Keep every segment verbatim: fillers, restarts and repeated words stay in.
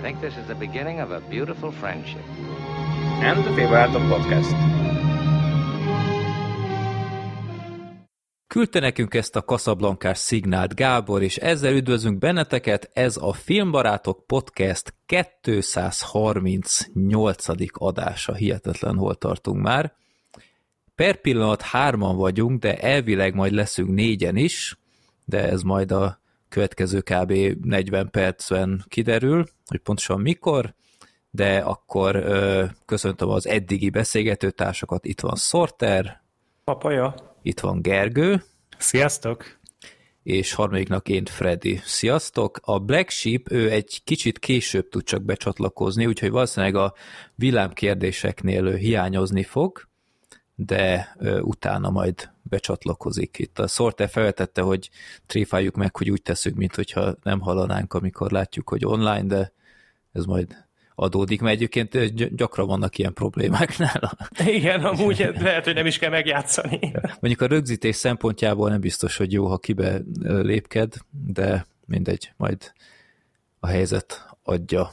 think this is the beginning of a beautiful friendship. And the Félbarátok Podcast. Küldte nekünk ezt a Casablancás szignált Gábor, és ezzel üdvözlünk benneteket, ez a Filmbarátok Podcast kétszázharmincnyolcadik adása, hihetetlen, hol tartunk már. Per pillanat hárman vagyunk, de elvileg majd leszünk négyen is, de ez majd a következő kb. negyven percben kiderül, hogy pontosan mikor, de akkor ö, köszöntöm az eddigi beszélgetőtársakat, itt van Sorter, Papaja. itt van Gergő. Sziasztok! És harmadiknak én, Freddy. Sziasztok! A Black Sheep, ő egy kicsit később tud csak becsatlakozni, úgyhogy valószínűleg a villámkérdéseknél ő hiányozni fog, de ö, utána majd becsatlakozik. Itt a Sorter felvetette, hogy tréfáljuk meg, hogy úgy teszünk, mintha nem hallanánk, amikor látjuk, hogy online, de ez majd adódik, mert egyébként gyakran vannak ilyen problémák nála. Igen, amúgy lehet, hogy nem is kell megjátszani. Mondjuk a rögzítés szempontjából nem biztos, hogy jó, ha kibe lépked, de mindegy, majd a helyzet adja.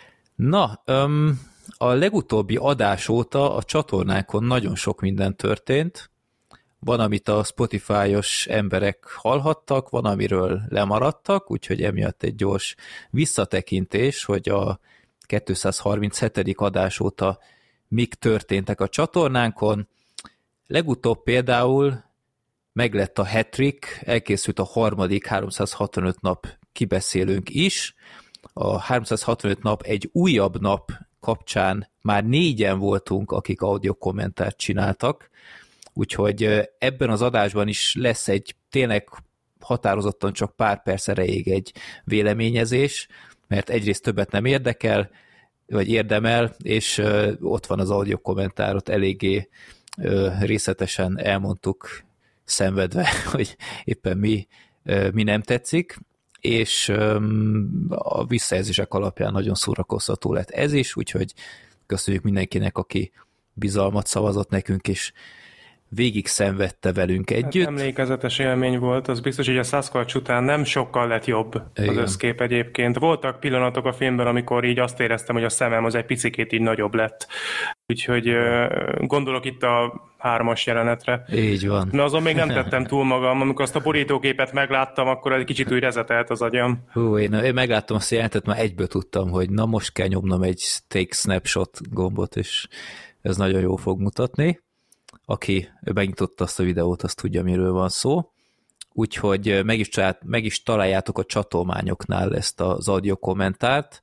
Na, öm, a legutóbbi adás óta a csatornánkon nagyon sok minden történt. Van, amit a Spotify-os emberek hallhattak, van, amiről lemaradtak, úgyhogy emiatt egy gyors visszatekintés, hogy a kétszázharminchetedik adás óta mik történtek a csatornánkon. Legutóbb például meglett a hat-trick, elkészült a harmadik háromszázhatvanöt nap kibeszélőnk is. A háromszázhatvanöt nap egy újabb nap kapcsán már négyen voltunk, akik audio kommentárt csináltak, úgyhogy ebben az adásban is lesz egy tényleg határozottan csak pár perc erejéig egy véleményezés, mert egyrészt többet nem érdekel, vagy érdemel, és ö, ott van az audio kommentárot, eléggé ö, részletesen elmondtuk szenvedve, hogy éppen mi, ö, mi nem tetszik, és ö, a visszajelzések alapján nagyon szórakoztató lett ez is, úgyhogy köszönjük mindenkinek, aki bizalmat szavazott nekünk, és végig szenvedte velünk együtt. Hát emlékezetes élmény volt, az biztos, hogy a Sasquatch után nem sokkal lett jobb az Igen. összkép egyébként. Voltak pillanatok a filmben, amikor így azt éreztem, hogy a szemem az egy picikét így nagyobb lett. Úgyhogy gondolok itt a hármas jelenetre. Így van. Na azon még nem tettem túl magam, amikor azt a borítóképet megláttam, akkor egy kicsit úgy rezetelt az agyam. Hú, én, én megláttam azt a jelentet, már egyből tudtam, hogy na most kell nyomnom egy take snapshot gombot, és ez nagyon jól fog mutatni. Aki megnyitotta azt a videót, azt tudja, miről van szó. Úgyhogy meg is, meg is találjátok a csatolmányoknál ezt az audio kommentárt.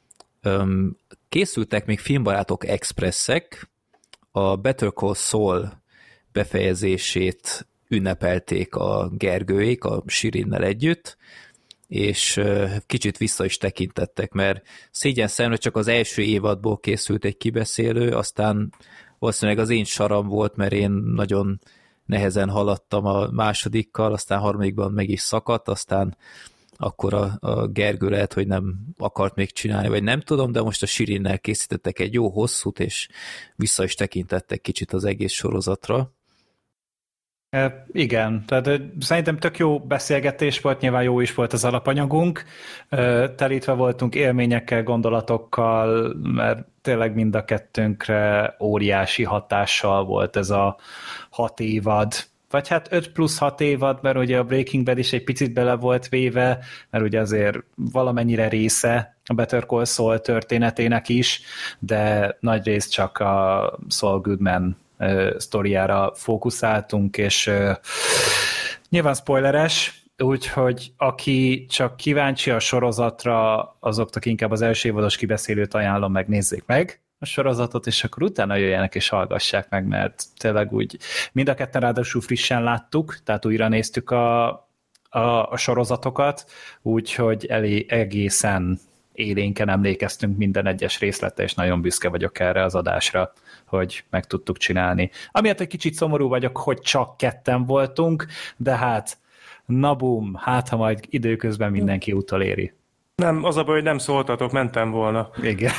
Készültek még Filmbarátok expresszek, a Better Call Saul befejezését ünnepelték a Gergőék, a Sirinnel együtt, és kicsit vissza is tekintettek, mert szégyen szemre csak az első évadból készült egy kibeszélő, aztán valószínűleg az én saram volt, mert én nagyon nehezen haladtam a másodikkal, aztán harmadikban meg is szakadt, aztán akkor a, a Gergő lehet, hogy nem akart még csinálni, vagy nem tudom, de most a Sirinnel készítettek egy jó hosszút, és vissza is tekintettek kicsit az egész sorozatra. E, igen, tehát szerintem tök jó beszélgetés volt, nyilván jó is volt az alapanyagunk, e, telítve voltunk élményekkel, gondolatokkal, mert tényleg mind a kettőnkre óriási hatással volt ez a hat évad, vagy hát öt plusz hat évad, mert ugye a Breaking Bad is egy picit bele volt véve, mert ugye azért valamennyire része a Better Call Saul történetének is, de nagy rész csak a Saul Goodman uh, sztoriára fókuszáltunk, és uh, nyilván spoileres, úgyhogy aki csak kíváncsi a sorozatra, azoknak inkább az első évados kibeszélőt ajánlom, megnézzék meg a sorozatot, és akkor utána jöjjenek és hallgassák meg, mert tényleg úgy mind a ketten ráadásul frissen láttuk, tehát újra néztük a, a, a sorozatokat, úgyhogy elé, egészen élénken emlékeztünk minden egyes részletre, és nagyon büszke vagyok erre az adásra, hogy meg tudtuk csinálni. Amiatt egy kicsit szomorú vagyok, hogy csak ketten voltunk, de hát na bum, hát ha majd időközben mindenki utoléri. Nem, az a baj, hogy nem szóltatok, mentem volna. Igen.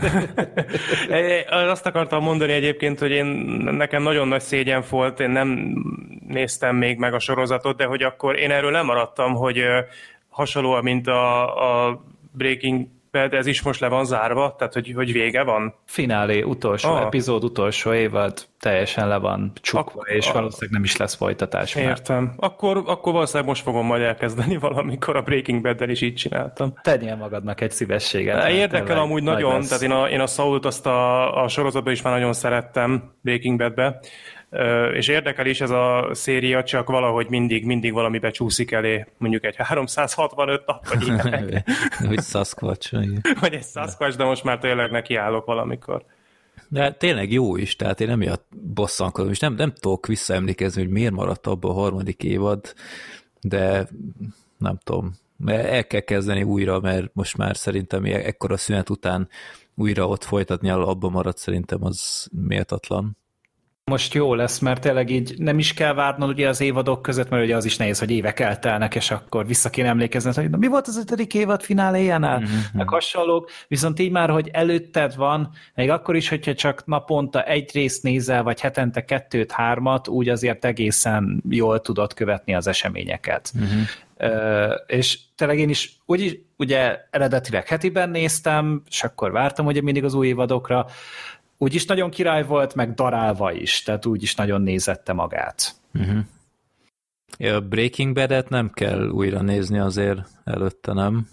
Azt akartam mondani egyébként, hogy én, nekem nagyon nagy szégyen volt, én nem néztem még meg a sorozatot, de hogy akkor én erről lemaradtam, hogy hasonlóan, mint a, a Breaking Bad, ez is most le van zárva, tehát hogy, hogy vége van? Finálé, utolsó ah. epizód, utolsó évad, teljesen le van csukva, Ak- és a- valószínűleg nem is lesz folytatás. Értem. Akkor, akkor valószínűleg most fogom majd elkezdeni valamikor, a Breaking Bad-del is így csináltam. Tegyél magadnak egy szívességet. Érdekel tényleg amúgy nagy nagyon, lesz. tehát én a, én a Sault azt a, a sorozatban is már nagyon szerettem, Breaking Bad-be, Ö, és érdekel is ez a széria, csak valahogy mindig, mindig valamibe csúszik elé, mondjuk egy háromszázhatvanöt nap, vagy ilyenek. Hogy Sasquatch. igen. Vagy egy Sasquatch, de most már tényleg nekiállok valamikor. De tényleg jó is, tehát én emiatt bosszankodom, és nem, nem tudok visszaemlékezni, hogy miért maradt abba a harmadik évad, de nem tudom, el kell kezdeni újra, mert most már szerintem ekkora szünet után újra ott folytatni, abba maradt, szerintem az méltatlan. Most jó lesz, mert tényleg így nem is kell várnod ugye az évadok között, mert ugye az is nehéz, hogy évek eltelnek, és akkor vissza kéne emlékezni, hogy na, mi volt az ötödik évad fináléjánál, mm-hmm. meg hasonlók, viszont így már, hogy előtted van, még akkor is, hogyha csak naponta egy részt nézel, vagy hetente kettőt, hármat, úgy azért egészen jól tudod követni az eseményeket. Mm-hmm. Uh, és tényleg én is úgy, ugye eredetileg hetiben néztem, és akkor vártam ugye mindig az új évadokra, úgyis nagyon király volt, meg darálva is, tehát úgy is nagyon nézette magát. Uh-huh. Ja, Breaking Bad-et nem kell újra nézni azért előtte, nem?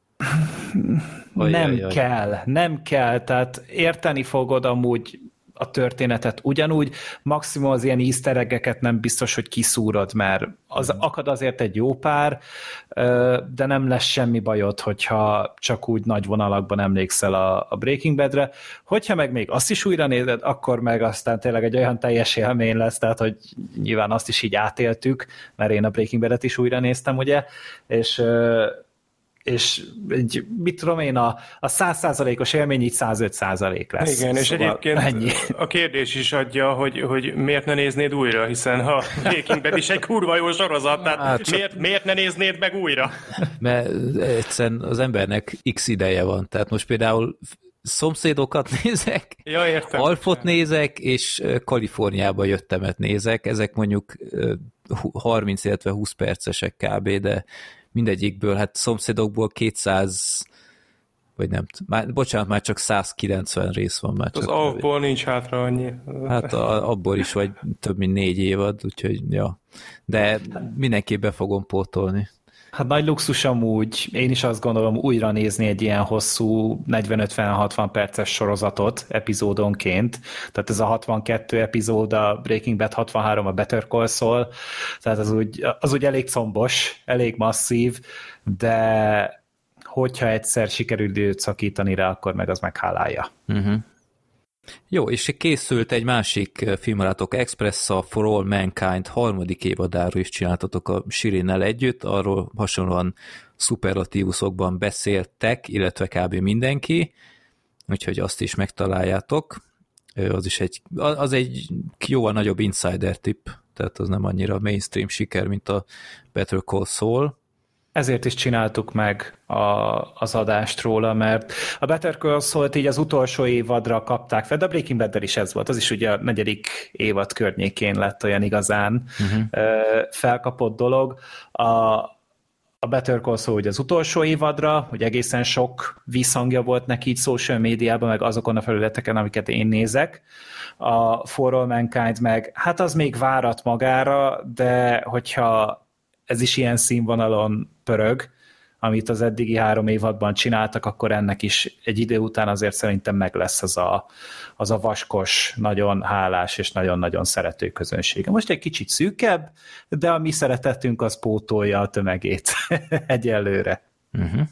Nem Ajajaj. kell, nem kell, tehát érteni fogod amúgy a történetet ugyanúgy, maximum az ilyen easter egg-eket nem biztos, hogy kiszúrod, mert az akad azért egy jó pár, de nem lesz semmi bajod, hogyha csak úgy nagy vonalakban emlékszel a, a Breaking Badre. Hogyha meg még azt is újra nézed, akkor meg aztán tényleg egy olyan teljes élmény lesz, tehát hogy nyilván azt is így átéltük, mert én a Breaking Badet is újra néztem, ugye, és és egy, mit tudom én, a, a száz százalékos élmény így százöt százalék lesz. Igen, és szóval egyébként ennyi. a kérdés is adja, hogy, hogy miért ne néznéd újra, hiszen a Breaking Bad is egy kurva jó sorozat, tehát Hát, miért, miért ne néznéd meg újra? Mert egyszerűen az embernek x ideje van, tehát most például szomszédokat nézek, Ja, értem. Alfot nézek, és Kaliforniába jöttemet nézek, ezek mondjuk harminc, illetve húsz percesek kb, de mindegyikből, hát szomszédokból kétszáz, vagy nem, már, bocsánat, már csak száz kilencven rész van. Már Az csak alapból nincs hátra annyi. Hát a, abból is vagy több mint négy évad, úgyhogy ja. De mindenképp be fogom pótolni. Hát nagy luxus amúgy, én is azt gondolom újra nézni egy ilyen hosszú negyven-ötven-hatvan perces sorozatot epizódonként, tehát ez a hatvankettő epizód, a Breaking Bad, hatvanhárom a Better Call Saul, tehát az úgy, az úgy elég combos, elég masszív, de hogyha egyszer sikerül időt szakítani rá, akkor meg az meghálálja. Uh-huh. Jó, és készült egy másik filmbarátok, Express a For All Mankind harmadik évadáról is csináltatok a Shirinnel együtt, arról hasonlóan szuperlatívuszokban beszéltek, illetve kb. Mindenki, úgyhogy azt is megtaláljátok. Az is egy, az egy jóval nagyobb insider tip, tehát az nem annyira mainstream siker, mint a Better Call Saul. Ezért is csináltuk meg a, az adást róla, mert a Better Call Saul-t így az utolsó évadra kapták fel, de a Breaking Bad-del is ez volt, az is ugye a negyedik évad környékén lett olyan igazán uh-huh. felkapott dolog. A, a Better Call Saul ugye az utolsó évadra, hogy egészen sok visszhangja volt neki így social médiában, meg azokon a felületeken, amiket én nézek. A For All Mankind meg, hát az még várat magára, de hogyha ez is ilyen színvonalon pörög, amit az eddigi három évadban csináltak, akkor ennek is egy idő után azért szerintem meg lesz az a, az a vaskos, nagyon hálás és nagyon-nagyon szerető közönsége. Most egy kicsit szűkebb, de a mi szeretetünk az pótolja a tömegét egyelőre. Uh-huh.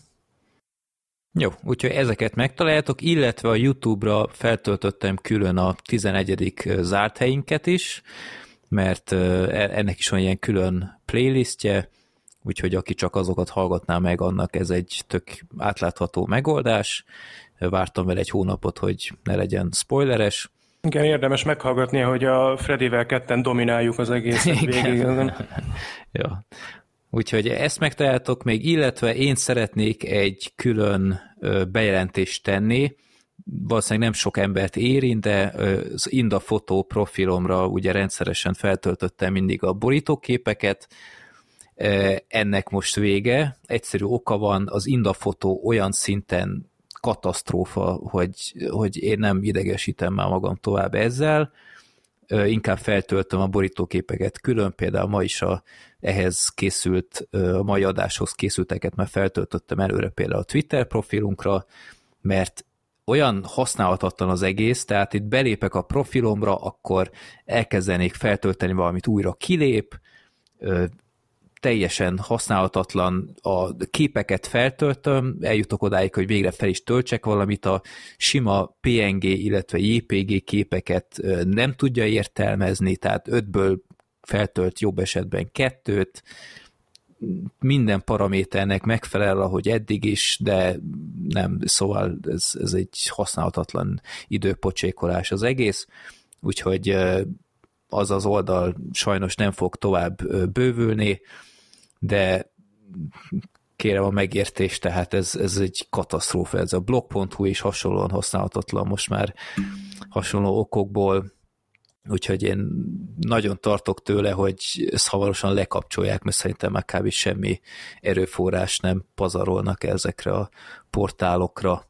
Jó, úgyhogy ezeket megtaláljátok, illetve a YouTube-ra feltöltöttem külön a tizenegyedik zárt helyinket is, mert ennek is van ilyen külön playlistje, úgyhogy aki csak azokat hallgatná meg, annak ez egy tök átlátható megoldás. Vártam vele egy hónapot, hogy ne legyen spoileres. Igen, érdemes meghallgatni, hogy a Freddyvel ketten domináljuk az egészet végig. Ja. Úgyhogy ezt megtaláltok még, illetve én szeretnék egy külön bejelentést tenni, valószínűleg nem sok embert érint, de az Inda Fotó profilomra ugye rendszeresen feltöltöttem mindig a borítóképeket. ennek most vége. Egyszerű oka van, az Indafotó olyan szinten katasztrófa, hogy, hogy én nem idegesítem már magam tovább ezzel, inkább feltöltöm a borítóképeket külön, például ma is a, ehhez készült, a mai adáshoz készülteket már feltöltöttem előre például a Twitter profilunkra, mert olyan használhatatlan az egész, tehát itt belépek a profilomra, akkor elkezdenék feltölteni valamit, újra kilép, teljesen használhatatlan, a képeket feltöltöm, eljutok odáig, hogy végre fel is töltsek valamit, a sima pé en gé, illetve jé pé gé képeket nem tudja értelmezni, tehát ötből feltölt jobb esetben kettőt, minden paraméternek megfelel, ahogy eddig is, de nem, szóval ez, ez egy használhatatlan időpocsékolás az egész, úgyhogy az az oldal sajnos nem fog tovább bővülni, de kérem a megértést, tehát ez, ez egy katasztrófa, ez a blog pont hu is hasonlóan használhatatlan most már hasonló okokból, úgyhogy én nagyon tartok tőle, hogy ezt hamarosan lekapcsolják, mert szerintem már kb. Semmi erőforrás nem pazarolnak ezekre a portálokra.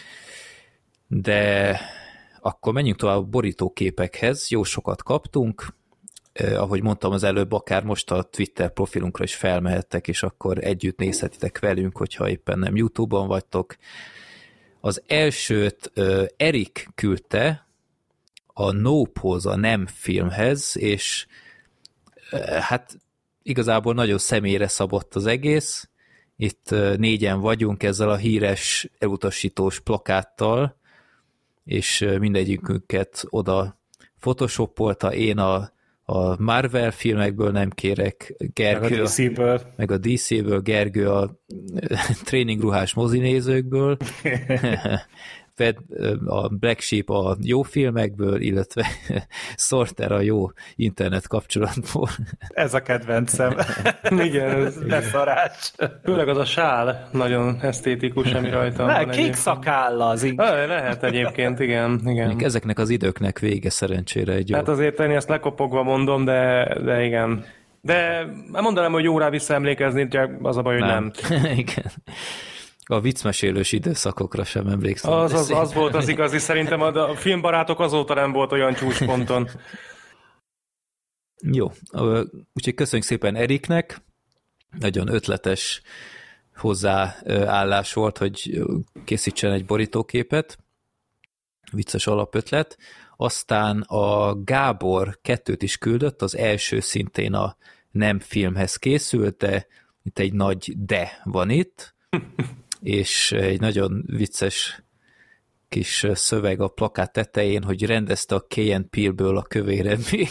De akkor menjünk tovább a borítóképekhez, jó sokat kaptunk, eh, ahogy mondtam az előbb, akár most a Twitter profilunkra is felmehettek, és akkor együtt nézhetitek velünk, hogyha éppen nem YouTube-on vagytok. Az elsőt eh, Erik küldte a Nope-hoz, a nem filmhez, és eh, hát igazából nagyon személyre szabott az egész. Itt eh, négyen vagyunk ezzel a híres elutasítós plakáttal, és mindegyikünket oda photoshopolta, én a, a Marvel filmekből nem kérek, Gergő meg a dé cé-ből, a, meg a dé cé-ből, Gergő a tréningruhás mozinézőkből, a Black Sheep a jó filmekből, illetve Sorter a jó internet kapcsolatból. Ez a kedvencem. Igen, ez leszarás. Főleg az a sál nagyon esztétikus, ami rajta van. Kék szakálla az inkább. Lehet egyébként, igen. igen. Ezeknek az időknek vége szerencsére egy jó. Hát azért én ezt lekopogva mondom, de, de igen. De mondanám, hogy jó rá visszaemlékezni, csak az a baj, hogy nem. nem. Igen. A viccmesélős időszakokra sem emlékszem. Az, az, az volt az igazi, szerintem a filmbarátok azóta nem volt olyan csúcsponton. Jó, úgyhogy köszönjük szépen Eriknek, nagyon ötletes hozzáállás volt, hogy készítsen egy borítóképet, vicces alapötlet. Aztán a Gábor kettőt is küldött, az első szintén a nem filmhez készült, de itt egy nagy de van itt, és egy nagyon vicces kis szöveg a plakát tetején, hogy rendezte a Key and Peele-ből a kövéremény.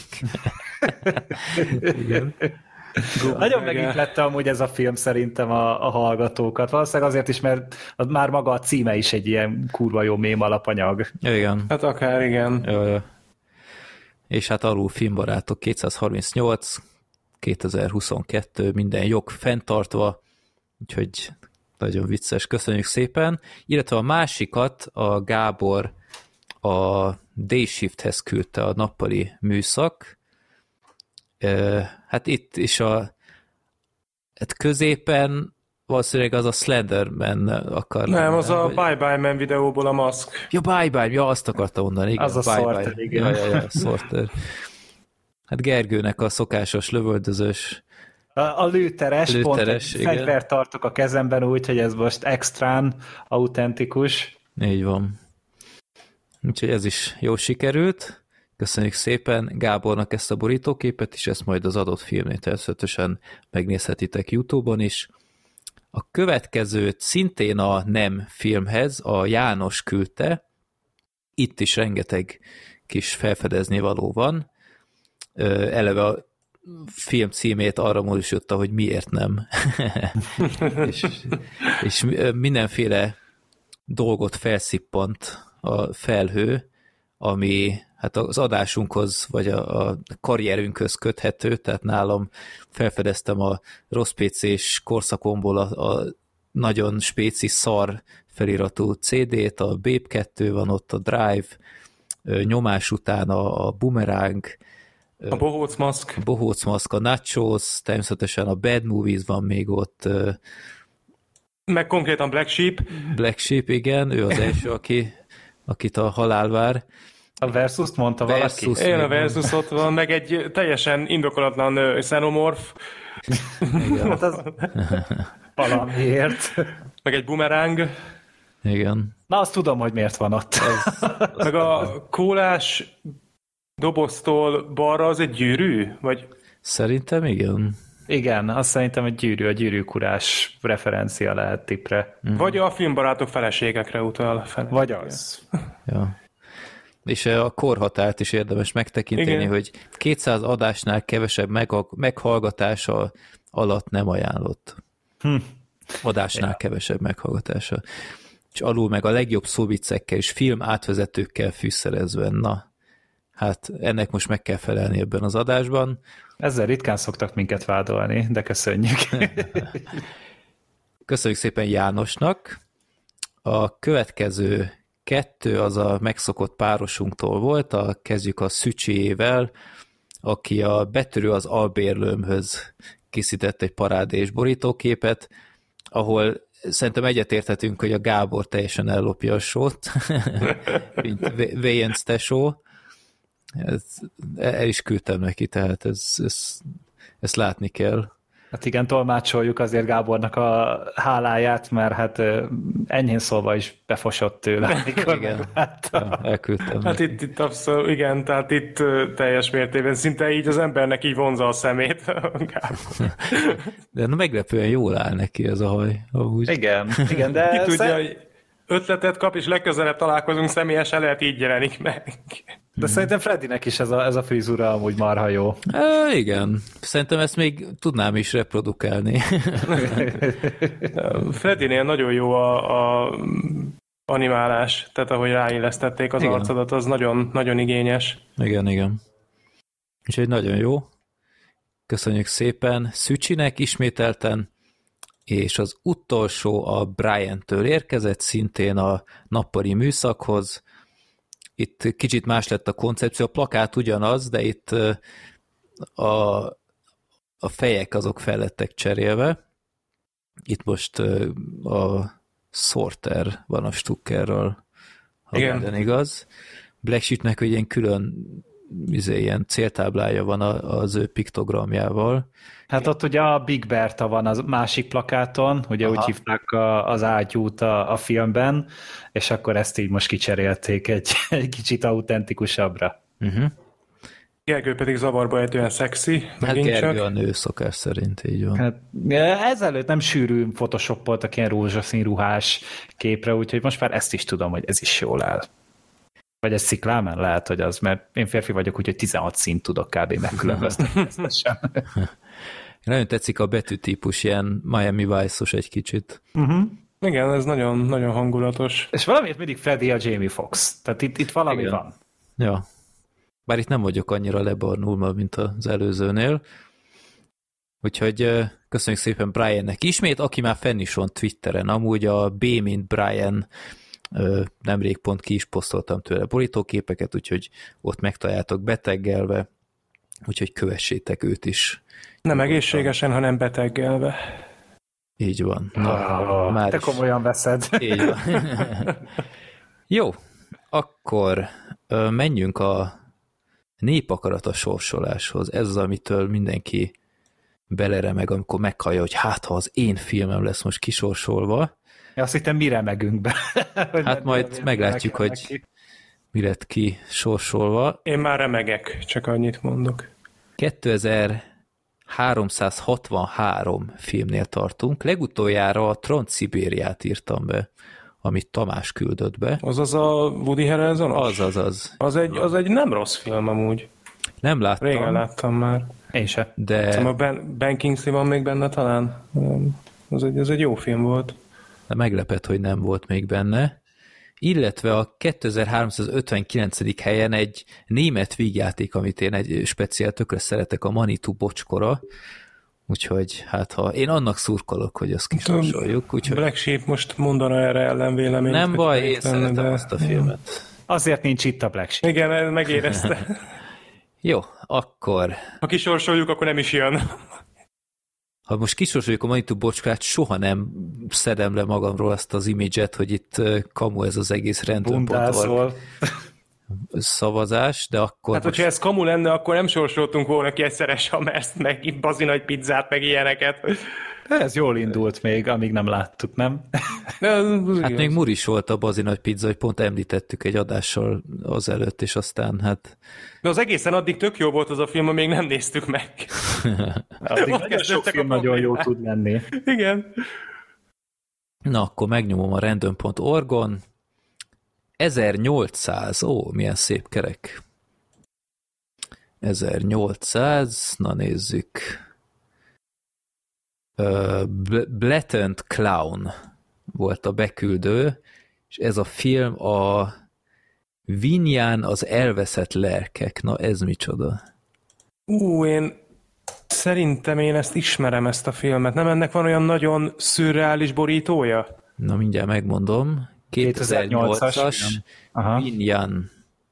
Igen. Nagyon megihlette amúgy ez a film szerintem a, a hallgatókat. Valószínűleg azért is, mert már maga a címe is egy ilyen kurva jó mém alapanyag. Igen. Hát akár igen. Jó, jó. És hát alul filmbarátok kétszázharmincnyolc, kétezer-huszonkettő, minden jog fenntartva, úgyhogy nagyon vicces, köszönjük szépen. Illetve a másikat a Gábor a Day Shifthez küldte, a nappali műszak. Hát itt is a hát középen valószínűleg az a Slenderman akar. Nem, az a vagy... Bye Bye Man videóból a maszk. Ja, Bye Bye, ja, azt akartam mondani. Igen, az a bye Sorter, bye. igen. Ja, ja, ja, Sorter. Hát Gergőnek a szokásos lövöldözős A, a lőteres, lőteres pont egy fegyvert tartok a kezemben úgy, hogy ez most extrán autentikus. Így van. Úgyhogy ez is jó sikerült. Köszönjük szépen Gábornak ezt a borítóképet, és ezt majd az adott filmnél természetesen megnézhetitek YouTube-on is. A következőt szintén a nem filmhez a János küldte. Itt is rengeteg kis felfedezni való van. Eleve a film címét arra módosította, hogy miért nem. és, és mindenféle dolgot felszippant a felhő, ami hát az adásunkhoz, vagy a, a karrierünkhöz köthető, tehát nálam felfedeztem a rossz pé cés korszakomból a, a nagyon spéci szar feliratú cé dét, a Babe kettő van ott, a Drive, nyomás után a, a Boomerang, A Bohóc Maszk. A Bohóc Maszk, a Nachos, természetesen a Bad Movies van még ott. Meg konkrétan Black Sheep. Black Sheep, igen, ő az első, aki, akit a halál vár. A Versus-t mondta Versus, valaki? Igen, a Versus ott van, meg egy teljesen indokolatlan uh, Xenomorph. Igen. Hát az valamiért. Meg egy Boomerang. Igen. Na, azt tudom, hogy miért van ott. Ez, Meg a kólás doboztól balra az egy gyűrű? Vagy... Szerintem igen. Igen, azt szerintem egy gyűrű, a gyűrűkurás referencia lehet tippre. Mm. Vagy a filmbarátok feleségekre utal. Feleségek. Vagy az. Ja. És a korhatárt is érdemes megtekinteni, igen, hogy kétszáz adásnál kevesebb meghallgatása alatt nem ajánlott. Hm. Adásnál ja. kevesebb meghallgatása. És alul meg a legjobb szóviccekkel és film átvezetőkkel fűszerezve. Na, hát ennek most meg kell felelni ebben az adásban. Ezzel ritkán szoktak minket vádolni, de köszönjük. Köszönjük szépen Jánosnak. A következő kettő az a megszokott párosunktól volt, a, kezdjük a Szücsiével, aki a Betörő az albérlőmhöz készített egy parádés borítóképet, ahol szerintem egyetérthetünk, hogy a Gábor teljesen ellopja a sót, mint Véjenc tesó. El is küldtem neki, tehát ez, ez, ezt látni kell. Hát igen, tolmácsoljuk azért Gábornak a háláját, mert hát enyhén szólva is befosott tőle. Igen, ja, elküldtem. Hát itt, itt abszolút, igen, tehát itt teljes mértékben szinte így az embernek így vonza a szemét. De na, meglepően jól áll neki ez a haj. Ahogy. Igen, igen, de... Ki tudja, szem... hogy ötletet kap, és legközelebb találkozunk személyesen, lehet így jelenik meg. De hmm. szerintem Freddynek is ez a, ez a frizura amúgy marha jó. E, igen. Szerintem ezt még tudnám is reprodukálni. Freddynél nagyon jó a, a animálás, tehát ahogy ráillesztették az igen. arcodat, az nagyon, nagyon igényes. Igen, igen. Úgyhogy nagyon jó. Köszönjük szépen Szücsinek ismételten, és az utolsó a Brian-től érkezett, szintén a nappali műszakhoz. Itt kicsit más lett a koncepció, a plakát ugyanaz, de itt a, a fejek azok fel lettek cserélve. Itt most a Sorter van a Stuckerral, ha minden igaz. Black Sheepnek, hogy ilyen külön izé, ilyen céltáblája van az ő piktogramjával. Hát ott ugye a Big Berta van a másik plakáton, ugye aha. úgy hívták a, az ágyút a, a filmben, és akkor ezt így most kicserélték egy, egy kicsit autentikusabbra. Uh-huh. Gergő pedig zavarba ejtően szexi. Hát Gergő csak. A nő szokás szerint, így van. Hát, ezelőtt nem sűrű photoshopoltak ilyen rózsaszín ruhás képre, úgyhogy most már ezt is tudom, hogy ez is jól áll. Vagy ez sziklámen lehet, hogy az, mert én férfi vagyok, úgyhogy tizenhat színt tudok kb. Megkülönböztetni. Nagyon tetszik a betűtípus, ilyen Miami Vice-os egy kicsit. Uh-huh. Igen, ez nagyon, nagyon hangulatos. És valamiért mindig Freddy a Jamie Foxx. Tehát itt, itt valami igen. van. Ja. Bár itt nem vagyok annyira lebarnulva, mint az előzőnél. Úgyhogy köszönjük szépen Briannek ismét, aki már fenn is van Twitteren. Amúgy a B, mint Brian, nemrég pont ki is posztoltam tőle borítóképeket, úgyhogy ott megtaláltok beteggelve, úgyhogy kövessétek őt is. Nem egészségesen, hanem beteggelve. Így van. Na, oh, már te is. Komolyan veszed. Így van. Jó, akkor menjünk a népakarata sorsoláshoz. Ez az, amitől mindenki beleremeg, amikor meghallja, hogy hát ha az én filmem lesz most kisorsolva. Ja, azt hittem, mi remegünk be. Hát majd meglátjuk, hogy ki. Mi lett ki sorsolva. Én már remegek, csak annyit mondok. kétezer-háromszázhatvanhárom filmnél tartunk. Legutoljára a Transzibériát írtam be, amit Tamás küldött be. Az az a Woody Harrelson? Az, az, az. Az egy, az egy nem rossz film amúgy. Nem láttam. Régen láttam már. Én se. De... Szóval Ben, Ben Kingsley van még benne talán. Az egy, az egy jó film volt. De meglepett, hogy nem volt még benne. Illetve a kétezer-háromszázötvenkilencedik helyen egy német vígjáték, amit én egy speciál tökre szeretek, a Manitou bocskora. Úgyhogy hát ha én annak szurkolok, hogy azt kisorsoljuk. Úgyhogy... Black Sheep most mondana erre ellenvéleményt. Nem baj, én szeretem de... azt a filmet. Azért nincs itt a Black Sheep. Igen, megérezte. Jó, akkor... Ha kisorsoljuk, akkor nem is jön. Ha most kisorsoljuk a Manitou bocskát, soha nem szedem le magamról azt az imidzset, hogy itt kamu ez az egész random pont org szavazás, de akkor... Hát, most... hogyha ez kamu lenne, akkor nem sorsoltunk volna ki egyszeres hamerst, meg bazi nagy pizzát, meg ilyeneket. Ez jól indult még, amíg nem láttuk, nem? Hát még Muris volt a bazi nagy pizza, hogy pont említettük egy adással azelőtt, és aztán hát... De az egészen addig tök jó volt az a film, amíg nem néztük meg. Addig nagyon sok film nagyon jó tud lenni. Igen. Na, akkor megnyomom a random pont org-on. ezernyolcszáz, ó, milyen szép kerek. ezernyolcszáz, na nézzük. Uh, Blatant Clown volt a beküldő, és ez a film a Vinyán az elveszett lelkek. Na ez micsoda? Ú, én szerintem én ezt ismerem, ezt a filmet. Nem ennek van olyan nagyon szürreális borítója? Na mindjárt megmondom. kétezer-nyolcas Vinyán.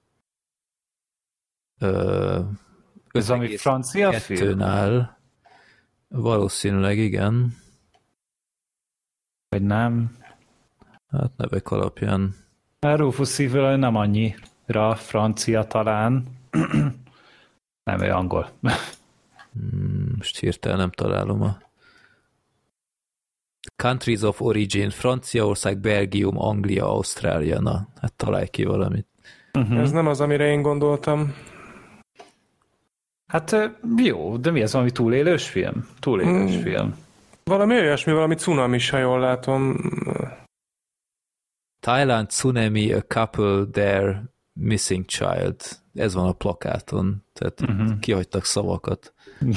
Uh, ez ami francia film? Áll. Valószínűleg igen. Vagy nem? Hát nevek alapján. Rufus Sewell nem annyira francia talán. Nem, ő angol. Most hirtelen nem találom a Countries of Origin, Franciaország, Belgium, Anglia, Ausztrália. Na, hát találj ki valamit. Uh-huh. Ez nem az, amire én gondoltam. Hát jó, de mi ez, valami túlélős film? Túlélős hmm. film. Valami olyasmi, valami cunamis, ha jól látom. Thailand Tsunami, a couple there, missing child. Ez van a plakáton, tehát uh-huh. kihagytak szavakat.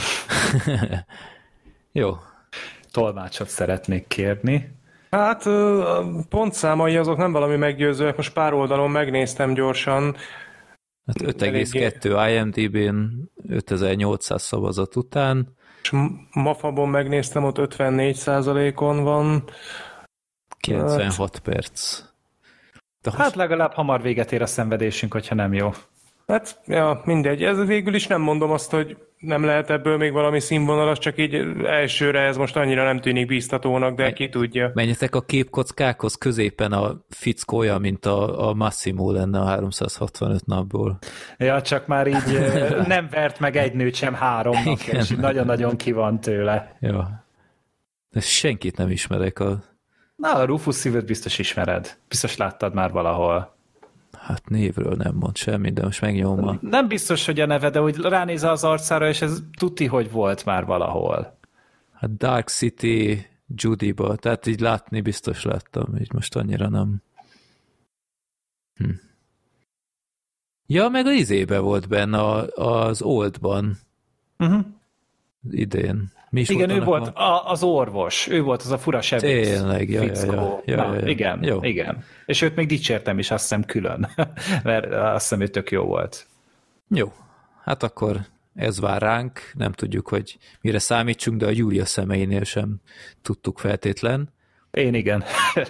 Jó. Tolmácsot szeretnék kérni. Hát pontszámai azok nem valami meggyőzőek, most pár oldalon megnéztem gyorsan. Hát öt egész kettő IMDb-n ötezer-nyolcszáz szavazat után. És Mafabon megnéztem, ott ötvennégy százalékon van. kilencvenhat hát, perc. De hát most... legalább hamar véget ér a szenvedésünk, hogyha nem jó. Hát, ja, mindegy. Ez végül is nem mondom azt, hogy nem lehet ebből még valami színvonalas, csak így elsőre ez most annyira nem tűnik bíztatónak, de Men- ki tudja. Menjetek a képkockákhoz, középen a fickó olyan, mint a, a Massimo lenne a háromszázhatvanöt napból. Ja, csak már így nem vert meg egy nőt sem háromnak, és nagyon-nagyon ki van tőle. Ja. De senkit nem ismerek. A... Na, a Rufus Sewell biztos ismered. Biztos láttad már valahol. Hát névről nem mond semmit, de most megnyomom a... Nem biztos, hogy a neve, de úgy ránéz az arcára, és ez tuti, hogy volt már valahol. Hát Dark City Judy-ba, tehát így látni biztos láttam, így most annyira nem. Hm. Ja, meg az izébe volt benne, a, az Oldban. Uh-huh. Idén. Mi is igen, volt ő volt a, az orvos. Ő volt az a fura sebész. Tényleg, ja, ja, ja, ja, Na, ja, ja. Igen, jó. igen. És őt még dicsértem is, azt hiszem külön. Mert azt hiszem, ő tök jó volt. Jó. Hát akkor ez vár ránk. Nem tudjuk, hogy mire számítsunk, de a Júlia szemeinél sem tudtuk feltétlen. Én igen.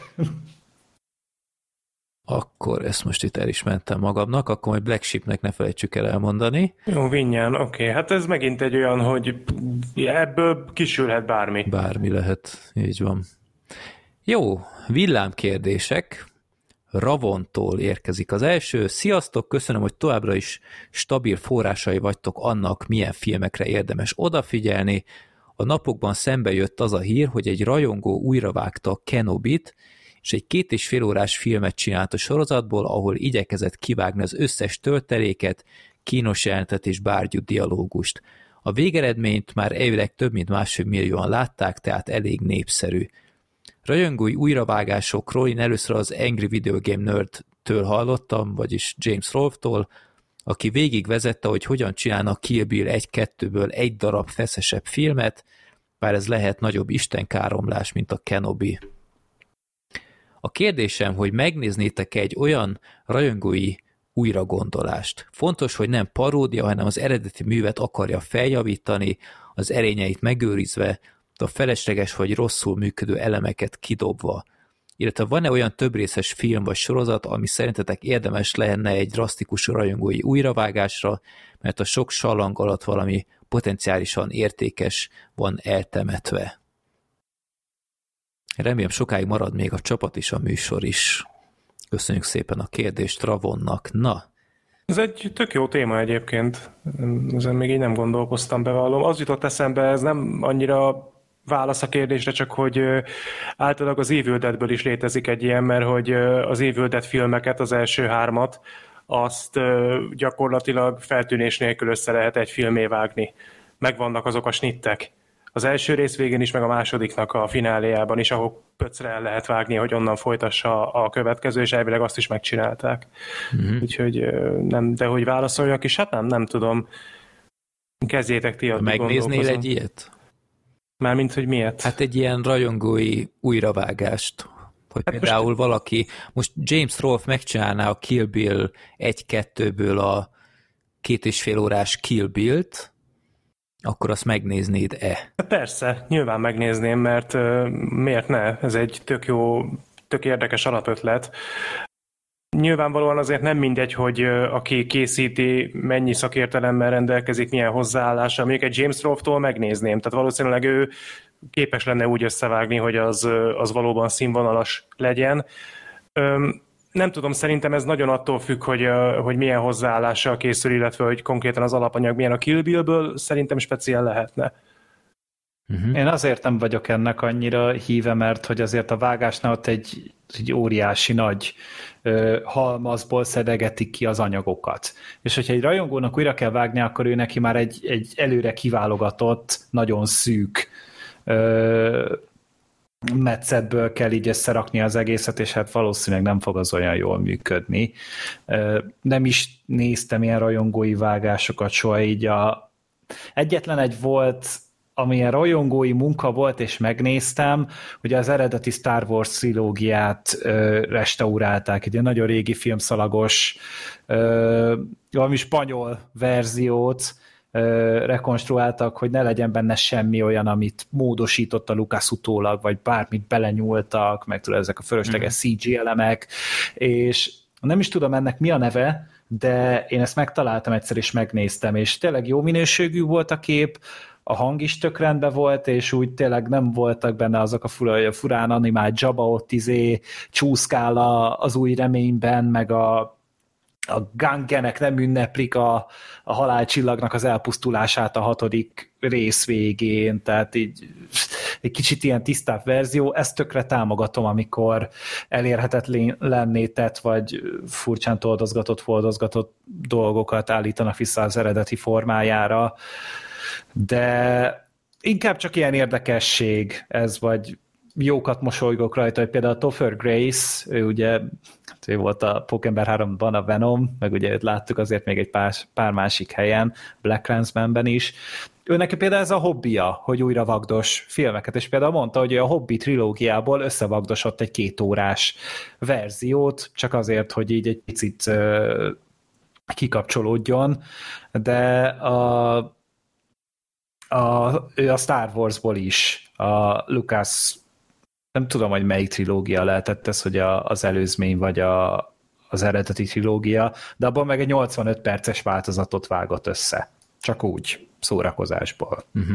Akkor ezt most itt el is mentem magamnak, akkor majd Black Sheepnek ne felejtsük el elmondani. Jó, Vinyán, oké. Okay. Hát ez megint egy olyan, hogy ebből kisülhet bármi. Bármi lehet, így van. Jó, villámkérdések. Ravontól érkezik az első. Sziasztok, köszönöm, hogy továbbra is stabil forrásai vagytok annak, milyen filmekre érdemes odafigyelni. A napokban szembe jött az a hír, hogy egy rajongó újravágta Kenobit, és egy két és fél órás filmet csinált a sorozatból, ahol igyekezett kivágni az összes tölteléket, kínos jelenetet és bárgyú dialógust. A végeredményt már elvileg több mint másfél millióan látták, tehát elég népszerű. Rajongói újravágásokról én először az Angry Video Game Nerd-től hallottam, vagyis James Rolfe-tól, aki végigvezette, hogy hogyan csinálnak Kill Bill egy-kettőből egy darab feszesebb filmet, bár ez lehet nagyobb istenkáromlás, mint a Kenobi. A kérdésem, hogy megnéznétek egy olyan rajongói újragondolást. Fontos, hogy nem paródia, hanem az eredeti művet akarja feljavítani, az erényeit megőrizve, a felesleges vagy rosszul működő elemeket kidobva. illetve van-e olyan többrészes film vagy sorozat, ami szerintetek érdemes lenne egy drasztikus rajongói újravágásra, mert a sok sallang alatt valami potenciálisan értékes van eltemetve. Remélem sokáig marad még a csapat is, a műsor is. Köszönjük szépen a kérdést Ravonnak. Na, ez egy tök jó téma egyébként. Ezen még így nem gondolkoztam, bevallom. Az jutott eszembe, ez nem annyira válasz a kérdésre, csak hogy általában az Evil Deadből is létezik egy ilyen, mert hogy az Evil Dead filmeket, az első hármat, azt gyakorlatilag feltűnés nélkül össze lehet egy filmé vágni. Megvannak azok a snittek. Az első rész végén is, meg a másodiknak a fináléjában is, ahol pöcre el lehet vágni, hogy onnan folytassa a következő, és elvileg azt is megcsinálták. Mm-hmm. Úgyhogy nem, de hogy válaszoljak is, hát nem, nem tudom. Kezdjétek ti, addig megnéznél egy ilyet? Mármint, hogy miért? Hát egy ilyen rajongói újravágást, hogy hát például most... valaki, most James Rolfe megcsinálná a Kill Bill egy-kettőből a két és fél órás Kill Bill-t, akkor azt megnéznéd-e? Persze, nyilván megnézném, mert uh, miért ne? Ez egy tök jó, tök érdekes alapötlet. Nyilvánvalóan azért nem mindegy, hogy uh, aki készíti, mennyi szakértelemmel rendelkezik, milyen hozzáállással. Mondjuk egy James Rolfe-tól megnézném, tehát valószínűleg ő képes lenne úgy összevágni, hogy az, az valóban színvonalas legyen. Um, Nem tudom, szerintem ez nagyon attól függ, hogy, hogy milyen hozzáállással készül, illetve hogy konkrétan az alapanyag milyen. A Kill Bill-ből szerintem speciál lehetne. Uh-huh. Én azért nem vagyok ennek annyira híve, mert hogy azért a vágásnál ott egy, egy óriási nagy ö, halmazból szedegetik ki az anyagokat. És hogyha egy rajongónak újra kell vágni, akkor ő neki már egy, egy előre kiválogatott, nagyon szűk ö, metszetből kell így összerakni az egészet, és hát valószínűleg nem fog az olyan jól működni. Nem is néztem ilyen rajongói vágásokat soha, így a... egyetlen egy volt, amilyen rajongói munka volt, és megnéztem, ugye az eredeti Star Wars trilógiát ö, restaurálták, egy nagyon régi filmszalagos ö, valami spanyol verziót rekonstruáltak, hogy ne legyen benne semmi olyan, amit módosított a Lucas utólag, vagy bármit belenyúltak, meg tudod, ezek a fölösleges cé gé elemek, és nem is tudom ennek mi a neve, de én ezt megtaláltam egyszer, és megnéztem, és tényleg jó minőségű volt a kép, a hang is tök rendben volt, és úgy tényleg nem voltak benne azok a fura, furán animált Jabba ott izé csúszkál az új reményben, meg a a gangenek nem ünneplik a, a halálcsillagnak az elpusztulását a hatodik rész végén, tehát így egy kicsit ilyen tisztább verzió, ezt tökre támogatom, amikor elérhetetlenné tett, vagy furcsán toldozgatott, foldozgatott dolgokat állítanak vissza az eredeti formájára, de inkább csak ilyen érdekesség ez, vagy jókat mosolygok rajta, hogy például a Topher Grace, ő ugye ő volt a Pókember háromban a Venom, meg ugye őt láttuk azért még egy pár, pár másik helyen, Black Clansmanben is. Ő neki például ez a hobbija, hogy újra vagdos filmeket, és például mondta, hogy a Hobby trilógiából összevagdosott egy két órás verziót, csak azért, hogy így egy picit uh, kikapcsolódjon, de a, a, ő a Star Warsból is, a Lucas, nem tudom, hogy melyik trilógia lehetett ez, hogy a, az előzmény vagy a, az eredeti trilógia, de abban meg egy nyolcvanöt perces változatot vágott össze. Csak úgy, szórakozásból. Uh-huh.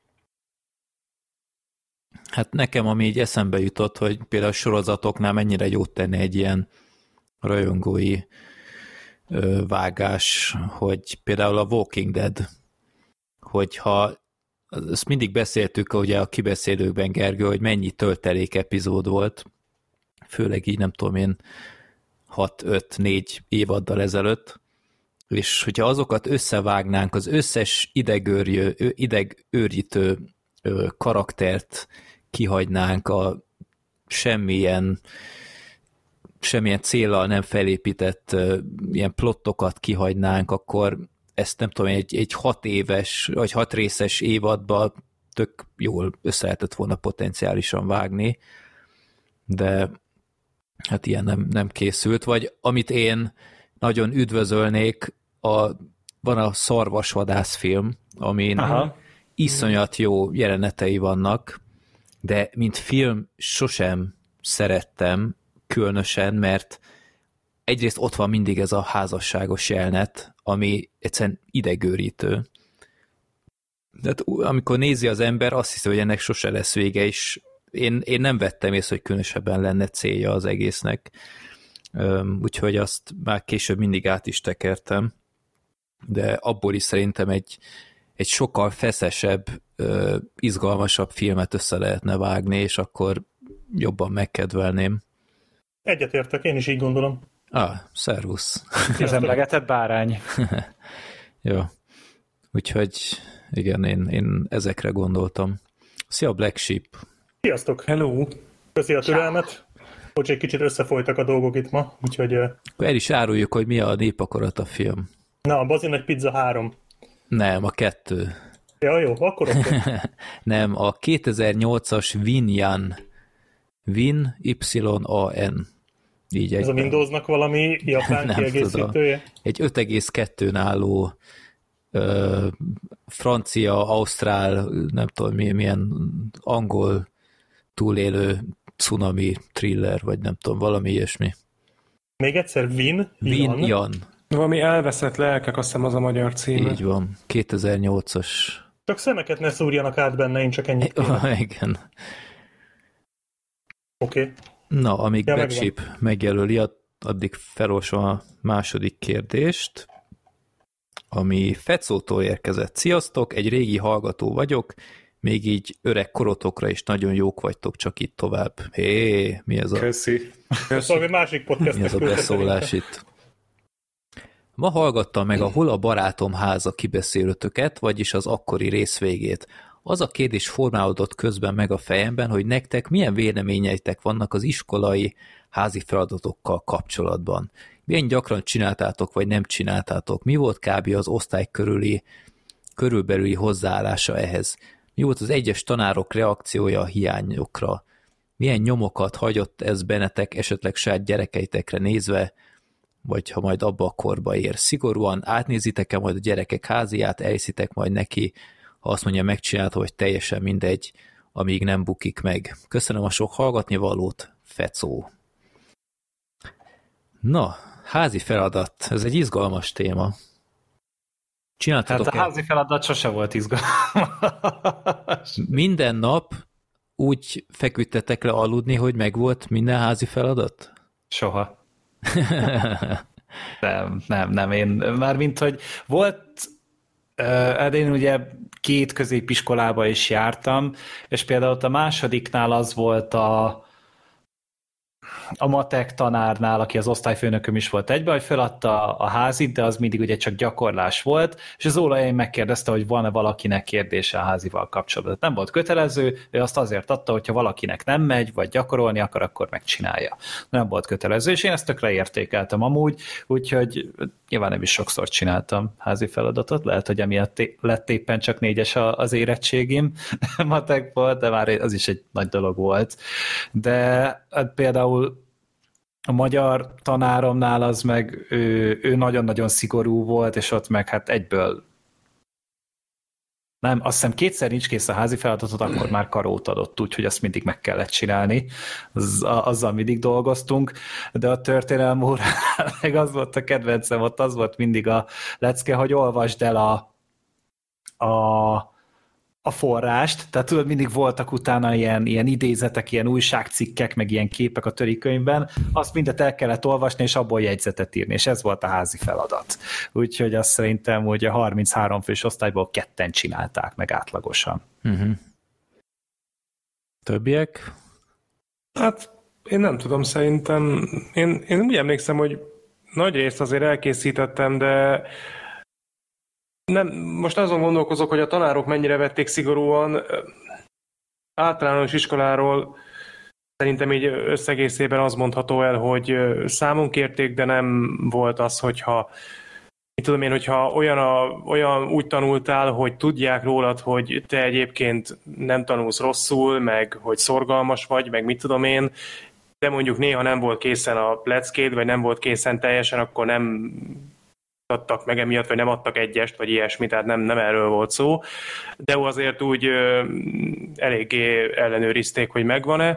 Hát nekem, ami így eszembe jutott, hogy például a sorozatoknál mennyire jót tenni egy ilyen rajongói ö, vágás, hogy például a Walking Dead, hogyha ezt mindig beszéltük ugye a kibeszélőkben, Gergő, hogy mennyi töltelék epizód volt, főleg így nem tudom én hat öt négy évaddal ezelőtt, és hogyha azokat összevágnánk, az összes idegőrjő, idegőrjítő karaktert kihagynánk, a semmilyen semmilyen céllal nem felépített ilyen plottokat kihagynánk, akkor ezt nem tudom, egy, egy hat éves, vagy hat részes évadban tök jól össze lehetett volna potenciálisan vágni, de hát ilyen nem, nem készült, vagy amit én nagyon üdvözölnék, a, van a Szarvasvadász film, amin Aha. iszonyat jó jelenetei vannak, de mint film sosem szerettem különösen, mert egyrészt ott van mindig ez a házasságos jelenet, ami egyszerűen idegőrítő. De amikor nézi az ember, azt hiszi, hogy ennek sose lesz vége, és én, én nem vettem észre, hogy különösebben lenne célja az egésznek. Úgyhogy azt már később mindig át is tekertem. De abból is szerintem egy, egy sokkal feszesebb, izgalmasabb filmet össze lehetne vágni, és akkor jobban megkedvelném. Egyetértek, én is így gondolom. Ah, szervusz. Az emlegetett bárány. Jó. Úgyhogy igen, én, én ezekre gondoltam. Szia, Black Sheep! Sziasztok! Hello! Köszi a türelmet. Bocs, egy kicsit összefolytak a dolgok itt ma, úgyhogy... Akkor el is áruljuk, hogy mi a Népakarat a film. Na, a Bazin egy pizza három. Nem, a kettő. Ja, jó, akkor oké. Nem, a kétezer-nyolcas Winyan. Win, Y-A-N. Így Ez a Windowsnak valami japán kiegészítője? Egy öt egész kettőn álló ö, francia, ausztrál, nem tudom milyen angol túlélő cunami thriller, vagy nem tudom, valami ilyesmi. Még egyszer, Win? Win Yan. Valami elveszett lelkek, azt hiszem az a magyar címe. Így van, kétezer-nyolcas. Csak szemeket ne szúrjanak át benne, én csak ennyit. Igen. Oké. Okay. Na, amíg ja, Black Sheep megjelöli, addig felolvasom a második kérdést, ami Fecótól érkezett. Sziasztok, egy régi hallgató vagyok, még így öreg korotokra is nagyon jók vagytok, csak itt tovább. Hé, mi ez a... Köszi. Szóval egy másik podcast. Mi ez a beszólás itt? Ma hallgattam meg a Hol a barátom háza kibeszélőtöket, vagyis az akkori rész végét. Az a kérdés formálódott közben meg a fejemben, hogy nektek milyen véleményeitek vannak az iskolai házi feladatokkal kapcsolatban. Milyen gyakran csináltátok, vagy nem csináltátok? Mi volt kb. Az osztály körüli, körülbelüli hozzáállása ehhez? Mi volt az egyes tanárok reakciója a hiányokra? Milyen nyomokat hagyott ez bennetek, esetleg saját gyerekeitekre nézve, vagy ha majd abba a korba ér? Szigorúan átnézitek-e majd a gyerekek háziát, elhiszitek majd neki, ha azt mondja, megcsinálta, hogy teljesen mindegy, amíg nem bukik meg. Köszönöm a sok hallgatni valót, Fecó. Na, házi feladat. Ez egy izgalmas téma. Csináltatok Hát a házi feladat sose volt izgalmas. Minden nap úgy feküdtetek le aludni, hogy megvolt minden házi feladat? Soha. nem, nem, nem. Én mármint, hogy volt... Hát én ugye két középiskolába is jártam, és például ott a másodiknál az volt a, a matek tanárnál, aki az osztályfőnököm is volt egyben, hogy feladta a házit, de az mindig ugye csak gyakorlás volt, és az ólajai megkérdezte, hogy van-e valakinek kérdése a házival kapcsolatban. Nem volt kötelező, ő azt azért adta, hogyha valakinek nem megy, vagy gyakorolni akar, akkor megcsinálja. Nem volt kötelező, és én ezt tökre értékeltem amúgy, úgyhogy nyilván nem is sokszor csináltam házi feladatot, lehet, hogy emiatt lett éppen csak négyes az érettségim matekból, de már az is egy nagy dolog volt. De például a magyar tanáromnál az meg ő, ő nagyon-nagyon szigorú volt, és ott meg hát egyből nem, azt hiszem kétszer nincs kész a házi feladatot, akkor már karót adott, úgyhogy azt mindig meg kellett csinálni. Az, azzal mindig dolgoztunk, de a történelem órán meg az volt a kedvencem, ott az volt mindig a lecke, hogy olvasd el a, a a forrást, tehát tudod, mindig voltak utána ilyen, ilyen idézetek, ilyen újságcikkek, meg ilyen képek a törikönyvben, azt mindet el kellett olvasni, és abból jegyzetet írni, és ez volt a házi feladat. Úgyhogy azt szerintem, hogy a harminchárom fős osztályból ketten csinálták meg átlagosan. Uh-huh. Többiek? Hát én nem tudom, szerintem én, én úgy emlékszem, hogy nagy részt azért elkészítettem, de nem, most azon gondolkozok, hogy a tanárok mennyire vették szigorúan. Általános iskoláról szerintem így összegészében az mondható el, hogy számon kérték, de nem volt az, hogyha mit tudom én, hogyha olyan, a, olyan úgy tanultál, hogy tudják rólad, hogy te egyébként nem tanulsz rosszul, meg hogy szorgalmas vagy, meg mit tudom én, de mondjuk néha nem volt készen a leckéd, vagy nem volt készen teljesen, akkor nem adtak meg emiatt, vagy nem adtak egyest, vagy ilyesmi, tehát nem, nem erről volt szó. De azért úgy ö, eléggé ellenőrizték, hogy megvan-e.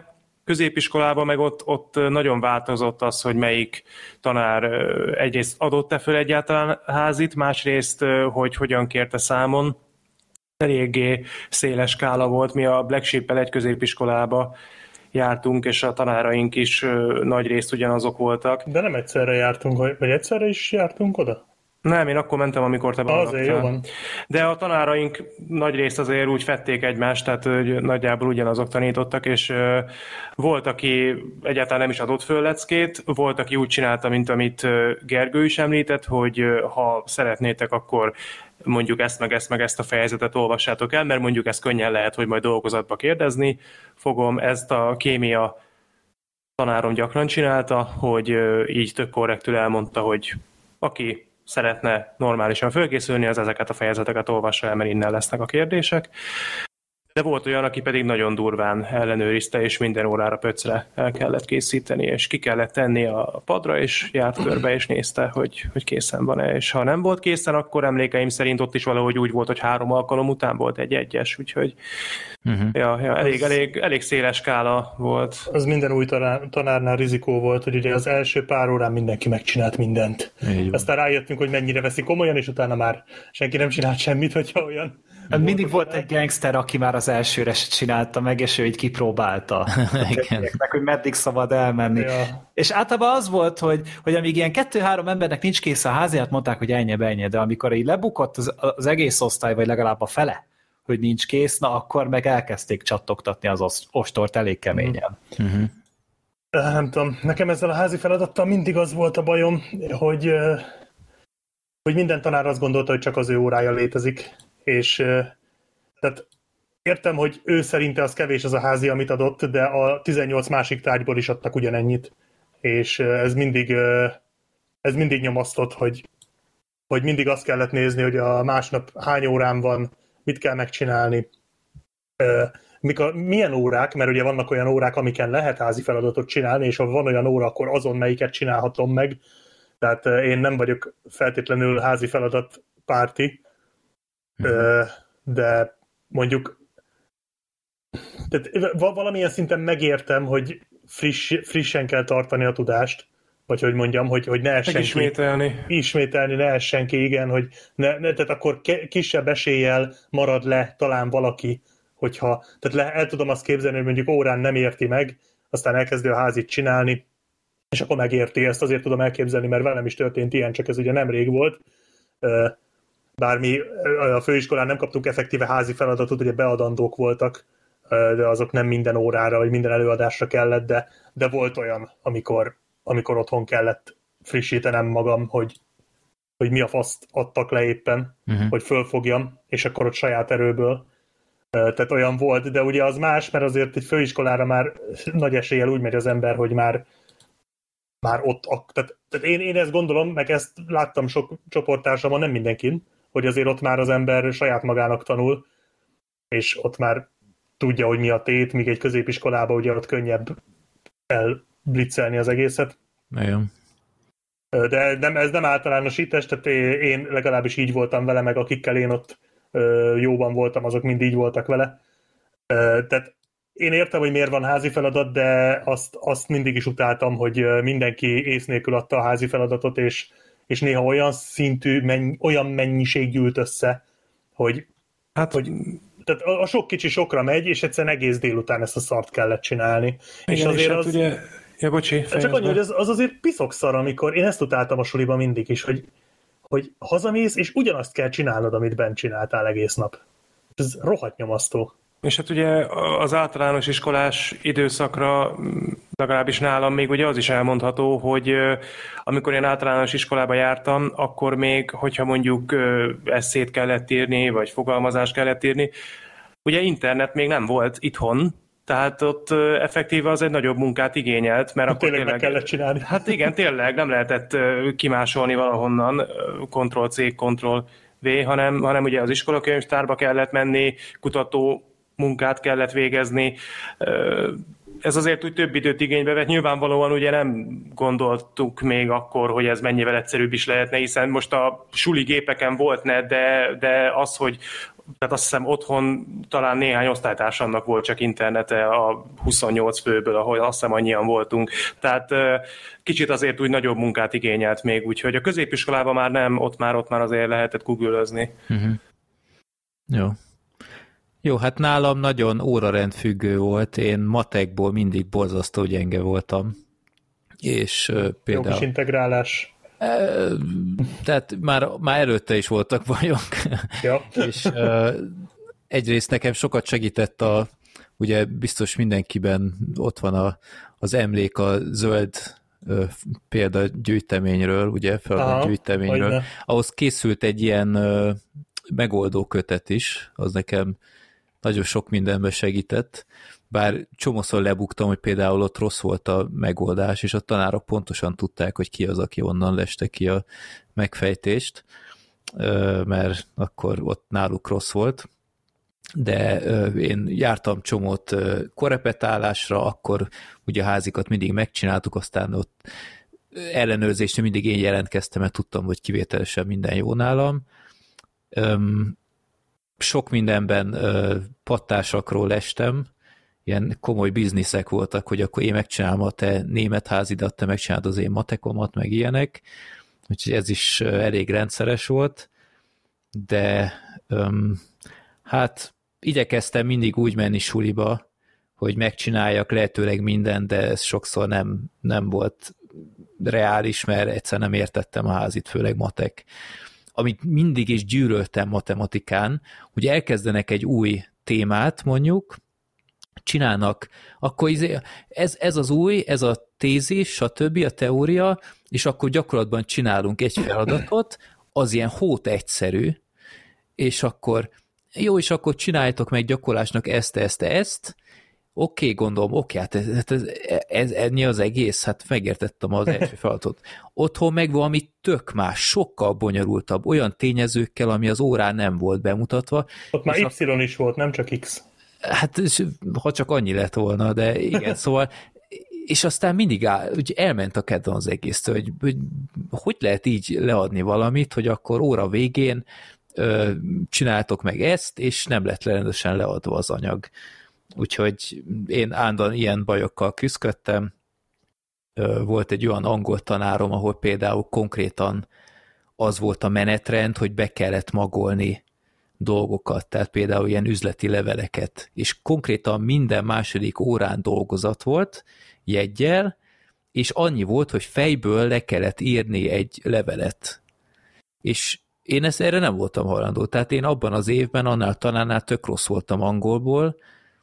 középiskolában meg ott, ott nagyon változott az, hogy melyik tanár egyrészt adott-e föl egyáltalán házit, másrészt, hogy hogyan kérte számon. Eléggé széles skála volt, mi a Black Sheep-el egy középiskolába jártunk, és a tanáraink is nagy részt ugyanazok voltak. De nem egyszerre jártunk, vagy egyszerre is jártunk oda? Nem, én akkor mentem, amikor te Azért jó van. De a tanáraink nagy részt azért úgy fették egymást, tehát hogy nagyjából ugyanazok tanítottak, és uh, volt, aki egyáltalán nem is adott föl leckét, volt, aki úgy csinálta, mint amit Gergő is említett, hogy uh, ha szeretnétek, akkor mondjuk ezt meg ezt meg ezt a fejezetet olvassátok el, mert mondjuk ez könnyen lehet, hogy majd dolgozatba kérdezni fogom. Ezt a kémia tanárom gyakran csinálta, hogy uh, így tök korrektül elmondta, hogy aki szeretne normálisan fölkészülni, az ezeket a fejezeteket olvassa el, mert innen lesznek a kérdések. De volt olyan, aki pedig nagyon durván ellenőrizte, és minden órára pöcre el kellett készíteni, és ki kellett tenni a padra, és járt körbe, és nézte, hogy, hogy készen van-e. És ha nem volt készen, akkor emlékeim szerint ott is valahogy úgy volt, hogy három alkalom után volt egy egyes, úgyhogy uh-huh. ja, ja, elég, elég, elég széles skála volt. Az minden új tanár, tanárnál rizikó volt, hogy ugye az első pár órán mindenki megcsinált mindent. Aztán rájöttünk, hogy mennyire veszi komolyan, és utána már senki nem csinált semmit, hogyha olyan. Hát mindig volt egy gangster, aki már az elsőre se csinálta meg, és ő így kipróbálta. Meg, hogy meddig szabad elmenni. Ja. És általában az volt, hogy, hogy amíg ilyen kettő-három embernek nincs kész a házját, mondták, hogy ennyi, ennyi, de amikor így lebukott az, az egész osztály, vagy legalább a fele, hogy nincs kész, na akkor meg elkezdték csattogtatni az ostort elég keményen. Uh-huh. Nem tudom, nekem ezzel a házi feladattal mindig az volt a bajom, hogy, hogy minden tanár azt gondolta, hogy csak az ő órája létezik. És tehát értem, hogy ő szerinte az kevés az a házi, amit adott, de a tizennyolc másik tárgyból is adtak ugyanennyit. És ez mindig, ez mindig nyomasztott, hogy, hogy mindig azt kellett nézni, hogy a másnap hány órán van, mit kell megcsinálni. Mikor, milyen órák, mert ugye vannak olyan órák, amiken lehet házi feladatot csinálni, és ha van olyan óra, akkor azon melyiket csinálhatom meg. Tehát én nem vagyok feltétlenül házi feladat párti, de mondjuk tehát valamilyen szinten megértem, hogy friss, frissen kell tartani a tudást, vagy hogy mondjam, hogy, hogy ne essen ismételni. ki. Ismételni, ne essen ki, igen, hogy ne, ne, tehát akkor kisebb eséllyel marad le talán valaki, hogyha, tehát le, el tudom azt képzelni, hogy mondjuk órán nem érti meg, aztán elkezdi a házit csinálni, és akkor megérti, ezt azért tudom elképzelni, mert velem is történt ilyen, csak ez ugye nemrég volt. Bár mi a főiskolán nem kaptunk effektíve házi feladatot, ugye beadandók voltak, de azok nem minden órára, vagy minden előadásra kellett, de, de volt olyan, amikor, amikor otthon kellett frissítenem magam, hogy, hogy mi a faszt adtak le éppen, uh-huh. hogy fölfogjam, és akkor ott saját erőből. Tehát olyan volt, de ugye az más, mert azért egy főiskolára már nagy eséllyel úgy megy az ember, hogy már, már ott, tehát, tehát én, én ezt gondolom, meg ezt láttam sok csoporttársamon, nem mindenkin, hogy azért ott már az ember saját magának tanul, és ott már tudja, hogy mi a tét, míg egy középiskolában ugye ott könnyebb elblitzelni az egészet. Nagyon. De nem, ez nem általánosítás, tehát én legalábbis így voltam vele, meg akikkel én ott jóban voltam, azok mind így voltak vele. Tehát én értem, hogy miért van házi feladat, de azt, azt mindig is utáltam, hogy mindenki ész nélkül adta a házi feladatot, és, és néha olyan szintű, menny, olyan mennyiség gyűlt össze, hogy, hát, hogy tehát a sok kicsi sokra megy, és egyszerűen egész délután ezt a szart kellett csinálni. Igen, és azért és az... Ugye... Ja, bocsi, csak annyi, hogy az, az azért piszokszar, amikor én ezt utáltam a suliban mindig is, hogy, hogy hazamész, és ugyanazt kell csinálnod, amit bent csináltál egész nap. Ez rohadt nyomasztó. És hát ugye az általános iskolás időszakra, legalábbis nálam még ugye az is elmondható, hogy amikor én általános iskolába jártam, akkor még, hogyha mondjuk esszét kellett írni, vagy fogalmazást kellett írni, ugye internet még nem volt itthon, tehát ott effektíve az egy nagyobb munkát igényelt, mert hát akkor tényleg, tényleg meg kellett csinálni. Hát igen, tényleg nem lehetett kimásolni valahonnan, Ctrl-C, Ctrl-V, hanem, hanem ugye az iskolakönyvtárba kellett menni, kutató munkát kellett végezni. Ez azért úgy több időt igénybe vett. Nyilvánvalóan ugye nem gondoltuk még akkor, hogy ez mennyivel egyszerűbb is lehetne, hiszen most a suli gépeken volt net, de, de az, hogy tehát azt hiszem otthon talán néhány osztálytársamnak volt csak internete a huszonnyolc főből, ahol azt hiszem annyian voltunk. Tehát kicsit azért úgy nagyobb munkát igényelt még, úgyhogy a középiskolában már nem, ott már ott már azért lehetett googlözni. Uh-huh. Jó. Jó, hát nálam nagyon órarendfüggő volt, én matekból mindig borzasztó gyenge voltam. És uh, például... Jó kis integrálás. Uh, tehát már, már előtte is voltak bajok. Ja. És uh, egyrészt nekem sokat segített a, ugye biztos mindenkiben ott van a, az emlék a zöld uh, példagyűjteményről, ugye, feladatgyűjteményről. Ahhoz készült egy ilyen uh, megoldó kötet is, az nekem nagyon sok mindenben segített, bár csomószor lebuktam, hogy például ott rossz volt a megoldás, és a tanárok pontosan tudták, hogy ki az, aki onnan leste ki a megfejtést, mert akkor ott náluk rossz volt. De én jártam csomót korepetálásra, akkor ugye a házikat mindig megcsináltuk, aztán ott ellenőrzésre mindig én jelentkeztem, mert tudtam, hogy kivételesen minden jó nálam. Sok mindenben pattásakról estem, ilyen komoly bizniszek voltak, hogy akkor én megcsinálom a te német házidat, te megcsinálod az én matekomat, meg ilyenek, úgyhogy ez is elég rendszeres volt, de um, hát igyekeztem mindig úgy menni suliba, hogy megcsináljak lehetőleg mindent, de ez sokszor nem, nem volt reális, mert egyszer nem értettem a házit, főleg matek. Amit mindig is gyűlöltem matematikán, hogy elkezdenek egy új témát mondjuk, csinálnak, akkor ez, ez az új, ez a tézis, stb. A teória, és akkor gyakorlatban csinálunk egy feladatot, az ilyen hót egyszerű, és akkor jó, és akkor csináljátok meg gyakorlásnak ezt, ezt, ezt, oké, okay, gondolom, oké, okay, hát ez, ez, ez, ennyi az egész, hát megértettem az első feladatot. Otthon meg valami tök más, sokkal bonyolultabb, olyan tényezőkkel, ami az órán nem volt bemutatva. Ott már Y a... is volt, nem csak X. Hát, ha csak annyi lett volna, de igen, szóval, és aztán mindig áll, úgy elment a kedven az egész, hogy, hogy hogy lehet így leadni valamit, hogy akkor óra végén ö, csináltok meg ezt, és nem lett rendesen leadva az anyag. Úgyhogy én állandóan ilyen bajokkal küzdöttem. Volt egy olyan angol tanárom, ahol például konkrétan az volt a menetrend, hogy be kellett magolni dolgokat, tehát például ilyen üzleti leveleket, és konkrétan minden második órán dolgozat volt, jeggyel, és annyi volt, hogy fejből le kellett írni egy levelet. És én ezt erre nem voltam hajlandó, tehát én abban az évben annál tanárnál tök rossz voltam angolból,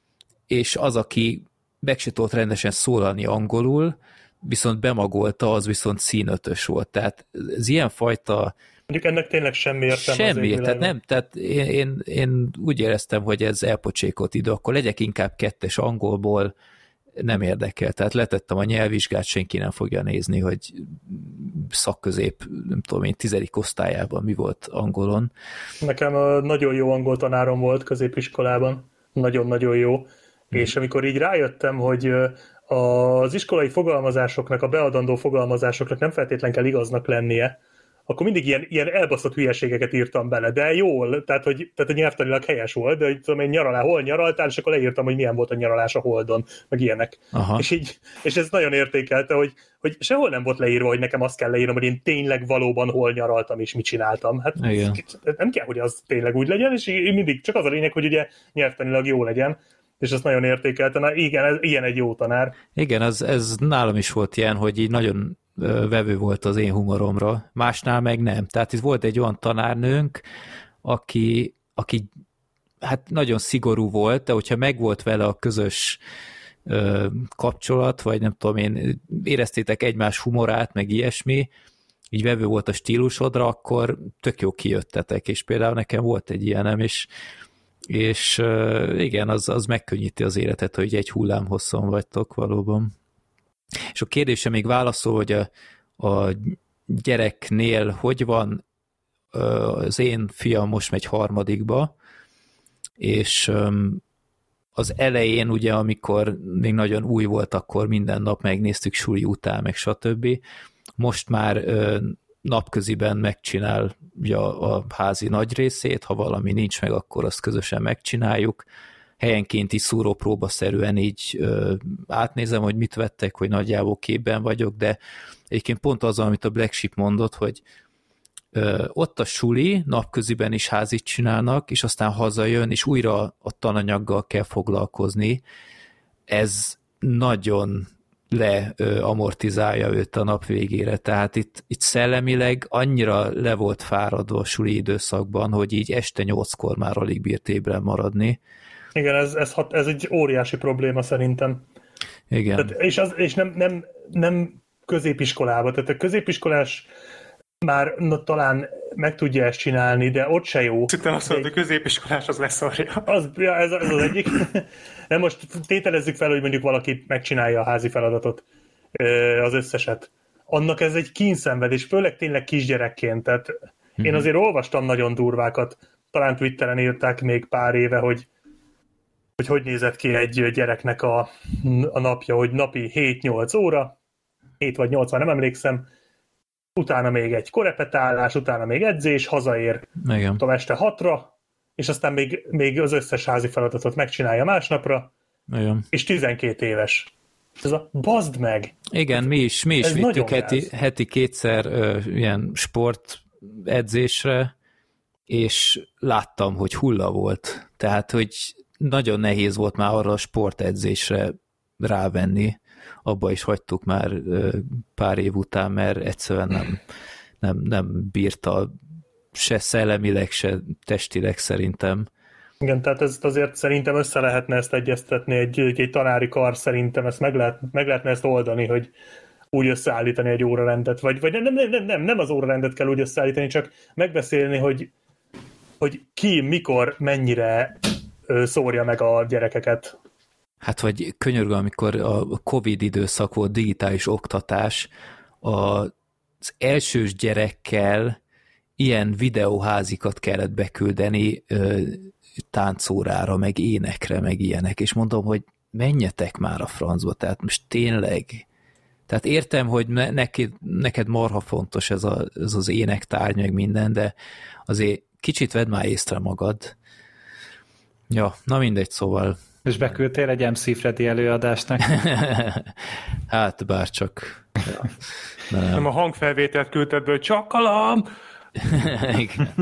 és az, aki meg se tudott rendesen szólalni angolul, viszont bemagolta, az viszont színötös volt. Tehát ez ilyenfajta... Mondjuk ennek tényleg semmi értelme. Semmi, tehát nem, tehát én, én, én úgy éreztem, hogy ez elpocsékolt idő, akkor legyek inkább kettes angolból, nem érdekel. Tehát letettem a nyelvvizsgát, senki nem fogja nézni, hogy szakközép, nem tudom én, tizedik osztályában mi volt angolon. Nekem nagyon jó angol tanárom volt középiskolában. Nagyon-nagyon jó. Hmm. És amikor így rájöttem, hogy az iskolai fogalmazásoknak, a beadandó fogalmazásoknak nem feltétlen kell igaznak lennie, akkor mindig ilyen, ilyen elbaszott hülyeségeket írtam bele, de jól, tehát hogy, tehát, hogy nyelvtanilag helyes volt, de hogy tudom én nyaralál, hol nyaraltál, és akkor leírtam, hogy milyen volt a nyaralás a Holdon, meg ilyenek. És, így, és ez nagyon értékelte, hogy, hogy sehol nem volt leírva, hogy nekem azt kell leírnom, hogy én tényleg valóban hol nyaraltam, és mit csináltam. Hát ez, nem kell, hogy az tényleg úgy legyen, és mindig csak az a lényeg, hogy ugye nyelvtanilag jó legyen, és azt nagyon értékelte. Na igen, ez, ilyen egy jó tanár. Igen, ez, ez nálam is volt ilyen, hogy így nagyon vevő volt az én humoromra, másnál meg nem. Tehát itt volt egy olyan tanárnőnk, aki, aki hát nagyon szigorú volt, de hogyha megvolt vele a közös ö, kapcsolat, vagy nem tudom én, éreztétek egymás humorát, meg ilyesmi, így vevő volt a stílusodra, akkor tök jó kijöttetek, és például nekem volt egy ilyenem, és, és ö, igen, az, az megkönnyíti az életet, hogy egy hullám hosszon vagytok valóban. És a kérdése még válaszol, hogy a, a gyereknél hogy van, az én fiam most megy harmadikba, és az elején ugye, amikor még nagyon új volt, akkor minden nap megnéztük suli után, meg stb. Most már napköziben megcsinálja a házi nagy részét, ha valami nincs meg, akkor azt közösen megcsináljuk. Helyenként is szúrópróbaszerűen így ö, átnézem, hogy mit vettek, hogy nagyjából képben vagyok, de egyébként pont az, amit a Black Sheep mondott, hogy ö, ott a suli, napköziben is házit csinálnak, és aztán hazajön, és újra a tananyaggal kell foglalkozni. Ez nagyon leamortizálja őt a nap végére, tehát itt, itt szellemileg annyira le volt fáradva a suli időszakban, hogy így este nyolckor már alig bírt ébren maradni. Igen, ez, ez, hat, ez egy óriási probléma szerintem. Igen. Tehát, és az, és nem, nem, nem középiskolában, tehát a középiskolás már na, talán meg tudja ezt csinálni, de ott se jó. Szerintem azt mondod, hogy a középiskolás az leszarja. Az, ja, ez, ez az egyik. De most tételezzük fel, hogy mondjuk valaki megcsinálja a házi feladatot, az összeset. Annak ez egy kínszenvedés, főleg tényleg kisgyerekként. Tehát mm-hmm. én azért olvastam nagyon durvákat, talán Twitteren írták még pár éve, hogy hogy hogy nézett ki egy gyereknek a, a napja, hogy napi hét-nyolc óra, hét vagy nyolc, már nem emlékszem, utána még egy korepetálás, utána még edzés, hazaér tudom, este hatra, és aztán még, még az összes házi feladatot megcsinálja másnapra, igen. És tizenkét éves. Ez a bazd meg! Igen, mi is, mi is vittük heti, heti kétszer ö, ilyen sportedzésre, és láttam, hogy hulla volt. Tehát, hogy nagyon nehéz volt már arra a sportedzésre rávenni. Abba is hagytuk már pár év után, mert egyszerűen nem, nem, nem bírta se szellemileg, se testileg szerintem. Igen, tehát ezt azért szerintem össze lehetne ezt egyeztetni, egy, egy tanári kar szerintem ezt meg, lehet, meg lehetne ezt oldani, hogy úgy összeállítani egy órarendet, vagy, vagy nem, nem, nem, nem, nem az órarendet kell úgy összeállítani, csak megbeszélni, hogy, hogy ki, mikor, mennyire szórja meg a gyerekeket. Hát, vagy könyörgöm, amikor a Covid időszak volt, digitális oktatás, az elsős gyerekkel ilyen videóházikat kellett beküldeni ö, táncórára, meg énekre, meg ilyenek, és mondom, hogy menjetek már a francba, tehát most tényleg, tehát értem, hogy ne, neked, neked marha fontos ez, a, ez az énektárgy, meg minden, de azért kicsit vedd már észre magad. Ja, na mindegy, szóval. És beküldtél egy em cé Freddy előadásnak? Hát, bárcsak. Ja. Nem. nem a hangfelvételt küldted be, hogy csakalam! Igen.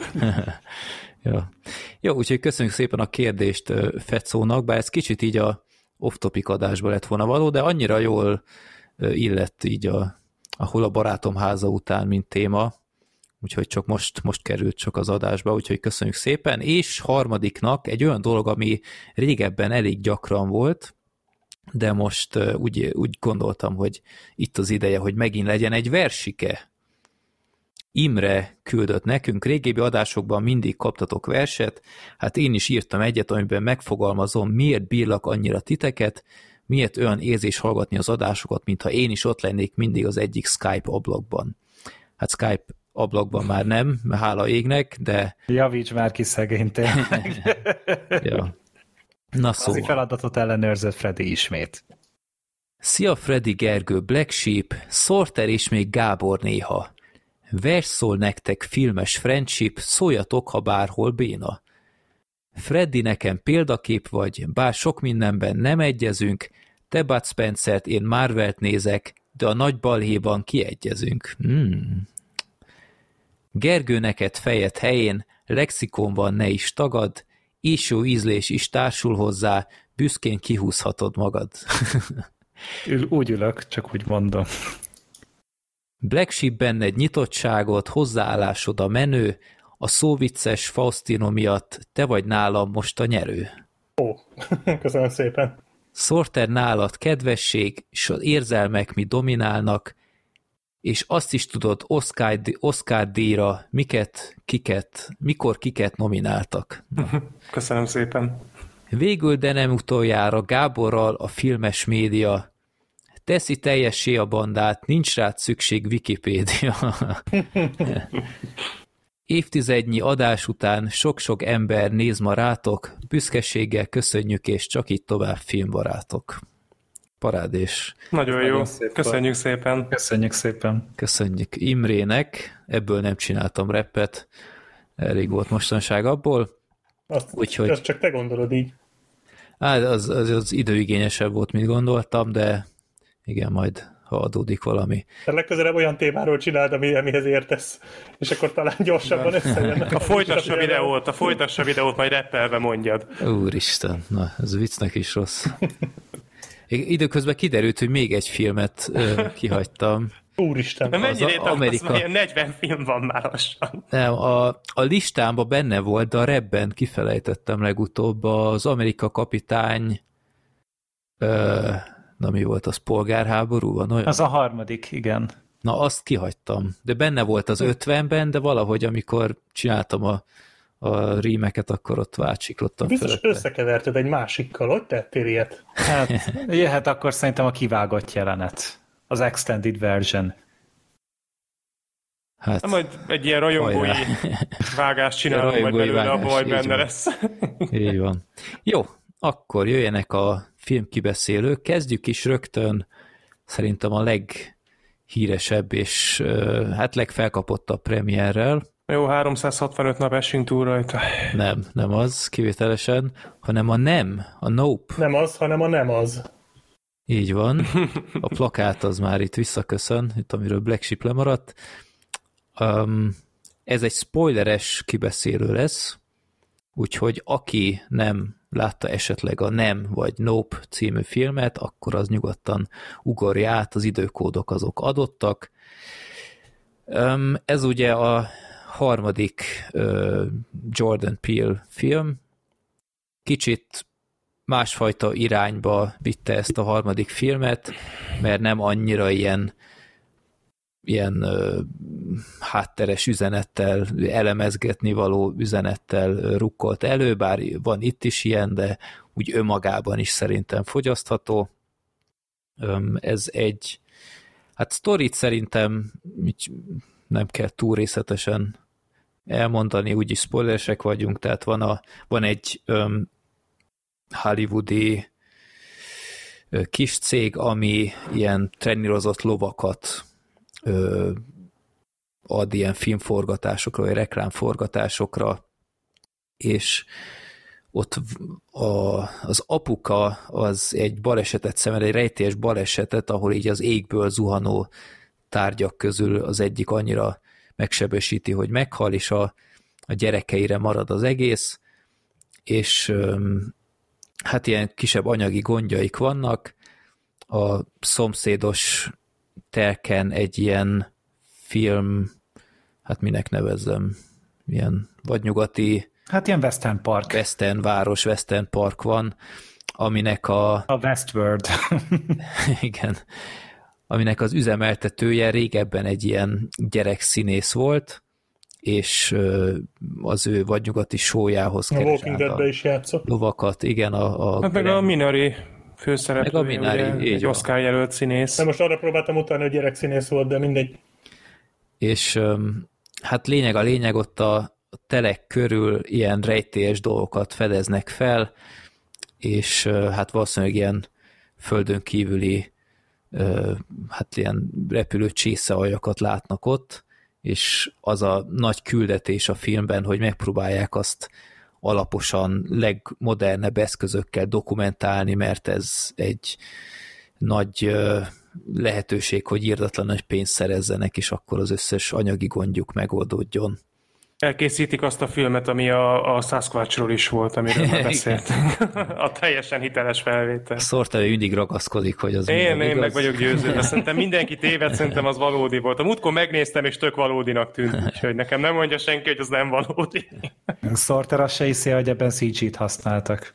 Ja. Jó, úgyhogy köszönjük szépen a kérdést Fecónak, bár ez kicsit így a off-topic adásba lett volna való, de annyira jól illett így a, ahol a barátom háza után, mint téma, úgyhogy csak most, most került csak az adásba, úgyhogy köszönjük szépen, és harmadiknak egy olyan dolog, ami régebben elég gyakran volt, de most úgy, úgy gondoltam, hogy itt az ideje, hogy megint legyen egy versike. Imre küldött nekünk, régebbi adásokban mindig kaptatok verset, hát én is írtam egyet, amiben megfogalmazom, miért bírlak annyira titeket, miért olyan érzés hallgatni az adásokat, mintha én is ott lennék mindig az egyik Skype ablakban. Hát Skype ablakban már nem, hála égnek, de... Javíts már ki szegény tényleg. Ja. Na szóval. Feladatot ellenőrzött Freddy ismét. Szia Freddy, Gergő, Black Sheep, Sorter és még Gábor néha. Vers szól nektek filmes friendship, szóljatok, ha bárhol béna. Freddy nekem példakép vagy, bár sok mindenben nem egyezünk, te Bud Spencert, én Marvelt nézek, de a nagy balhéban kiegyezünk. Hmm. Gergő, neked fejed helyén, lexikonban ne is tagad, és jó ízlés is társul hozzá, büszkén kihúzhatod magad. Ül, úgy ülök, csak úgy mondom. Black Sheep benned nyitottságot, hozzáállásod a menő, a szóvicces Faustino miatt te vagy nálam most a nyerő. Ó, köszönöm szépen. Sorter, nálad kedvesség, és az érzelmek mi dominálnak, és azt is tudod, Oscar, Oscar díjra miket, kiket, mikor kiket nomináltak. Köszönöm szépen. Végül, de nem utoljára Gáborral a filmes média teszi teljessé a bandát, nincs rád szükség Wikipédia. Évtizednyi adás után sok-sok ember néz ma rátok, büszkeséggel köszönjük, és csak így tovább filmbarátok. parádés. Nagyon jó, szép köszönjük szépen. Köszönjük szépen. Köszönjük Imrének, ebből nem csináltam rappet, elég volt mostanság abból. Azt, Úgyhogy... azt csak te gondolod így. Hát az, az, az időigényesebb volt, mint gondoltam, de igen, majd ha adódik valami. Tehát legközelebb olyan témáról csináld, ami, amihez értesz, és akkor talán gyorsabban összejönnek. A folytassa a videót, a folytassa a videót, majd rappelve mondjad. Úristen, na, ez viccnek is rossz. Időközben kiderült, hogy még egy filmet ö, kihagytam. Úristen. De mennyire értem, Amerika... az, negyven film van már lassan. Nem, a, a listámban benne volt, de a Rebben kifelejtettem legutóbb az Amerika kapitány ö, na mi volt, az polgárháború van olyan? Az a harmadik, igen. Na, azt kihagytam. De benne volt az ötvenben, de valahogy, amikor csináltam a, a rímeket, akkor ott váltsiklottam. Biztos felette. összekeverted egy másikkal, hogy tettél ilyet? Hát, jöhet akkor szerintem a kivágott jelenet. Az extended version. Hát, Na, majd egy ilyen rajongói Ajrá. vágást csinálunk, majd Rajongói belőle, abban vágás, majd így benne van. lesz. így van. Jó, akkor jöjjenek a filmkibeszélők. Kezdjük is rögtön szerintem a leghíresebb és hát legfelkapottabb premierrel. Jó, háromszázhatvanöt nap esünk túl rajta. Nem, nem az kivételesen, hanem a nem, a Nope. Nem az, hanem a nem az. Így van. A plakát az már itt visszaköszön, itt amiről Black Sheep lemaradt. Um, ez egy spoileres kibeszélő lesz, úgyhogy aki nem látta esetleg a Nem vagy Nope című filmet, akkor az nyugodtan ugorja át, az időkódok azok adottak. Um, ez ugye a harmadik uh, Jordan Peele film. Kicsit másfajta irányba vitte ezt a harmadik filmet, mert nem annyira ilyen ilyen uh, hátteres üzenettel, elemezgetni való üzenettel rukkolt elő, bár van itt is ilyen, de úgy önmagában is szerintem fogyasztható. Um, ez egy, hát sztorit szerintem nem kell túl részletesen elmondani, úgyis spoileresek vagyunk, tehát van, a, van egy um, hollywoodi uh, kis cég, ami ilyen trenírozott lovakat ö, ad ilyen filmforgatásokra, vagy reklámforgatásokra, és ott a, az apuka az egy balesetet szemel, egy rejtélyes balesetet, ahol így az égből zuhanó tárgyak közül az egyik annyira megsebesíti, hogy meghal, és a, a gyerekeire marad az egész, és öm, hát ilyen kisebb anyagi gondjaik vannak, a szomszédos telken egy ilyen film, hát minek nevezzem, ilyen vadnyugati Hát ilyen Western Park. Western város, Western Park van, aminek a... A Westworld. igen, aminek az üzemeltetője régebben egy ilyen gyerekszínész volt, és az ő vadnyugati show-jához A Walking Deadbe is játszott. lovakat, igen, a... a Hát meg a Minari főszereplő, meg a Minari, ugye, egy van. Oscar jelölt színész. De most arra próbáltam utána, hogy gyerekszínész volt, de mindegy. És hát lényeg a lényeg, ott a telek körül ilyen rejtélyes dolgokat fedeznek fel, és hát valószínűleg ilyen földön kívüli hát ilyen repülő csészealjakat látnak ott, és az a nagy küldetés a filmben, hogy megpróbálják azt alaposan, legmodernebb eszközökkel dokumentálni, mert ez egy nagy lehetőség, hogy írdatlan nagy pénzt szerezzenek, és akkor az összes anyagi gondjuk megoldódjon. Elkészítik azt a filmet, ami a, a Sasquatchról is volt, amiről már beszéltünk. A teljesen hiteles felvétel. Szorteli mindig ragaszkodik, hogy az Én, én meg vagyok győződve. Szerintem mindenki téved, szerintem az valódi volt. A múltkor megnéztem, és tök valódinak tűnt. Úgyhogy nekem nem mondja senki, hogy az nem valódi. Sorter azt se hiszi, hogy ebben cé gét használtak.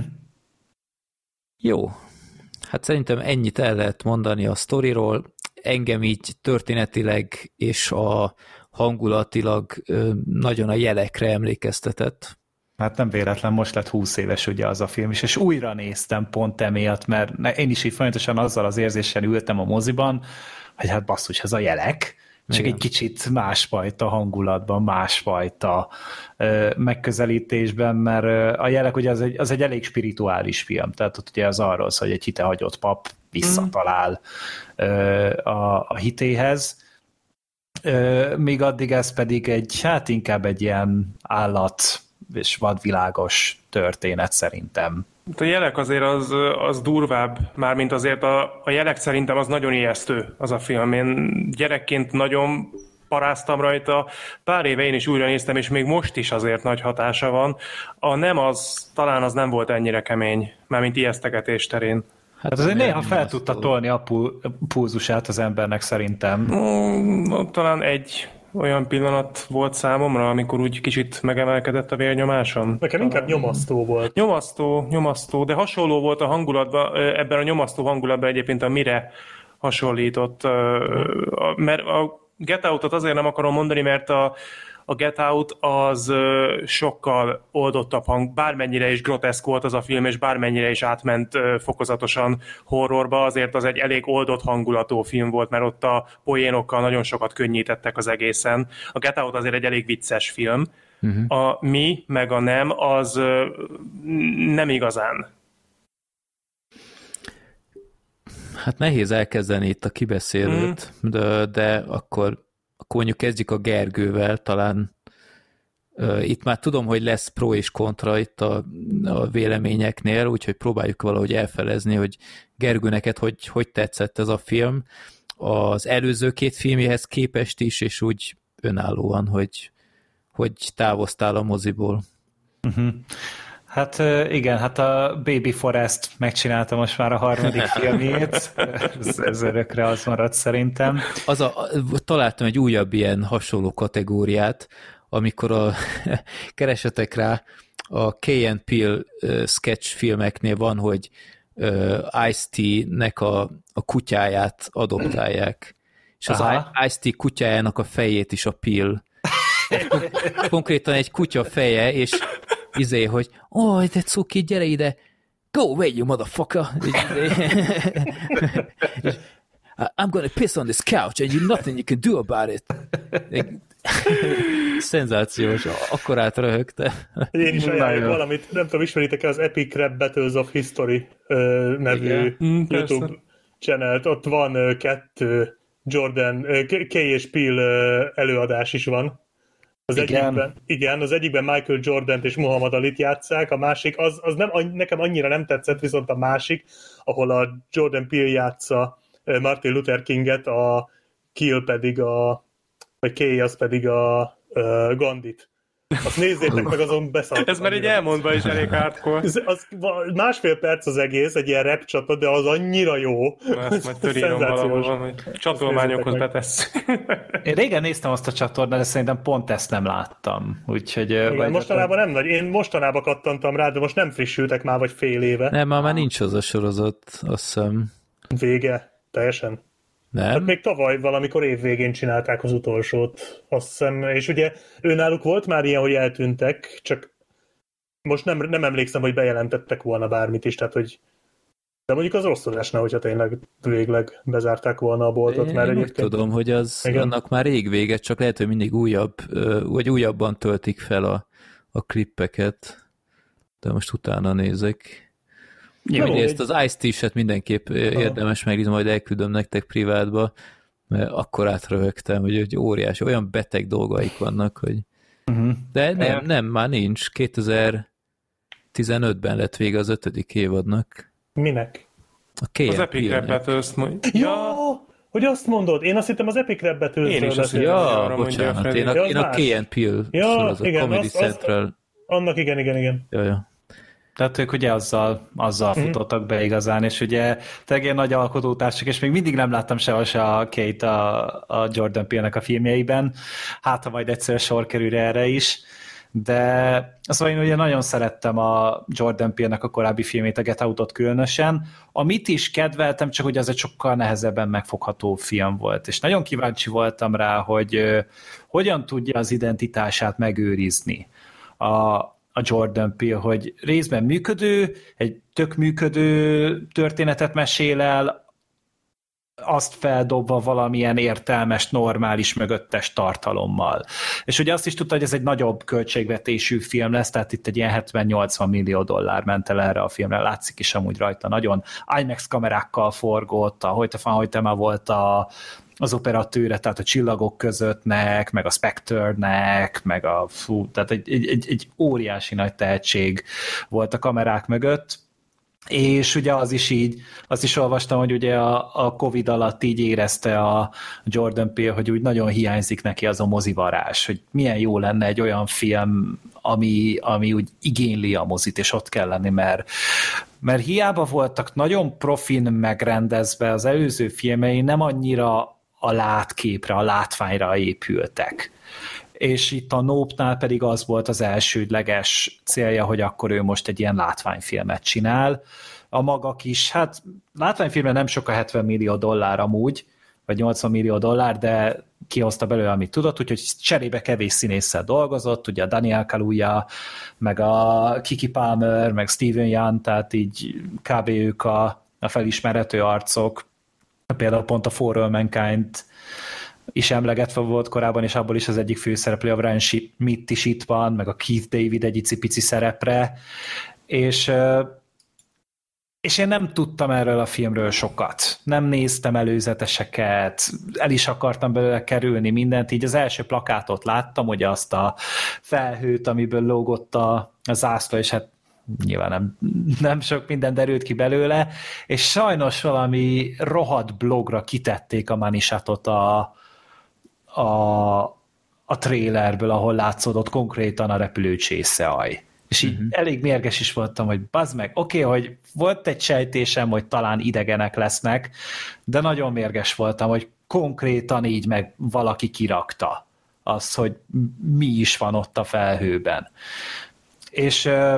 Jó. Hát szerintem ennyit el lehet mondani a sztoriról. Engem így történetileg és a hangulatilag nagyon a jelekre emlékeztetett. Hát nem véletlen, most lett húsz éves ugye az a film is, és újra néztem pont emiatt, mert én is így folyamatosan azzal az érzéssel ültem a moziban, hogy hát basszus, ez a jelek, csak igen. Egy kicsit másfajta hangulatban, másfajta ö, megközelítésben, mert ö, a jelek ugye az egy, az egy elég spirituális film, tehát ott ugye az arról szól, hogy egy hitehagyott pap visszatalál a, a hitéhez. Míg addig ez pedig egy, hát inkább egy ilyen állat és vadvilágos történet szerintem. A jelek azért az, az durvább, mármint azért a, a jelek szerintem az nagyon ijesztő az a film. Én gyerekként nagyon paráztam rajta, pár éve én is újra néztem, és még most is azért nagy hatása van. A nem az, talán az nem volt ennyire kemény, mármint ijesztegetés terén. Hát, hát azért néha fel tudta tolni a pulzusát az embernek szerintem. Mm, talán egy olyan pillanat volt számomra, amikor úgy kicsit megemelkedett a vérnyomásom. Nekem inkább nyomasztó volt. Nyomasztó, nyomasztó, de hasonló volt a hangulatban, ebben a nyomasztó hangulatban egyébként a Mire hasonlított, mert a Get Out-ot azért nem akarom mondani, mert a, a Get Out az sokkal oldottabb hang, bármennyire is groteszk volt az a film, és bármennyire is átment fokozatosan horrorba, azért az egy elég oldott hangulatú film volt, mert ott a poénokkal nagyon sokat könnyítettek az egészen. A Get Out azért egy elég vicces film. Uh-huh. A Mi, meg a Nem, az nem igazán. Hát nehéz elkezdeni itt a kibeszélőt, mm. de, de akkor, akkor mondjuk kezdjük a Gergővel, talán uh, itt már tudom, hogy lesz pro és kontra itt a, a véleményeknél, úgyhogy próbáljuk valahogy elfelezni, hogy Gergő, neked hogy, hogy tetszett ez a film az előző két filmjehez képest is, és úgy önállóan, hogy, hogy távoztál a moziból. Uh-huh. Hát igen, hát a Baby Forest megcsinálta most már a harmadik filmjét, ez, ez örökre az maradt szerintem. Az a, találtam egy újabb ilyen hasonló kategóriát, amikor a keresetek rá, a Key and Peele uh, sketch filmeknél van, hogy uh, Ice-T-nek a, a kutyáját adoptálják, és az Aha. Ice-T kutyájának a fejét is a Peele. Konkrétan egy kutya feje, és izé, hogy oh, de cuki, gyere ide, go away, you motherfucker. I'm gonna piss on this couch, and you nothing you can do about it. Szenzációs, akkor átröhögte. Én is ajánlok valamit, nem tudom, ismeritek-e az Epic Rap Battles of History nevű Igen. YouTube mm, channelt, ott van kettő Jordan, Kay és Peele előadás is van. Az igen. Egyikben, igen, az egyikben Michael Jordant és Muhammad Alit játsszák, a másik, az, az nem, nekem annyira nem tetszett, viszont a másik, ahol a Jordan Peele játsza Martin Luther Kinget, a Kill pedig a, vagy Kay az pedig a, a Gandhit. Azt nézzétek meg, azon beszállt. Ez már így elmondva is elég hardcore. Az, az, másfél perc az egész, egy ilyen rap csata, de az annyira jó. Ezt majd törírom valahol, hogy csatolmányokhoz betesz. Én régen néztem azt a csatornát, de szerintem pont ezt nem láttam. Úgyhogy, igen, mostanában nem nagy. Én mostanában kattantam rá, de most nem frissültek már, vagy fél éve. Nem, már, már nincs az a sorozat, azt hiszem. Vége, teljesen. Nem? Hát még tavaly valamikor évvégén csinálták az utolsót, azt hiszem, és ugye őnáluk volt már ilyen, hogy eltűntek, csak most nem, nem emlékszem, hogy bejelentettek volna bármit is, tehát hogy de mondjuk az rosszul esne, hogyha tényleg végleg bezárták volna a boltot, én mert egyébként... tudom, hogy az igen. annak már rég vége, csak lehet, hogy mindig újabb, vagy újabban töltik fel a, a klippeket, de most utána nézek. Jó, ugye ezt az Ice T-set mindenképp érdemes megnézni, majd elküldöm nektek privátba, mert akkor átröhögtem, hogy, hogy óriási, olyan beteg dolgaik vannak, hogy... Uh-huh. De nem, nem, már nincs. kétezer-tizenötben lett vége az ötödik évadnak. Minek? A K az Epic Rap Battles-t mondja. Ja, hogy azt mondod? Én azt hittem az Epic Rap Battles-ről Én is azt hittem. Ja, bocsánat, én a, én a Key and Peele ja, sorozat, igen, Comedy az, Central. Az, annak igen, igen, igen. Ja, ja. Tehát ők ugye azzal, azzal mm-hmm. futottak be igazán, és ugye tényleg ilyen nagy alkotótársak, és még mindig nem láttam sehol se a Kate a, a Jordan Peele-nek a filmjeiben, hát ha majd egyszer sor kerül erre is, de szóval én ugye nagyon szerettem a Jordan Peele-nek a korábbi filmét, a Get Out-ot különösen, amit is kedveltem, csak hogy az egy sokkal nehezebben megfogható film volt, és nagyon kíváncsi voltam rá, hogy uh, hogyan tudja az identitását megőrizni a a Jordan Peele, hogy részben működő, egy tök működő történetet mesél el, azt feldobva valamilyen értelmes, normális, mögöttes tartalommal. És ugye azt is tudta, hogy ez egy nagyobb költségvetésű film lesz, tehát itt egy ilyen hetven-nyolcvan millió dollár ment el erre a filmre, látszik is amúgy rajta nagyon. IMAX kamerákkal forgott, a Hoyte van Hoytema volt a, az operatőre, tehát a Csillagok közöttnek, meg a Spectre-nek, meg a fú, tehát egy, egy, egy, egy óriási nagy tehetség volt a kamerák mögött. És ugye az is így, azt is olvastam, hogy ugye a, a Covid alatt így érezte a Jordan Peele, hogy úgy nagyon hiányzik neki az a mozivarás, hogy milyen jó lenne egy olyan film, ami, ami úgy igényli a mozit, és ott kell lenni, mert, mert hiába voltak nagyon profin megrendezve az előző filmei, nem annyira a látképre, a látványra épültek. És itt a Nope-nál pedig az volt az elsődleges célja, hogy akkor ő most egy ilyen látványfilmet csinál. A maga kis, hát látványfilmre nem sok a hetven millió dollár amúgy, vagy nyolcvan millió dollár, de kihozta belőle, amit tudott, úgyhogy cserébe kevés színésszel dolgozott, ugye a Daniel Kaluuya, meg a Kiki Palmer, meg Steven Yeun, tehát így kb. Ők a, a felismerhető arcok. Például pont a For All Mankind is emlegetve volt korábban, és abból is az egyik főszereplő, a Brian Schmidt is itt van, meg a Keith David egy icipici szerepre, és, és én nem tudtam erről a filmről sokat. Nem néztem előzeteseket, el is akartam belőle kerülni mindent, így az első plakátot láttam, hogy azt a felhőt, amiből lógott a, a zászló, és hát nyilván nem, nem sok minden derült ki belőle, és sajnos valami rohadt blogra kitették a Manishatot a A, a trailerből, ahol látszódott konkrétan a repülő csészeaj. És így uh-huh. elég mérges is voltam, hogy bazd meg, oké, okay, hogy volt egy sejtésem, hogy talán idegenek lesznek, de nagyon mérges voltam, hogy konkrétan így meg valaki kirakta azt, hogy mi is van ott a felhőben. És uh,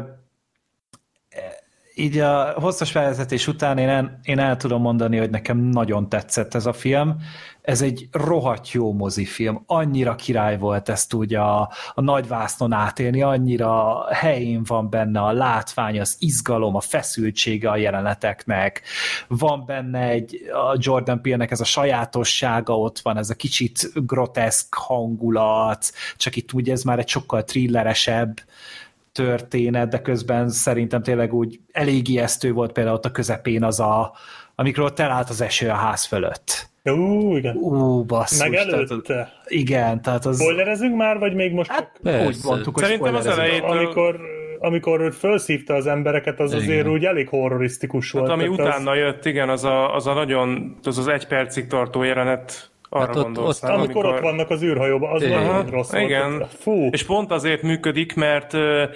így a hosszas felvezetés után én el, én el tudom mondani, hogy nekem nagyon tetszett ez a film. Ez egy rohadt jó mozifilm. Annyira király volt ezt úgy a, a nagyvásznon átélni, annyira helyén van benne a látvány, az izgalom, a feszültsége a jeleneteknek. Van benne egy, a Jordan Peele-nek ez a sajátossága, ott van ez a kicsit groteszk hangulat, csak itt ugye ez már egy sokkal thrilleresebb történet, de közben szerintem tényleg úgy elég ijesztő volt például ott a közepén az a, amikor ott elállt az eső a ház fölött. Ú, igen. Ú, basszus. Meg előtte. Tehát, igen, tehát az... Spoilerezünk már, vagy még most? Hát, persze. úgy mondtuk, hogy Szerintem az elejétől... Amikor, amikor felszívta az embereket, az igen. azért úgy elég horrorisztikus volt. Hát, ami tehát utána az... jött, igen, az a, az a nagyon, az az egy percig tartó jelenet, arra hát ott, gondolsz. ott, amikor, amikor ott vannak az űrhajóban, az igen. nagyon rossz volt. Igen. Fú. És pont azért működik, mert,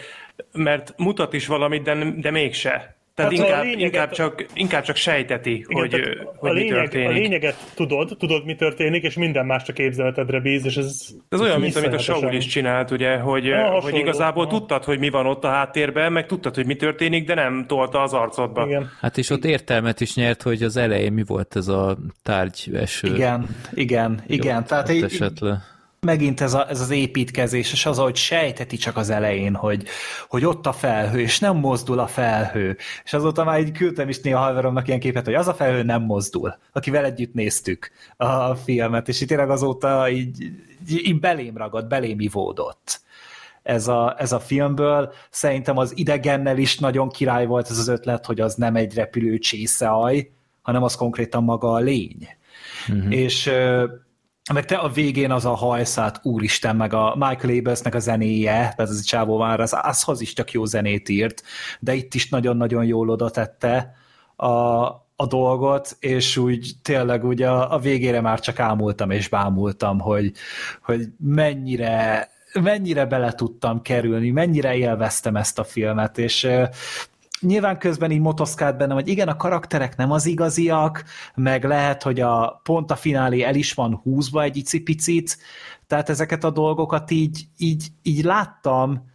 mert mutat is valamit, de, de mégse. Tehát Hát inkább, lényeget, inkább, csak, inkább csak sejteti, igen, hogy, hogy a mi lényeg, történik. A lényeget tudod, tudod, mi történik, és minden más csak képzeletedre bíz, és ez... Ez olyan, mint amit a Saul is csinált, ugye, hogy, ja, hogy igazából ha. tudtad, hogy mi van ott a háttérben, meg tudtad, hogy mi történik, de nem tolta az arcodba. Igen. Hát és ott értelmet is nyert, hogy az elején mi volt ez a tárgyeső. Igen, igen, igen. Jó, tehát ott így, esett le. megint ez, a, ez az építkezés, és az, ahogy sejteti csak az elején, hogy, hogy ott a felhő, és nem mozdul a felhő. És azóta már így küldtem is néha haveromnak ilyen képet, hogy az a felhő nem mozdul, akivel együtt néztük a filmet, és itt tényleg azóta így, így belém ragadt, belém ivódott ez a, ez a filmből. Szerintem az Idegennel is nagyon király volt ez az ötlet, hogy az nem egy repülő csészeaj, hanem az konkrétan maga a lény. Uh-huh. És meg te a végén az a hajszát, úristen, meg a Michael Abelsnek a zenéje, tehát ez a csávó már az, azhoz is tök jó zenét írt, de itt is nagyon-nagyon jól oda tette a, a dolgot, és úgy tényleg úgy a, a végére már csak ámultam és bámultam, hogy, hogy mennyire, mennyire bele tudtam kerülni, mennyire élveztem ezt a filmet, és nyilván közben így motoszkált bennem, hogy igen, a karakterek nem az igaziak, meg lehet, hogy a pont a finálé el is van húzva egy icipicit, tehát ezeket a dolgokat így, így, így láttam,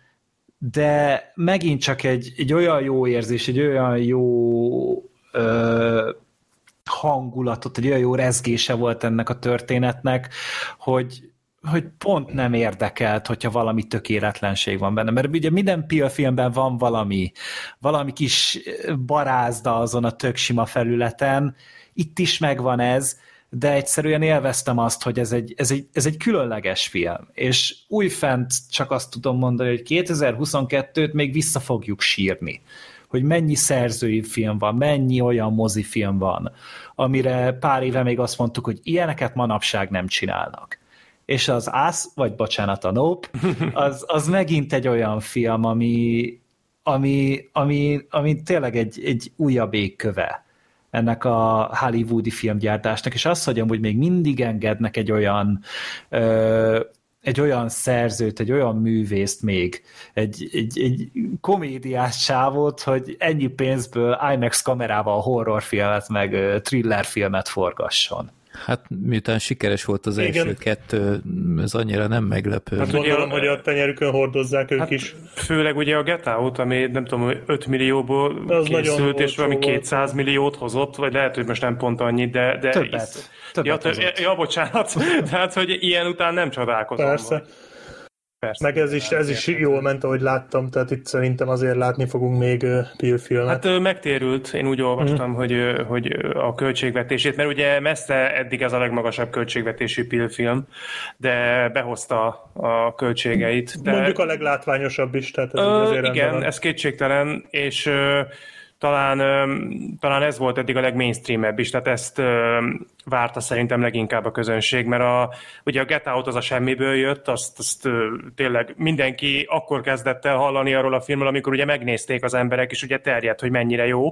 de megint csak egy, egy olyan jó érzés, egy olyan jó ö, hangulatot, egy olyan jó rezgése volt ennek a történetnek, hogy hogy pont nem érdekelt, hogyha valami tökéletlenség van benne, mert ugye minden Peele filmben van valami, valami kis barázda azon a tök sima felületen, itt is megvan ez, de egyszerűen élveztem azt, hogy ez egy, ez egy, ez egy különleges film, és újfent csak azt tudom mondani, hogy kétezer-huszonkettőt még vissza fogjuk sírni, hogy mennyi szerzői film van, mennyi olyan mozifilm van, amire pár éve még azt mondtuk, hogy ilyeneket manapság nem csinálnak. És az Us, vagy bocsánat, a Nope, az, az megint egy olyan film, ami, ami, ami, ami tényleg egy, egy újabb égköve ennek a hollywoodi filmgyártásnak, és az, hogy amúgy még mindig engednek egy olyan ö, egy olyan szerzőt, egy olyan művészt még, egy, egy, egy komédiás csávót, hogy ennyi pénzből IMAX kamerával horrorfilmet, meg thrillerfilmet forgasson. Hát miután sikeres volt az Igen. első kettő, ez annyira nem meglepő. Hát gondolom, hogy a tenyerükön hordozzák ők hát is. Főleg ugye a Get Out, ami nem tudom, öt millióból Az készült, és valami volt. kétszáz milliót hozott, vagy lehet, hogy most nem pont annyit, de... de Többet. Is... Többet ja, hozott. ja, bocsánat, tehát, hogy ilyen után nem csodálkozom. Persze. Vagy. Persze. Meg ez is, ez is jól ment, ahogy láttam, tehát itt szerintem azért látni fogunk még uh, Peele filmet. Hát ö, megtérült, én úgy olvastam, mm. hogy, ö, hogy a költségvetését, mert ugye messze eddig ez a legmagasabb költségvetésű Peele film, de behozta a költségeit. De... Mondjuk a leglátványosabb is, tehát ez Ö, azért igen, van. ez kétségtelen, és ö, talán, ö, talán ez volt eddig a legmainstreamebb is, tehát ezt ö, várta szerintem leginkább a közönség, mert a, ugye a Get Out az a semmiből jött, azt, azt ö, tényleg mindenki akkor kezdett el hallani arról a filmről, amikor ugye megnézték az emberek, és ugye terjedt, hogy mennyire jó.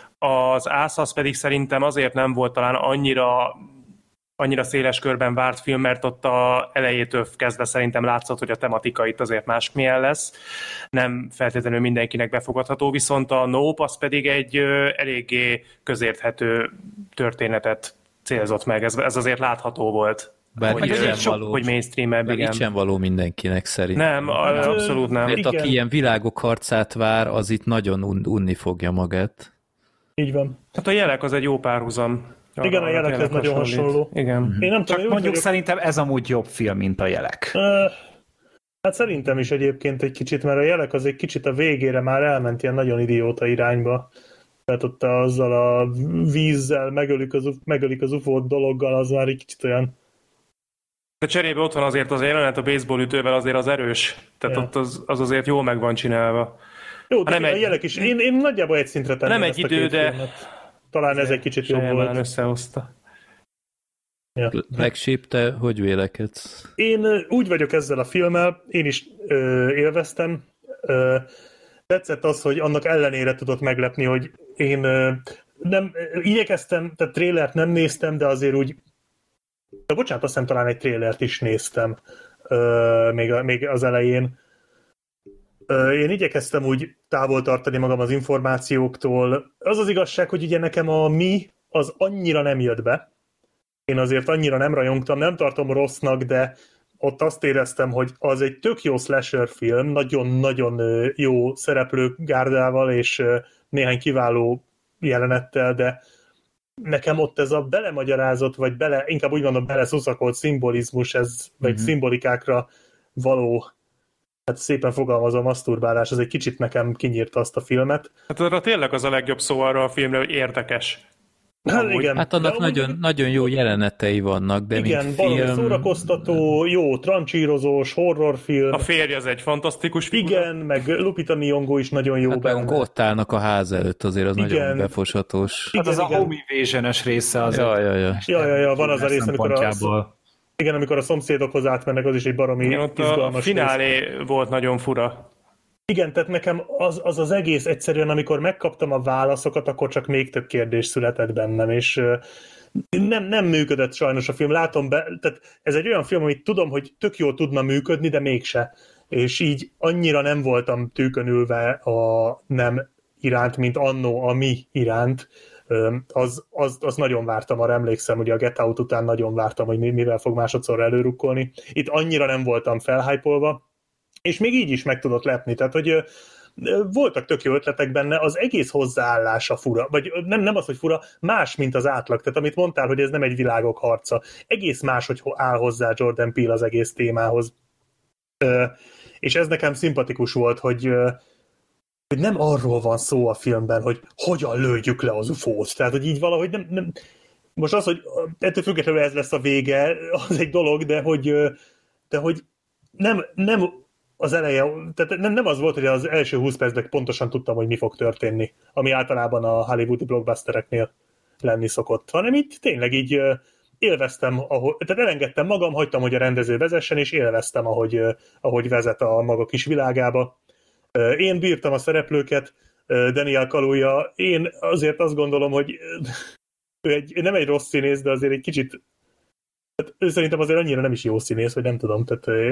Az Us az pedig szerintem azért nem volt talán annyira annyira széles körben várt film, mert ott a elejétől kezdve szerintem látszott, hogy a tematika itt azért másmilyen lesz. Nem feltétlenül mindenkinek befogadható, viszont a Nope az pedig egy ö, eléggé közérthető történetet célzott meg. Ez, ez azért látható volt. Bár hogy, itt sem sok, való, hogy mainstream-ebb, bár igen. itt sem való mindenkinek szerintem. Nem, hát, abszolút nem. Mert igen. aki ilyen világok harcát vár, az itt nagyon un- unni fogja magát. Így van. Hát a jelek az egy jó párhuzam. Igen, a jelekhez nagyon hasonló. Igen. Én nem Csak tudom, mondjuk vagyok... szerintem ez amúgy jobb film, mint a Jelek. Uh, hát szerintem is egyébként egy kicsit, mert a Jelek az egy kicsit a végére már elment ilyen nagyon idióta irányba. Tehát ott azzal a vízzel megölik az, megölik az ufót dologgal, az már egy kicsit olyan... De cserébe ott van azért az jelenet a baseball ütővel azért az erős. Tehát Ja. ott az, az azért jól meg van csinálva. Jó, de nem a egy- Jelek is. Én, én nagyjából egy szintre tenném Nem egy ezt a idő, két de- filmet. Talán ez egy kicsit jobb Sejemelen volt. összehozta. Ja. Black Sheep, te hogy vélekedsz? Én ö, úgy vagyok ezzel a filmmel, én is ö, élveztem. Ö, tetszett az, hogy annak ellenére tudott meglepni, hogy én ö, nem, ö, igyekeztem, tehát trélert nem néztem, de azért úgy, de bocsánat, azt hiszem talán egy trélert is néztem ö, még, a, még az elején. Ö, én igyekeztem úgy távol tartani magam az információktól. Az az igazság, hogy ugye nekem a mi az annyira nem jött be. Én azért annyira nem rajongtam, nem tartom rossznak, de ott azt éreztem, hogy az egy tök jó slasher film, nagyon-nagyon ö, jó szereplőgárdával és ö, néhány kiváló jelenettel, de nekem ott ez a belemagyarázott, vagy bele, inkább úgy mondom, beleszuszakolt szimbolizmus, ez, vagy Mhm. szimbolikákra való, hát szépen fogalmazom, maszturbálás, ez egy kicsit nekem kinyírta azt a filmet. Hát arra tényleg az a legjobb szó arra a filmre, hogy érdekes. Hát Amúgy. igen. Hát annak de amúgy- nagyon, nagyon jó jelenetei vannak, de igen, mint valami film... szórakoztató, jó trancsírozós, horrorfilm. A férj az egy fantasztikus figura. Igen, meg Lupita Nyong'o is nagyon jó Hát meg benne. ott állnak a ház előtt, azért az Igen. nagyon befosatós. Hát az Igen, a igen. home invasion-ös része az. Ja, ja, ja. Ja, ja, ja, van az a rész, amikor a, szempontjából. igen, amikor a szomszédokhoz átmennek, az is egy baromi Igen, ott a izgalmas rész. finálé volt nagyon fura. Igen, tehát nekem az, az az egész egyszerűen, amikor megkaptam a válaszokat, akkor csak még több kérdés született bennem, és ö, nem, nem működött sajnos a film. Látom be, tehát ez egy olyan film, amit tudom, hogy tök jól tudna működni, de mégse. És így annyira nem voltam tűkönülve a nem iránt, mint annó a mi iránt. Ö, Az, az, az nagyon vártam, arra emlékszem, hogy a Get Out után nagyon vártam, hogy mi- mivel fog másodszor előrukkolni. Itt annyira nem voltam felhájpolva, és még így is meg tudott lepni, tehát hogy voltak tök jó ötletek benne, az egész hozzáállása fura, vagy nem, nem az, hogy fura, más, mint az átlag, tehát amit mondtál, hogy ez nem egy világok harca, egész más, hogy áll hozzá Jordan Peele az egész témához. És ez nekem szimpatikus volt, hogy, hogy nem arról van szó a filmben, hogy hogyan lőjük le az ufót, tehát hogy így valahogy nem, nem most az, hogy ettől függetlenül ez lesz a vége, az egy dolog, de hogy, de hogy nem, nem az eleje, tehát nem, nem az volt, hogy az első húsz percben pontosan tudtam, hogy mi fog történni, ami általában a hollywoodi blockbustereknél lenni szokott, hanem itt tényleg így élveztem, ahogy, tehát elengedtem magam, hagytam, hogy a rendező vezessen, és élveztem, ahogy, ahogy vezet a maga kis világába. Én bírtam a szereplőket, Daniel Kaluuya, én azért azt gondolom, hogy ő egy, nem egy rossz színész, de azért egy kicsit, tehát ő szerintem azért annyira nem is jó színész, vagy nem tudom, tehát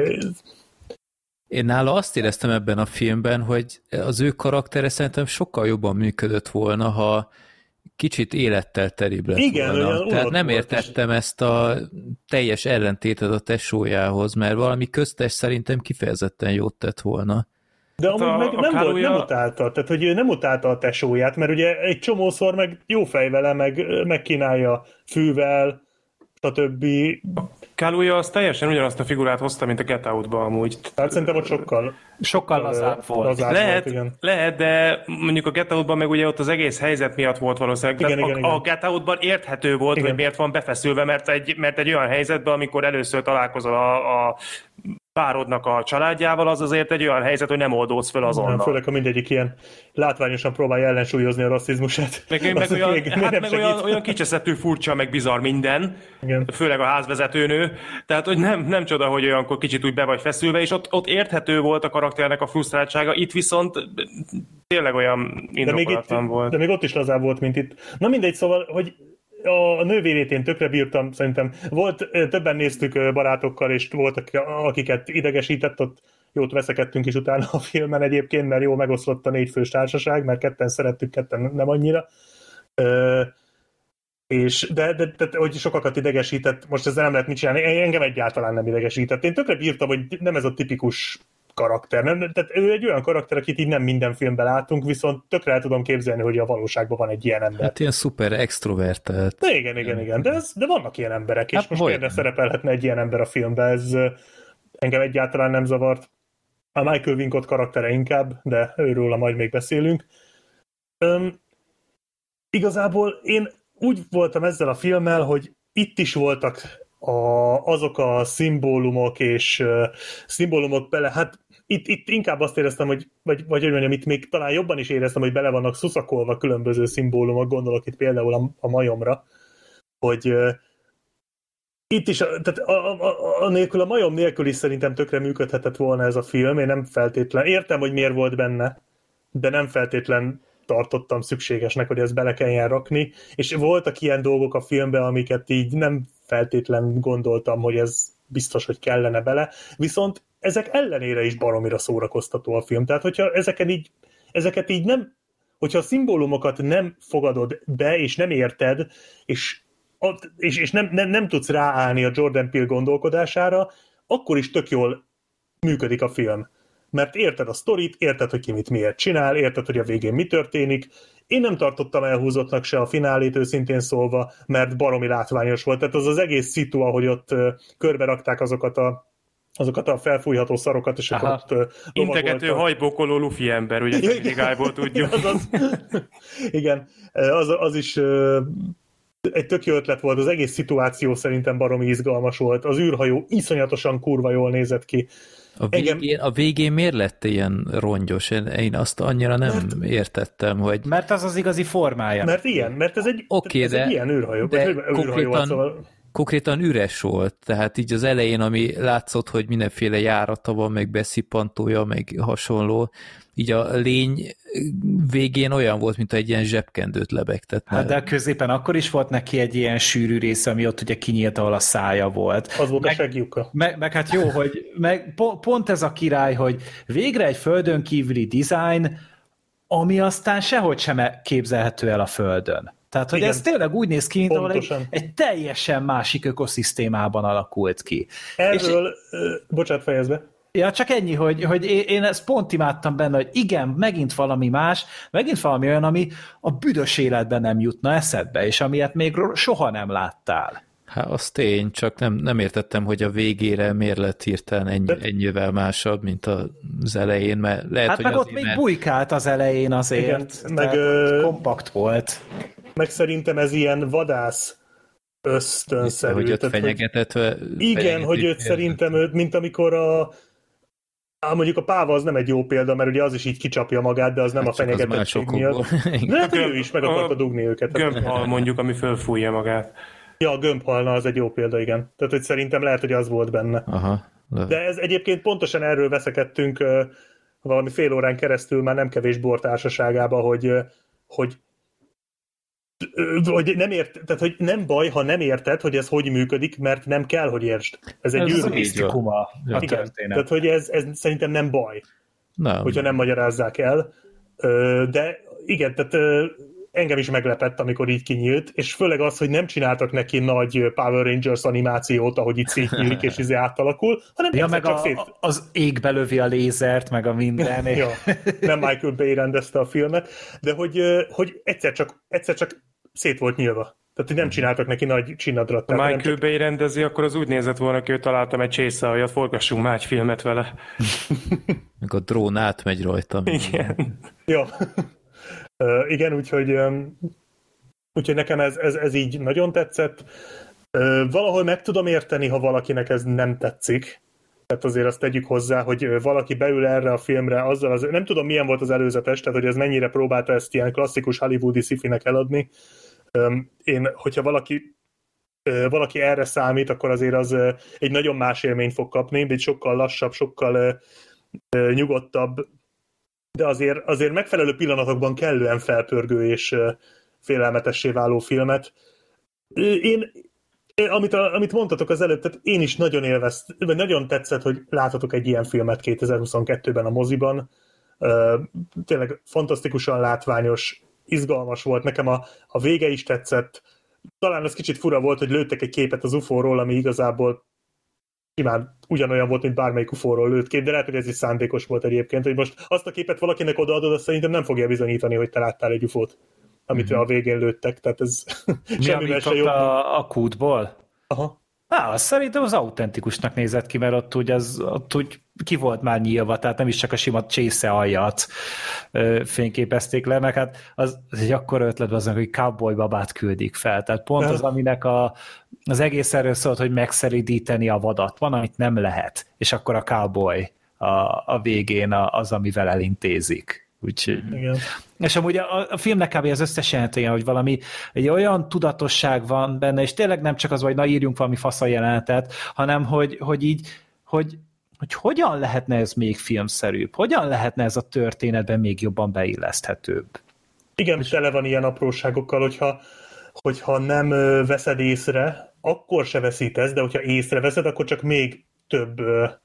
én nála azt éreztem ebben a filmben, hogy az ő karaktere szerintem sokkal jobban működött volna, ha kicsit élettel telibb lett igen, volna. Tehát nem értettem is ezt a teljes ellentétet a tesójához, mert valami köztes szerintem kifejezetten jót tett volna. De amúgy a, meg a nem, Kaluuya... volt, nem utálta, tehát hogy ő nem utálta a tesóját, mert ugye egy csomószor meg jó fej vele, meg megkínálja fűvel, stb. Kaluuya az teljesen ugyanazt a figurát hozta, mint a Get Out-ba amúgy. Hát szerintem ott sokkal sokkal lazább volt. Lazább lehet, volt, igen. lehet, de mondjuk a Get Out-ban meg ugye ott az egész helyzet miatt volt valószínűleg. Igen, a, igen, igen. a Get Out-ban érthető volt, igen. hogy miért van befeszülve, mert egy, mert egy olyan helyzetben, amikor először találkozol a, a párodnak a családjával, az azért egy olyan helyzet, hogy nem oldódsz fel azonnal. Nem, főleg, ha mindegyik ilyen látványosan próbálja ellensúlyozni a rasszizmusát. Meg, meg, olyan, még, hát meg olyan, olyan kicseszettű, furcsa, meg bizarr minden, igen. Főleg a házvezetőnő, tehát hogy nem, nem csoda, hogy olyankor kicsit úgy be vagy feszülve, és ott, ott érthető volt a karakternek a frusztráltsága, itt viszont tényleg olyan indokolatlan volt. De még ott is lazább volt, mint itt. Na mindegy, szóval, hogy a nővérét én tökre bírtam, szerintem. Volt, többen néztük barátokkal, és voltak, akiket idegesített, ott jót veszekedtünk is utána a filmen egyébként, mert jó megoszlott a négyfős társaság, mert ketten szerettük, ketten nem annyira. Ö, és, de, de, de, de hogy sokakat idegesített, most ezzel nem lehet mit csinálni, engem egyáltalán nem idegesített. Én tökre bírtam, hogy nem ez a tipikus karakter. Nem? Tehát ő egy olyan karakter, akit így nem minden filmben látunk, viszont tökre el tudom képzelni, hogy a valóságban van egy ilyen ember. Hát ilyen szuper extrovertált. De igen, igen, igen. De, ez, de vannak ilyen emberek, és hát most miért ne szerepelhetne egy ilyen ember a filmben? Ez engem egyáltalán nem zavart. A Michael Wincott karaktere inkább, de őről majd még beszélünk. Üm, igazából én úgy voltam ezzel a filmmel, hogy itt is voltak a, azok a szimbólumok és uh, szimbólumok bele, hát itt, itt inkább azt éreztem, hogy, vagy, vagy hogy mondjam, itt még talán jobban is éreztem, hogy bele vannak szuszakolva különböző szimbólumok, gondolok itt például a, a majomra, hogy uh, itt is, tehát a, a, a, nélkül, a majom nélkül is szerintem tökre működhetett volna ez a film, én nem feltétlen, értem, hogy miért volt benne, de nem feltétlen tartottam szükségesnek, hogy ezt bele kelljen rakni, és voltak ilyen dolgok a filmben, amiket így nem feltétlen gondoltam, hogy ez biztos, hogy kellene bele, viszont ezek ellenére is baromira szórakoztató a film. Tehát, hogyha ezeken így, ezeket így nem, hogyha a szimbólumokat nem fogadod be, és nem érted, és, és, és nem, nem, nem tudsz ráállni a Jordan Peele gondolkodására, akkor is tök jól működik a film. Mert érted a sztorit, érted, hogy ki mit miért csinál, érted, hogy a végén mi történik. Én nem tartottam elhúzottnak se a finálét, őszintén szólva, mert baromi látványos volt. Tehát az az egész szitu, ahogy ott uh, körbe rakták azokat a, azokat a felfújható szarokat, és akkor ott uh, integető, hajbokoló lufi ember, ugye technikából tudjuk. az, igen, az, az is uh, egy tök jó ötlet volt, az egész szituáció szerintem baromi izgalmas volt. Az űrhajó iszonyatosan kurva jól nézett ki. A végén, Engem... a végén miért lett ilyen rongyos? Én, én azt annyira nem mert, értettem, hogy... Mert az az igazi formája. Mert ilyen, mert ez egy, okay, ez de, egy ilyen űrhajó. De űrhajó konkrétan, szóval... konkrétan üres volt, tehát így az elején, ami látszott, hogy mindenféle járata van, meg beszippantója, meg hasonló, így a lény végén olyan volt, mint egy ilyen zsebkendőt lebegtett. Hát de a középen akkor is volt neki egy ilyen sűrű része, ami ott ugye kinyílt, ahol a szája volt. Az volt meg, a segjuka. Meg, meg hát jó, hogy meg pont ez a király, hogy végre egy földön kívüli design, ami aztán sehogy sem képzelhető el a földön. Tehát, hogy igen, ez tényleg úgy néz ki, mint ahol egy, egy teljesen másik ökoszisztémában alakult ki. Erről, és, uh, bocsánat, fejezd be. Ja, csak ennyi, hogy, hogy én ezt pont imádtam benne, hogy igen, megint valami más, megint valami olyan, ami a büdös életben nem jutna eszedbe, és amilyet még soha nem láttál. Hát az tény, csak nem, nem értettem, hogy a végére miért lett hirtelen ennyi, ennyivel másabb, mint az elején, mert lehet, hát hogy meg ott azért, még mert... bujkált az elején azért, igen, meg ö... kompakt volt. Meg szerintem ez ilyen vadász ösztönszerű. Hogy őt tehát, fenyegetett. Hogy... Igen, hogy őt szerintem, őt, mint amikor a Á, mondjuk a páva az nem egy jó példa, mert ugye az is így kicsapja magát, de az nem hát a fenyegetettség miatt. De hát ő is meg akarta dugni őket. Gömbhal mondjuk, ami fölfújja magát. Ja, a gömbhalna az egy jó példa, igen. Tehát, hogy szerintem lehet, hogy az volt benne. Aha, de ez egyébként pontosan erről veszekedtünk valami fél órán keresztül, már nem kevés bortársaságába, hogy, hogy hogy nem ért, tehát hogy nem baj, ha nem érted, hogy ez hogy működik, mert nem kell, hogy értsd. Ez egy ez űrlés. misztikuma a történet. Tehát, hogy ez, ez szerintem nem baj, nem. hogyha nem magyarázzák el. De igen, tehát engem is meglepett, amikor így kinyílt, és főleg az, hogy nem csináltak neki nagy Power Rangers animációt, ahogy itt szétnyílik, és izé átalakul, hanem ja, meg csak a, szét... az égbe lövi a lézert, meg a minden. ja, nem Michael Bay rendezte a filmet, de hogy, hogy egyszer, csak, egyszer csak szét volt nyílva. Tehát, hogy nem csináltak neki nagy csinadrat. Ha Michael csak... Bay rendezi, akkor az úgy nézett volna, hogy ő találtam egy csészehajat, forgassunk már egy filmet vele. Meg a drón átmegy rajta. Igen. Ja. Uh, igen, úgyhogy, um, úgyhogy nekem ez, ez, ez így nagyon tetszett. Uh, valahol meg tudom érteni, ha valakinek ez nem tetszik. Tehát azért azt tegyük hozzá, hogy valaki beül erre a filmre azzal, az, nem tudom milyen volt az előzetes, tehát hogy ez mennyire próbálta ezt ilyen klasszikus hollywoodi sci-finek eladni. Um, én, hogyha valaki, uh, valaki erre számít, akkor azért az uh, egy nagyon más élményt fog kapni, egy sokkal lassabb, sokkal uh, uh, nyugodtabb, de azért, azért megfelelő pillanatokban kellően felpörgő és uh, félelmetessé váló filmet. Én, én amit, a, amit mondtatok az előbb, tehát én is nagyon élveztem, vagy nagyon tetszett, hogy láthatok egy ilyen filmet kétezer-huszonkettőben a moziban. Uh, tényleg fantasztikusan látványos, izgalmas volt. Nekem a, a vége is tetszett. Talán az kicsit fura volt, hogy lőttek egy képet az ufóról, ami igazából simán ugyanolyan volt, mint bármelyik ufóról lőtt kép, de lehet, hogy ez is szándékos volt egyébként, hogy most azt a képet valakinek odaadod, azt szerintem nem fogja bizonyítani, hogy te láttál egy ufót, amit mm-hmm. a végén lőttek, tehát ez semmivel se jobb. A, a kútból? Aha. Á, azt szerintem az autentikusnak nézett ki, mert ott úgy, az, ott úgy ki volt már nyílva, tehát nem is csak a sima csésze aljat ö, fényképezték le, meg hát az, az egy akkora ötlet az, hogy cowboy babát küldik fel, tehát pont az, aminek a, az egész erről szólt, hogy megszeridíteni a vadat, van, amit nem lehet, és akkor a cowboy a, a végén az, amivel elintézik. Úgyhogy... Igen. És amúgy a, a filmnek kb. Az összes jelenetén, hogy valami egy olyan tudatosság van benne, és tényleg nem csak az, hogy na írjunk valami fasza jelenetet, hanem hogy, hogy így, hogy, hogy hogyan lehetne ez még filmszerűbb, hogyan lehetne ez a történetben még jobban beilleszthetőbb. Igen, és... tele van ilyen apróságokkal, hogyha, hogyha nem veszed észre, akkor se veszítesz, de hogyha észreveszed, akkor csak még több,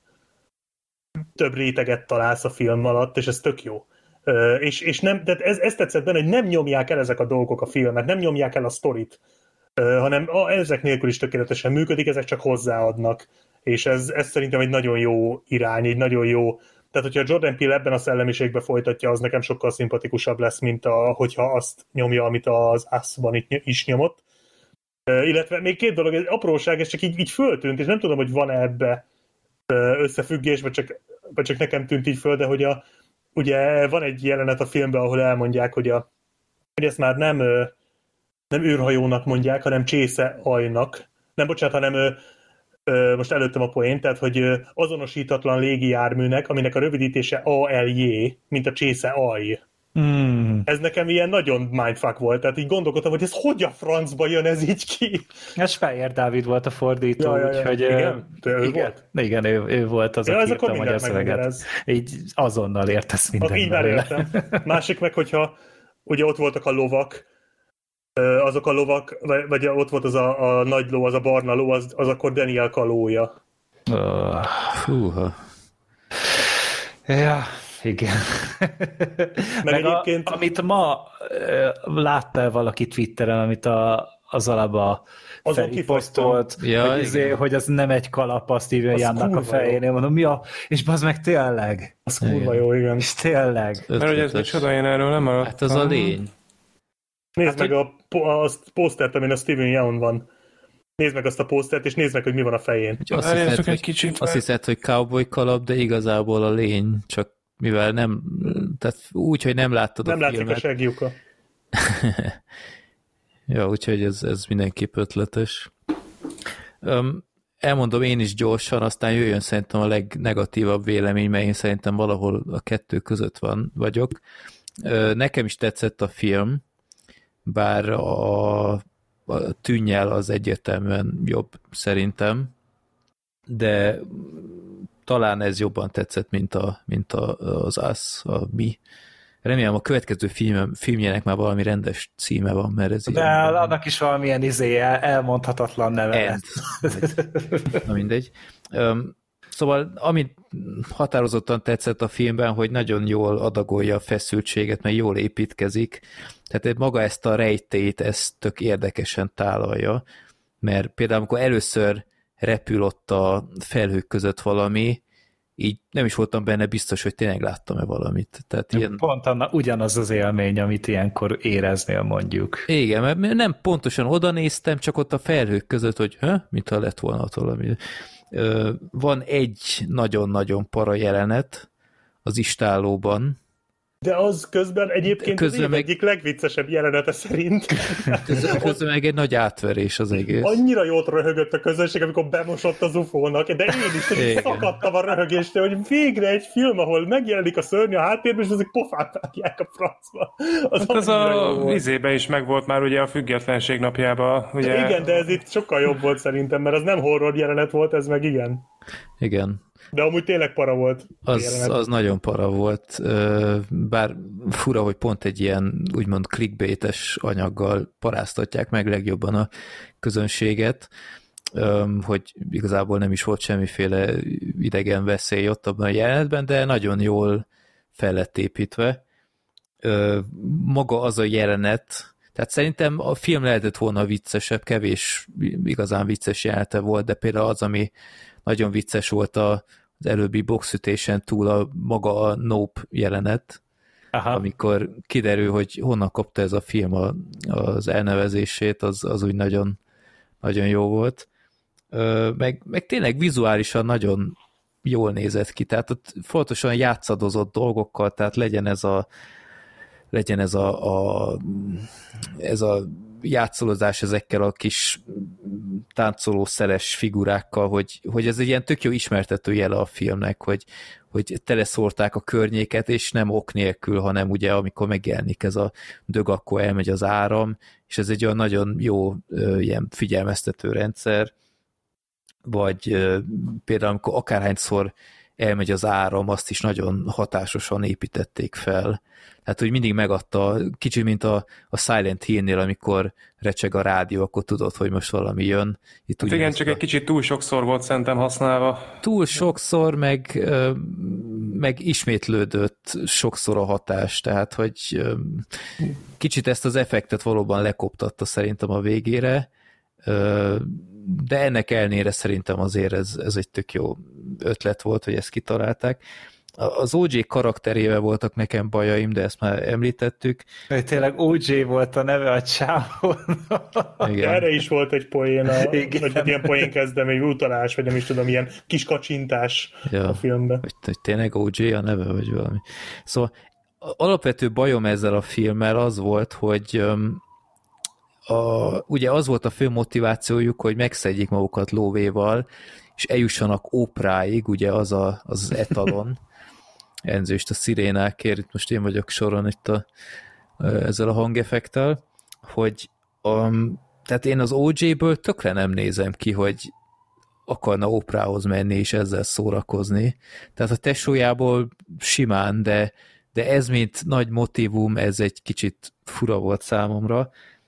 több réteget találsz a film alatt, és ez tök jó. Uh, és, és nem, tehát ez, ez tetszett benne, hogy nem nyomják el ezek a dolgok a filmet, nem nyomják el a sztorit, uh, hanem a, ezek nélkül is tökéletesen működik, ezek csak hozzáadnak, és ez, ez szerintem egy nagyon jó irány, egy nagyon jó, tehát hogyha Jordan Peele ebben a szellemiségben folytatja, az nekem sokkal szimpatikusabb lesz, mint a, hogyha azt nyomja, amit az Us-ban is nyomott. Uh, illetve még két dolog, egy apróság, ez csak így, így föltűnt, és nem tudom, hogy van-e ebbe összefüggés, vagy csak, vagy csak nekem tűnt így föl, de hogy a ugye van egy jelenet a filmben, ahol elmondják, hogy, a, hogy ezt már nem, nem űrhajónak mondják, hanem csésze-ajnak. Nem, bocsánat, hanem most előttem a poén, tehát hogy azonosítatlan légijárműnek, aminek a rövidítése á el jé, mint a csésze-aj. Mm. Ez nekem ilyen nagyon mindfuck volt, tehát így gondolkodtam, hogy ez hogy a francba jön ez így ki? Ez Speyer Dávid volt a fordító, ja, ja, ja. úgyhogy... Igen? Ő igen, volt? Igen, ő, ő volt az, ja, aki írta a magyar szöveget. Így azonnal értesz minden. Így már értem. Másik meg, hogyha ugye ott voltak a lovak, azok a lovak, vagy, vagy ott volt az a, a nagy ló, az a barna ló, az, az akkor Daniel Kaluuya. Uh, húha. Ja... Igen. Meg Meg a, amit ma uh, láttál valaki Twitteren, amit a, az alapba felposztolt, ja, hogy, izé, hogy az nem egy kalap a Steven Yeunnak a fejénél, mondom, mi a... És bazd meg tényleg. Az kurva jó, igen. És tényleg. Mert hogy ez micsoda, én erről nem maradtam. Hát az a lény. Nézd hát, meg hogy... a, a posztert, amin a Steven Yeun van. Nézd meg azt a posztert, és nézd meg, hogy mi van a fején. Azt hiszed, hogy, egy kicsit, azt hiszed, hogy cowboy kalap, de igazából a lény, csak mivel nem, tehát úgy, hogy nem láttad nem a filmet. Nem látszik a segjuka. Ja, úgyhogy ez, ez mindenképp ötletes. Um, elmondom én is gyorsan, aztán jöjjön szerintem a legnegatívabb vélemény, mert én szerintem valahol a kettő között van vagyok. Uh, nekem is tetszett a film, bár a, a tűnnyel az egyértelműen jobb szerintem, de talán ez jobban tetszett, mint, a, mint a, az Us, a Mi. Remélem a következő film, filmjének már valami rendes címe van, mert ez de ilyen... annak is valamilyen izé elmondhatatlan neve. Na mindegy. Um, szóval amit határozottan tetszett a filmben, hogy nagyon jól adagolja a feszültséget, mert jól építkezik. Tehát maga ezt a rejtélyt, ezt tök érdekesen tálalja, mert például amikor először repül ott a felhők között valami, így nem is voltam benne biztos, hogy tényleg láttam-e valamit. Tehát ilyen... Pont anna, ugyanaz az élmény, amit ilyenkor éreznél, mondjuk. Igen, mert nem pontosan oda néztem, csak ott a felhők között, hogy ha, mintha lett volna ott valami. Van egy nagyon-nagyon para jelenet az istállóban. De az közben egyébként közben az meg... egyik legviccesebb jelenete szerint. Közben, közben meg egy nagy átverés az egész. Annyira jót röhögött a közönség, amikor bemosott az ufónak, de én is hogy szakadtam a röhögéstől, hogy végre egy film, ahol megjelenik a szörny a háttérben, és azok pofát vágják a francba. Az, hát az a vizébe is megvolt már ugye a függetlenség napjában. Ugye... Igen, de ez itt sokkal jobb volt szerintem, mert az nem horror jelenet volt, ez meg igen. Igen. De amúgy tényleg para volt. Az, az nagyon para volt, bár fura, hogy pont egy ilyen úgymond clickbaites anyaggal paráztatják meg legjobban a közönséget, hogy igazából nem is volt semmiféle idegen veszély ott abban a jelenetben, de nagyon jól fel lett építve. Maga az a jelenet, tehát szerintem a film lehetett volna viccesebb, kevés igazán vicces jelenete volt, de például az, ami nagyon vicces volt a az előbbi boxütésen túl a maga a Nope jelenet, aha, amikor kiderül, hogy honnan kapta ez a film a, az elnevezését, az, az úgy nagyon, nagyon jó volt. Meg, meg tényleg vizuálisan nagyon jól nézett ki, tehát ott fontosan játszadozott dolgokkal, tehát legyen ez a legyen ez a, a ez a játszolózás ezekkel a kis táncoló szeles figurákkal, hogy, hogy ez egy ilyen tök jó ismertető jele a filmnek, hogy, hogy teleszórták a környéket, és nem ok nélkül, hanem ugye amikor megjelenik ez a dög, akkor elmegy az áram, és ez egy olyan nagyon jó ilyen figyelmeztető rendszer, vagy például amikor akárhányszor elmegy az áram, azt is nagyon hatásosan építették fel. Tehát, hogy mindig megadta, kicsit, mint a, a Silent Hill-nél, amikor recseg a rádió, akkor tudod, hogy most valami jön. Itt hát igen, csak a... egy kicsit túl sokszor volt szerintem használva. Túl sokszor, meg, meg ismétlődött sokszor a hatás, tehát, hogy kicsit ezt az effektet valóban lekoptatta szerintem a végére, de ennek ellenére szerintem azért ez, ez egy tök jó ötlet volt, hogy ezt kitalálták. Az o dzsé karakterével voltak nekem bajaim, de ezt már említettük. Tényleg o dzsé volt a neve a csávon. Erre is volt egy poén, a, vagy ilyen poén kezdemény, utalás, vagy nem is tudom, ilyen kis kacsintás ja, a filmben. Hogy, hogy tényleg o dzsé a neve, vagy valami. Szóval alapvető bajom ezzel a filmmel az volt, hogy a, ugye az volt a fő motivációjuk, hogy megszedjék magukat lóvéval, és eljussanak Ópráig, ugye az a, az, az etalon. Enzőst a szirénákért, itt most én vagyok soron itt a, ezzel a hangeffektel, hogy um, tehát én az o dzséből tökre nem nézem ki, hogy akarna Óprához menni és ezzel szórakozni. Tehát a tesójából simán, de, de ez mint nagy motívum, ez egy kicsit fura volt számomra.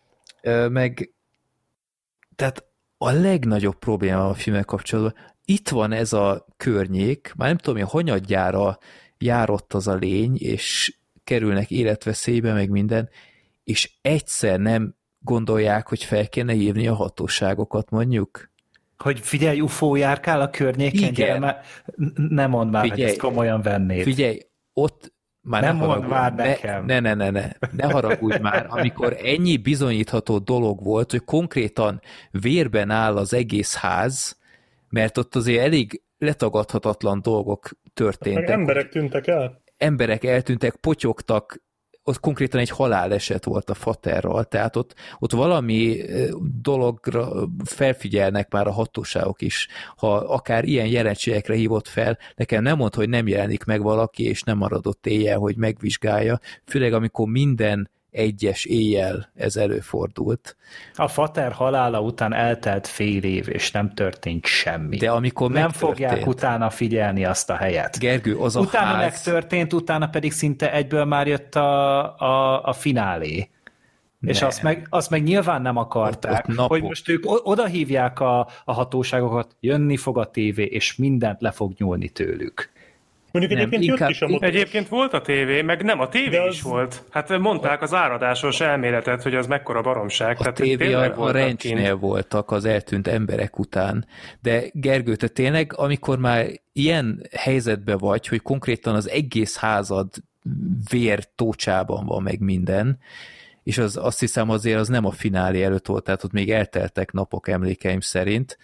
Meg tehát a legnagyobb probléma a filmmel kapcsolatban, itt van ez a környék, már nem tudom, hogy hanyadjára járott az a lény, és kerülnek életveszélybe, meg minden, és egyszer nem gondolják, hogy fel kéne hívni a hatóságokat, mondjuk? Hogy figyelj, u f o járkál a környéken, gyere, mert ne mondd már, figyelj, hogy ezt komolyan vennéd. Figyelj, ott már nem ne mondd már nekem. Ne, ne, ne, ne, ne haragudj már, amikor ennyi bizonyítható dolog volt, hogy konkrétan vérben áll az egész ház, mert ott azért elég letagadhatatlan dolgok történtek. Meg emberek tűntek el. Emberek eltűntek, potyogtak, ott konkrétan egy haláleset volt a faterral, tehát ott, ott valami dologra felfigyelnek már a hatóságok is. Ha akár ilyen jelenségekre hívott fel, nekem nem mond, hogy nem jelenik meg valaki, és nem maradott éjjel, hogy megvizsgálja, főleg amikor minden egyes éjjel ez előfordult. A fater halála után eltelt fél év, és nem történt semmi. De amikor nem fogják utána figyelni azt a helyet. Gergő, az utána a ház... megtörtént, utána pedig szinte egyből már jött a, a, a finálé. Ne. És azt meg, azt meg nyilván nem akarták, ott, ott hogy most ők oda hívják a, a hatóságokat, jönni fog a tévé, és mindent le fog nyúlni tőlük. Mondjuk nem, egyébként inkább, jött is a motoros. Egyébként volt a tévé, meg nem, a tévé az... is volt. Hát mondták az áradásos elméletet, hogy az mekkora baromság. A Tehát tévé a, a rencsnél voltak az eltűnt emberek után. De Gergő, te tényleg, amikor már ilyen helyzetben vagy, hogy konkrétan az egész házad vér tócsában van meg minden, és az, azt hiszem azért az nem a finálé előtt volt, tehát ott még elteltek napok emlékeim szerint.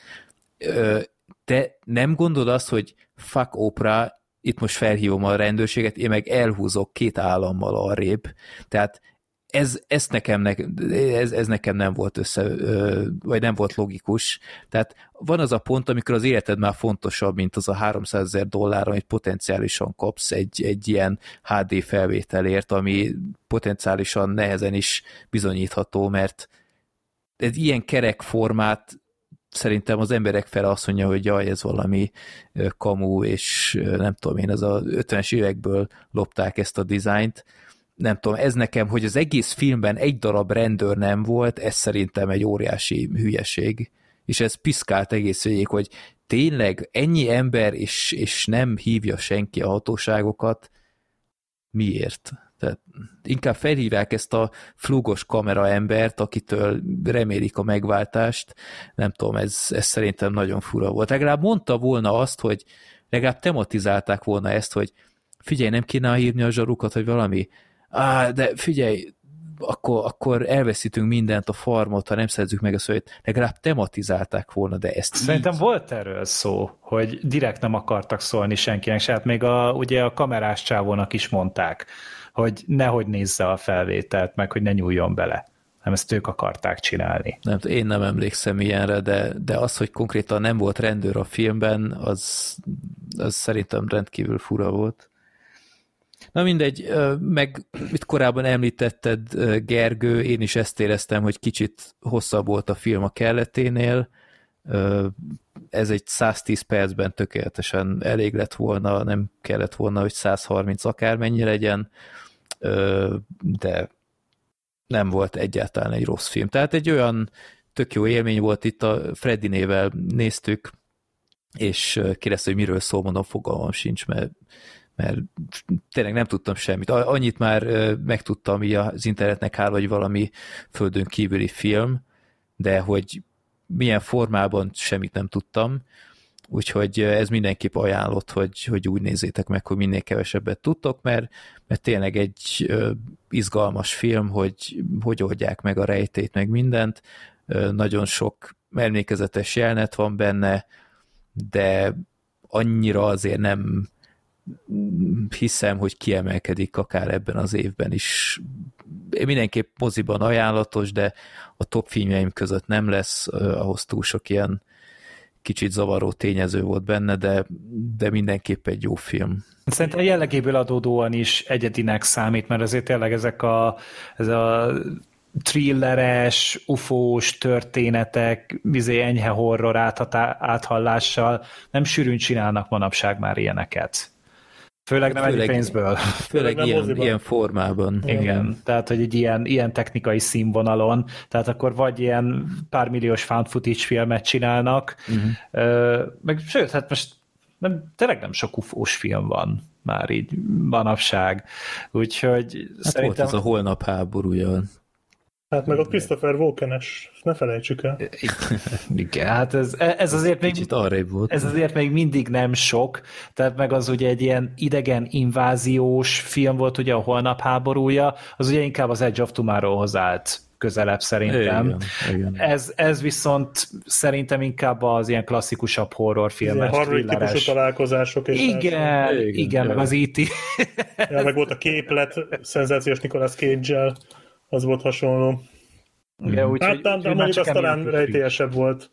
Te nem gondolod azt, hogy fuck Oprah, itt most felhívom a rendőrséget, én meg elhúzok két állammal arrébb. Tehát ez, ez, nekem, ez, ez nekem nem volt össze, vagy nem volt logikus. Tehát van az a pont, amikor az életed már fontosabb, mint az a háromszázezer dollár, amit potenciálisan kapsz egy, egy ilyen há dé felvételért, ami potenciálisan nehezen is bizonyítható, mert egy ilyen kerek formát szerintem az emberek fele azt mondja, hogy jaj, ez valami kamu, és nem tudom én, ez az ötvenes évekből lopták ezt a dizájnt. Nem tudom, ez nekem, hogy az egész filmben egy darab rendőr nem volt, ez szerintem egy óriási hülyeség. És ez piszkált egész végig, hogy tényleg ennyi ember, és, és nem hívja senki a hatóságokat. Miért? Tehát inkább felhívják ezt a flugos kamera embert, akitől remélik a megváltást. Nem tudom, ez, ez szerintem nagyon fura volt. Legalább mondta volna azt, hogy legalább tematizálták volna ezt, hogy figyelj, nem kéne hívni a zsarukat, hogy valami, á, de figyelj, akkor, akkor elveszítünk mindent, a farmot, ha nem szerzzük meg a szövet. Legalább tematizálták volna, de ezt Szerintem így... volt erről szó, hogy direkt nem akartak szólni senkinek, se hát még a, ugye a kamerás csávónak is mondták, hogy nehogy nézze a felvételt, meg hogy ne nyúljon bele. Nem, ezt ők akarták csinálni. Nem, én nem emlékszem ilyenre, de, de az, hogy konkrétan nem volt rendőr a filmben, az, az szerintem rendkívül fura volt. Na mindegy, meg mit korábban említetted, Gergő, én is ezt éreztem, hogy kicsit hosszabb volt a film a kelleténél. Ez egy száztíz percben tökéletesen elég lett volna, nem kellett volna, hogy százharminc akármennyi legyen, de nem volt egyáltalán egy rossz film. Tehát egy olyan tök jó élmény volt, itt a Freddy-nével néztük, és kérdezte, hogy miről szól, mondom, fogalmam sincs, mert, mert tényleg nem tudtam semmit. Annyit már megtudtam így az internetnek hála, hogy valami földön kívüli film, de hogy milyen formában semmit nem tudtam, úgyhogy ez mindenképp ajánlott, hogy, hogy úgy nézzétek meg, hogy minél kevesebbet tudtok, mert, mert tényleg egy ö, izgalmas film, hogy hogy oldják meg a rejtét, meg mindent. Ö, nagyon sok emlékezetes jelenet van benne, de annyira azért nem hiszem, hogy kiemelkedik akár ebben az évben is. Mindenképp moziban ajánlatos, de a top filmjeim között nem lesz, ahhoz túl sok ilyen kicsit zavaró tényező volt benne, de, de mindenképp egy jó film. Szerintem a jellegéből adódóan is egyedinek számít, mert azért tényleg ezek a, ez a thrilleres, ufós történetek, bizé enyhe horror áthatá, áthallással nem sűrűn csinálnak manapság már ilyeneket. Főleg nem főleg, egy pénzből. Főleg nem ilyen, ilyen formában. Igen, Igen, tehát hogy egy ilyen, ilyen technikai színvonalon, tehát akkor vagy ilyen pár milliós found footage filmet csinálnak, uh-huh. meg sőt, hát most nem, tényleg nem sok ufós film van már így manapság. Úgyhogy hát szerintem... volt ez a holnap háborúja. Hát meg a Christopher Walken-es, ne felejtsük el. Igen, hát ez, ez azért még... Kicsit arrébb volt. Ez azért még mindig nem sok, tehát meg az ugye egy ilyen idegen inváziós film volt, ugye a Holnap háborúja, az ugye inkább az Edge of Tomorrow-hoz állt közelebb szerintem. Igen, igen. Ez, ez viszont szerintem inkább az ilyen klasszikusabb horrorfilmes, harmadik típusú találkozások. És igen, igen, igen, igen, meg az í té. Ja, meg volt a képlet, szenzációs Nicolas Cage-el, az volt hasonló. Igen, úgy, hát, de mondjuk az talán rejtélyesebb volt.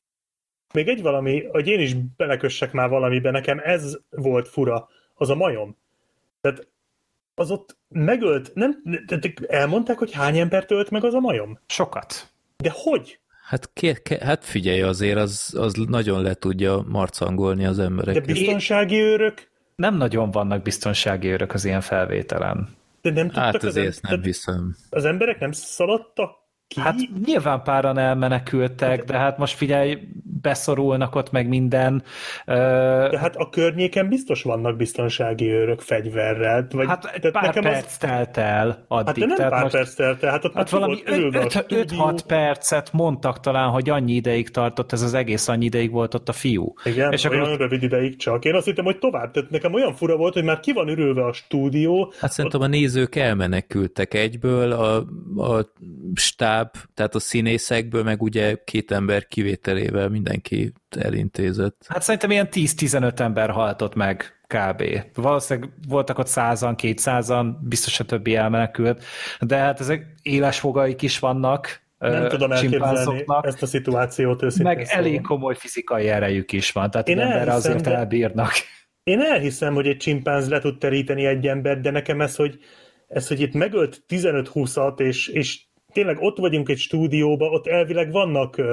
Még egy valami, hogy én is belekössek már valamiben, nekem ez volt fura, az a majom. Tehát az ott megölt, nem, elmondták, hogy hány embert ölt meg az a majom? Sokat. De hogy? Hát, ké, ké, hát figyelj, azért az, az nagyon le tudja marcangolni az embereket. De biztonsági őrök? Nem nagyon vannak biztonsági őrök az ilyen felvételen. De nem tudtak hát azért az, ezt nem hiszem. Az emberek nem szaladtak ki? Hát nyilván páran elmenekültek, de hát most figyelj, beszorulnak ott meg minden. De hát a környéken biztos vannak biztonsági őrök fegyverrel. Vagy, hát pár perc az... telt el addig. Hát de nem tehát pár most... perc telt el, hát ott hát valami öt-hat percet mondtak talán, hogy annyi ideig tartott, ez az egész annyi ideig volt ott a fiú. Igen, és olyan akkor... rövid ideig csak. Én azt hittem, hogy tovább. Tehát nekem olyan fura volt, hogy már ki van ürülve a stúdió. Hát szerintem ott... a nézők elmenekültek egyből, a, a stáb, tehát a színészekből, meg ugye két ember kivételével mindenki elintézett. Hát szerintem ilyen tíz-tizenöt ember haltott meg kb. Valószínűleg voltak ott százan, kétszázan, biztos a többi elmenekült, de hát ezek éles fogaik is vannak. Nem tudom elképzelni ezt a szituációt őszintén. Meg elég szóval. Komoly fizikai erejük is van, tehát én ember azért de... elbírnak. Én elhiszem, hogy egy csimpánz le tud teríteni egy embert, de nekem ez, hogy, ez, hogy itt megölt tizenöt-húszat, és, és tényleg ott vagyunk egy stúdióban, ott elvileg vannak, uh,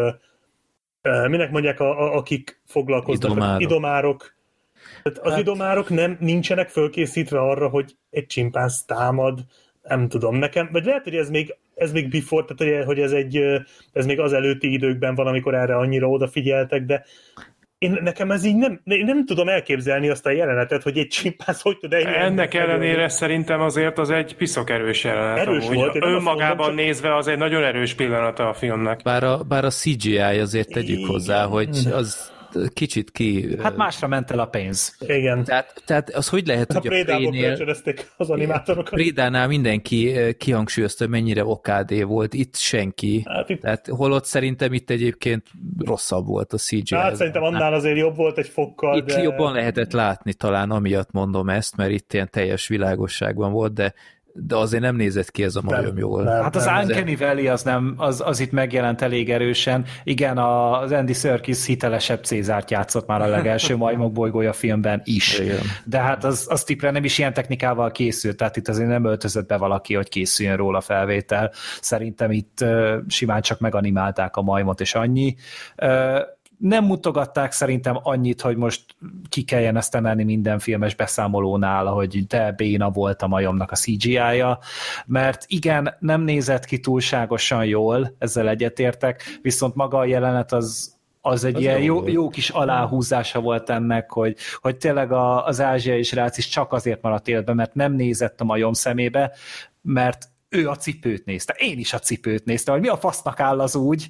uh, minek mondják, a, a, akik foglalkoznak, idomárok. idomárok. Tehát az hát... idomárok nem, nincsenek fölkészítve arra, hogy egy csimpánz támad, nem tudom, nekem, vagy lehet, hogy ez még, ez még before, tehát hogy ez, egy, ez még az előtti időkben van, amikor erre annyira odafigyeltek, de én, nekem ez így nem, nem tudom elképzelni azt a jelenetet, hogy egy csimpánz hogy tud ennyi. Ennek ellenére erős. Szerintem azért az egy piszok erős jelenet. Erős amúgy. volt. Önmagában mondom, nézve az egy nagyon erős pillanata a filmnek. Bár a, bár a cé gé í azért tegyük igen. hozzá, hogy az kicsit ki... Hát másra ment el a pénz. Igen. Tehát, tehát az hogy lehet, a hogy a Prédából Prénél... az animátorokat. Prédánál mindenki kihangsúlyozta, mennyire okádé volt, itt senki. Hát itt... Tehát holott szerintem itt egyébként rosszabb volt a cé gé í. Hát szerintem annál azért jobb volt egy fokkal. Itt de... jobban lehetett látni talán, amiatt mondom ezt, mert itt ilyen teljes világosságban volt, de de azért nem nézett ki ez a majom jól. Nem, hát az Uncanny Valley az, nem, az, az itt megjelent elég erősen. Igen, az Andy Serkis hitelesebb Cézárt játszott már a legelső Majmok bolygója filmben is. Igen. De hát az, az tipre nem is ilyen technikával készült, tehát itt azért nem öltözött be valaki, hogy készüljön róla felvétel. Szerintem itt uh, simán csak meganimálták a majmot, és annyi. Uh, nem mutogatták szerintem annyit, hogy most ki kelljen ezt emelni minden filmes beszámolónál, hogy de béna volt a majomnak a cé gé í-ja, mert igen, nem nézett ki túlságosan jól, ezzel egyetértek, viszont maga a jelenet az, az egy az ilyen jó, jó, jó kis aláhúzása volt ennek, hogy, hogy tényleg a, az ázsiai srác is csak azért maradt életben, mert nem nézett a majom szemébe, mert ő a cipőt nézte. Én is a cipőt néztem, hogy mi a fasznak áll az úgy.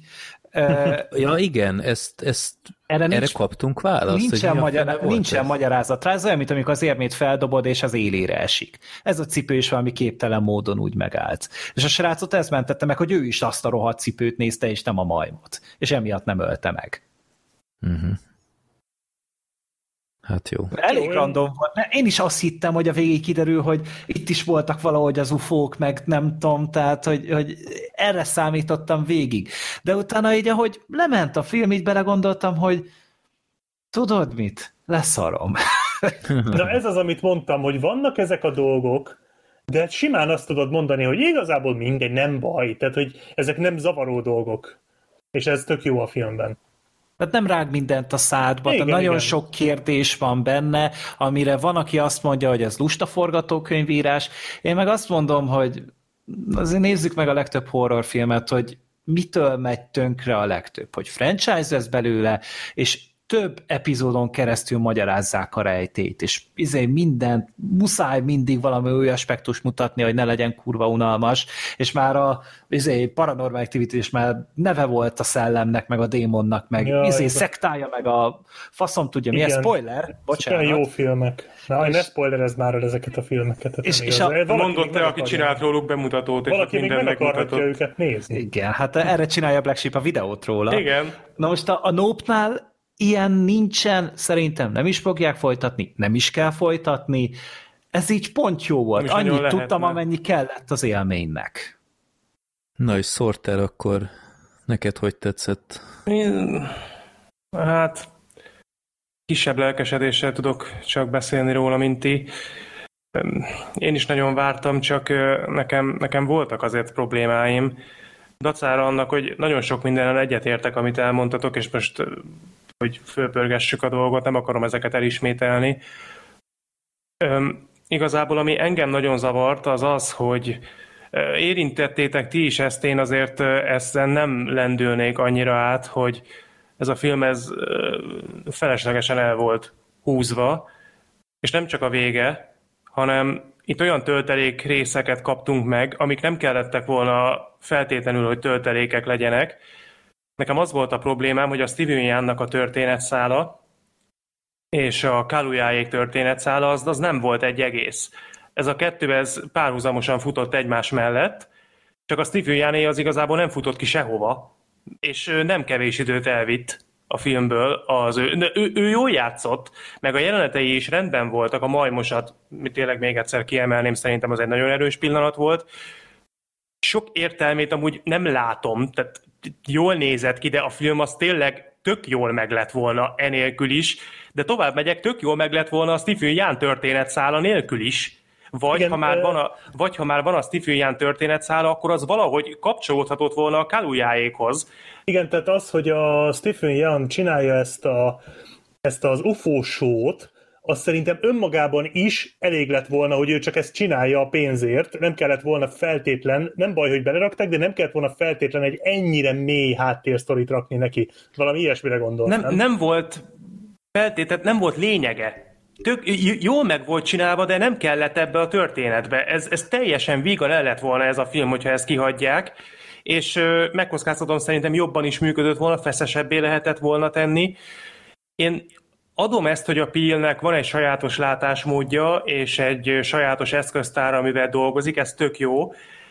Ja igen, ezt, ezt erre, nincs, erre kaptunk választ. Nincsen, magyar, nincsen magyarázat rá, ez olyan, mint amikor az érmét feldobod, és az élére esik. Ez a cipő is valami képtelen módon úgy megállt. És a srácot ez mentette meg, hogy ő is azt a rohadt cipőt nézte, és nem a majmot. És emiatt nem ölte meg. Uh-huh. Hát jó. Elég jó, random volt. Én is azt hittem, hogy a végig kiderül, hogy itt is voltak valahogy az ufók, meg nem tudom, tehát, hogy, hogy erre számítottam végig. De utána így, ahogy lement a film, így belegondoltam, hogy tudod mit? Leszarom. Na ez az, amit mondtam, hogy vannak ezek a dolgok, de simán azt tudod mondani, hogy igazából mindegy, nem baj. Tehát, hogy ezek nem zavaró dolgok. És ez tök jó a filmben. Tehát nem rág mindent a szádba, igen, tehát nagyon igen. sok kérdés van benne, amire van, aki azt mondja, hogy ez lusta forgatókönyvírás. Én meg azt mondom, hogy azért nézzük meg a legtöbb horrorfilmet, hogy mitől megy tönkre a legtöbb, hogy franchise lesz belőle, és több epizódon keresztül magyarázzák a rejtélyt, és izé mindent, muszáj mindig valami új aspektus mutatni, hogy ne legyen kurva unalmas, és már a izé, Paranormal Activity is már neve volt a szellemnek, meg a démonnak, meg ja, izé, szektája, meg a faszom tudja, mi ez, spoiler? Bocsánat. Olyan jó filmek. Na, és... ne spoilerezd már ezeket a filmeket. És, és a... Mondott te, aki csinált róluk bemutatót, valaki és még meg akarhatja őket nézni. Igen, hát erre csinálja Black Sheep a videót róla. Igen. Na most a, a Nope-nál ilyen nincsen, szerintem nem is fogják folytatni, nem is kell folytatni. Ez így pont jó volt. Annyit tudtam, amennyi kellett az élménynek. Na és Sorter, akkor neked hogy tetszett? Én, hát kisebb lelkesedéssel tudok csak beszélni róla, mint ti. Én is nagyon vártam, csak nekem, nekem voltak azért problémáim. Dacára annak, hogy nagyon sok mindennel egyetértek, amit elmondtatok, és most hogy fölpörgessük a dolgot, nem akarom ezeket elismételni. Üm, igazából ami engem nagyon zavart, az az, hogy érintettétek ti is ezt, én azért ezen nem lendülnék annyira át, hogy ez a film ez feleslegesen el volt húzva, és nem csak a vége, hanem itt olyan töltelék részeket kaptunk meg, amik nem kellettek volna feltétlenül, hogy töltelékek legyenek. Nekem az volt a problémám, hogy a Steven Yeunnak a történetszála és a Kaluuya-ék történetszála az, az nem volt egy egész. Ez a kettő ez párhuzamosan futott egymás mellett, csak a Steven Yeun az igazából nem futott ki sehova, és nem kevés időt elvitt a filmből. Az ő, ő, ő jól játszott, meg a jelenetei is rendben voltak, a majmosat tényleg még egyszer kiemelném, szerintem az egy nagyon erős pillanat volt. Sok értelmét amúgy nem látom, tehát jól nézett ki, de a film az tényleg tök jól meg lett volna enélkül is, de tovább megyek, tök jól meg lett volna a Stephen Yeun történetszála nélkül is. Vagy, igen, ha már van a, vagy ha már van a Stephen Yeun történetszála, akkor az valahogy kapcsolódhatott volna a Kaluuya-ékhoz. Igen, tehát az, hogy a Stephen Yeun csinálja ezt, a, ezt az u f o show-t, az szerintem önmagában is elég lett volna, hogy ő csak ezt csinálja a pénzért, nem kellett volna feltétlen, nem baj, hogy belerakták, de nem kellett volna feltétlen egy ennyire mély háttérsztorit rakni neki. Valami ilyesmire gondoltam. Nem, nem volt feltétlen, nem volt lényege. Tök, jól meg volt csinálva, de nem kellett ebbe a történetbe. Ez, ez teljesen vígan el lett volna ez a film, hogyha ezt kihagyják, és megkockáztatom, szerintem jobban is működött volna, feszesebbé lehetett volna tenni. Én adom ezt, hogy a Peele-nek van egy sajátos látásmódja, és egy sajátos eszköztára, amivel dolgozik, ez tök jó.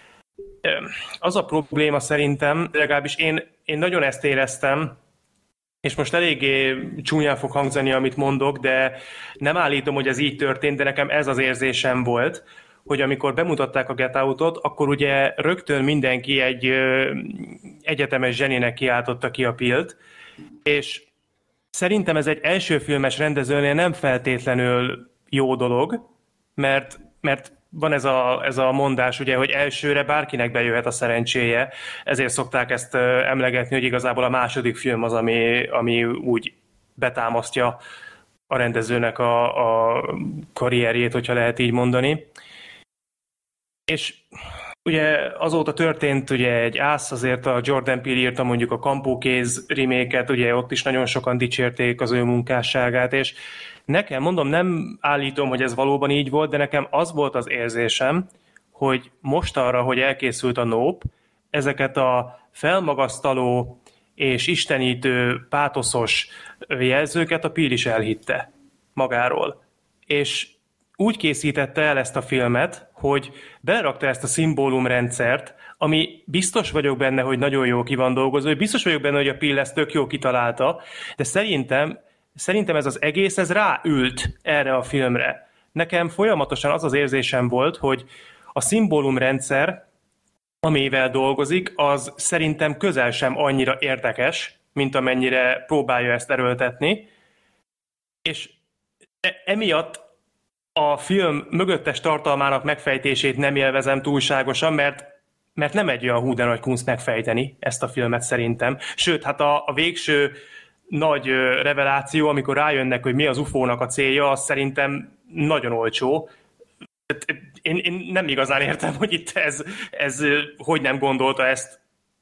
Az a probléma szerintem, legalábbis én, én nagyon ezt éreztem, és most eléggé csúnyán fog hangzani, amit mondok, de nem állítom, hogy ez így történt, de nekem ez az érzésem volt, hogy amikor bemutatták a Get Out-ot, akkor ugye rögtön mindenki egy ö, egyetemes zseninek kiáltotta ki a Peele-t, és szerintem ez egy elsőfilmes rendezőnél nem feltétlenül jó dolog, mert, mert van ez a, ez a mondás, ugye, hogy elsőre bárkinek bejöhet a szerencséje, ezért szokták ezt emlegetni, hogy igazából a második film az, ami, ami úgy betámasztja a rendezőnek a, a karrierjét, hogyha lehet így mondani. És ugye azóta történt ugye egy ász, azért a Jordan Peele írta mondjuk a Kampókéz remake-et, ugye ott is nagyon sokan dicsérték az ő munkásságát, és nekem, mondom, nem állítom, hogy ez valóban így volt, de nekem az volt az érzésem, hogy most arra, hogy elkészült a Nope, ezeket a felmagasztaló és istenítő, pátoszos jelzőket a Peele is elhitte magáról. És úgy készítette el ezt a filmet, hogy belerakta ezt a szimbólumrendszert, ami biztos vagyok benne, hogy nagyon jó ki van dolgozva, biztos vagyok benne, hogy a Peele ezt tök jó kitalálta, de szerintem, szerintem ez az egész, ez ráült erre a filmre. Nekem folyamatosan az az érzésem volt, hogy a szimbólumrendszer, amivel dolgozik, az szerintem közel sem annyira érdekes, mint amennyire próbálja ezt erőltetni, és emiatt a film mögöttes tartalmának megfejtését nem élvezem túlságosan, mert, mert nem egy olyan hú de nagy kunst megfejteni ezt a filmet szerintem. Sőt, hát a, a végső nagy reveláció, amikor rájönnek, hogy mi az ufónak a célja, az szerintem nagyon olcsó. Én, én nem igazán értem, hogy itt ez, ez hogy nem gondolta ezt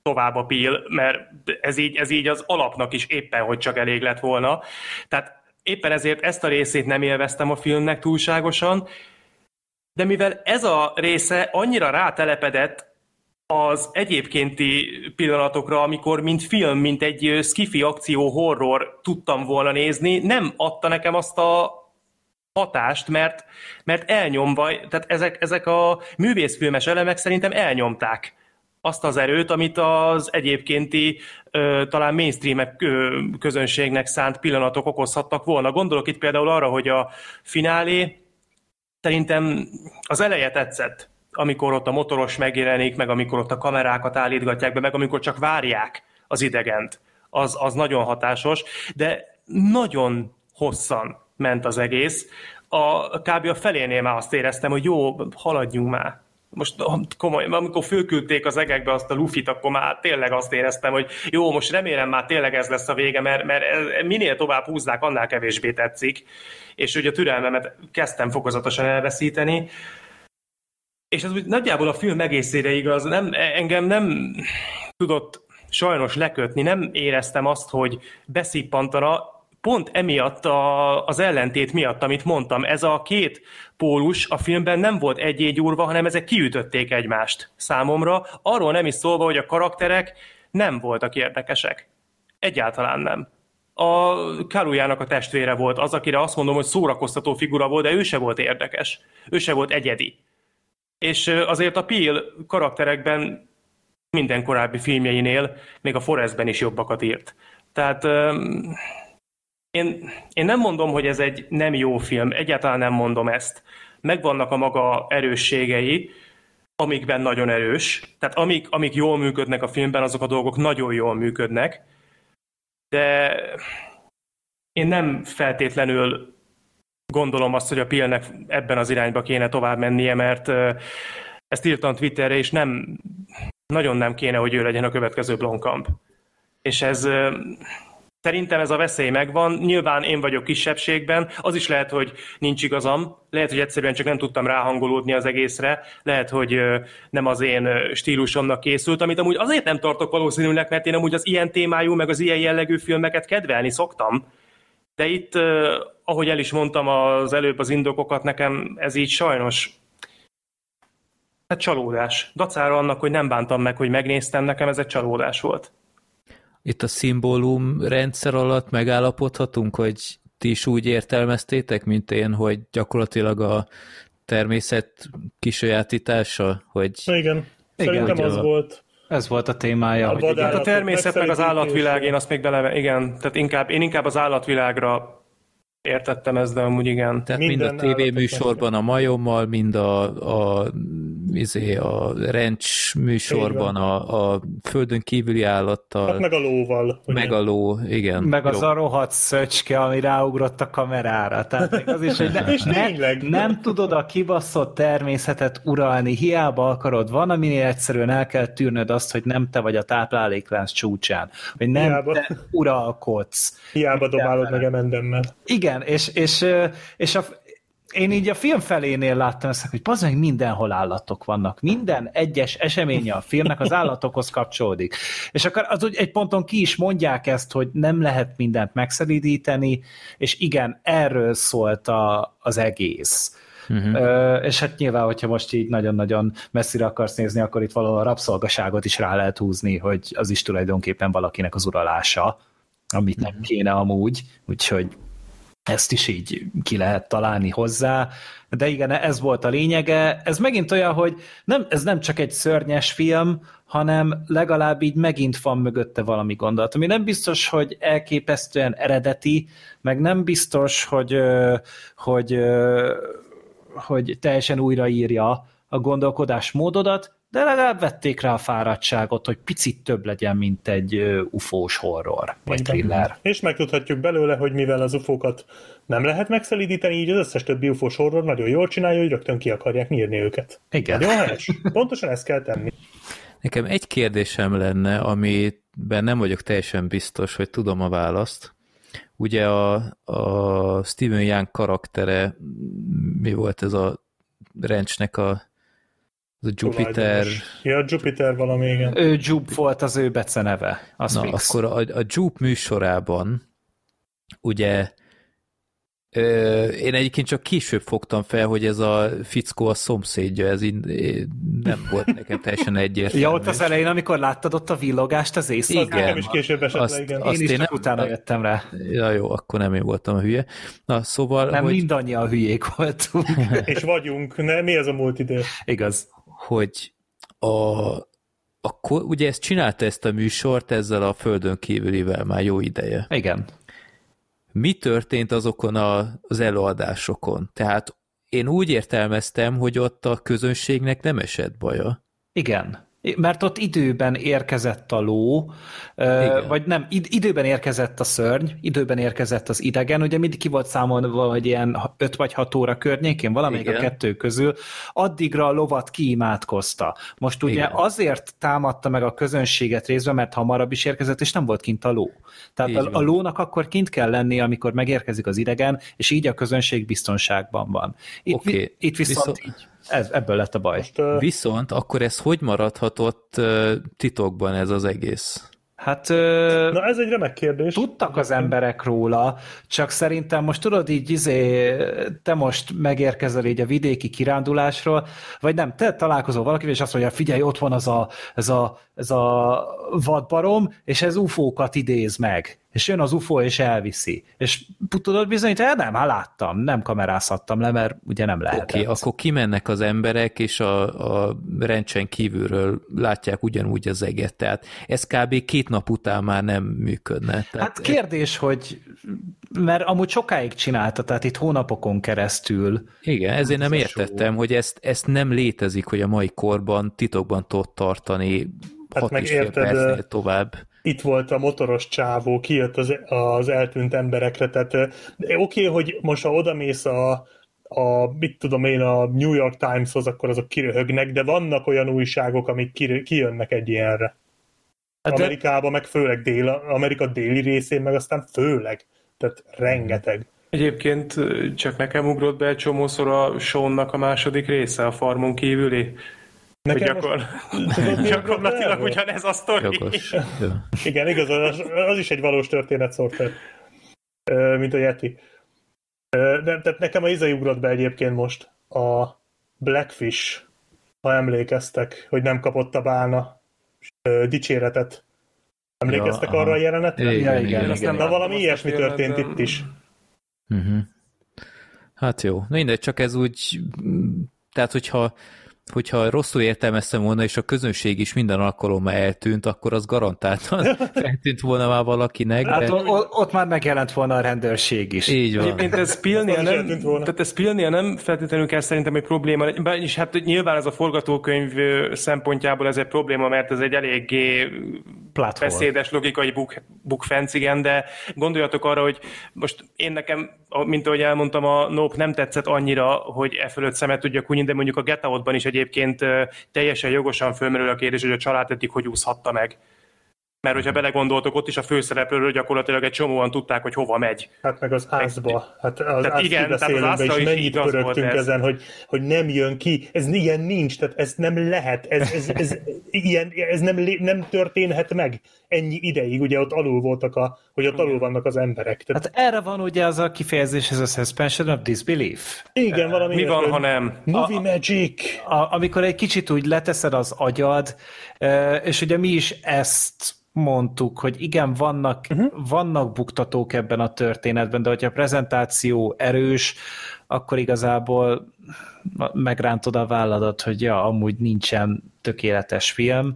tovább a Peele, mert ez így, ez így az alapnak is éppen, hogy csak elég lett volna. Tehát éppen ezért ezt a részét nem élveztem a filmnek túlságosan, de mivel ez a része annyira rátelepedett az egyébkénti pillanatokra, amikor mint film, mint egy skifi akció horror tudtam volna nézni, nem adta nekem azt a hatást, mert, mert elnyomva, tehát ezek, ezek a művészfilmes elemek szerintem elnyomták azt az erőt, amit az egyébkénti ö, talán mainstream közönségnek szánt pillanatok okozhattak volna. Gondolok itt például arra, hogy a finálé szerintem az eleje tetszett, amikor ott a motoros megjelenik, meg amikor ott a kamerákat állítgatják be, meg amikor csak várják az idegent. Az, az nagyon hatásos, de nagyon hosszan ment az egész. A, kb. A felénél már azt éreztem, hogy jó, haladjunk már. Most komoly, amikor fölküldték az egekbe azt a Luffyt, akkor már tényleg azt éreztem, hogy jó, most remélem már tényleg ez lesz a vége, mert, mert minél tovább húzzák, annál kevésbé tetszik. És ugye a türelmemet kezdtem fokozatosan elveszíteni. És ez úgy nagyjából a film egészére igaz, nem, engem nem tudott sajnos lekötni, nem éreztem azt, hogy beszippantana, pont emiatt a, az ellentét miatt, amit mondtam, ez a két pólus a filmben nem volt egy-egy-úrva, hanem ezek kiütötték egymást számomra, arról nem is szólva, hogy a karakterek nem voltak érdekesek. Egyáltalán nem. A Kalujának a testvére volt az, akire azt mondom, hogy szórakoztató figura volt, de ő se volt érdekes. Ő se volt egyedi. És azért a Peele karakterekben minden korábbi filmjeinél, még a Forrestben is jobbakat írt. Tehát én, én nem mondom, hogy ez egy nem jó film, egyáltalán nem mondom ezt. Megvannak a maga erősségei, amikben nagyon erős. Tehát amik, amik jól működnek a filmben, azok a dolgok nagyon jól működnek. De én nem feltétlenül gondolom azt, hogy a Peele-nek ebben az irányba kéne tovább mennie, mert ezt írtam Twitterre, és nem, nagyon nem kéne, hogy ő legyen a következő Blomkamp. És ez szerintem ez a veszély megvan. Nyilván én vagyok kisebbségben, az is lehet, hogy nincs igazam, lehet, hogy egyszerűen csak nem tudtam ráhangolódni az egészre, lehet, hogy nem az én stílusomnak készült, amit amúgy azért nem tartok valószínűleg, mert én amúgy az ilyen témájú, meg az ilyen jellegű filmeket kedvelni szoktam. De itt, ahogy el is mondtam az előbb az indokokat, nekem ez így sajnos hát csalódás. Dacára annak, hogy nem bántam meg, hogy megnéztem, nekem ez egy csalódás volt. Itt a szimbólum rendszer alatt megállapodhatunk, hogy ti is úgy értelmeztétek, mint én, hogy gyakorlatilag a természet kisajátítása, hogy... Igen, igen, szerintem az a... volt. Ez volt a témája. A, hogy hát a természet meg az állatvilág, én azt még bele... Igen, tehát inkább, én inkább az állatvilágra értettem ezt, de amúgy igen. Tehát minden mind a tévéműsorban a majommal, mind a, a, izé, a ranch műsorban a, a földön kívüli állattal. Hát meg a lóval. Meg ugye? A ló, igen. Meg jó. az a rohadt szöcske, ami ráugrott a kamerára. Tehát az is, hogy ne, és ne, nem tudod a kibaszott természetet uralni, hiába akarod. Van, aminél egyszerűen el kell tűrnöd azt, hogy nem te vagy a tápláléklánc csúcsán. Hogy nem hiába. Te uralkodsz. Hiába dobálod meg emendemmel. Igen, és, és, és a, én így a film felénél láttam ezt, hogy bazd meg mindenhol állatok vannak. Minden egyes eseménye a filmnek az állatokhoz kapcsolódik. És akkor az úgy egy ponton ki is mondják ezt, hogy nem lehet mindent megszelídíteni, és igen, erről szólt a, az egész. Uh-huh. Ö, és hát nyilván, hogyha most így nagyon-nagyon messzire akarsz nézni, akkor itt valahol a rabszolgaságot is rá lehet húzni, hogy az is tulajdonképpen valakinek az uralása, amit nem kéne amúgy, úgyhogy ezt is így ki lehet találni hozzá, de igen, ez volt a lényege. Ez megint olyan, hogy nem, ez nem csak egy szörnyes film, hanem legalább így megint van mögötte valami gondolat, ami nem biztos, hogy elképesztően eredeti, meg nem biztos, hogy, hogy, hogy teljesen újraírja a gondolkodásmódodat, de legalább vették rá a fáradtságot, hogy picit több legyen, mint egy ufós horror, vagy thriller. És megtudhatjuk belőle, hogy mivel az ufókat nem lehet megszelídíteni, így az összes többi ufós horror nagyon jól csinálja, hogy rögtön ki akarják nyírni őket. Igen. Nagyon helyes. Pontosan ezt kell tenni. Nekem egy kérdésem lenne, amiben nem vagyok teljesen biztos, hogy tudom a választ. Ugye a, a Steven Yeun karaktere, mi volt ez a ranchnek a a Jupiter... Tulajdonos. Ja, Jupiter valami, igen. Ő Jupe volt az ő beceneve. Az Na, fix. akkor a, a Jupe műsorában ugye ö, én egyébként csak később fogtam fel, hogy ez a fickó a szomszédja, ez így nem volt nekem teljesen egyértelmű. Ja, ott az elején, amikor láttad ott a villogást az éjszakán? Igen. Nekem is később esett Azt- le, igen. azt Én is én csak nem- utána jöttem rá. Ja, jó, akkor nem én voltam a hülye. Na, szóval, Nem, hogy, mindannyian hülyék voltunk. És vagyunk. Ne, mi ez a múlt idő? Igaz. hogy a, akkor ugye ezt csinálta ezt a műsort ezzel a földön kívülivel már jó ideje. Igen. Mi történt azokon a, az előadásokon? Tehát én úgy értelmeztem, hogy ott a közönségnek nem esett baja. Igen. Mert ott időben érkezett a ló, ö, vagy nem, id- időben érkezett a szörny, időben érkezett az idegen, ugye mindig ki volt számolva, hogy ilyen öt vagy hat óra környékén, valamelyik Igen. a kettő közül, addigra a lovat kiimádkozta. Most ugye Igen. azért támadta meg a közönséget részben, mert hamarabb is érkezett, és nem volt kint a ló. Tehát Így a, van. a lónak akkor kint kell lenni, amikor megérkezik az idegen, és így a közönség biztonságban van. Itt, Oké. vi- itt viszont Viszont- így, ez, ebből lett a baj. Most, uh, Viszont akkor ez hogy maradhatott uh, titokban ez az egész? Hát... Ö... na ez egy remek kérdés. Tudtak az emberek róla, csak szerintem most tudod így, izé, te most megérkezel így a vidéki kirándulásról, vagy nem, te találkozol valakivel, és azt mondja, figyelj, ott van az a, ez a, ez a vadbarom, és ez ufókat idéz meg. És jön az ufó, és elviszi. És tudod bizonyítani? Nem, hát láttam, nem kamerázhattam le, mert ugye nem lehetett. Oké, okay, akkor kimennek az emberek, és a, a rendsen kívülről látják ugyanúgy az eget. Tehát ez kb. Két nap után már nem működne. Tehát Hát kérdés, hogy mert amúgy sokáig csinálta, tehát itt hónapokon keresztül. igen, ezért nem Ez a értettem, hogy ezt, ezt nem létezik, hogy a mai korban titokban tudod tartani Hát hat meg és fél érted, percnél tovább. Itt volt a motoros csávó, kijött az, az eltűnt emberekre, tehát ö, oké, okay, hogy most ha odamész a, a, mit tudom én, a New York Timeshoz, akkor azok kiröhögnek, de vannak olyan újságok, amik ki, kijönnek egy ilyenre. Hát de- Amerikában, meg főleg dél, Amerika déli részén, meg aztán főleg. Tehát rengeteg. Egyébként csak nekem ugrott be egy csomószor a Sean-nak a második része, a farmon kívüli. Hogy Nekem gyakor... most, tudod, mi gyakorlatilag erről? ugyanez a sztori. Jogos. Jó. Igen, igaz, az, az is egy valós történet szólt, mint a Yeti. De, tehát nekem a izai ugrott be egyébként most a Blackfish, ha emlékeztek, hogy nem kapott a bálna ö, dicséretet. Emlékeztek Ja, arra a aha. jelenetre? Igen, Ja, igen, igen, igen. igen. Na valami Azt ilyesmi a történt filmet, itt is. Uh-huh. Hát jó. Na mindegy, csak ez úgy, tehát hogyha hogyha rosszul értelmeztem volna, és a közönség is minden alkalommal eltűnt, akkor az garantáltan feltűnt volna már valakinek. Hát De... o- ott már megjelent volna a rendőrség is. Így van. Egyébként ez Pilnia Az is nem, eltűnt volna. tehát ez Pilnia nem feltétlenül kell szerintem egy probléma, és hát nyilván ez a forgatókönyv szempontjából ez egy probléma, mert ez egy eléggé Platform. beszédes, logikai buk, bukfenc, igen, de gondoljatok arra, hogy most én nekem, mint ahogy elmondtam, a Nope nem tetszett annyira, hogy e fölött szemet tudjak hunyni, de mondjuk a Get Out-ban is egyébként teljesen jogosan fölmerül a kérdés, hogy a család eddig hogy úszhatta meg. Mert hogyha belegondoltok, ott is a főszereplőről gyakorlatilag egy csomóan tudták, hogy hova megy. Hát meg az ázba. Hát az Tehát áz igen, tehát az kibeszélőben ázra is is mennyit igaz volt pörögtünk ez. ezen, hogy, hogy nem jön ki. Ez ilyen nincs, tehát ez nem lehet. Ez, ez, ez, ilyen, ez nem, lé- nem történhet meg ennyi ideig. Ugye ott alul voltak, a, hogy ott alul vannak az emberek. Tehát, Hát erre van ugye az a kifejezés, ez a suspension of disbelief. igen, valami Mi van, ilyesmi, ha nem? Movie magic. A, amikor egy kicsit úgy leteszed az agyad, és ugye mi is ezt mondtuk, hogy igen, vannak, uh-huh. vannak buktatók ebben a történetben, de hogyha a prezentáció erős, akkor igazából megrántod a válladat, hogy ja, amúgy nincsen tökéletes film,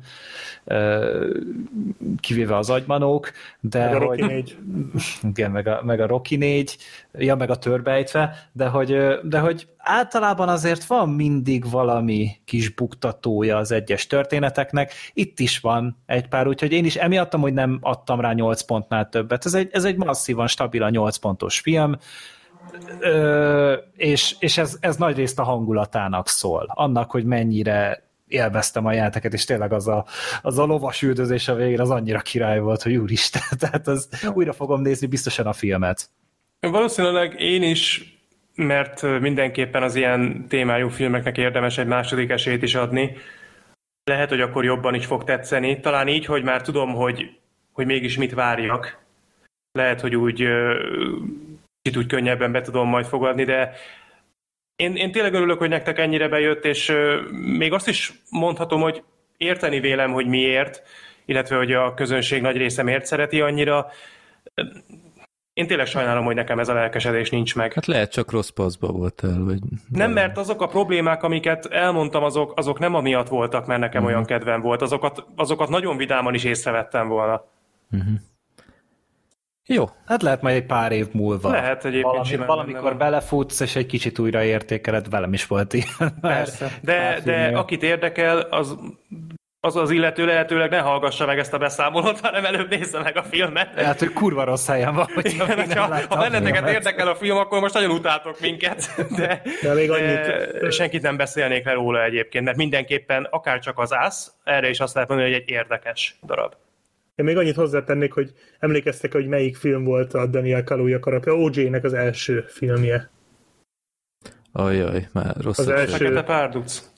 kivéve az agymanók, de Meg a hogy... Rocky négy. Igen, meg a, meg a Rocky négy, ja, meg a Törbejtve, de hogy, de hogy általában azért van mindig valami kis buktatója az egyes történeteknek, itt is van egy pár, úgyhogy én is emiattam, hogy nem adtam rá nyolc pontnál többet. Ez egy, ez egy masszívan stabil a nyolc pontos film, Ö, és, és ez, ez nagy részt a hangulatának szól. Annak, hogy mennyire élveztem a játéket, és tényleg az a, az a lovas üldözés a végén az annyira király volt, hogy úristen, tehát az, újra fogom nézni biztosan a filmet. Valószínűleg én is mert mindenképpen az ilyen témájú filmeknek érdemes egy második esélyt is adni. Lehet, hogy akkor jobban is fog tetszeni. Talán így, hogy már tudom, hogy, hogy mégis mit várjak. Lehet, hogy úgy kicsit úgy könnyebben be tudom majd fogadni, de én, én tényleg örülök, hogy nektek ennyire bejött, és még azt is mondhatom, hogy érteni vélem, hogy miért, illetve hogy a közönség nagy része miért szereti annyira. Én tényleg sajnálom, hogy nekem ez a lelkesedés nincs meg. Hát lehet csak rossz paszba voltál, vagy... Nem, mert azok a problémák, amiket elmondtam, azok, azok nem amiatt voltak, mert nekem uh-huh. olyan kedvem volt. Azokat, azokat nagyon vidáman is észrevettem volna. Uh-huh. Jó. Hát lehet majd egy pár év múlva. Lehet egyébként Valami, simán. valamikor belefutsz, és egy kicsit újra értékeled, velem is volt ilyen. Persze. De, de akit érdekel, az... az az illető lehetőleg ne hallgassa meg ezt a beszámolót, hanem előbb nézze meg a filmet. Hát, hogy kurva rossz helyen van, hogyha igen, ha, ha benneteket érdekel a film, akkor most nagyon utáltok minket, de, de, még annyit... de senkit nem beszélnék le róla egyébként, mert mindenképpen akár csak az ász, erre is azt lehet mondani, hogy egy érdekes darab. Én még annyit hozzátennék, hogy emlékeztek, hogy melyik film volt a Daniel Kaluuya karakter, o jé-nek az első filmje. Ajaj, már rossz. Az első... Fekete párduc.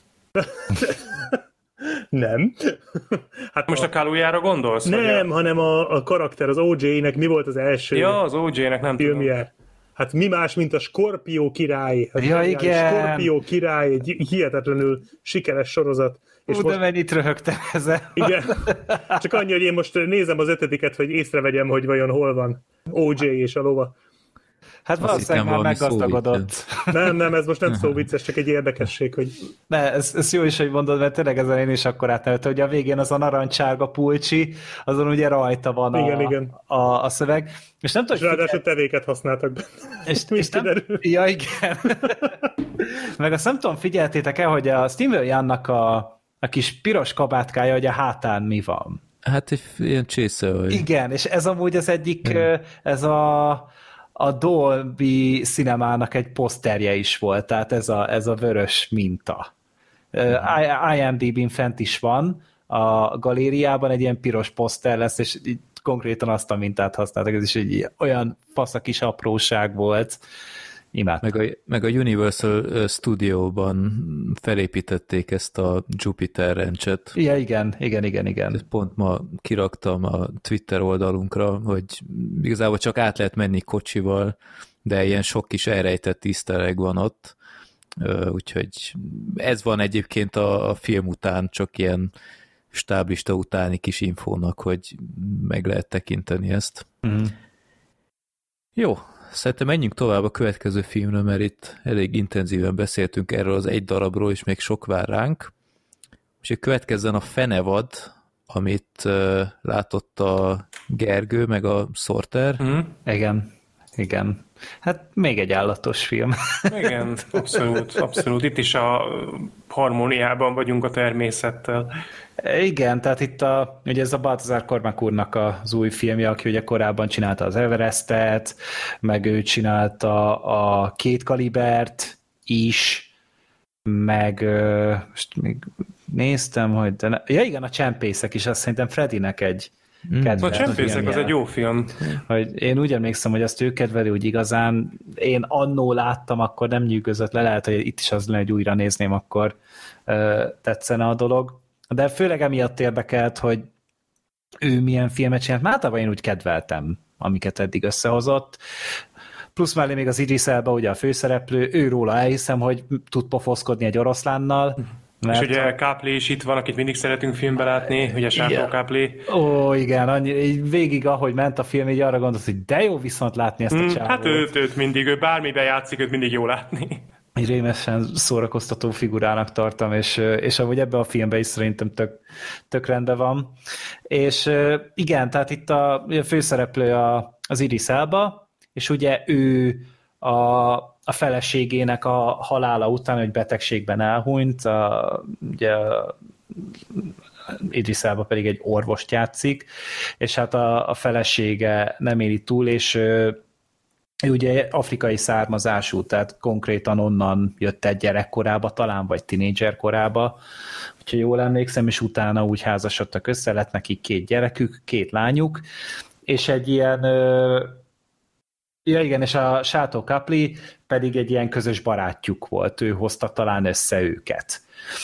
Nem. Hát most a, a Kaluuyára gondolsz? Nem, a... hanem a, a karakter, az o jé-nek mi volt az első ja, az o jé-nek nem filmje? tudom. Hát mi más, mint a Skorpió király. Hát ja, igen. Skorpió király, egy hihetetlenül sikeres sorozat. És Ú, most... de mennyit röhögtem ezzel. Igen. Csak annyi, hogy én most nézem az ötödiket, hogy észrevegyem, hogy vajon hol van o jé és a lova. Hát valószínűleg már meggazdagodott. Nem, nem, ez most nem szó vicces, csak egy érdekesség, hogy... Ne, ez, ez jó is, hogy mondod, mert tényleg ezen én is akkor átnevettem, hogy a végén az a narancsárga pulcsi, azon ugye rajta van a, igen, igen. a, a szöveg. És nem tudom, és ráadásul tevéket használtak benne. És, és nem... Ja, igen. Meg azt nem tudom, figyeltétek-e, hogy a Steve Young-nak a, a kis piros kabátkája, hogy a hátán mi van? Hát egy ilyen csésze vagy. Igen, és ez amúgy az egyik, hmm. ez a a Dolby Cinemának egy poszterje is volt, tehát ez a, ez a vörös minta. Uh, I M D B-n fent is van, a galériában egy ilyen piros poszter lesz, és így konkrétan azt a mintát használtak, ez is egy olyan fasz a kis apróság volt. Imádtam. Meg a, meg a Universal Studio-ban felépítették ezt a Jupiter Ranch-et. Ja, igen, igen, igen, igen. Pont ma kiraktam a Twitter oldalunkra, hogy igazából csak át lehet menni kocsival, de ilyen sok kis elrejtett easter egg van ott, úgyhogy ez van egyébként a, a film után, csak ilyen stáblista utáni kis infónak, hogy meg lehet tekinteni ezt. Mm. Jó, szerintem menjünk tovább a következő filmre, mert itt elég intenzíven beszéltünk erről az egy darabról, és még sok vár ránk. És következzen a Fenevad, amit uh, látott a Gergő, meg a Sorter. Mm. Igen, igen. Hát még egy állatos film. Igen, abszolút, abszolút. Itt is a harmóniában vagyunk a természettel. Igen, tehát itt a, ugye ez a Balthazar Kormák úrnak az új filmje, aki ugye korábban csinálta az Everestet, meg ő csinálta a Két kalibert is, meg most még néztem, hogy de ne, ja igen, a Csempészek is, azt szerintem Freddynek egy Mm. A Csempészek az egy jó film. Hogy én úgy emlékszem, hogy azt ő kedveli úgy igazán. Én annó láttam, akkor nem nyűgözött le, lehet, hogy itt is az lenne, hogy újra nézném, akkor uh, tetszene a dolog. De főleg emiatt érdekelt, hogy ő milyen filmet csinált. Már általában én úgy kedveltem, amiket eddig összehozott. Plusz mellé még az Idris Elba, ugye a főszereplő, ő róla elhiszem, hogy tud pofoszkodni egy oroszlánnal. Mert... És ugye Capli is itt van, akit mindig szeretünk filmbe látni, ugye Sártó Capli. Ó, igen, annyi, így végig, ahogy ment a film, így arra gondolt, hogy de jó viszont látni ezt a csávót. Hát őt, őt mindig, ő bármiben játszik, őt mindig jó látni. Egy rémesen szórakoztató figurának tartom, és, és amúgy ebben a filmben is szerintem tök, tök rendben van. És igen, tehát itt a, a főszereplő a, az Idris Elba, és ugye ő a a feleségének a halála után, hogy betegségben elhunyt, a, ugye Idris Elba pedig egy orvost játszik, és hát a, a felesége nem éli túl, és ő, ő ugye afrikai származású, tehát konkrétan onnan jött egy gyerekkorába, talán vagy tinédzser korába, úgyhogy jól emlékszem, és utána úgy házasodtak össze, lett nekik két gyerekük, két lányuk, és egy ilyen Ja, igen, és a Sátó Kapli pedig egy ilyen közös barátjuk volt, ő hozta talán össze őket.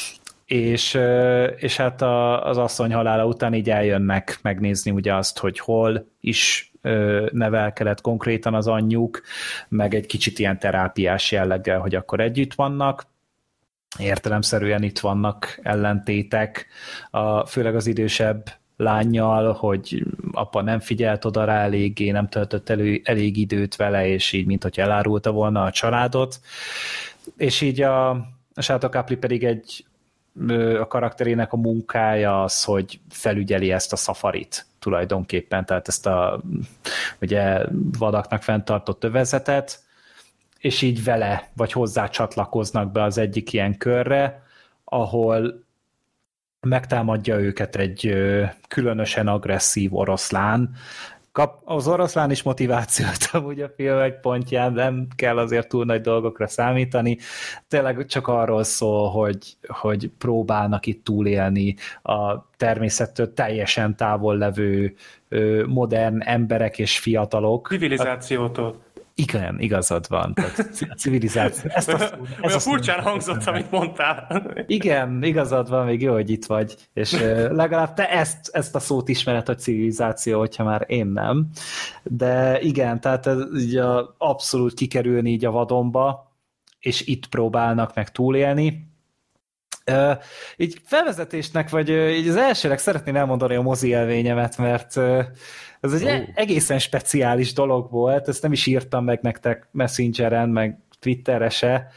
És, és hát a, az asszony halála után így eljönnek megnézni ugye azt, hogy hol is nevelkedett konkrétan az anyjuk, meg egy kicsit ilyen terápiás jelleggel, hogy akkor együtt vannak. Értelemszerűen itt vannak ellentétek, a, főleg az idősebb lánnyal, hogy apa nem figyelt oda rá eléggé, nem töltött elő, elég időt vele, és így, mint hogy elárulta volna a családot. És így a, a Sátó Kapli pedig egy a karakterének a munkája az, hogy felügyeli ezt a szafarit tulajdonképpen, tehát ezt a ugye vadaknak fenntartott övezetet, és így vele, vagy hozzá csatlakoznak be az egyik ilyen körre, ahol megtámadja őket egy különösen agresszív oroszlán. Kap az oroszlán is motivációt amúgy a film egy pontján, nem kell azért túl nagy dolgokra számítani. Tényleg csak arról szól, hogy, hogy próbálnak itt túlélni a természettől teljesen távol levő modern emberek és fiatalok. Civilizációtól. Igen, igazad van. Tehát a civilizáció. Ezt a, szó, ez a furcsán hangzott, amit mondtál. Igen, igazad van, még jó, hogy itt vagy. És legalább te ezt, ezt a szót ismered, hogy civilizáció, hogyha már én nem. De igen, tehát ez így a, abszolút kikerülni így a vadonba, és itt próbálnak meg túlélni. Uh, így felvezetésnek, vagy uh, így az elsőleg szeretném elmondani a mozi élményemet, mert uh, ez egy oh. egészen speciális dolog volt, ezt nem is írtam meg nektek Messengeren, meg Twitterre se,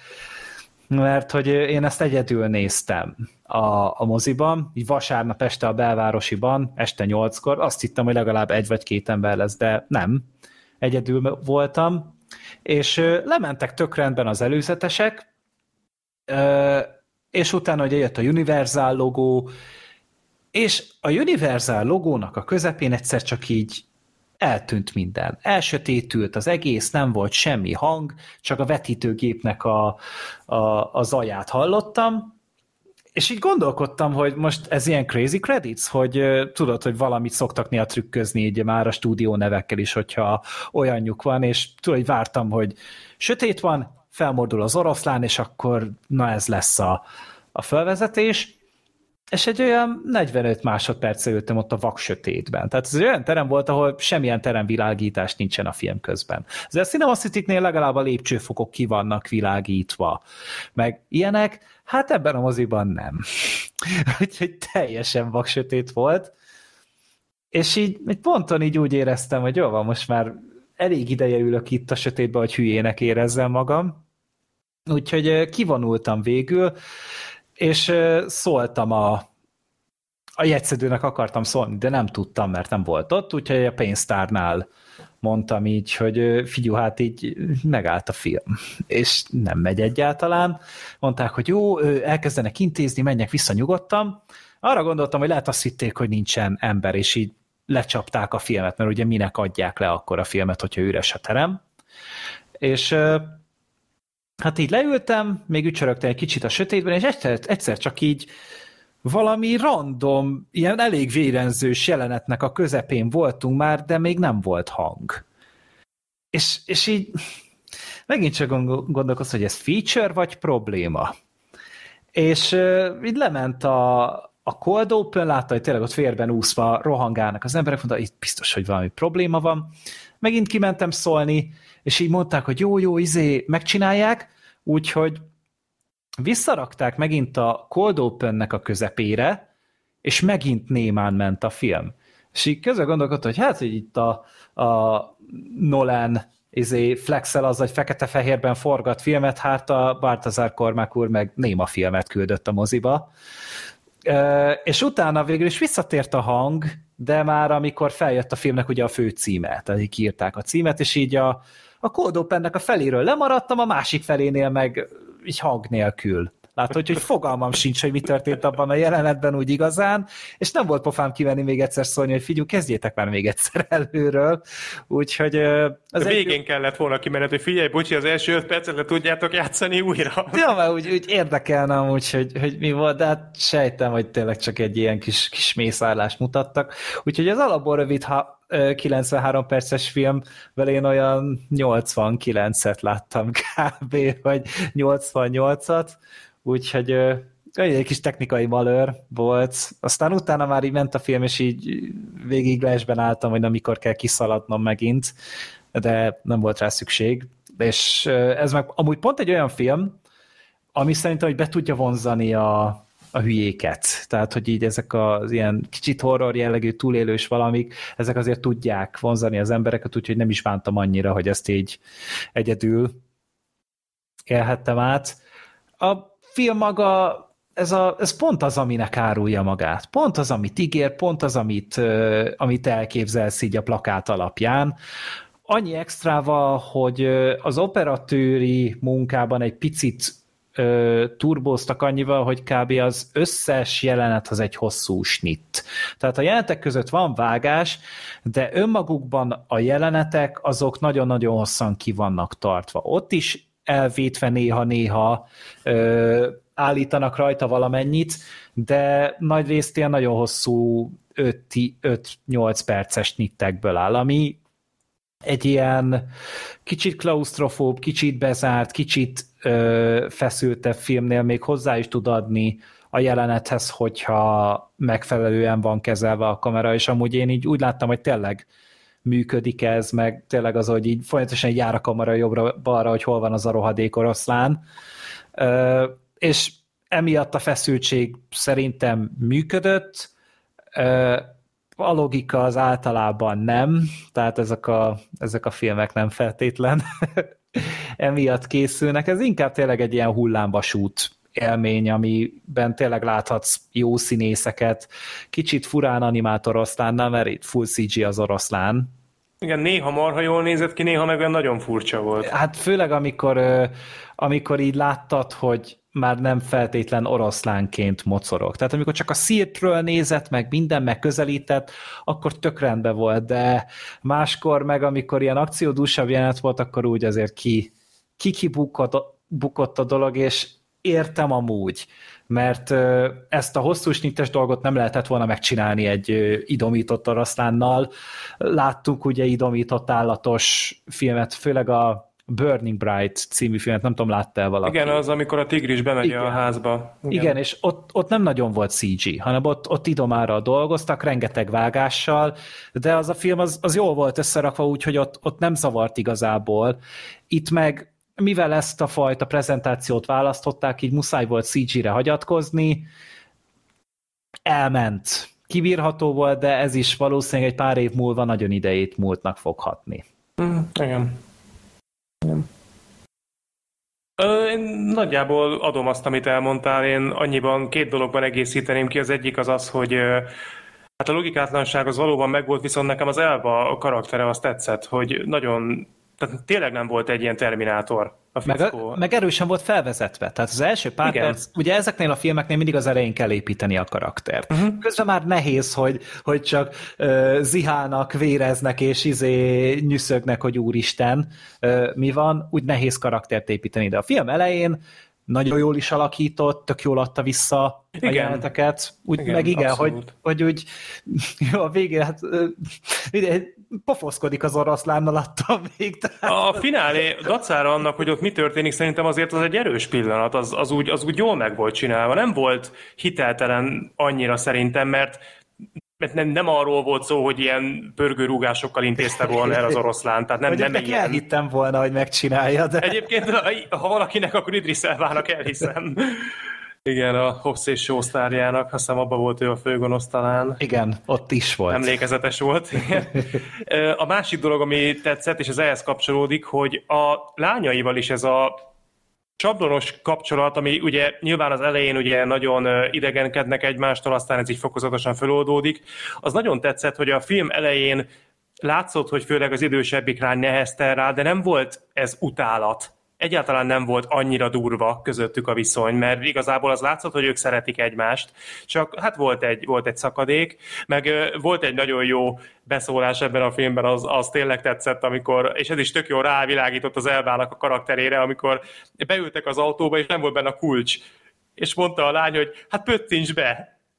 mert hogy én ezt egyedül néztem a, a moziban, így vasárnap este a Belvárosiban, este nyolckor, azt hittem, hogy legalább egy vagy két ember lesz, de nem, egyedül voltam, és uh, lementek tök rendben az előzetesek, uh, és utána ugye jött a Universal logó, és a Universal logónak a közepén egyszer csak így eltűnt minden. Elsötétült az egész, nem volt semmi hang, csak a vetítőgépnek a, a, a zaját hallottam, és így gondolkodtam, hogy most ez ilyen crazy credits, hogy uh, tudod, hogy valamit szoktak néha trükközni így már a stúdió nevekkel is, hogyha olyanjuk van, és tudod, hogy vártam, hogy sötét van, felmordul az oroszlán, és akkor na ez lesz a, a felvezetés, és egy olyan negyvenöt másodperc ültem ott a vaksötétben. Tehát ez egy olyan terem volt, ahol semmilyen teremvilágítás nincsen a film közben. Azért a Cinema City-nél legalább a lépcsőfokok ki vannak világítva, meg ilyenek, hát ebben a moziban nem. Úgyhogy teljesen vaksötét volt, és így egy ponton így úgy éreztem, hogy jó van, most már elég ideje ülök itt a sötétben, hogy hülyének érezzem magam. Úgyhogy kivonultam végül, és szóltam a, a jegyszedőnek akartam szólni, de nem tudtam, mert nem volt ott, úgyhogy a pénztárnál mondtam így, hogy figyelj, hát így megállt a film, és nem megy egyáltalán. Mondták, hogy jó, elkezdenek intézni, menjek vissza nyugodtan. Arra gondoltam, hogy lehet azt hitték, hogy nincsen ember, és így lecsapták a filmet, mert ugye minek adják le akkor a filmet, hogyha üres a terem. És hát így leültem, még ücsörögtem egy kicsit a sötétben, és egyszer, egyszer csak így valami random, ilyen elég vérenzős jelenetnek a közepén voltunk már, de még nem volt hang. És, és így megint csak gondolkoztam, hogy ez feature vagy probléma. És uh, így lement a, a cold open, látta, hogy tényleg ott férben úszva rohangálnak az emberek, mondta, itt biztos, hogy valami probléma van. Megint kimentem szólni, és így mondták, hogy jó, jó, izé, megcsinálják, úgyhogy visszarakták megint a cold opennek a közepére, és megint némán ment a film. És így közben gondolkodtam, hogy hát, hogy itt a, a Nolan izé, flexel az, hogy fekete-fehérben forgat filmet, hát a Balthazar Kormák úr meg néma filmet küldött a moziba. E, és utána végül is visszatért a hang, de már amikor feljött a filmnek ugye a fő címe, tehát így kiírták a címet, és így a, a Cold Opennek a feléről lemaradtam, a másik felénél meg így hang nélkül. Látod, hogy fogalmam sincs, hogy mi történt abban a jelenetben úgy igazán, és nem volt pofám kivenni még egyszer szólni, hogy figyelj, kezdjétek már még egyszer előről. Úgyhogy... Az a végén egy... kellett volna kimenned, hogy figyelj, bocsi, az első öt percet le tudjátok játszani újra. Ja, mert úgy, úgy érdekelne amúgy, hogy, hogy mi volt, de hát sejtem, hogy tényleg csak egy ilyen kis, kis mészárlást mutattak. Úgyhogy az alapból rövid, ha kilencvenhárom perces filmvel én olyan nyolcvankilencet láttam kb. Vagy nyolcvannyolcat, úgyhogy egy kis technikai malőr volt. Aztán utána már így ment a film, és így végig lesben álltam, hogy amikor kell kiszaladnom megint, de nem volt rá szükség. És ez meg amúgy pont egy olyan film, ami szerintem, hogy be tudja vonzani a, a hülyéket. Tehát, hogy így ezek az ilyen kicsit horror jellegű túlélős valamik, ezek azért tudják vonzani az embereket, úgyhogy nem is bántam annyira, hogy ezt így egyedül élhettem át. A film maga, ez, a, ez pont az, aminek árulja magát. Pont az, amit ígér, pont az, amit, amit elképzelsz így a plakát alapján. Annyi extrával, hogy az operatőri munkában egy picit ö, turbóztak annyival, hogy kb. Az összes jelenet az egy hosszú snitt. Tehát a jelenetek között van vágás, de önmagukban a jelenetek azok nagyon-nagyon hosszan ki vannak tartva. Ott is elvétve néha-néha ö, állítanak rajta valamennyit, de nagy részt ilyen nagyon hosszú öt-nyolc perces snittekből áll, ami egy ilyen kicsit klausztrofób, kicsit bezárt, kicsit ö, feszültebb filmnél még hozzá is tud adni a jelenethez, hogyha megfelelően van kezelve a kamera, és amúgy én így úgy láttam, hogy tényleg működik ez, meg tényleg az, hogy így folyamatosan jár a kamera jobbra-balra, hogy hol van az a rohadék oroszlán. Ö, és emiatt a feszültség szerintem működött, ö, a logika az általában nem, tehát ezek a, ezek a filmek nem feltétlen emiatt készülnek. Ez inkább tényleg egy ilyen hullámvasút élmény, amiben tényleg láthatsz jó színészeket, kicsit furán animált oroszlánnal, mert itt full cé gé az oroszlán. Igen, néha marha jól nézett ki, néha meg olyan nagyon furcsa volt. Hát főleg amikor, amikor így láttad, hogy már nem feltétlen oroszlánként mocorog. Tehát amikor csak a szírtről nézett, meg minden megközelített, akkor tök rendben volt, de máskor meg, amikor ilyen akciódúsabb jelenet volt, akkor úgy azért ki, ki, ki bukott, bukott a dolog, és értem amúgy, mert ezt a hosszú snittes dolgot nem lehetett volna megcsinálni egy idomított oroszlánnal. Láttuk ugye idomított állatos filmet, főleg a Burning Bright című filmet, nem tudom, látta-e valaki? Igen, az, amikor a tigris bemegy Igen. a házba. Igen, Igen és ott, ott nem nagyon volt cé gé, hanem ott, ott idomára dolgoztak, rengeteg vágással, de az a film az, az jól volt összerakva úgy, hogy ott, ott nem zavart igazából. Itt meg, mivel ezt a fajta prezentációt választották, így muszáj volt cé gére hagyatkozni, elment. Kibírható volt, de ez is valószínűleg egy pár év múlva nagyon idejét múltnak foghatni. Mm, igen. Én nagyjából adom azt, amit elmondtál, én annyiban két dologban egészíteném ki. Az egyik az az, hogy hát a logikátlanság az valóban megvolt, viszont nekem az Elba a karaktere az tetszett, hogy nagyon, tehát tényleg nem volt egy ilyen Terminátor a fickó. Meg, meg erősen volt felvezetve. Tehát az első pár Igen. perc, ugye ezeknél a filmeknél mindig az elején kell építeni a karaktert. Uh-huh. Közben már nehéz, hogy, hogy csak uh, zihálnak, véreznek és izé nyüszögnek, hogy úristen, uh, mi van, úgy nehéz karaktert építeni. De a film elején nagyon jól is alakított, tök jól adta vissza a igen. jeleneteket. Úgy, igen, meg igen, hogy, abszolút. hogy úgy jó, a végén hát pofoszkodik az oroszlánnal, adtam még. Tehát... A finálé, dacára annak, hogy ott mi történik, szerintem azért az egy erős pillanat, az, az, úgy, az úgy jól meg volt csinálva. Nem volt hiteltelen annyira szerintem, mert mert nem, nem arról volt szó, hogy ilyen pörgőrúgásokkal intézte volna el az oroszlán. Tehát nem, nem ilyen. Elhittem volna, hogy megcsinálja, de... Egyébként, ha valakinek, akkor Idris Elbának elhiszem. Igen, a Hobbs és Shaw sztárjának, azt hiszem abban volt ő a főgonosz talán. Igen, ott is volt. Emlékezetes volt. A másik dolog, ami tetszett, és ez ehhez kapcsolódik, hogy a lányaival is ez a sablonos kapcsolat, ami ugye nyilván az elején ugye nagyon idegenkednek egymástól, aztán ez így fokozatosan feloldódik. Az nagyon tetszett, hogy a film elején látszott, hogy főleg az idősebbik lány neheztel rá, de nem volt ez utálat. Egyáltalán nem volt annyira durva közöttük a viszony, mert igazából az látszott, hogy ők szeretik egymást, csak hát volt egy, volt egy szakadék, meg uh, volt egy nagyon jó beszólás ebben a filmben, az, az tényleg tetszett, amikor, és ez is tök jó rávilágított az Elbának a karakterére, amikor beültek az autóba, és nem volt benne a kulcs, és mondta a lány, hogy hát pöttints be.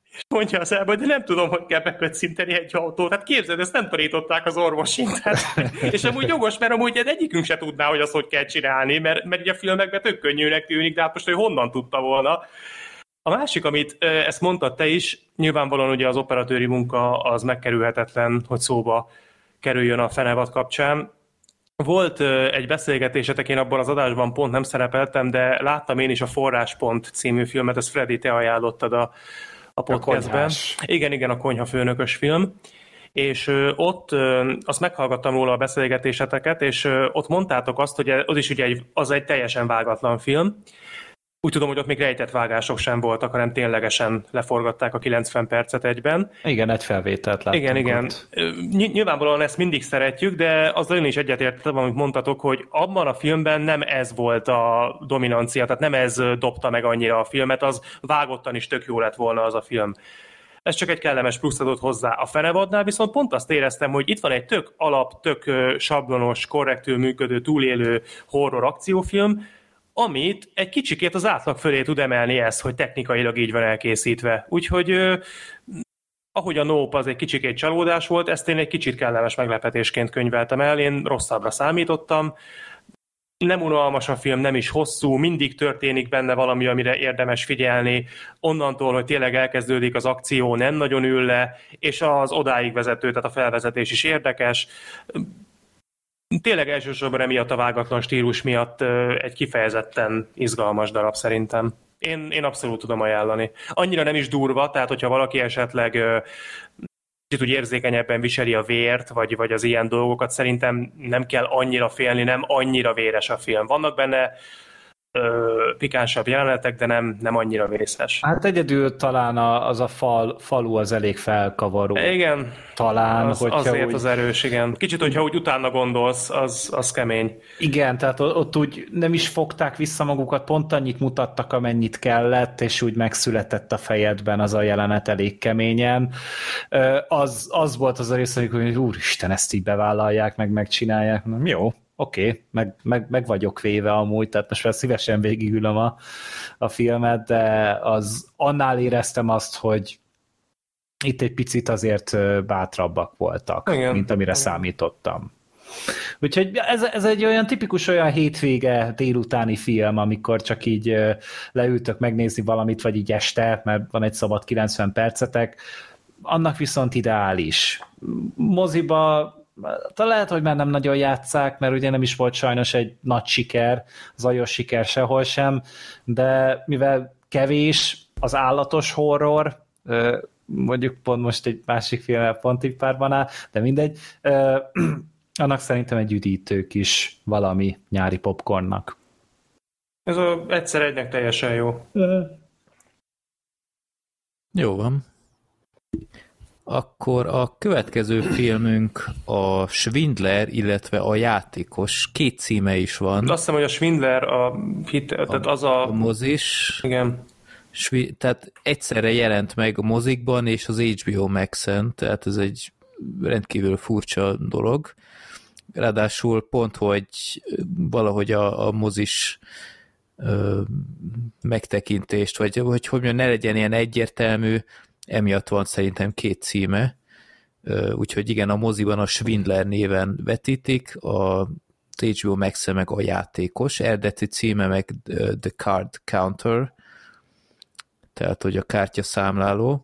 És mondja az elbe, de nem tudom, hogy kell bekötszinteni egy autót. Hát képzeld, ezt nem tanították az orvosintát. És amúgy jogos, mert amúgy egyikünk se tudná, hogy azt hogy kell csinálni, mert, mert ugye a filmekben tök könnyűnek tűnik, de hát most ő honnan tudta volna. A másik, amit ezt mondtad te is, nyilvánvalóan ugye az operatőri munka az megkerülhetetlen, hogy szóba kerüljön a fenevad kapcsán. Volt egy beszélgetésetek, én abban az adásban pont nem szerepeltem, de láttam én is a Forráspont című filmet, ezt Freddy, te ajánlottad a, a podcastben. A igen, igen, a konyhafőnökös film. És ott azt meghallgattam róla a beszélgetéseteket, és ott mondtátok azt, hogy az is ugye egy, az egy teljesen vágatlan film. Úgy tudom, hogy ott még rejtett vágások sem voltak, hanem ténylegesen leforgatták a kilencven percet egyben. Igen, egy felvételt láttunk. Igen, igen. Ott. Nyilvánvalóan ezt mindig szeretjük, de azzal én is egyetértettem, amit mondtatok, hogy abban a filmben nem ez volt a dominancia, tehát nem ez dobta meg annyira a filmet, az vágottan is tök jó lett volna az a film. Ez csak egy kellemes plusz adott hozzá. A Fenevadnál viszont pont azt éreztem, hogy itt van egy tök alap, tök sablonos, korrektül működő, túlélő horror akciófilm, amit egy kicsikét az átlag fölé tud emelni ez, hogy technikailag így van elkészítve. Úgyhogy eh, ahogy a Nope az egy kicsikét csalódás volt, ezt én egy kicsit kellemes meglepetésként könyveltem el, én rosszabbra számítottam. Nem unalmas a film, nem is hosszú, mindig történik benne valami, amire érdemes figyelni, onnantól, hogy tényleg elkezdődik az akció, nem nagyon ül le, és az odáig vezető, tehát a felvezetés is érdekes. Tényleg elsősorban emiatt a vágatlan stílus miatt egy kifejezetten izgalmas darab szerintem. Én, én abszolút tudom ajánlani. Annyira nem is durva, tehát hogyha valaki esetleg kicsit úgy érzékenyebben viseli a vért, vagy, vagy az ilyen dolgokat, szerintem nem kell annyira félni, nem annyira véres a film. Vannak benne ö, pikánsabb jelenetek, de nem, nem annyira vészes. Hát egyedül talán a, az a fal, falu az elég felkavaró. Igen, talán, az, azért úgy... az erős, igen. Kicsit, hogyha úgy utána gondolsz, az, az kemény. Igen, tehát ott úgy nem is fogták vissza magukat, pont annyit mutattak, amennyit kellett, és úgy megszületett a fejedben az a jelenet elég keményen. Az, az volt az a rész, hogy úristen, ezt így bevállalják, meg megcsinálják. Na, jó. Oké, okay, meg, meg, meg vagyok véve amúgy, tehát most már szívesen végigülöm a, a filmet, de az annál éreztem azt, hogy itt egy picit azért bátrabbak voltak, igen, mint amire igen. számítottam. Úgyhogy ez, ez egy olyan tipikus olyan hétvége délutáni film, amikor csak így leültök megnézni valamit, vagy így este, mert van egy szabad kilencven percetek, annak viszont ideális. Moziba lehet, hogy már nem nagyon játsszák, mert ugye nem is volt sajnos egy nagy siker, zajos siker sehol sem, de mivel kevés az állatos horror, mondjuk pont most egy másik filmmel pont így párban áll, de mindegy, annak szerintem egy üdítő kis valami nyári popcornnak. Ez a egyszer egynek teljesen jó. Jó van. Akkor a következő filmünk a Schwindler, illetve a játékos. Két címe is van. Azt hiszem, hogy a Schwindler a hit, tehát az a... A mozis. Igen. Schwi- tehát egyszerre jelent meg a mozikban és az há bé o Maxen, tehát ez egy rendkívül furcsa dolog. Ráadásul pont, hogy valahogy a, a mozis ö, megtekintést, vagy hogy, hogy ne legyen ilyen egyértelmű, emiatt van szerintem két címe, úgyhogy igen, a moziban a Schwindler néven vetítik, a há bé o Max-e meg a játékos, eredeti címe meg The Card Counter, tehát hogy a kártya számláló.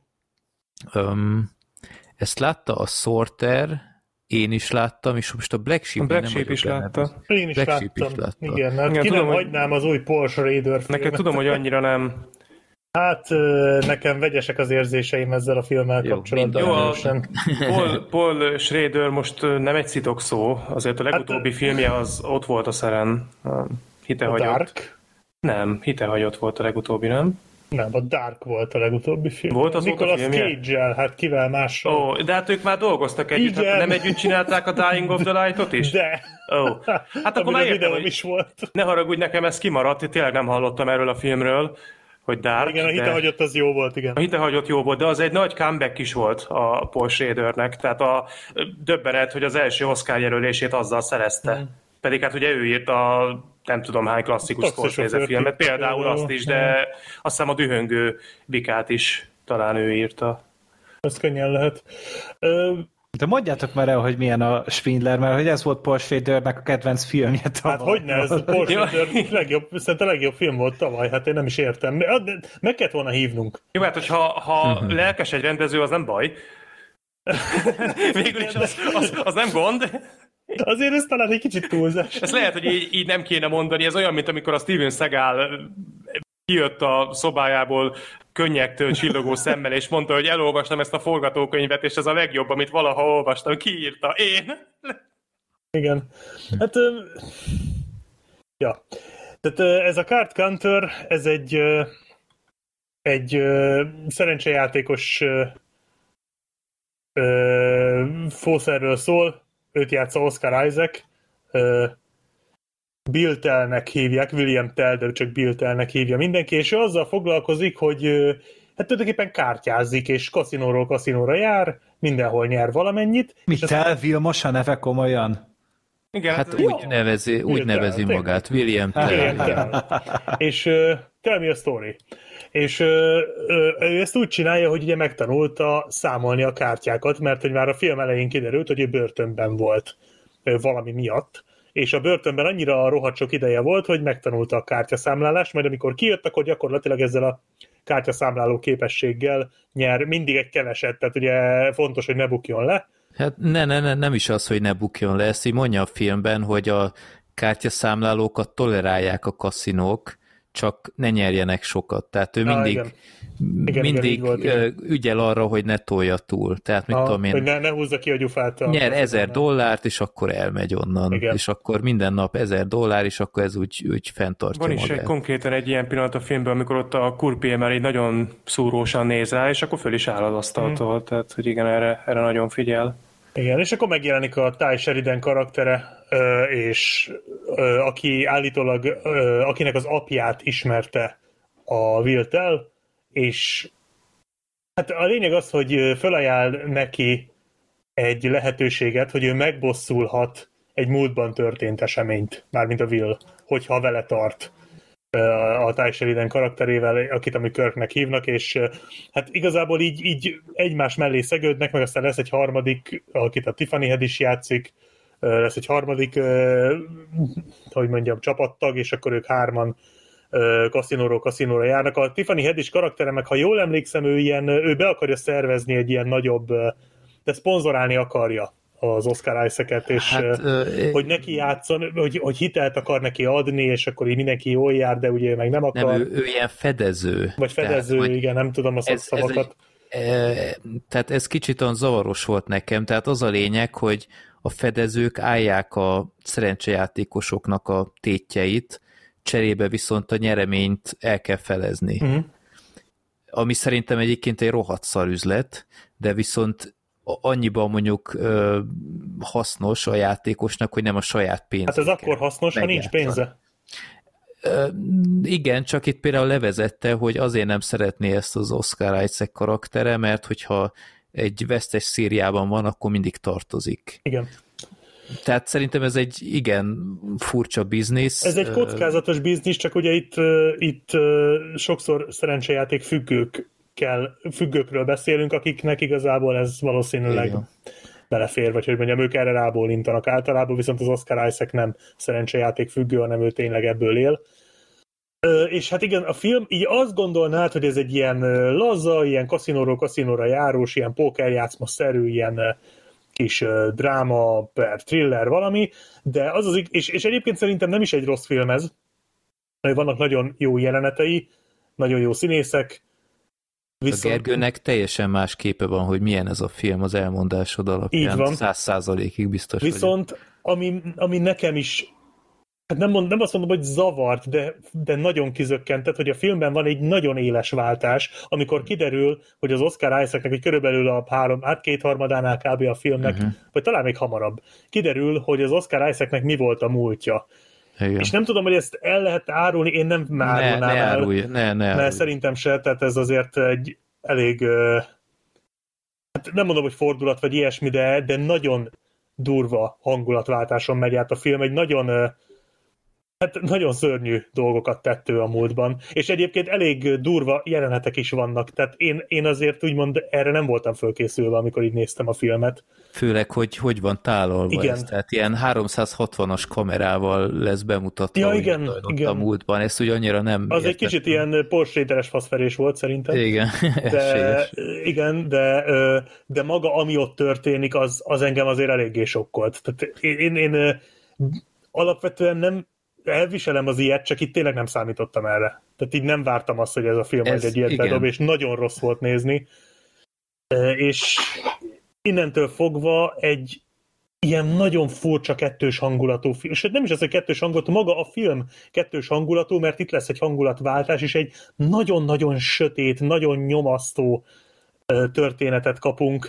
Ezt látta a Sorter, én is láttam, és most a Black Sheep, a Black Sheep is látta. Én is Black láttam. Sheep is látta. Igen, mert igen, ki tudom, nem hogy... hagynám az új Paul Schrader filmet. Neked tudom, hogy annyira nem. Hát nekem vegyesek az érzéseim ezzel a filmmel jó, kapcsolatban. Jó, a Paul, Paul Schrader most nem egy szitok szó, azért a legutóbbi hát, filmje az ott volt a szeren. Hitehagyott. A Dark? Nem, hitehagyott volt a legutóbbi, nem? Nem, a Dark volt a legutóbbi film. Volt az Nicolas Cage-el, hát kivel mással. Ó, oh, de hát ők már dolgoztak együtt, hát nem együtt csinálták a Dying of the Light-ot is? De. Oh. Hát akkor már értem, hogy is volt. Ne haragudj, nekem ez kimaradt, tényleg nem hallottam erről a filmről, hogy Dark. Igen, a hitehagyott az jó volt, igen. A hitehagyott jó volt, de az egy nagy comeback is volt a Paul Schradernek, tehát a döbbenet, hogy az első Oscar jelölését azzal szerezte. Mm. Pedig hát ugye ő írt a nem tudom hány klasszikus Scorsese filmet, például azt is, de azt hiszem a Dühöngő bikát is talán ő írta. Ez könnyen lehet. Ö, De mondjátok már el, hogy milyen a Spindler, mert hogy ez volt Paul Schradernek a kedvenc filmje tavaly. Hát hogyne, ez a Paul Schrader legjobb, szerintem a legjobb film volt tavaly, hát én nem is értem. Meg kellett volna hívnunk. Jó, hát hogyha ha lelkes egy rendező, az nem baj. Végül is az, az, az nem gond. Azért ez talán egy kicsit túlzás. Ez lehet, hogy így, így nem kéne mondani. Ez olyan, mint amikor a Steven Seagal kijött a szobájából könnyektől csillogó szemmel, és mondta, hogy elolvastam ezt a forgatókönyvet, és ez a legjobb, amit valaha olvastam. Ki írta? Én? Igen. Hát... Ja. Tehát ez a Card Counter, ez egy egy szerencsejátékos fószerről szól, őt játsza Oscar Isaac, Bill Tellnek hívják, William Tell, de csak Bill Tellnek hívja mindenki, és ő azzal foglalkozik, hogy hát tulajdonképpen kártyázik, és kaszinóról kaszinóra jár, mindenhol nyer valamennyit. Mi Tell Vilmos a neve komolyan? Igen, hát úgy jó. nevezi, úgy nevezi Tell, magát, William Tell. William Tell. És uh, tell me a story. És uh, uh, ő ezt úgy csinálja, hogy ugye megtanulta számolni a kártyákat, mert hogy már a film elején kiderült, hogy ő börtönben volt uh, valami miatt, és a börtönben annyira rohadt sok ideje volt, hogy megtanulta a kártyaszámlálást, majd amikor kijött, akkor gyakorlatilag ezzel a kártyaszámláló képességgel nyer mindig egy keveset, tehát ugye fontos, hogy ne bukjon le. Hát ne, ne, ne, nem is az, hogy ne bukjon le, ezt így mondja a filmben, hogy a kártyaszámlálókat tolerálják a kaszinók, csak ne nyerjenek sokat. Tehát ő mindig, ah, igen. mindig igen, volt, igen. ügyel arra, hogy ne tolja túl. Tehát mit ah, tudom én, hogy ne, ne húzza ki a gyufát. A nyer ezer dollárt, és akkor elmegy onnan. Igen. És akkor minden nap ezer dollár, és akkor ez úgy, úgy fenntartja Van magát. Van is egy, konkrétan egy ilyen pillanat a filmben, amikor ott a kurpié már így nagyon szúrósan néz rá, és akkor föl is áll az asztaltól. Mm. Tehát, hogy igen, erre, erre nagyon figyel. Igen, és akkor megjelenik a Ty Sheridan karaktere, és aki állítólag, akinek az apját ismerte a Will Tell, és hát a lényeg az, hogy felajánl neki egy lehetőséget, hogy ő megbosszulhat egy múltban történt eseményt, mármint a Will, hogyha vele tart a Ty Sheridan karakterével, akit ami Kirknek hívnak, és hát igazából így, így egymás mellé szegődnek, meg aztán lesz egy harmadik, akit a Tiffany Head is játszik, lesz egy harmadik, hogy mondjam, csapattag, és akkor ők hárman kaszinóról kaszinóra járnak. A Tiffany Head is karaktere, meg ha jól emlékszem, ő, ilyen, ő be akarja szervezni egy ilyen nagyobb, de szponzorálni akarja az Oscar Isaac-et, és hát, uh, hogy neki játszon, hogy, hogy hitelt akar neki adni, és akkor így mindenki jól jár, de ugye meg nem akar. Nem, ő, ő ilyen fedező. Vagy fedező, tehát, igen, nem tudom a szakszavakat. E, tehát ez kicsit olyan zavaros volt nekem, tehát az a lényeg, hogy a fedezők állják a szerencsejátékosoknak a tétjeit, cserébe viszont a nyereményt el kell felezni. Uh-huh. Ami szerintem egyébként egy rohadt szar üzlet, de viszont annyiban mondjuk ö, hasznos a játékosnak, hogy nem a saját pénzét. Hát ez akkor hasznos, ha nincs pénze. Ö, igen, csak itt például levezette, hogy azért nem szeretné ezt az Oscar Isaac karaktere, mert hogyha egy vesztes szériában van, akkor mindig tartozik. Igen. Tehát szerintem ez egy igen furcsa biznisz. Ez egy kockázatos biznisz, csak ugye itt, itt sokszor szerencsejáték függők kell, függőkről beszélünk, akiknek igazából ez valószínűleg igen. belefér, vagy hogy mondjam, ők erre rábólintanak általában, viszont az Oscar Isaac nem szerencsejáték függő, hanem ő tényleg ebből él. És hát igen, a film így azt gondolnád, hogy ez egy ilyen laza, ilyen kaszinóról kaszinóra járós, ilyen pókerjátszma-szerű, ilyen kis dráma, per thriller valami, de az az, és, és egyébként szerintem nem is egy rossz film ez, vannak nagyon jó jelenetei, nagyon jó színészek. Viszont... A Gergőnek teljesen más képe van, hogy milyen ez a film az elmondásod alapján. Száz százalékig biztos Viszont vagyok. Ami, ami nekem is, hát nem, mond, nem azt mondom, hogy zavart, de, de nagyon kizökkentett, hogy a filmben van egy nagyon éles váltás, amikor kiderül, hogy az Oscar Isaacnek, hogy körülbelül a három, hát kétharmadánál kb. A filmnek, uh-huh. vagy talán még hamarabb, kiderül, hogy az Oscar Isaacnek mi volt a múltja. Igen. És nem tudom, hogy ezt el lehet árulni, én nem árulnám ne, ne el, árulj, ne, ne mert szerintem se, tehát ez azért egy elég, hát nem mondom, hogy fordulat vagy ilyesmi, de, de nagyon durva hangulatváltáson megy át a film, egy nagyon Hát nagyon szörnyű dolgokat tett ő a múltban, és egyébként elég durva jelenetek is vannak, tehát én, én azért úgymond erre nem voltam fölkészülve, amikor így néztem a filmet. Főleg, hogy hogy van tálalva igen. ez, tehát ilyen háromszázhatvanas kamerával lesz bemutatva ja, igen, igen. a múltban, ezt úgy annyira nem Az értettem. Egy kicsit ilyen Porsche Raderes faszferés volt szerintem. Igen, de, igen, de, de maga ami ott történik, az, az engem azért eléggé sokkolt. Tehát én, én, én alapvetően nem elviselem az ilyet, csak itt tényleg nem számítottam erre. Tehát így nem vártam azt, hogy ez a film ez, egy ilyet bedob, és nagyon rossz volt nézni. És innentől fogva egy ilyen nagyon furcsa kettős hangulatú film. Sőt, nem is az, hogy kettős hangulatú, maga a film kettős hangulatú, mert itt lesz egy hangulatváltás, és egy nagyon-nagyon sötét, nagyon nyomasztó történetet kapunk.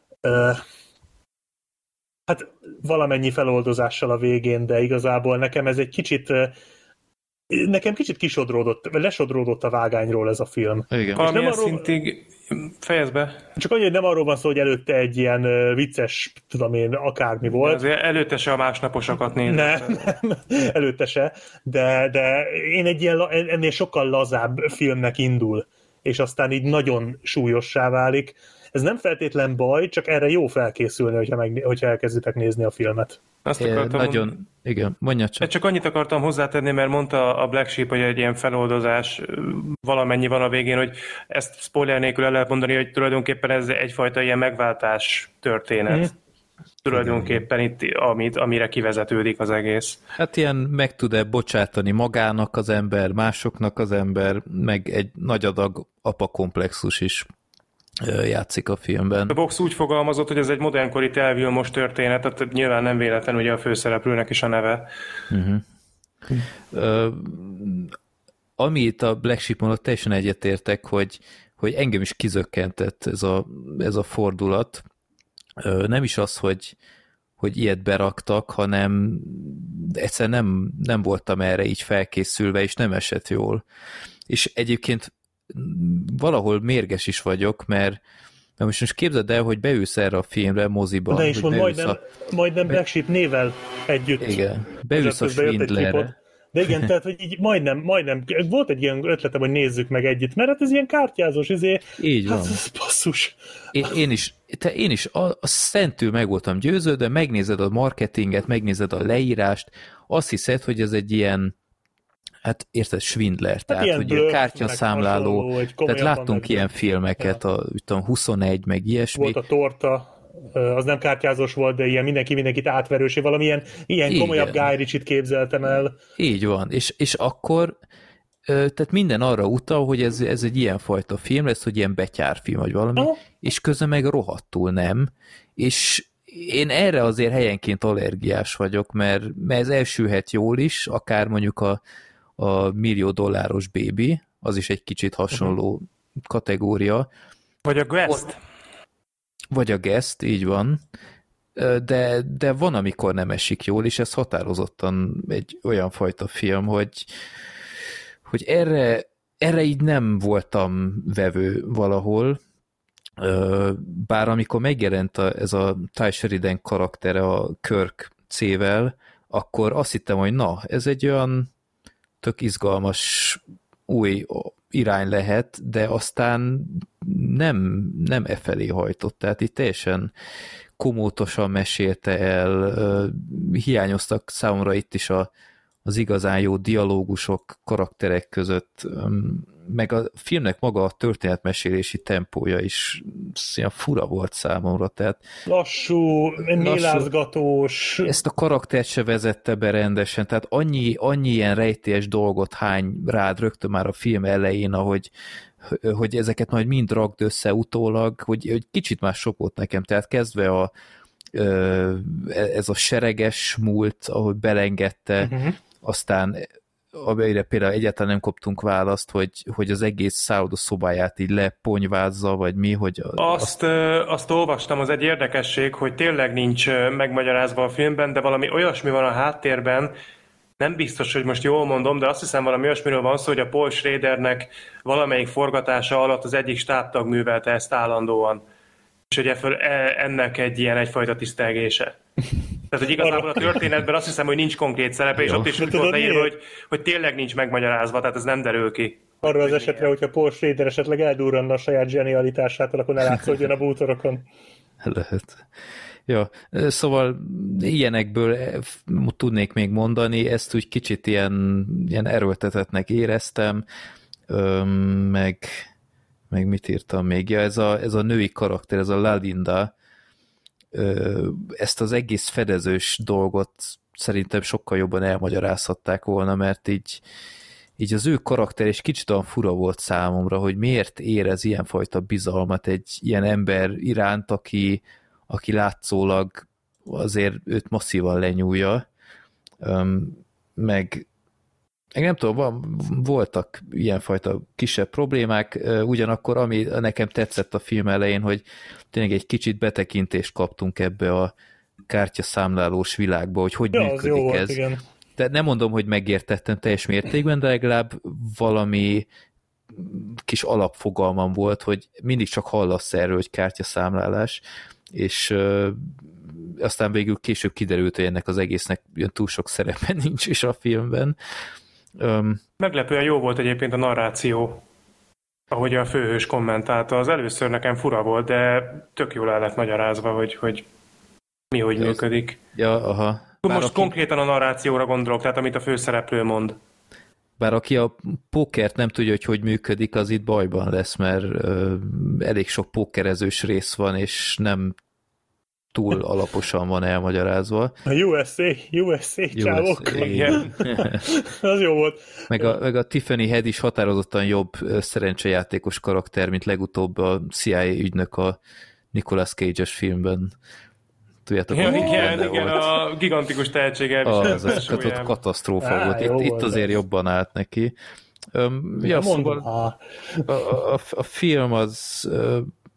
Hát valamennyi feloldozással a végén, de igazából nekem ez egy kicsit nekem kicsit kisodródott, lesodródott a vágányról ez a film. Igen. Valamilyen arról, szintig fejezd be. Csak annyi, hogy nem arról van szó, hogy előtte egy ilyen vicces, tudom én, akármi volt. De azért előtte se a másnaposokat nézni. Nem, nem, előtte se, de, de én egy ilyen, ennél sokkal lazább filmnek indul, és aztán így nagyon súlyossá válik. Ez nem feltétlen baj, csak erre jó felkészülni, hogyha, meg, hogyha elkezditek nézni a filmet. Azt akartam nagyon, mond... igen, mondja csak. Csak annyit akartam hozzátenni, mert mondta a Black Sheep, hogy egy ilyen feloldozás valamennyi van a végén, hogy ezt spoiler nélkül el lehet mondani, hogy tulajdonképpen ez egyfajta ilyen megváltás történet. Mm. Tulajdonképpen itt, amit, amire kivezetődik az egész. Hát ilyen meg tud-e bocsátani magának az ember, másoknak az ember, meg egy nagy adag apakomplexus is játszik a filmben. A Box úgy fogalmazott, hogy ez egy modernkori Telvilmos történet, tehát nyilván nem véletlen ugye a főszereplőnek is a neve. Uh-huh. Uh, ami itt a Black Sheep mondott, teljesen egyetértek, hogy, hogy engem is kizökkentett ez a, ez a fordulat. Uh, nem is az, hogy, hogy ilyet beraktak, hanem egyszerűen nem, nem voltam erre így felkészülve, és nem esett jól. És egyébként valahol mérges is vagyok, mert, mert most, most képzeld el, hogy beülsz erre a filmre moziban. De is mond, majdnem, a... majdnem Black Sheep névvel együtt. Igen, beülsz a Schwindlerre. De igen, tehát, hogy így majdnem, majdnem, volt egy ilyen ötletem, hogy nézzük meg együtt, mert hát ez ilyen kártyázós, izé, így van. Hát ez basszus. Én, én is, te, én is a, a szentül meg voltam győződve, megnézed a marketinget, megnézed a leírást, azt hiszed, hogy ez egy ilyen hát érted, Schwindler, hát tehát hogy kártyaszámláló, tehát láttunk ilyen filmeket, a tudom, huszonegy, meg ilyesmi. Volt a torta, az nem kártyázós volt, de ilyen mindenki mindenkit átverős, valamilyen ilyen igen. Komolyabb Guy Ritchie-t képzeltem el. Így van, és, és akkor tehát minden arra utal, hogy ez, ez egy ilyen fajta film lesz, hogy ilyen betyárfilm, vagy valami, aha. És közben meg rohadtul nem, és én erre azért helyenként allergiás vagyok, mert, mert ez elsülhet jól is, akár mondjuk a a millió dolláros Baby, az is egy kicsit hasonló uh-huh. kategória. Vagy a Guest. Vagy a Guest, így van. De, de van, amikor nem esik jól, és ez határozottan egy olyan fajta film, hogy, hogy erre, erre így nem voltam vevő valahol, bár amikor megjelent a, ez a Ty Sheridan karaktere a Kirk C-vel, akkor azt hittem, hogy na, ez egy olyan tök izgalmas új irány lehet, de aztán nem, nem e felé hajtott. Tehát itt teljesen komótosan mesélte el, hiányoztak számomra itt is a, az igazán jó dialógusok karakterek között, meg a filmnek maga a történetmesélési tempója is ilyen fura volt számomra. Tehát lassú, mélázgatós. Ezt a karaktert se vezette be rendesen, tehát annyi, annyi ilyen rejtélyes dolgot hány rád rögtön már a film elején, ahogy hogy ezeket majd mind ragd össze utólag, hogy, hogy kicsit már sok volt nekem, tehát kezdve a ez a sereges múlt, ahogy belengedte, uh-huh. aztán amelyre például egyáltalán nem kaptunk választ, hogy, hogy az egész szállodaszobáját így leponyvázza, vagy mi, hogy... Azt, azt... azt olvastam, az egy érdekesség, hogy tényleg nincs megmagyarázva a filmben, de valami olyasmi van a háttérben, nem biztos, hogy most jól mondom, de azt hiszem valami olyasmiről van szó, hogy a Paul Schradernek valamelyik forgatása alatt az egyik stábtag művelte ezt állandóan. És ugye föl ennek egy ilyen egyfajta tisztelgése. Tehát, hogy igazából a történetben azt hiszem, hogy nincs konkrét szerepe, és Jó. ott is úgy Tudod volt leírva, miért? hogy, hogy tényleg nincs megmagyarázva, tehát ez nem derül ki. Arra az esetre, hogyha Paul Schrader esetleg eldurranna a saját zsenialitásától, akkor ne látszódjon a bútorokon. Lehet. Ja, szóval ilyenekből tudnék még mondani, ezt úgy kicsit ilyen, ilyen erőltetetnek éreztem, öm, meg, meg mit írtam még? Ja, ez a, ez a női karakter, ez a Lalinda, ö, ezt az egész fedezős dolgot szerintem sokkal jobban elmagyarázhatták volna, mert így, így az ő karakter és kicsit olyan fura volt számomra, hogy miért érez ilyenfajta bizalmat egy ilyen ember iránt, aki aki látszólag azért őt masszívan lenyúlja, meg, meg nem tudom, voltak ilyenfajta kisebb problémák, ugyanakkor ami nekem tetszett a film elején, hogy tényleg egy kicsit betekintést kaptunk ebbe a kártyaszámlálós világba, hogy hogy Ja, működik jó volt, ez. igen. De nem mondom, hogy megértettem teljes mértékben, de legalább valami kis alapfogalmam volt, hogy mindig csak hallasz erről, hogy kártyaszámlálás, és ö, aztán végül később kiderült, hogy ennek az egésznek túl sok szerepe nincs is a filmben. Öm, Meglepően jó volt egyébként a narráció, ahogy a főhős kommentálta. Az először nekem fura volt, de tök jól el lett magyarázva, hogy, hogy mi hogy az, működik. Ja, aha. Bár Most aki, konkrétan a narrációra gondolok, tehát amit a főszereplő mond. bár aki a pókert nem tudja, hogy hogy működik, az itt bajban lesz, mert ö, elég sok pókerezős rész van, és nem túl alaposan van elmagyarázva. A U S A, U S A csávok. U S A. Igen. Az jó volt. Meg a, meg a Tiffany Head is határozottan jobb ö, szerencsejátékos karakter, mint legutóbb a C I A ügynök a Nicolas Cage-es filmben. Tudjátok, Igen, hogy igen, benne igen, volt. a gigantikus tehetség Az, elviselete ez kat- súlyán. katasztrófa Á, volt. jó Itt, itt volt azért ez. jobban állt neki. Öm, ja, Ja, szóval mondom, ha. a, a, a film az, ö,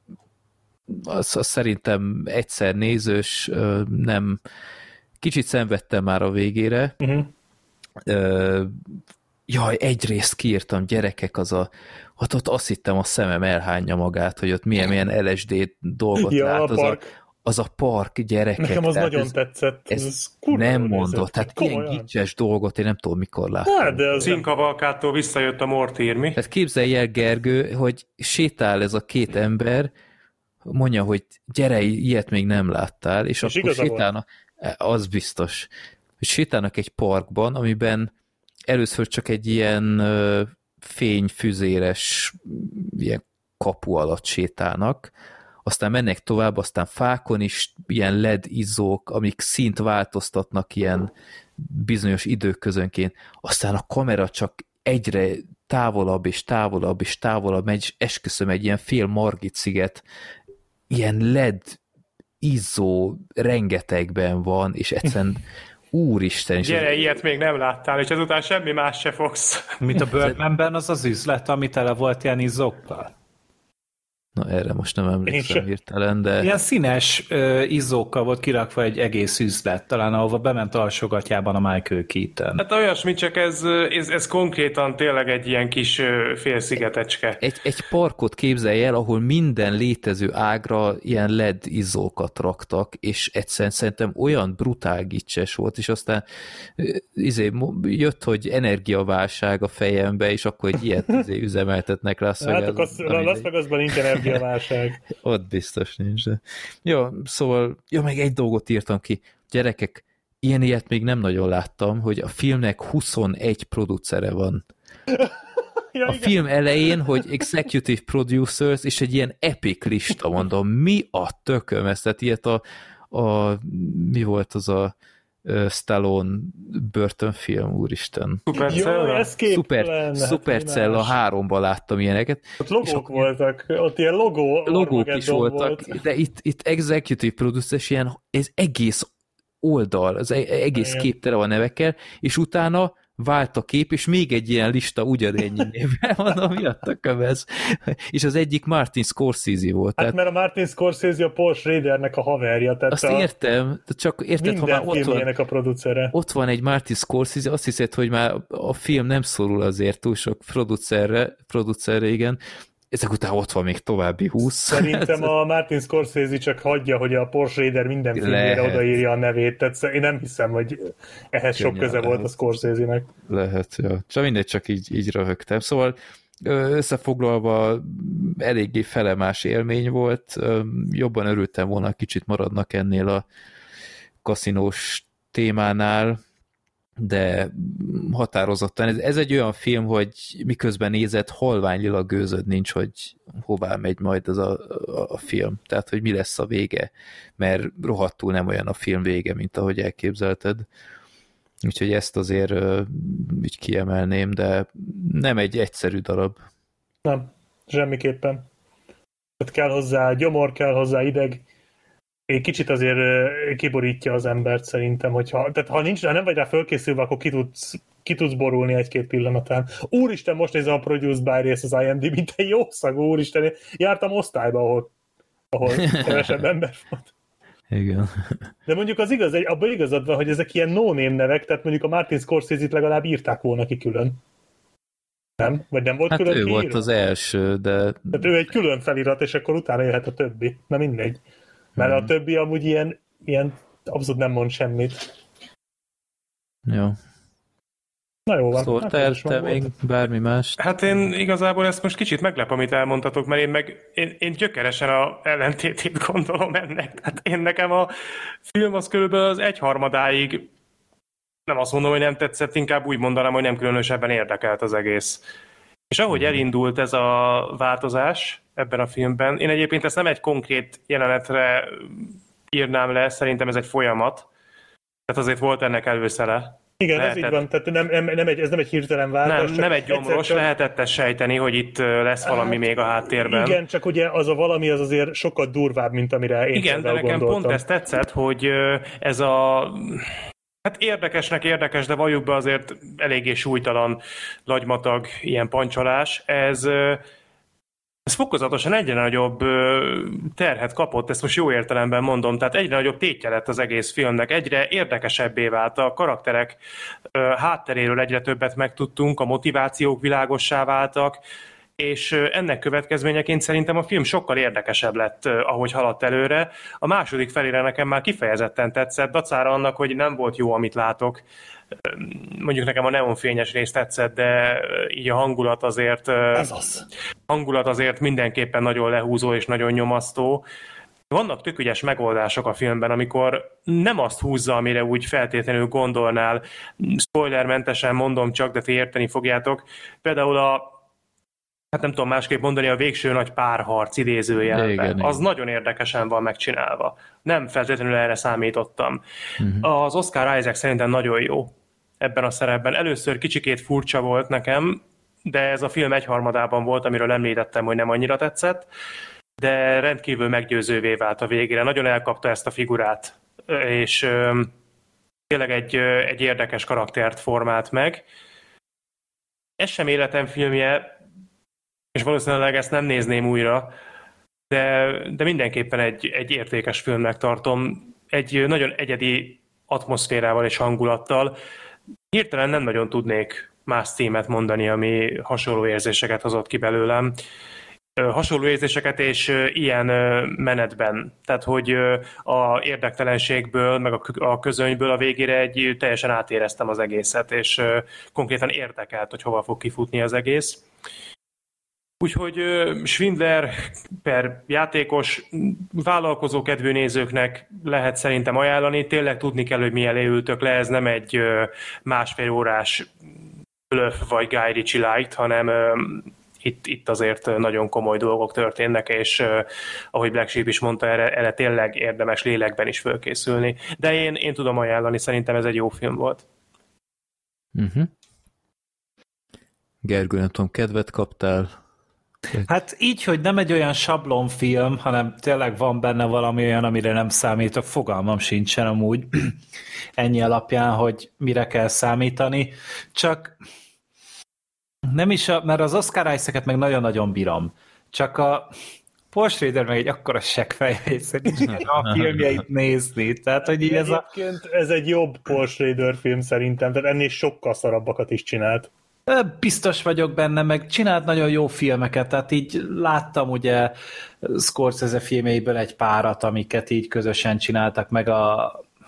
az, az szerintem egyszer nézős, ö, nem kicsit szenvedtem már a végére. Uh-huh. Ö, jaj, egyrészt kiírtam, gyerekek, az a ott, ott azt hittem, a szemem elhányja magát, hogy ott milyen, milyen L S D dolgot Ja, lát. a Az a, park. az a park, gyerekek. Nekem az tehát nagyon ez, tetszett. ez Ez kurva nem jól mondott, nézett tehát ki. ilyen Komolyan. gicses dolgot én nem tudom, mikor láttam. Hát, de az nem... Színkavalkától visszajött a mortír, mi? Tehát képzelj el, Gergő, hogy sétál ez a két ember, mondja, hogy gyere, ilyet még nem láttál, és, És akkor igaza sétálnak, az biztos, hogy sétálnak egy parkban, amiben először csak egy ilyen ö, fényfüzéres ilyen kapu alatt sétálnak, aztán mennek tovább, aztán fákon is ilyen L E D izzók, amik szint változtatnak ilyen bizonyos időközönként, aztán a kamera csak egyre távolabb és távolabb és távolabb megy, és esküszöm, egy ilyen fél Margit sziget ilyen L E D izzó rengetegben van, és egyszerűen úristen. És Gyere, ilyet még nem láttál, és ezután semmi más se fogsz. Mint a Birdmanben az az üzlet, ami tele volt ilyen izzókkal. Na erre most nem emlékszem sem. hirtelen, de Ilyen színes ö, izzókkal volt kirakva egy egész üzlet, talán ahova bement alsógatjában a Michael Keaton. Hát olyasmi, csak ez, ez, ez konkrétan tényleg egy ilyen kis ö, félszigetecske. egy, egy parkot képzelj el, ahol minden létező ágra ilyen L E D izzókat raktak, és egyszerűen szerintem olyan brutál gicses volt, és aztán ö, izé, mo- jött, hogy energiaválság a fejembe, és akkor egy ilyet izé, üzemeltetnek Las Hát akkor Vegas- az, Las Vegasban nincs energiaválság. Ott biztos nincs. De... Jó, szóval, jó, meg egy dolgot írtam ki. Gyerekek, ilyen ilyet még nem nagyon láttam, hogy a filmnek huszonegy producere van. Ja, A igen. film elején, hogy executive producers, és egy ilyen epic lista, mondom, mi a tököm ez? Tehát ilyet a, a mi volt az a uh, Stallone börtönfilm, úristen. Jó, Supercella? ez képtelen. Super, hát Supercella mi más? háromban láttam ilyeneket. Ott logók és akkor- voltak, ott ilyen logó, Logók is Armageddon voltak, volt. de itt, itt executive producer, és ilyen, ez egész oldal, az e- egész Igen. kép tele van nevekkel, és utána vált a kép, és még egy ilyen lista ugyanennyi névvel, mondom, mi a tököm ez? És az egyik Martin Scorsese volt. Hát Tehát mert a Martin Scorsese a Paul Schradernek a haverja, tehát azt a értem, de csak érted, ha már minden ott van, filmjének a producere. ott van egy Martin Scorsese, azt hiszed, hogy már a film nem szorul azért túl sok producerre, producerre igen, ezek után ott van még további húsz. Szerintem a Martin Scorsese csak hagyja, hogy a Porsche Raider minden filmjére odaírja a nevét, tehát én nem hiszem, hogy ehhez sok köze volt a Scorsese-nek. Lehet, ja. Csak mindegy, csak így, így röhögtem. Szóval összefoglalva eléggé felemás élmény volt, jobban örültem volna, kicsit maradnak ennél a kaszinós témánál, de határozottan. Ez, ez egy olyan film, hogy miközben nézed, halványilag gőzöd nincs, hogy hová megy majd az a, a, a film. Tehát, hogy mi lesz a vége, mert rohadtul nem olyan a film vége, mint ahogy elképzelted. Úgyhogy ezt azért uh, így kiemelném, de nem egy egyszerű darab. Nem, semmiképpen. Tehát kell hozzá gyomor, kell hozzá ideg. Egy kicsit azért kiborítja az embert szerintem, hogyha, tehát ha nincs, ha nem vagy rá fölkészülve, akkor ki tudsz, ki tudsz borulni egy-két pillanatán. Úristen, most nézem a Produced by rész az IMDb, te jó szagú, úristen, én jártam osztályba, ahol, ahol kevesebb ember volt. Igen. De mondjuk az igaz, abban igazad van, hogy ezek ilyen no-name nevek, tehát mondjuk a Martin Scorsese-t legalább írták volna ki külön. Nem? Vagy nem volt hát külön ő kiírva? volt az első, de... Tehát ő egy külön felirat, és akkor utána jöhet a többi. Na mindegy. Mert hmm. a többi amúgy ilyen, ilyen abszolút nem mond semmit. Jó. Na jó van. Szóval hát te még bármi más? Hát én igazából ezt most kicsit meglep, amit elmondtatok, mert én meg én, én gyökeresen a ellentétét gondolom ennek. Hát én nekem a film az körülbelül az egyharmadáig, nem azt mondom, hogy nem tetszett, inkább úgy mondanám, hogy nem különösebben érdekelt az egész. És ahogy elindult ez a változás ebben a filmben, én egyébként ezt nem egy konkrét jelenetre írnám le, szerintem ez egy folyamat. Tehát azért volt ennek előszele. Igen, lehetett... ez így van, tehát nem, nem, nem egy, ez nem egy hirtelen váltás. Nem, nem egy gyomros, csak... lehetett ezt sejteni, hogy itt lesz valami hát, még a háttérben. Igen, csak ugye az a valami az azért sokkal durvább, mint amire én igen, de nekem gondoltam. Pont ez tetszett, hogy ez a... Hát érdekesnek érdekes, de valljuk be azért eléggé súlytalan, lagymatag ilyen pancsolás. Ez, ez fokozatosan egyre nagyobb terhet kapott, ezt most jó értelemben mondom, tehát egyre nagyobb tétje lett az egész filmnek, egyre érdekesebbé vált, a karakterek hátteréről egyre többet megtudtunk, a motivációk világossá váltak, és ennek következményeként szerintem a film sokkal érdekesebb lett, ahogy haladt előre. A második felére nekem már kifejezetten tetszett, dacára annak, hogy nem volt jó, amit látok. Mondjuk nekem a neonfényes rész tetszett, de így a hangulat azért, Ez az. hangulat azért mindenképpen nagyon lehúzó és nagyon nyomasztó. Vannak tök ügyes megoldások a filmben, amikor nem azt húzza, amire úgy feltétlenül gondolnál. Spoilermentesen mondom csak, de ti érteni fogjátok. Például a hát nem tudom másképp mondani, a végső nagy párharc idézőjelben. Az nagyon érdekesen van megcsinálva. Nem feltétlenül erre számítottam. Uh-huh. Az Oscar Isaac szerintem nagyon jó ebben a szerepben. Először kicsikét furcsa volt nekem, de ez a film egyharmadában volt, amiről említettem, hogy nem annyira tetszett, de rendkívül meggyőzővé vált a végére. Nagyon elkapta ezt a figurát, és ö, tényleg egy, egy érdekes karaktert formált meg. Ez sem életem filmje, és valószínűleg ezt nem nézném újra, de, de mindenképpen egy, egy értékes filmnek tartom, egy nagyon egyedi atmoszférával és hangulattal. Hirtelen nem nagyon tudnék más címet mondani, ami hasonló érzéseket hozott ki belőlem. Hasonló érzéseket és ilyen menetben. Tehát, hogy a érdektelenségből, meg a közönyből a végére egy teljesen átéreztem az egészet, és konkrétan érdekelt, hogy hova fog kifutni az egész. Úgyhogy Schwindler per játékos vállalkozókedvű nézőknek lehet szerintem ajánlani. Tényleg tudni kell, hogy milyen leültök le, ez nem egy másfél órás bluff vagy Guy Ritchie light, hanem itt, itt azért nagyon komoly dolgok történnek, és ahogy Black Sheep is mondta, erre, erre tényleg érdemes lélekben is fölkészülni. De én, én tudom ajánlani, szerintem ez egy jó film volt. Uh-huh. Gergő, nem tudom, kedvet kaptál? Hát így, hogy nem egy olyan sablonfilm, hanem tényleg van benne valami olyan, amire nem számítok, fogalmam sincsen amúgy ennyi alapján, hogy mire kell számítani, csak nem is, a, mert az Oscar Isaac-et meg nagyon-nagyon bírom, csak a Porsche Raider meg egy akkora seggfej, szerintem a filmjeit nézni, tehát hogy így ez a... ez egy jobb Porsche Raider film szerintem, tehát ennél sokkal szarabbakat is csinált. Biztos vagyok benne, meg csinált nagyon jó filmeket, tehát így láttam ugye Scorsese filmjeiből egy párat, amiket így közösen csináltak, meg a,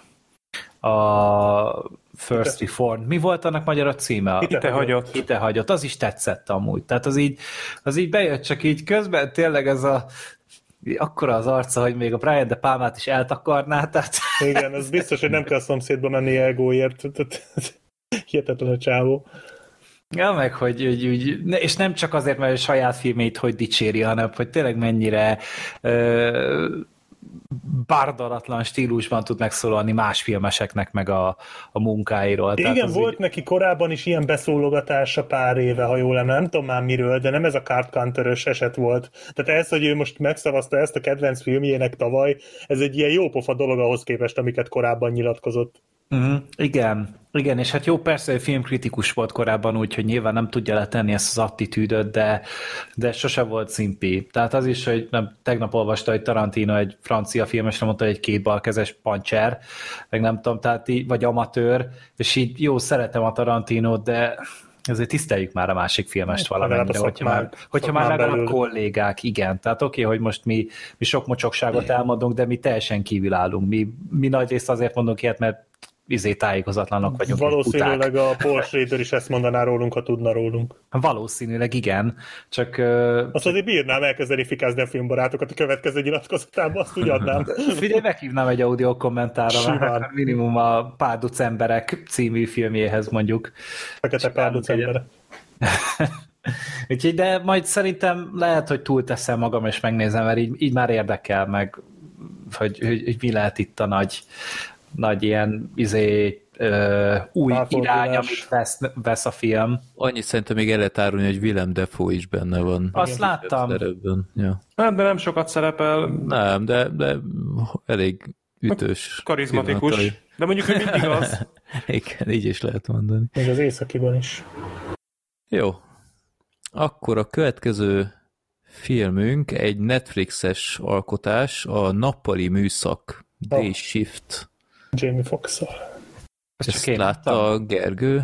a First Reformed. Mi volt annak magyar a címe? Ite hagyott. Ite hagyott, az is tetszett amúgy. Tehát az így, az így bejött, csak így közben tényleg ez a akkora az arca, hogy még a Brian De Palmát is eltakarná, tehát... Igen, ez biztos, hogy nem kell a szomszédba menni egóért. Hihetetlen a csávó. Ja, meg, hogy, hogy, hogy, és nem csak azért, mert a saját filmét hogy dicséri, hanem hogy tényleg mennyire ö, bárdalatlan stílusban tud megszólalni más filmeseknek meg a, a munkáiról. Igen, tehát volt úgy... neki korábban is ilyen beszólogatása pár éve, ha jól emlékszem, nem tudom már miről, de nem ez a Card Counter-ös eset volt. Tehát ez, hogy ő most megszavazta ezt a kedvenc filmjének tavaly, ez egy ilyen jópofa dolog ahhoz képest, amiket korábban nyilatkozott. Uh-huh. Igen, igen, és hát jó, persze, hogy filmkritikus volt korábban, úgyhogy nyilván nem tudja letenni ezt az attitűdöt, de, de sose volt szimpi. Tehát az is, hogy nem, tegnap olvasta, hogy Tarantino egy francia filmesre mondta, hogy egy kétbalkezes pancser, meg nem tudom, tehát így, vagy amatőr, és így jó, szeretem a Tarantinót, de ezért tiszteljük már a másik filmest valamennyire, hogyha már, hogyha már legalább belül. Kollégák, igen. Tehát oké, okay, hogy most mi, mi sok mocsokságot elmondunk, de mi teljesen kívülállunk. Mi, mi nagy részt azért mondunk ilyet, mert izé tájékozatlanok vagyunk. Valószínűleg a Paul Schrader is ezt mondaná rólunk, ha tudna rólunk. Valószínűleg igen, csak... Azt azért bírnám elkezdeni fikázni a filmbarátokat a következő nyilatkozatában, azt úgy adnám. Figyelj, meghívnám egy audio kommentára, mert minimum a Párduc emberek című filmjéhez mondjuk. Fekete Párduc emberek. Úgyhogy, de majd szerintem lehet, hogy túlteszem magam, és megnézem, mert így, így már érdekel meg, hogy, hogy, hogy mi lehet itt a nagy nagy ilyen izé, ö, új irány, amit vesz, vesz a film. Annyit szerintem még el lehet árulni, hogy Willem Dafoe is benne van. Azt igen, láttam. Ja. Hát, de nem sokat szerepel. Nem, de, de elég ütős. Karizmatikus. Pillanatai. De mondjuk, hogy mindig az. Igen, így is lehet mondani. Még az Északiban is. Jó. Akkor a következő filmünk egy Netflixes alkotás, a Nappali műszak, Day oh. Shift. Jamie Foxx-szal. Ezt látta a Gergő?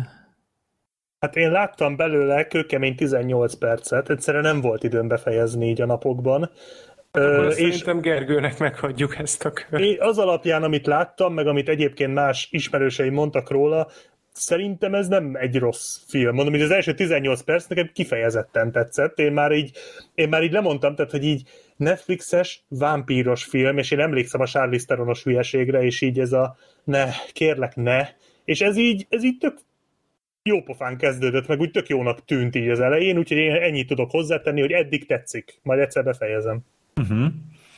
Hát én láttam belőle kőkemény tizennyolc percet, egyszerűen nem volt időm befejezni így a napokban. Ö, és szerintem Gergőnek meghagyjuk ezt a kört. Az alapján, amit láttam, meg amit egyébként más ismerősei mondtak róla, szerintem ez nem egy rossz film. Mondom, hogy az első tizennyolc perc nekem kifejezetten tetszett. Én már így, én már így lemondtam, tehát, hogy így Netflixes, vámpíros film, és én emlékszem a Charlize Theronos hülyeségre, és így ez a ne, kérlek, ne. És ez így, ez így tök jópofán kezdődött, meg úgy tök jónak tűnt így az elején, úgyhogy én ennyit tudok hozzátenni, hogy eddig tetszik. Majd egyszer befejezem. Uh-huh.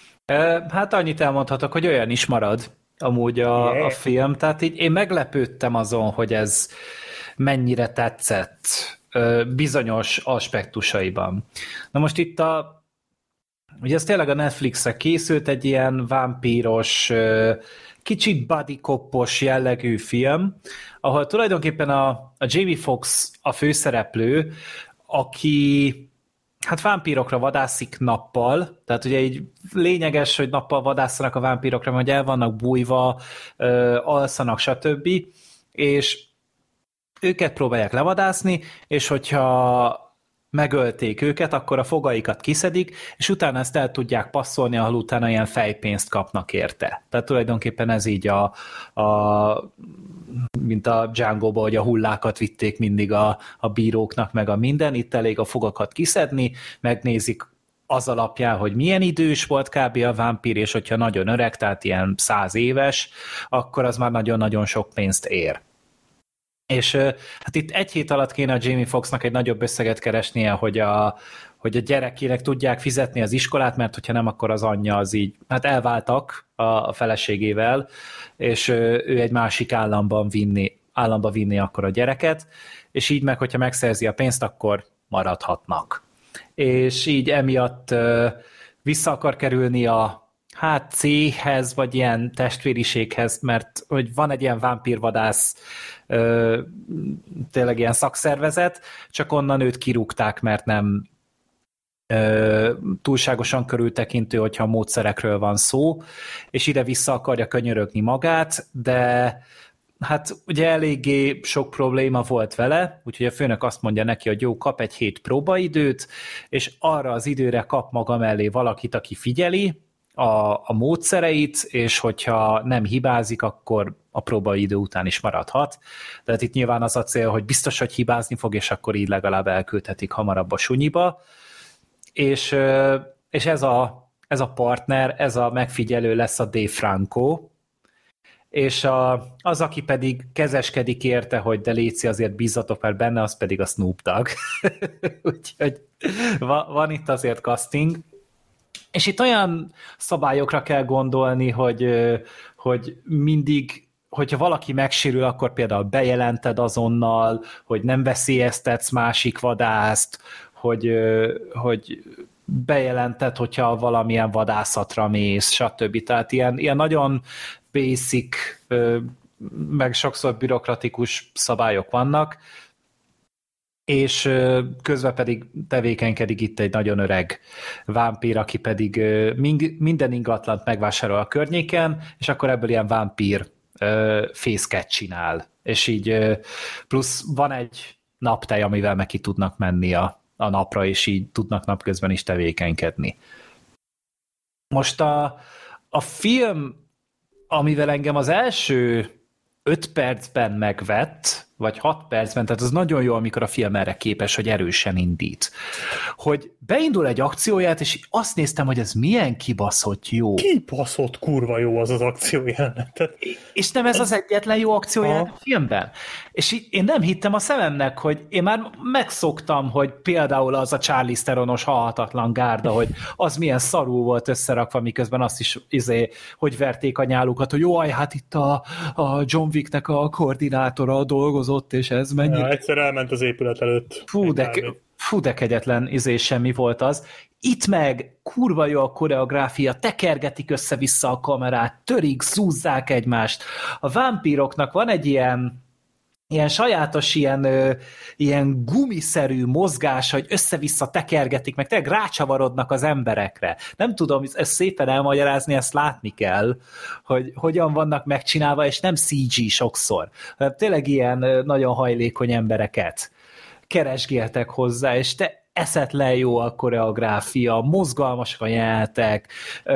Hát annyit elmondhatok, hogy olyan is marad amúgy a, yeah. a film, tehát így én meglepődtem azon, hogy ez mennyire tetszett bizonyos aspektusaiban. Na most itt a ugye ez tényleg a Netflixre készült, egy ilyen vámpíros, kicsit buddy cop-os jellegű film, ahol tulajdonképpen a, a Jamie Foxx a főszereplő, aki hát vámpírokra vadászik nappal, tehát ugye így lényeges, hogy nappal vadászanak a vámpírokra, hogy el vannak bújva, ö, alszanak, stb. És őket próbálják levadászni, és hogyha megölték őket, akkor a fogaikat kiszedik, és utána ezt el tudják passzolni, ahol utána ilyen fejpénzt kapnak érte. Tehát tulajdonképpen ez így a, a mint a Django-ba, hogy a hullákat vitték mindig a, a bíróknak, meg a minden, itt elég a fogakat kiszedni, megnézik az alapján, hogy milyen idős volt kb. A vámpír, és hogyha nagyon öreg, tehát ilyen száz éves, akkor az már nagyon-nagyon sok pénzt ér. És hát itt egy hét alatt kéne a Jamie Foxxnak egy nagyobb összeget keresnie, hogy a, hogy a gyerekének tudják fizetni az iskolát, mert hogyha nem, akkor az anyja az így, hát elváltak a, a feleségével, és ő egy másik államban vinni, államba vinni akkor a gyereket, és így meg, hogyha megszerzi a pénzt, akkor maradhatnak. És így emiatt vissza akar kerülni a hát céhez, vagy ilyen testvériséghez, mert hogy van egy ilyen vámpírvadász ö, tényleg ilyen szakszervezet, csak onnan őt kirúgták, mert nem ö, túlságosan körültekintő, hogyha módszerekről van szó, és ide vissza akarja könyörögni magát, de hát ugye eléggé sok probléma volt vele, úgyhogy a főnök azt mondja neki, hogy jó, kap egy hét próbaidőt, és arra az időre kap maga mellé valakit, aki figyeli a, a módszereit, és hogyha nem hibázik, akkor a próbaidő után is maradhat. Tehát itt nyilván az a cél, hogy biztos, hogy hibázni fog, és akkor így legalább elküldhetik hamarabb a sunyiba. És, és ez, a, ez a partner, ez a megfigyelő lesz a Dave Franco, és a, az, aki pedig kezeskedik érte, hogy de léci, azért bízzatok már benne, az pedig a Snoop Dogg. Úgyhogy va, van itt azért casting. És itt olyan szabályokra kell gondolni, hogy, hogy mindig, hogyha valaki megsérül, akkor például bejelented azonnal, hogy nem veszélyeztetsz másik vadászt, hogy, hogy bejelented, hogyha valamilyen vadászatra mész, stb. Tehát ilyen, ilyen nagyon basic, meg sokszor bürokratikus szabályok vannak, és közben pedig tevékenykedik itt egy nagyon öreg vámpír, aki pedig minden ingatlant megvásárol a környéken, és akkor ebből ilyen vámpír fészket csinál. És így plusz van egy naptej, amivel meg ki tudnak menni a, a napra, és így tudnak napközben is tevékenykedni. Most a, a film, amivel engem az első öt percben megvett, vagy hat percben, tehát az nagyon jó, amikor a film erre képes, hogy erősen indít. Hogy beindul egy akcióját, és azt néztem, hogy ez milyen kibaszott jó. Kibaszott kurva jó az az akciójelenet. És nem ez az egyetlen jó akciójelenet a filmben. És így én nem hittem a szememnek, hogy én már megszoktam, hogy például az a Charlize Theronos halhatatlan gárda, hogy az milyen szarul volt összerakva, miközben azt is, izé, hogy verték a nyálukat, hogy jó, hát itt a, a John Wicknek a koordinátora dolgozott, és ez mennyire... Ja, egyszer elment az épület előtt. Fú, de, fú, de kegyetlen izé semmi volt az. Itt meg kurva jó a koreográfia, tekergetik össze-vissza a kamerát, törik, zúzzák egymást. A vámpíroknak van egy ilyen ilyen sajátos, ilyen, ö, ilyen gumiszerű mozgás, hogy össze-vissza tekergetik, meg tényleg rácsavarodnak az emberekre. Nem tudom, ezt szépen elmagyarázni, ezt látni kell, hogy hogyan vannak megcsinálva, és nem cé gé sokszor, hanem tényleg ilyen ö, nagyon hajlékony embereket keresgéltek hozzá, és te eszetlen jó a koreográfia, mozgalmasak a jelenetek,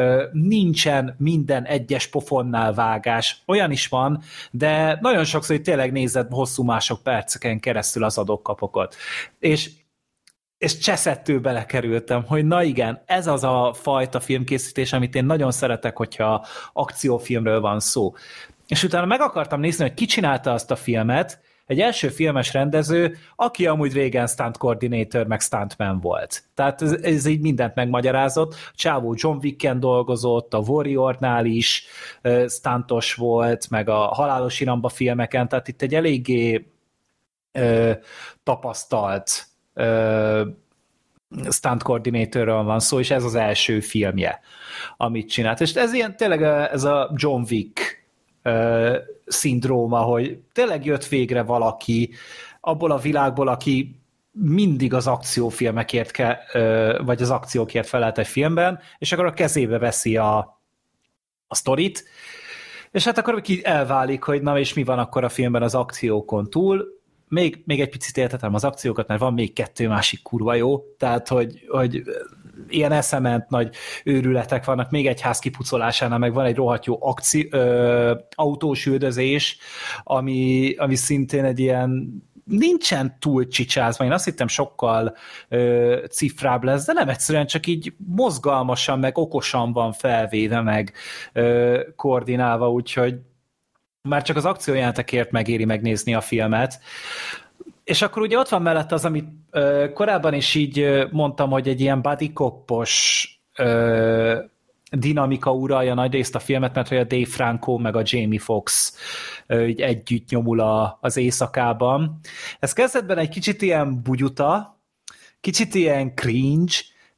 nincsen minden egyes pofonnál vágás, olyan is van, de nagyon sokszor hogy tényleg nézed hosszú mások perceken keresztül az adok-kapokat. És, és cseszettől belekerültem, hogy na igen, ez az a fajta filmkészítés, amit én nagyon szeretek, hogyha akciófilmről van szó. És utána meg akartam nézni, hogy ki csinálta azt a filmet, egy első filmes rendező, aki amúgy régen stunt coordinator, meg stuntman volt. Tehát ez, ez így mindent megmagyarázott. Csávó John Wicken dolgozott, a Warriornál is uh, stuntos volt, meg a Halálos Iramba filmeken, tehát itt egy eléggé uh, tapasztalt uh, stunt coordinatorról van szó, és ez az első filmje, amit csinált. És ez ilyen tényleg ez a John Wick Uh, szindróma, hogy tényleg jött végre valaki abból a világból, aki mindig az akciófilmekért ke, uh, vagy az akciókért felelt egy filmben, és akkor a kezébe veszi a, a sztorit, és hát akkor ki elválik, hogy na és mi van akkor a filmben az akciókon túl, még, még egy picit éltetem az akciókat, mert van még kettő másik kurva jó, tehát hogy, hogy ilyen eszement nagy őrületek vannak, még egy ház kipucolásánál meg van egy rohadt jó akci, ö, autós üldözés, ami, ami szintén egy ilyen nincsen túl csicsázva, én azt hittem sokkal ö, cifrább lesz, de nem egyszerűen csak így mozgalmasan, meg okosan van felvéve, meg ö, koordinálva, úgyhogy már csak az akciójátekért megéri megnézni a filmet. És akkor ugye ott van mellett az, amit ö, korábban is így ö, mondtam, hogy egy ilyen buddy cop-os ö, dinamika uralja nagy részt a filmet, mert hogy a Dave Franco meg a Jamie Foxx ö, így együtt nyomul a, az éjszakában. Ez kezdetben egy kicsit ilyen bugyuta, kicsit ilyen cringe,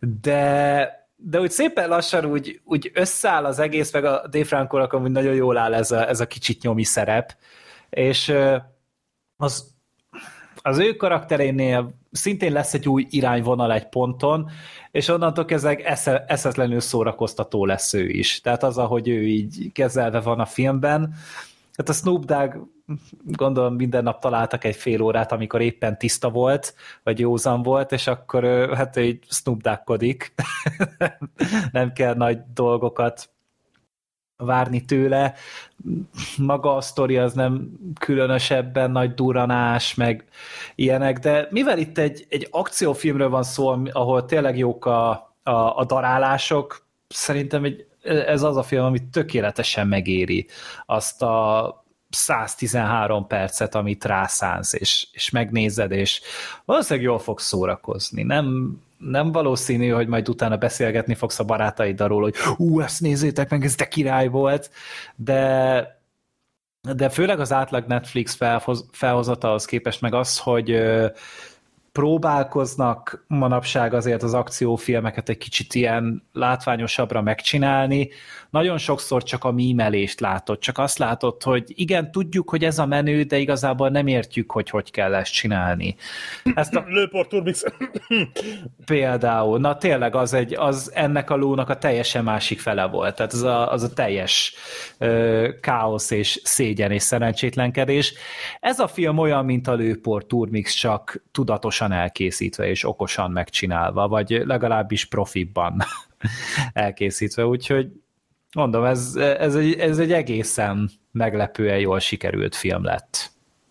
de, de úgy szépen lassan úgy, úgy összeáll az egész, meg a Dave Franco-nak amúgy nagyon jól áll ez a, ez a kicsit nyomi szerep, és ö, az az ő karakterénél szintén lesz egy új irányvonal egy ponton, és onnantól kezdve esze, eszetlenül szórakoztató lesz ő is. Tehát az, ahogy ő így kezelve van a filmben, Hát a Snoop Dogg, gondolom minden nap találtak egy fél órát, amikor éppen tiszta volt, vagy józan volt, és akkor hát ő Snoop Dogg-kodik. Nem kell nagy dolgokat várni tőle. Maga a sztori az nem különösebben nagy duranás, meg ilyenek, de mivel itt egy, egy akciófilmről van szó, ahol tényleg jók a, a, a darálások, szerintem egy, ez az a film, amit tökéletesen megéri azt a száztizenhárom percet, amit rászánsz, és, és megnézed, és valószínűleg jól fogsz szórakozni. Nem, nem valószínű, hogy majd utána beszélgetni fogsz a barátaiddal róla, hogy ú, ezt nézzétek meg, ez de király volt, de, de főleg az átlag Netflix felhoz, felhozatahoz képest meg az, hogy próbálkoznak manapság azért az akciófilmeket egy kicsit ilyen látványosabbra megcsinálni. Nagyon sokszor csak a mímelést látod, csak azt látod, hogy igen, tudjuk, hogy ez a menő, de igazából nem értjük, hogy hogy kell ezt csinálni. Ezt a... Lőport Turbix. Például, na tényleg az, egy, az ennek a lónak a teljesen másik fele volt. Tehát az a, az a teljes ö, káosz és szégyen és szerencsétlenkedés. Ez a film olyan, mint a Lőport Turmix, csak tudatosan elkészítve és okosan megcsinálva, vagy legalábbis profibban elkészítve, úgyhogy mondom, ez, ez, egy, ez egy egészen meglepően jól sikerült film lett.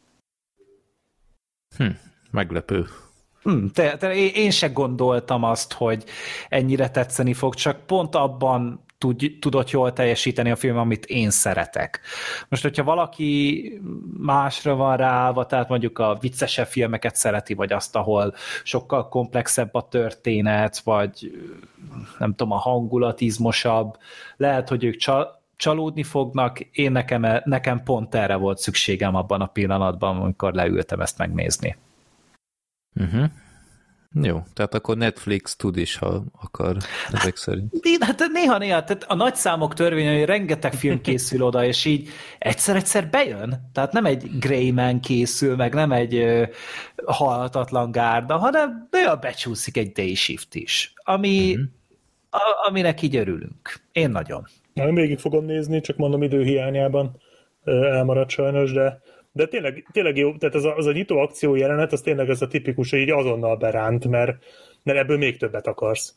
Hm, meglepő. Hm, te, te, én se gondoltam azt, hogy ennyire tetszeni fog, csak pont abban tud, tudott jól teljesíteni a film, amit én szeretek. Most, hogyha valaki másra van ráállva, tehát mondjuk a viccesebb filmeket szereti, vagy azt, ahol sokkal komplexebb a történet, vagy nem tudom, a hangulatizmosabb, lehet, hogy ők csal- csalódni fognak, én nekem, nekem pont erre volt szükségem abban a pillanatban, amikor leültem ezt megnézni. Uh-huh. Jó, tehát akkor Netflix tud is, ha akar, ezek szerint. Hát néha-néha, tehát a nagy számok törvénye, hogy rengeteg film készül oda, és így egyszer-egyszer bejön. Tehát nem egy Greyman készül, meg nem egy uh, halhatatlan gárda, hanem néha becsúszik egy Day Shift is, ami, uh-huh. a, aminek így örülünk. Én nagyon. Én végig fogom nézni, csak mondom idő hiányában elmaradt sajnos, de De tényleg, tényleg jó, tehát az a, az a nyitó akció jelenet, az tényleg ez a tipikus, hogy így azonnal beránt, mert, mert ebből még többet akarsz.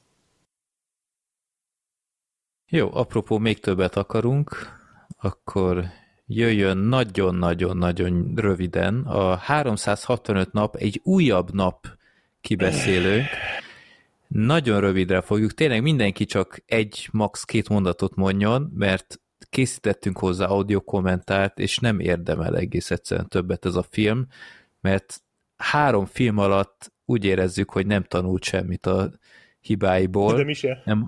Jó, apropó, még többet akarunk, akkor jöjjön nagyon-nagyon-nagyon röviden a háromszázhatvanöt nap, egy újabb nap kibeszélőnk. Nagyon rövidre fogjuk, tényleg mindenki csak egy, max. Két mondatot mondjon, mert készítettünk hozzá audio kommentárt, és nem érdemel egész egyszerűen többet ez a film, mert három film alatt úgy érezzük, hogy nem tanult semmit a hibáiból. De mi se. Nem...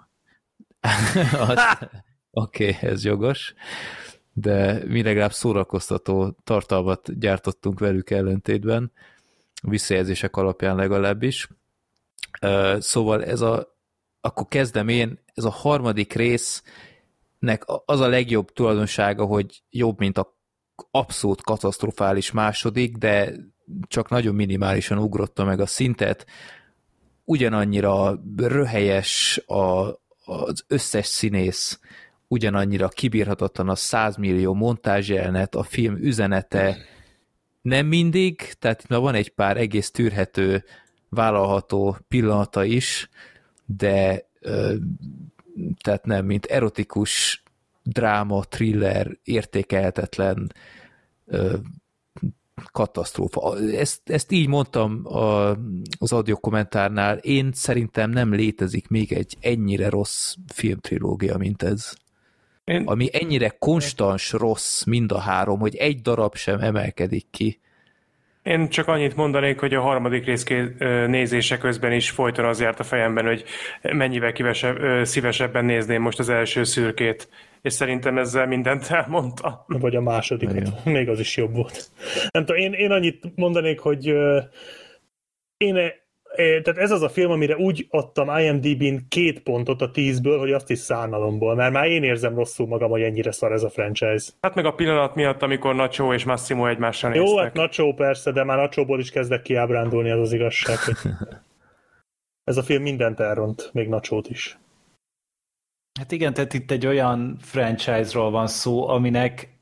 Oké, okay, ez jogos, de mi legalább szórakoztató tartalmat gyártottunk velük ellentétben, visszajelzések alapján legalábbis. Szóval ez a, akkor kezdem én, ez a harmadik rész nek az a legjobb tulajdonsága, hogy jobb, mint a abszolút katasztrofális második, de csak nagyon minimálisan ugrotta meg a szintet. Ugyanannyira röhelyes a, az összes színész, ugyanannyira kibírhatatlan a százmillió montázsjelenet, a film üzenete nem mindig, tehát van egy pár egész tűrhető, vállalható pillanata is, de tehát nem, mint erotikus dráma, thriller, értékelhetetlen ö, katasztrófa. Ezt, ezt így mondtam a, az audio kommentárnál, én szerintem nem létezik még egy ennyire rossz filmtrilógia, mint ez. Én... Ami ennyire konstans rossz mind a három, hogy egy darab sem emelkedik ki. Én csak annyit mondanék, hogy a harmadik rész nézése közben is folyton az járt a fejemben, hogy mennyivel kivesebb, szívesebben nézném most az első szürkét, és szerintem ezzel mindent elmondta. Vagy a másodikat, még az is jobb volt. Nem tudom, én, én annyit mondanék, hogy uh, én, tehát ez az a film, amire úgy adtam IMDb-n két pontot a tízből, hogy azt is szánalomból, mert már én érzem rosszul magam, hogy ennyire szar ez a franchise. Hát meg a pillanat miatt, amikor Nacho és Massimo egymással néztek. Jó, hát Nacho persze, de már Nachóból is kezdek kiábrándulni, az az igazság. Hogy ez a film mindent elront, még Nachót is. Hát igen, tehát itt egy olyan franchise-ról van szó, aminek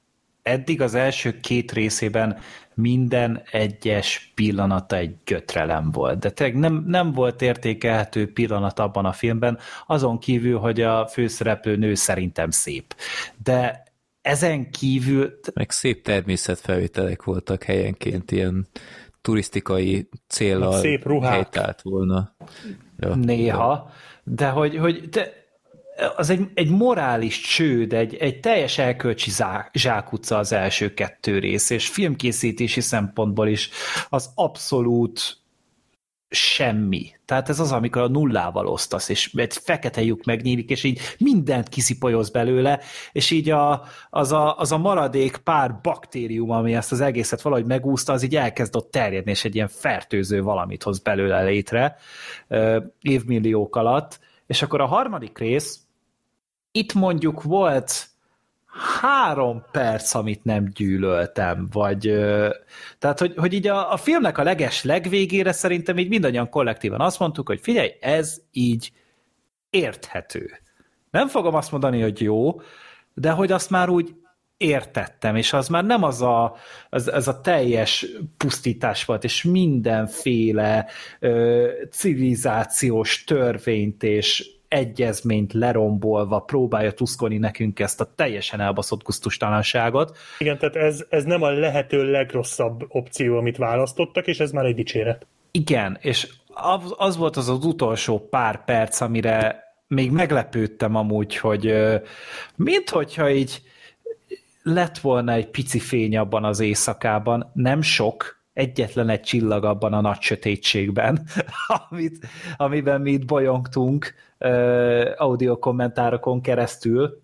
eddig az első két részében minden egyes pillanata egy götrelem volt, de tényleg nem, nem volt értékelhető pillanat abban a filmben, azon kívül, hogy a főszereplő nő szerintem szép. De ezen kívül... Meg szép természetfelvételek voltak helyenként, ilyen turisztikai céllal helytált volna. Ja, néha, de hogy, hogy de az egy, egy morális csőd, egy, egy teljes elkölcsi zsákutca az első kettő rész, és filmkészítési szempontból is az abszolút semmi. Tehát ez az, amikor a nullával osztasz, és egy fekete lyuk megnyílik, és így mindent kiszipolyoz belőle, és így a, az, a, az a maradék pár baktérium, ami ezt az egészet valahogy megúszta, az így elkezd ott terjedni, és egy ilyen fertőző valamit hoz belőle létre évmilliók alatt. És akkor a harmadik rész, itt mondjuk volt három perc, amit nem gyűlöltem, vagy tehát, hogy, hogy így a, a filmnek a leges legvégére szerintem így mindannyian kollektívan azt mondtuk, hogy figyelj, ez így érthető. Nem fogom azt mondani, hogy jó, de hogy azt már úgy értettem, és az már nem az a, az, az a teljes pusztítás volt, és mindenféle ö, civilizációs törvényt és egyezményt lerombolva próbálja tuszkolni nekünk ezt a teljesen elbaszott gusztustalanságot. Igen, tehát ez, ez nem a lehető legrosszabb opció, amit választottak, és ez már egy dicséret. Igen, és az, az volt az az utolsó pár perc, amire még meglepődtem amúgy, hogy minthogyha így lett volna egy pici fény abban az éjszakában, nem sok, egyetlen egy csillag abban a nagy sötétségben, amit, amiben mi itt bolyongtunk uh, audio kommentárokon keresztül,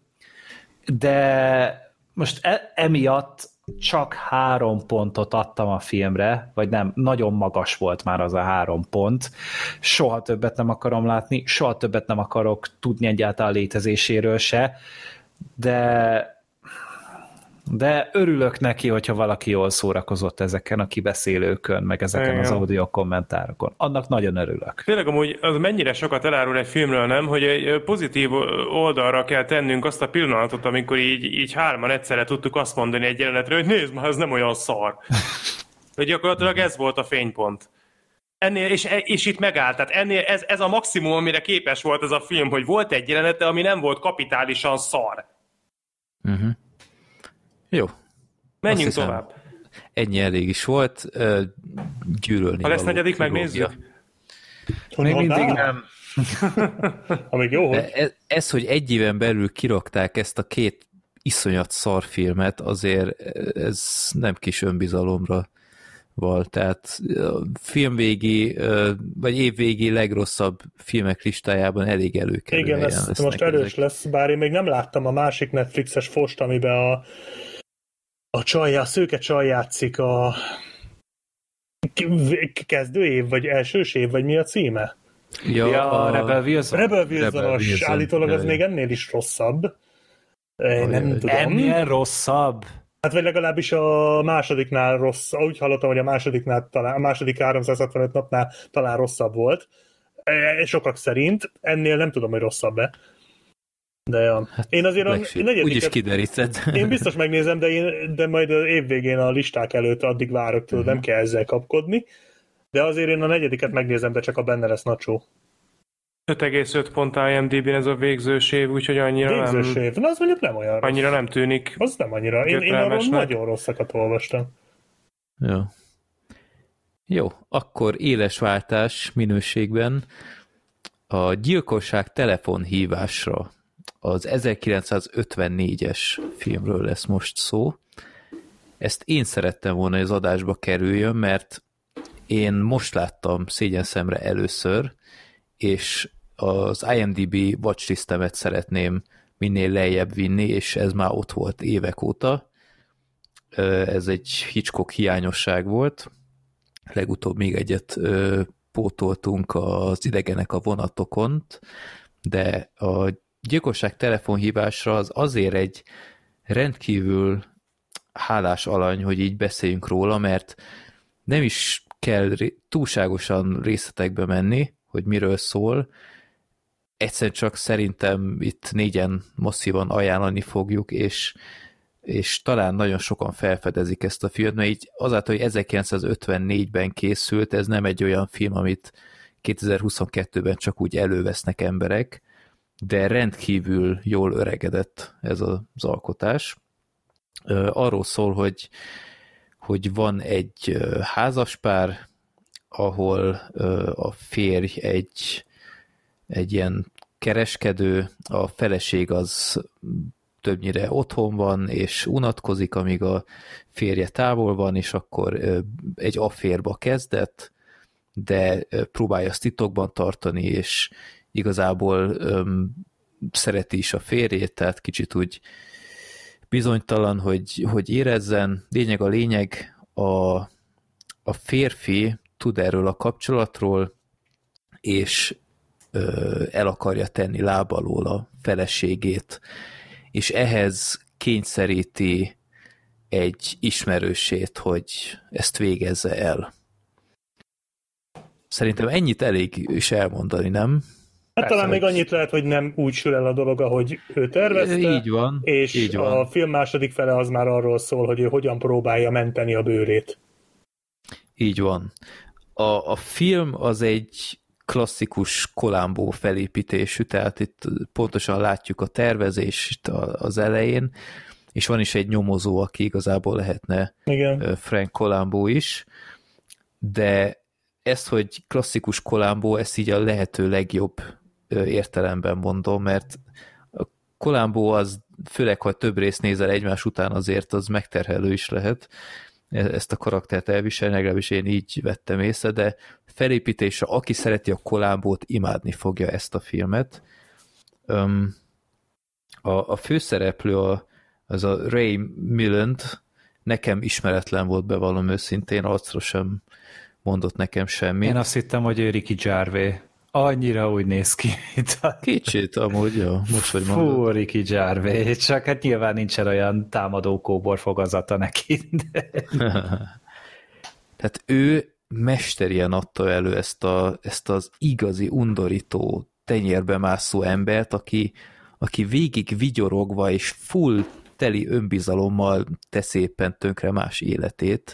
de most e- emiatt csak három pontot adtam a filmre, vagy nem, nagyon magas volt már az a három pont. Soha többet nem akarom látni, soha többet nem akarok tudni egyáltalán létezéséről se, de de örülök neki, hogyha valaki jól szórakozott ezeken a kibeszélőkön, meg ezeken Igen. az audio kommentárokon. Annak nagyon örülök. Tényleg amúgy az mennyire sokat elárul egy filmről, nem? Hogy egy pozitív oldalra kell tennünk azt a pillanatot, amikor így, így hárman egyszerre tudtuk azt mondani egy jelenetre, hogy nézd már, ez nem olyan szar. Hogy gyakorlatilag ez volt a fénypont. Ennél, és, és itt megállt. Tehát ennél ez, ez a maximum, amire képes volt ez a film, hogy volt egy jelenete, ami nem volt kapitálisan szar. Uh-huh. Jó. Menjünk tovább. Ennyi elég is volt. Gyűlölni ha lesz negyedik, megnézzük? Még mindig nem. Amíg jó, hogy... Ez, ez, hogy egy éven belül kirakták ezt a két iszonyat szarfilmet, azért ez nem kis önbizalomra val. Tehát filmvégi, vagy évvégi legrosszabb filmek listájában elég előkerül. Igen, ez most erős ezek. lesz, bár én még nem láttam a másik Netflixes fost, amiben a a csajjá, szőke csaj játszik a kezdő év, vagy elsős év, vagy mi a címe? Ja, ja a Rebel Wilson. Rebel Wilson-os, állítólag az még ennél is rosszabb. Én nem tudom. Ennél rosszabb? Hát vagy legalábbis a másodiknál rossz, úgy hallottam, hogy a másodiknál talán, a második háromszázhatvanöt napnál talán rosszabb volt. Sokak szerint, ennél nem tudom, hogy rosszabb-e. De ja. Hát én azért a negyediket... Úgyis kideríted. Én biztos megnézem, de, én, de majd az évvégén a listák előtt addig várok, tudod, uh-huh. nem kell ezzel kapkodni. De azért én a negyediket megnézem, de csak a benne lesz Nacho. öt egész öt pont I M D B-n ez a végzős év, úgyhogy annyira végzős nem... év. Na, az mondjuk nem olyan rossz. Annyira nem tűnik. Az nem annyira. Én, én arról nagyon rosszakat olvastam. Jó. Jó, akkor éles váltás minőségben a gyilkosság telefonhívásra az ezerkilencszázötvennégyes filmről lesz most szó. Ezt én szerettem volna, hogy az adásba kerüljön, mert én most láttam szégyenszemre először, és az I M D B watchlistemet szeretném minél lejjebb vinni, és ez már ott volt évek óta. Ez egy Hitchcock hiányosság volt. Legutóbb még egyet pótoltunk az Idegenek a vonatokon, de a gyilkosság telefonhívásra az azért egy rendkívül hálás alany, hogy így beszéljünk róla, mert nem is kell túlságosan részletekbe menni, hogy miről szól. Egyszerűen csak szerintem itt négyen masszívan ajánlani fogjuk, és és talán nagyon sokan felfedezik ezt a filmet, mert így azáltal, hogy ezerkilencszázötvennégyben készült, ez nem egy olyan film, amit kétezer-huszonkettőben csak úgy elővesznek emberek, de rendkívül jól öregedett ez az alkotás. Arról szól, hogy, hogy van egy házaspár, ahol a férj egy, egy ilyen kereskedő, a feleség az többnyire otthon van, és unatkozik, amíg a férje távol van, és akkor egy afférba kezdett, de próbálja azt titokban tartani, és igazából öm, szereti is a férjét, tehát kicsit úgy bizonytalan, hogy, hogy érezzen. Lényeg a lényeg, a, a férfi tud erről a kapcsolatról, és ö, el akarja tenni láb alól a feleségét, és ehhez kényszeríti egy ismerősét, hogy ezt végezze el. Szerintem ennyit elég is elmondani, nem? Hát talán még annyit lehet, hogy nem úgy sül el a dolog, ahogy ő tervezte. Így van. És így a van. film második fele az már arról szól, hogy ő hogyan próbálja menteni a bőrét. Így van. A, a film az egy klasszikus Columbo felépítésű, tehát itt pontosan látjuk a tervezést az elején, és van is egy nyomozó, aki igazából lehetne Igen. Frank Columbo is, de ezt, hogy klasszikus Columbo, ezt így a lehető legjobb értelemben mondom, mert a Columbo az, főleg, ha több részt nézel egymás után, azért az megterhelő is lehet ezt a karaktert elviselni, legalábbis én így vettem észre, de felépítése, aki szereti a Columbót, imádni fogja ezt a filmet. Um, a, a főszereplő a, az a Ray Milland, nekem ismeretlen volt, bevallom őszintén, arcra sem mondott nekem semmit. Én azt hittem, hogy ő Ricky Gervais. Annyira úgy néz ki, mint a... Kicsit, amúgy, jó, most hogy mondod. Fú, Ricky Gervais, csak hát nyilván nincsen olyan támadó kóbor fogazata neki. De... Tehát ő mesterien adta elő ezt, a, ezt az igazi, undorító, tenyérbe mászó embert, aki, aki végig vigyorogva és full teli önbizalommal tesz éppen tönkre más életét,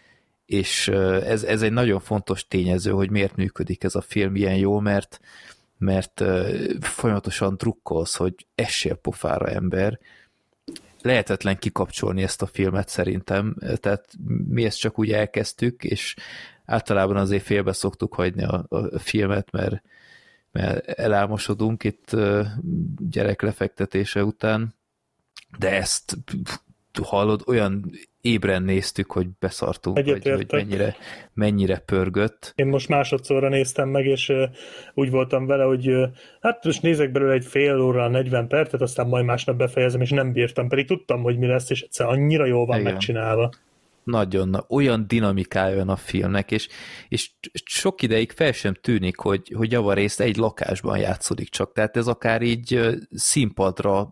és ez, ez egy nagyon fontos tényező, hogy miért működik ez a film ilyen jó, mert, mert folyamatosan drukkolsz, hogy essél pofára, ember. Lehetetlen kikapcsolni ezt a filmet szerintem, tehát mi ezt csak úgy elkezdtük, és általában azért félbe szoktuk hagyni a, a filmet, mert, mert elálmosodunk itt gyerek lefektetése után, de ezt hallod, olyan ébren néztük, hogy beszartunk, hogy, hogy mennyire, mennyire pörgött. Én most másodszorra néztem meg, és uh, úgy voltam vele, hogy uh, hát most nézek belőle egy fél óra, negyven percet, aztán majd másnap befejezem, és nem bírtam, pedig tudtam, hogy mi lesz, és egyszer annyira jól van Igen. megcsinálva. Nagyon, olyan dinamikája van a filmnek, és, és sok ideig fel sem tűnik, hogy, hogy javarészt egy lakásban játszódik csak, tehát ez akár így uh, színpadra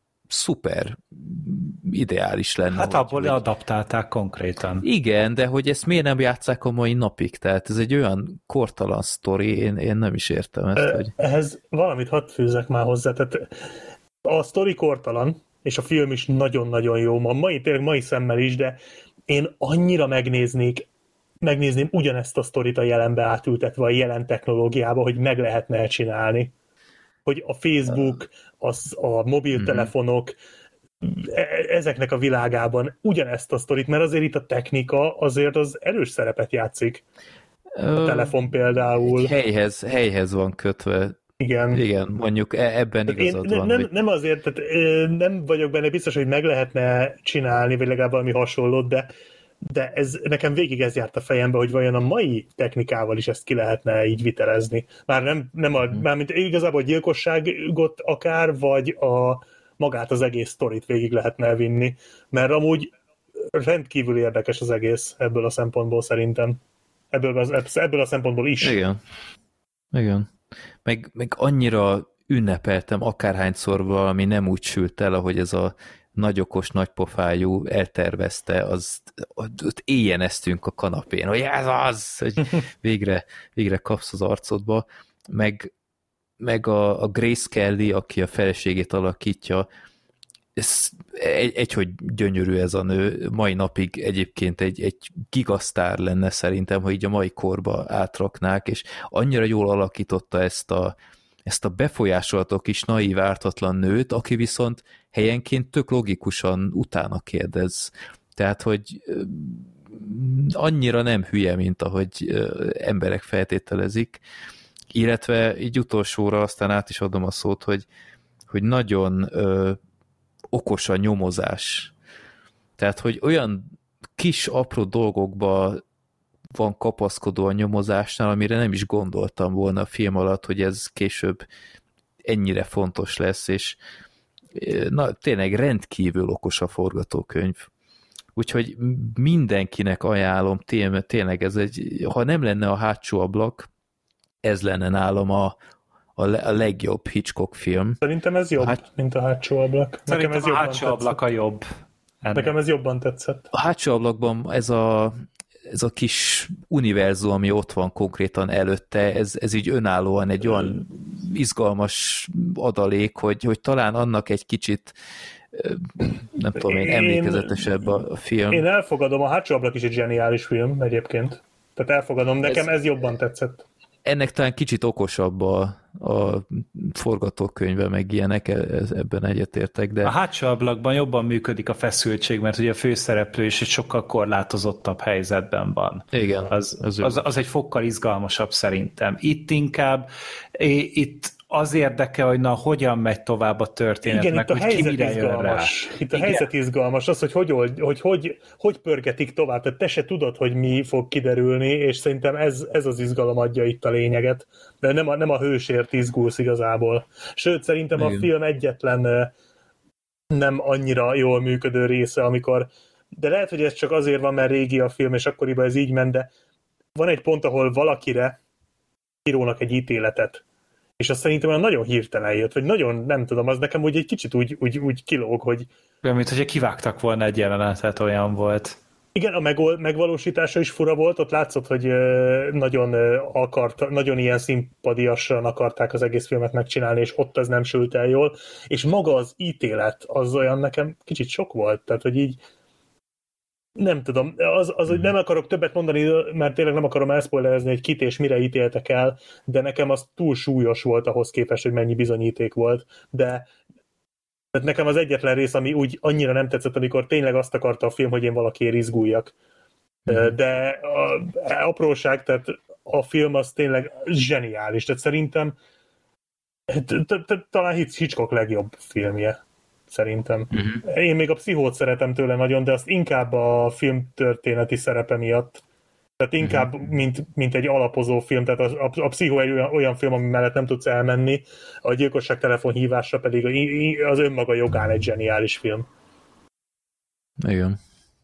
szuper ideális lenne. Hát hogy, abból hogy... adaptálták konkrétan. Igen, de hogy ezt miért nem játsszák a mai napig? Tehát ez egy olyan kortalan sztori, én, én nem is értem ezt. Eh, hogy... Ehhez valamit hadd fűzzek már hozzá. Tehát a sztori kortalan, és a film is nagyon-nagyon jó ma, mai, tényleg mai szemmel is, de én annyira megnéznék, megnézném ugyanezt a sztorit a jelenbe átültetve, a jelen technológiába, hogy meg lehetne csinálni. Hogy a Facebook, az, a mobiltelefonok, ezeknek a világában ugyanezt a sztorit, mert azért itt a technika azért az erős szerepet játszik. A telefon például. Helyhez, helyhez van kötve. Igen. Igen, mondjuk ebben igazad Én van. Nem, hogy... nem azért, tehát nem vagyok benne biztos, hogy meg lehetne csinálni, vagy legalább valami hasonlót, de, de ez, nekem végig ez járt a fejembe, hogy vajon a mai technikával is ezt ki lehetne így vitelezni. Már nem, nem a, hmm. mármint igazából a gyilkosságot akár, vagy a magát az egész sztorit végig lehetne vinni, mert amúgy rendkívül érdekes az egész ebből a szempontból szerintem. Ebből, az, ebből a szempontból is. Igen. Igen. Meg, meg annyira ünnepeltem akárhányszor valami nem úgy sült el, ahogy ez a nagyokos, nagypofájú eltervezte, az ott éjjeneztünk a kanapén, hogy ez az, hogy végre, végre kapsz az arcodba, meg, meg a, a Grace Kelly, aki a feleségét alakítja, ez egy, egy, hogy gyönyörű ez a nő, mai napig egyébként egy, egy gigasztár lenne szerintem, ha így a mai korba átraknák, és annyira jól alakította ezt a, ezt a befolyásolható kis naív ártatlan nőt, aki viszont helyenként tök logikusan utána kérdez. Tehát, hogy annyira nem hülye, mint ahogy emberek feltételezik, illetve így utolsóra aztán át is adom a szót, hogy, hogy nagyon ö, okos a nyomozás. Tehát, hogy olyan kis apró dolgokba van kapaszkodó a nyomozásnál, amire nem is gondoltam volna a film alatt, hogy ez később ennyire fontos lesz, és na, tényleg rendkívül okos a forgatókönyv. Úgyhogy mindenkinek ajánlom, tényleg ez egy, ha nem lenne a hátsó ablak, ez lenne nálam a, a legjobb Hitchcock film. Szerintem ez jobb, hát, mint a hátsó ablak. Nekem ez ez a hátsó ablak a jobb. Ennek. Nekem ez jobban tetszett. A hátsó ablakban ez a, ez a kis univerzum, ami ott van konkrétan előtte, ez, ez így önállóan egy olyan izgalmas adalék, hogy, hogy talán annak egy kicsit nem tudom én, emlékezetesebb a film. Én elfogadom, a hátsó ablak is egy zseniális film egyébként. Tehát elfogadom, nekem ez, ez jobban tetszett. Ennek talán kicsit okosabb a, a forgatókönyve, meg ilyenek, ebben egyetértek, de... A hátsó ablakban jobban működik a feszültség, mert ugye a főszereplő is egy sokkal korlátozottabb helyzetben van. Igen. Az, az, az, az egy fokkal izgalmasabb szerintem. Itt inkább, itt az érdekel, hogy na, hogyan megy tovább a történet, igen, meg itt a hogy ki helyzet mire jön rá. Itt a igen. helyzet izgalmas, az, hogy hogy, hogy, hogy, hogy hogy pörgetik tovább, tehát te se tudod, hogy mi fog kiderülni, és szerintem ez, ez az izgalom adja itt a lényeget, de nem a, nem a hősért izgulsz igazából. Sőt, szerintem igen. A film egyetlen nem annyira jól működő része, amikor, de lehet, hogy ez csak azért van, mert régi a film, és akkoriban ez így ment, de van egy pont, ahol valakire írónak egy ítéletet, és azt szerintem olyan nagyon hirtelen jött, vagy nagyon, nem tudom, az nekem úgy egy kicsit úgy, úgy, úgy kilóg, hogy... Mint hogyha kivágtak volna egy jelenetet, olyan volt. Igen, a megol- megvalósítása is fura volt, ott látszott, hogy nagyon akart, nagyon ilyen színpadiasan akarták az egész filmet megcsinálni, és ott az nem sült el jól, és maga az ítélet az olyan nekem kicsit sok volt, tehát hogy így nem tudom, az, az hogy nem akarok többet mondani, mert tényleg nem akarom elszpoilerezni, hogy kit és mire ítéltek el, de nekem az túl súlyos volt ahhoz képest, hogy mennyi bizonyíték volt, de tehát nekem az egyetlen rész, ami úgy annyira nem tetszett, amikor tényleg azt akarta a film, hogy én valakiért izguljak. Mm. De a, a apróság, tehát a film az tényleg zseniális, tehát szerintem talán Hitchcock legjobb filmje. Szerintem. Uh-huh. Én még a Pszichót szeretem tőle nagyon, de azt inkább a film történeti szerepe miatt. Tehát inkább, uh-huh. mint, mint egy alapozó film. Tehát a, a, a Pszichó egy olyan, olyan film, ami mellett nem tudsz elmenni, a Gyilkosság telefonhívása pedig az önmaga jogán egy zseniális film. Igen.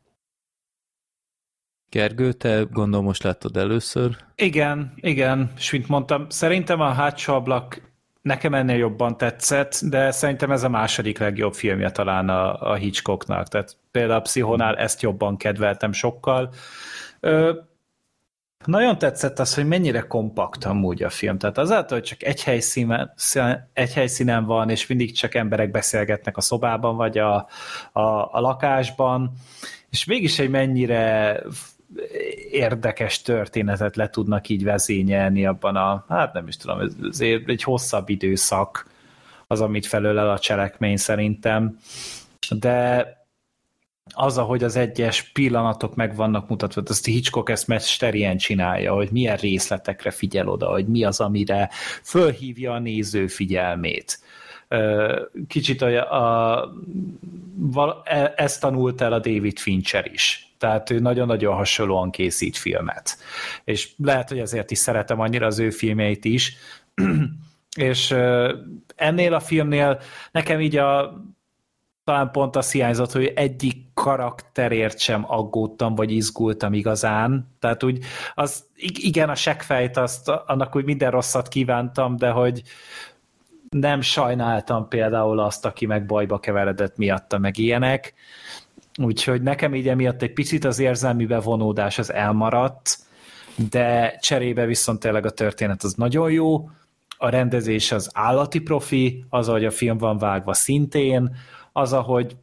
Gergő, te gondolom most láttad először? Igen, igen, és mint mondtam, szerintem a hátsó ablak nekem ennél jobban tetszett, de szerintem ez a második legjobb filmje talán a, a Hitchcocknak. Tehát például a Pszichónál ezt jobban kedveltem sokkal. Ö, nagyon tetszett az, hogy mennyire kompakt amúgy a film. Tehát azáltal, hogy csak egy helyszínen, egy helyszínen van, és mindig csak emberek beszélgetnek a szobában, vagy a, a, a lakásban, és mégis egy mennyire érdekes történetet le tudnak így vezényelni abban a, hát nem is tudom, ez egy hosszabb időszak az, amit felölel a cselekmény szerintem, de az, ahogy az egyes pillanatok meg vannak mutatva, azt Hitchcock ezt mesterien csinálja, hogy milyen részletekre figyel oda, hogy mi az, amire fölhívja a néző figyelmét. Kicsit a, a, ezt tanult el a David Fincher is. Tehát ő nagyon-nagyon hasonlóan készít filmet. És lehet, hogy ezért is szeretem annyira az ő filmjeit is. És ennél a filmnél nekem így a talán pont az hiányzott, hogy egyik karakterért sem aggódtam, vagy izgultam igazán. Tehát úgy, az, igen, a seggfejt, azt, annak úgy minden rosszat kívántam, de hogy nem sajnáltam például azt, aki meg bajba keveredett miatta, meg ilyenek. Úgyhogy nekem így emiatt egy picit az érzelmi bevonódás az elmaradt, de cserébe viszont tényleg a történet az nagyon jó, a rendezés az állati profi, az, ahogy a film van vágva szintén, az, ahogy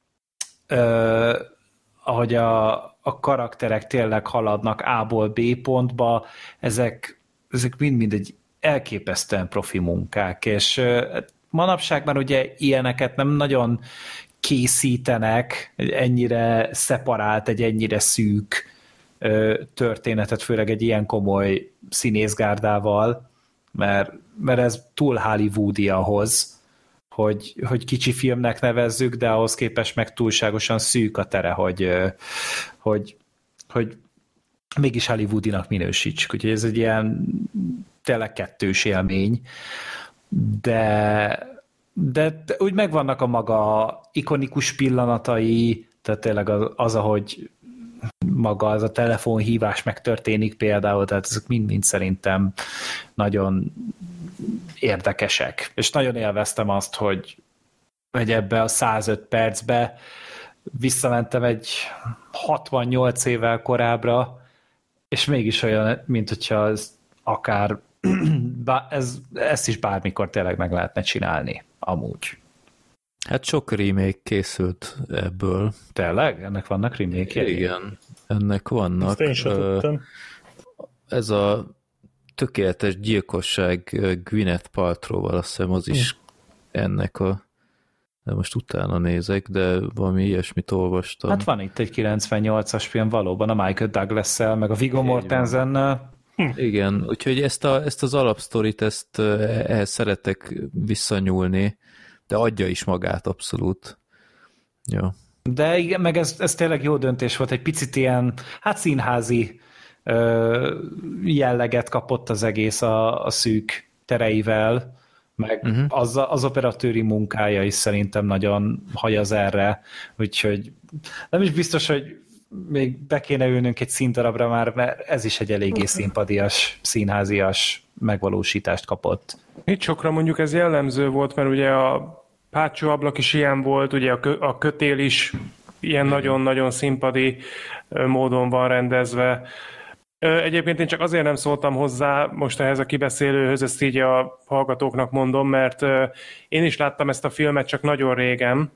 ö, ahogy a, a karakterek tényleg haladnak A-ból B pontba, ezek, ezek mind-mind egy elképesztően profi munkák, és ö, manapság már ugye ilyeneket nem nagyon készítenek, ennyire szeparált, egy ennyire szűk ö, történetet, főleg egy ilyen komoly színészgárdával, mert, mert ez túl hollywoodi ahhoz, hogy, hogy kicsi filmnek nevezzük, de ahhoz képest meg túlságosan szűk a tere, hogy, hogy, hogy mégis hollywoodinak minősítsük. Úgyhogy ez egy ilyen tényleg kettős élmény, de, de úgy megvannak a maga ikonikus pillanatai, tehát tényleg az, az ahogy maga az a telefonhívás megtörténik például, tehát ezek mind-mind szerintem nagyon érdekesek. És nagyon élveztem azt, hogy, hogy ebbe a százöt percbe visszamentem egy hatvannyolc évvel korábbra, és mégis olyan, mint hogyha ez akár ez, ezt is bármikor tényleg meg lehetne csinálni, amúgy. Hát sok remake készült ebből. Tényleg? Ennek vannak remake-jei? Igen, ennek vannak. Ezt én sem tudtam. Ez a tökéletes gyilkosság Gwyneth Paltrow-val, azt hiszem az is ennek a, de most utána nézek, de valami ilyesmit olvastam. Hát van itt egy kilencvennyolcas film valóban, a Michael Douglas-szel, meg a Viggo Mortensennel. Igen, úgyhogy ezt, a, ezt az alapsztorit, ezt ehhez szeretek visszanyúlni, de adja is magát abszolút. Ja. De igen, meg ez, ez tényleg jó döntés volt, egy picit ilyen, hát színházi ö, jelleget kapott az egész a, a szűk tereivel, meg uh-huh. az, az operatőri munkája is szerintem nagyon hajaz erre, úgyhogy nem is biztos, hogy még be kéne ülnünk egy színdarabra már, mert ez is egy eléggé színpadias, színházias megvalósítást kapott. Itt sokra mondjuk ez jellemző volt, mert ugye a Pácsó ablak is ilyen volt, ugye a, kö, a kötél is ilyen nagyon-nagyon színpadi módon van rendezve. Egyébként én csak azért nem szóltam hozzá most ehhez a kibeszélőhöz, ezt így a hallgatóknak mondom, mert én is láttam ezt a filmet csak nagyon régen,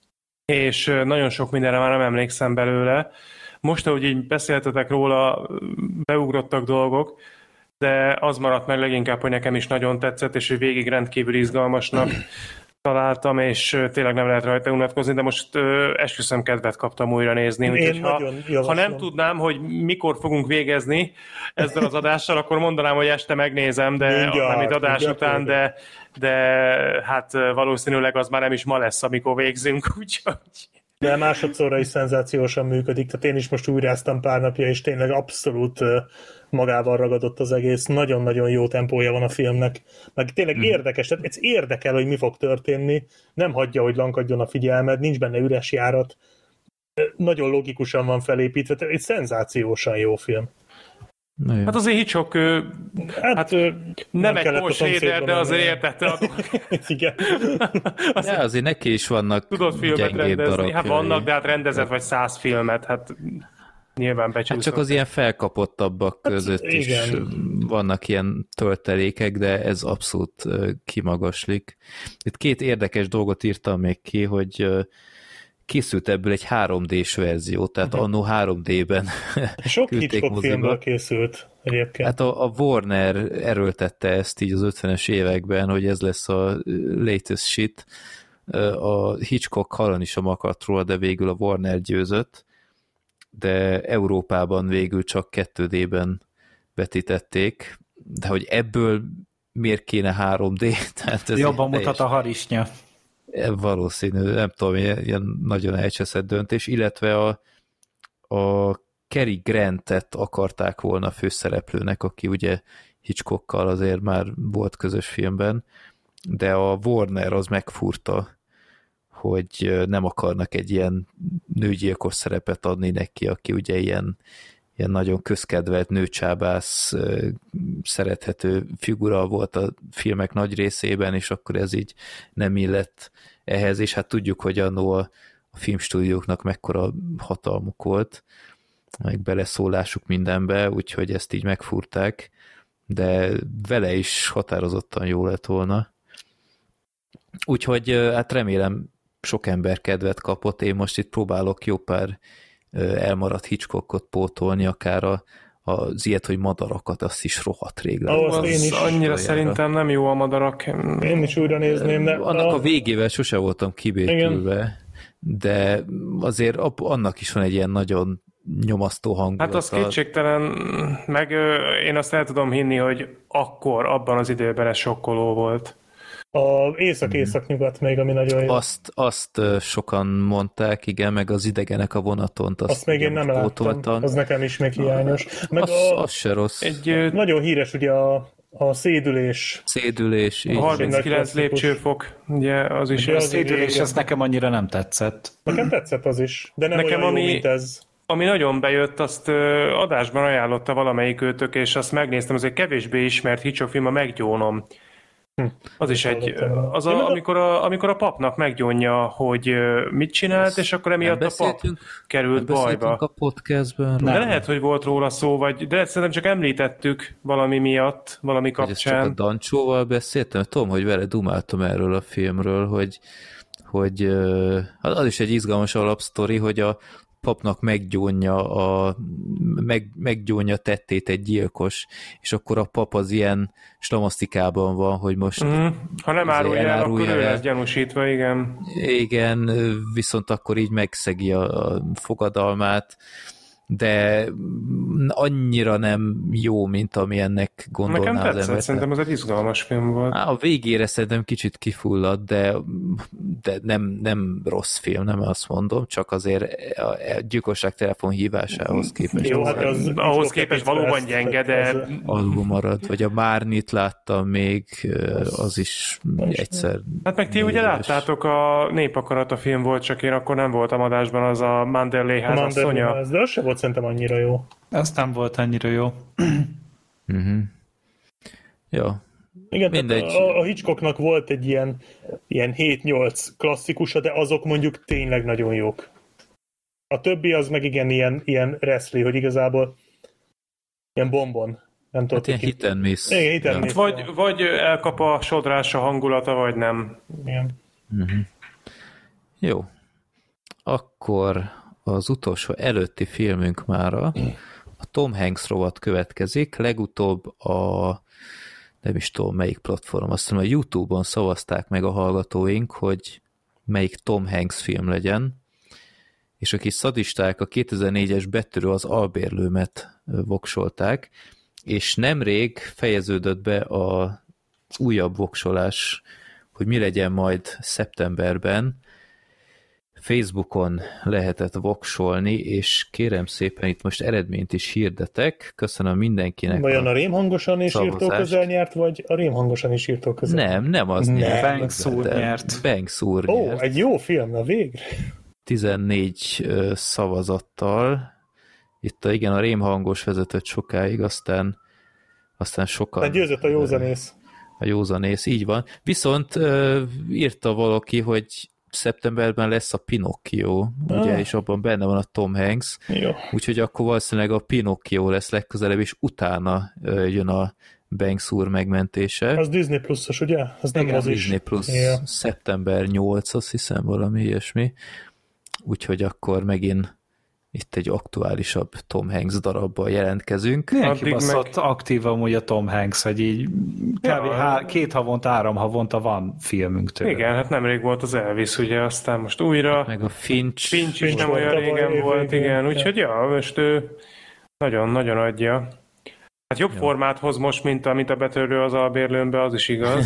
és nagyon sok mindenre már nem emlékszem belőle. Most, ahogy így beszéltetek róla, beugrottak dolgok, de az maradt meg leginkább, hogy nekem is nagyon tetszett, és hogy végig rendkívül izgalmasnak találtam, és tényleg nem lehet rajta unatkozni, de most ö, esküszöm kedvet kaptam újra nézni. Úgyhogy ha, ha nem tudnám, hogy mikor fogunk végezni ezzel az adással, akkor mondanám, hogy este megnézem, de mindjárt, nem itt adás mindjárt után, de, de hát valószínűleg az már nem is ma lesz, amikor végzünk, úgyhogy... De másodszorra is szenzációsan működik, tehát én is most újráztam pár napja, és tényleg abszolút magával ragadott az egész. Nagyon-nagyon jó tempója van a filmnek. Meg tényleg mm. érdekes, tehát ez érdekel, hogy mi fog történni, nem hagyja, hogy lankadjon a figyelmed, nincs benne üres járat, nagyon logikusan van felépítve, tehát egy szenzációsan jó film. Na, hát azért Hitchcock hát, hát nem, nem egy Paul Schrader, de azért értette a dolgot. Igen. azért, ja, azért neki is vannak tudod filmet rendezni. darabjai. Hát vannak, de hát rendezett vagy száz filmet, hát nyilván becsúszott. Hát csak az ilyen felkapottabbak hát, között igen. is vannak ilyen töltelékek, de ez abszolút kimagaslik. Itt két érdekes dolgot írtam még ki, hogy készült ebből egy három dés verzió, tehát uh-huh. annó három dében sok Hitchcock filmből készült egyébként. Hát a, a Warner erőltette ezt így az ötvenes években, hogy ez lesz a latest shit. A Hitchcock hallani sem akart róla, de végül a Warner győzött, de Európában végül csak kettő dében vetítették, de hogy ebből miért kéne három dé? Tehát ez jobban mutat a harisnya. Valószínű, nem tudom, ilyen nagyon elcseszett döntés, illetve a, a Cary Grantet akarták volna főszereplőnek, aki ugye Hitchcockkal azért már volt közös filmben, de a Warner az megfúrta, hogy nem akarnak egy ilyen nőgyilkos szerepet adni neki, aki ugye ilyen, ilyen nagyon közkedvelt nőcsábász, szerethető figura volt a filmek nagy részében, és akkor ez így nem illett ehhez, és hát tudjuk, hogy annó a, a filmstúdióknak mekkora hatalmuk volt, meg beleszólásuk mindenbe, úgyhogy ezt így megfúrták, de vele is határozottan jó lett volna. Úgyhogy hát remélem sok ember kedvet kapott, én most itt próbálok jó pár elmaradt Hitchcockot pótolni, akár a, az ilyet, hogy madarakat, azt is rohadt rég. Ó, azt én is. Annyira szerintem nem jó a madarak. Én is újra nézném, de... Annak a, a végével sose voltam kibékülve, igen. De azért annak is van egy ilyen nagyon nyomasztó hangulata. Hát az kétségtelen, meg én azt el tudom hinni, hogy akkor, abban az időben ez sokkoló volt. A észak-észak-nyugat még, ami nagyon jó. Azt, azt sokan mondták, igen, meg az Idegenek a vonaton. Azt, azt még én nem láttam, az nekem is még hiányos. Meg az, a, az se rossz. Egy, nagyon híres ugye a, a szédülés. Szédülés. A harminckilenc lépcsőfok, ugye az is. A szédülés, az nekem annyira nem tetszett. Nekem tetszett az is, de nem nekem olyan ami... jó, mint ez. Ami nagyon bejött, azt ö, adásban ajánlotta valamelyik őtök, és azt megnéztem, az egy kevésbé ismert Hitchcock film, a Meggyónom. Hm. Az is egy, az a, amikor, a, amikor a papnak meggyónja, hogy uh, mit csinált, és akkor emiatt a pap került bajba. a podcastben. De nem. Lehet, hogy volt róla szó, vagy, de szerintem csak említettük valami miatt, valami kapcsán. Csak a Dancsóval beszéltem, tudom, hogy vele dumáltam erről a filmről, hogy, hogy az is egy izgalmas alapsztori, hogy a papnak meggyónja, a, meg, meggyónja tettét egy gyilkos, és akkor a pap az ilyen slamasztikában van, hogy most... Mm, ha nem árulja el, akkor ő lesz gyanúsítva, igen. Igen, viszont akkor így megszegi a, a fogadalmát, de annyira nem jó, mint ami ennek gondolná Nekem az tetszett, ember. szerintem ez egy izgalmas film volt. Á, a végére szerintem kicsit kifulladt, de, de nem, nem rossz film, nem azt mondom, csak azért a, a gyilkosság telefonhívásához képest. Jó, hát az ahhoz képest valóban gyenge, de... Alul marad, vagy a Márnit láttam még, az is egyszer... Hát meg ti ugye láttátok, a Népakarata film volt, csak én akkor nem voltam adásban, az a Manderley ház asszonya. De az se volt szerintem annyira jó. Az nem volt annyira jó. Uh-huh. Jó. Igen, a, a Hitchcocknak volt egy ilyen, ilyen hét-nyolc klasszikusa, de azok mondjuk tényleg nagyon jók. A többi az meg igen ilyen, ilyen wrestling, hogy igazából ilyen bombon. Nem hát ilyen hit and miss. Igen, hit and ja. miss. Vagy, vagy elkap a sodrás a hangulata, vagy nem. Igen. Uh-huh. Jó. Akkor az utolsó előtti filmünk mára a Tom Hanks rovat következik. Legutóbb a nem is tudom melyik platform, azt hiszem a YouTube-on szavazták meg a hallgatóink, hogy melyik Tom Hanks film legyen, és a kis szadisták a kétezer-négyes Betörő az albérlőmet voksolták, és nemrég fejeződött be az újabb voksolás, hogy mi legyen majd szeptemberben. Facebookon lehetett voksolni, és kérem szépen, itt most eredményt is hirdetek. Köszönöm mindenkinek. Vajon a, a rémhangosan is írtó közel nyert, vagy a rémhangosan is írtó közel? Nem, nem az nem. nyert. Banks úr nyert. Banks úr Ó, nyert. egy jó film, na végre. tizennégy szavazattal. Itt a, igen, a rémhangos vezetett sokáig, aztán aztán sokan... Tehát győzött a józanész. A józanész, így van. Viszont írta valaki, hogy szeptemberben lesz a Pinocchio, ah. ugye, és abban benne van a Tom Hanks, jó. Úgyhogy akkor valószínűleg a Pinocchio lesz legközelebb, és utána jön a Banks úr megmentése. Az Disney Plus-os, ugye? Az nem igen, az Disney is. Plus, ja. szeptember nyolcadika, azt hiszem, valami ilyesmi. Úgyhogy akkor megint itt egy aktuálisabb Tom Hanks darabbal jelentkezünk. Mindenki baszott meg... aktív amúgy a Tom Hanks, hogy így kb. Ja. Há- két havonta, három havonta van filmünk tőle. Igen, hát nemrég volt az Elvis, ugye, aztán most újra. Meg a Finch. Finch is Finch nem olyan régen volt, igen, igen. Úgyhogy ja, most ő nagyon-nagyon adja. Hát jobb ja. formát hoz most, mint a, mint a Betörő az albérlőnbe, az is igaz.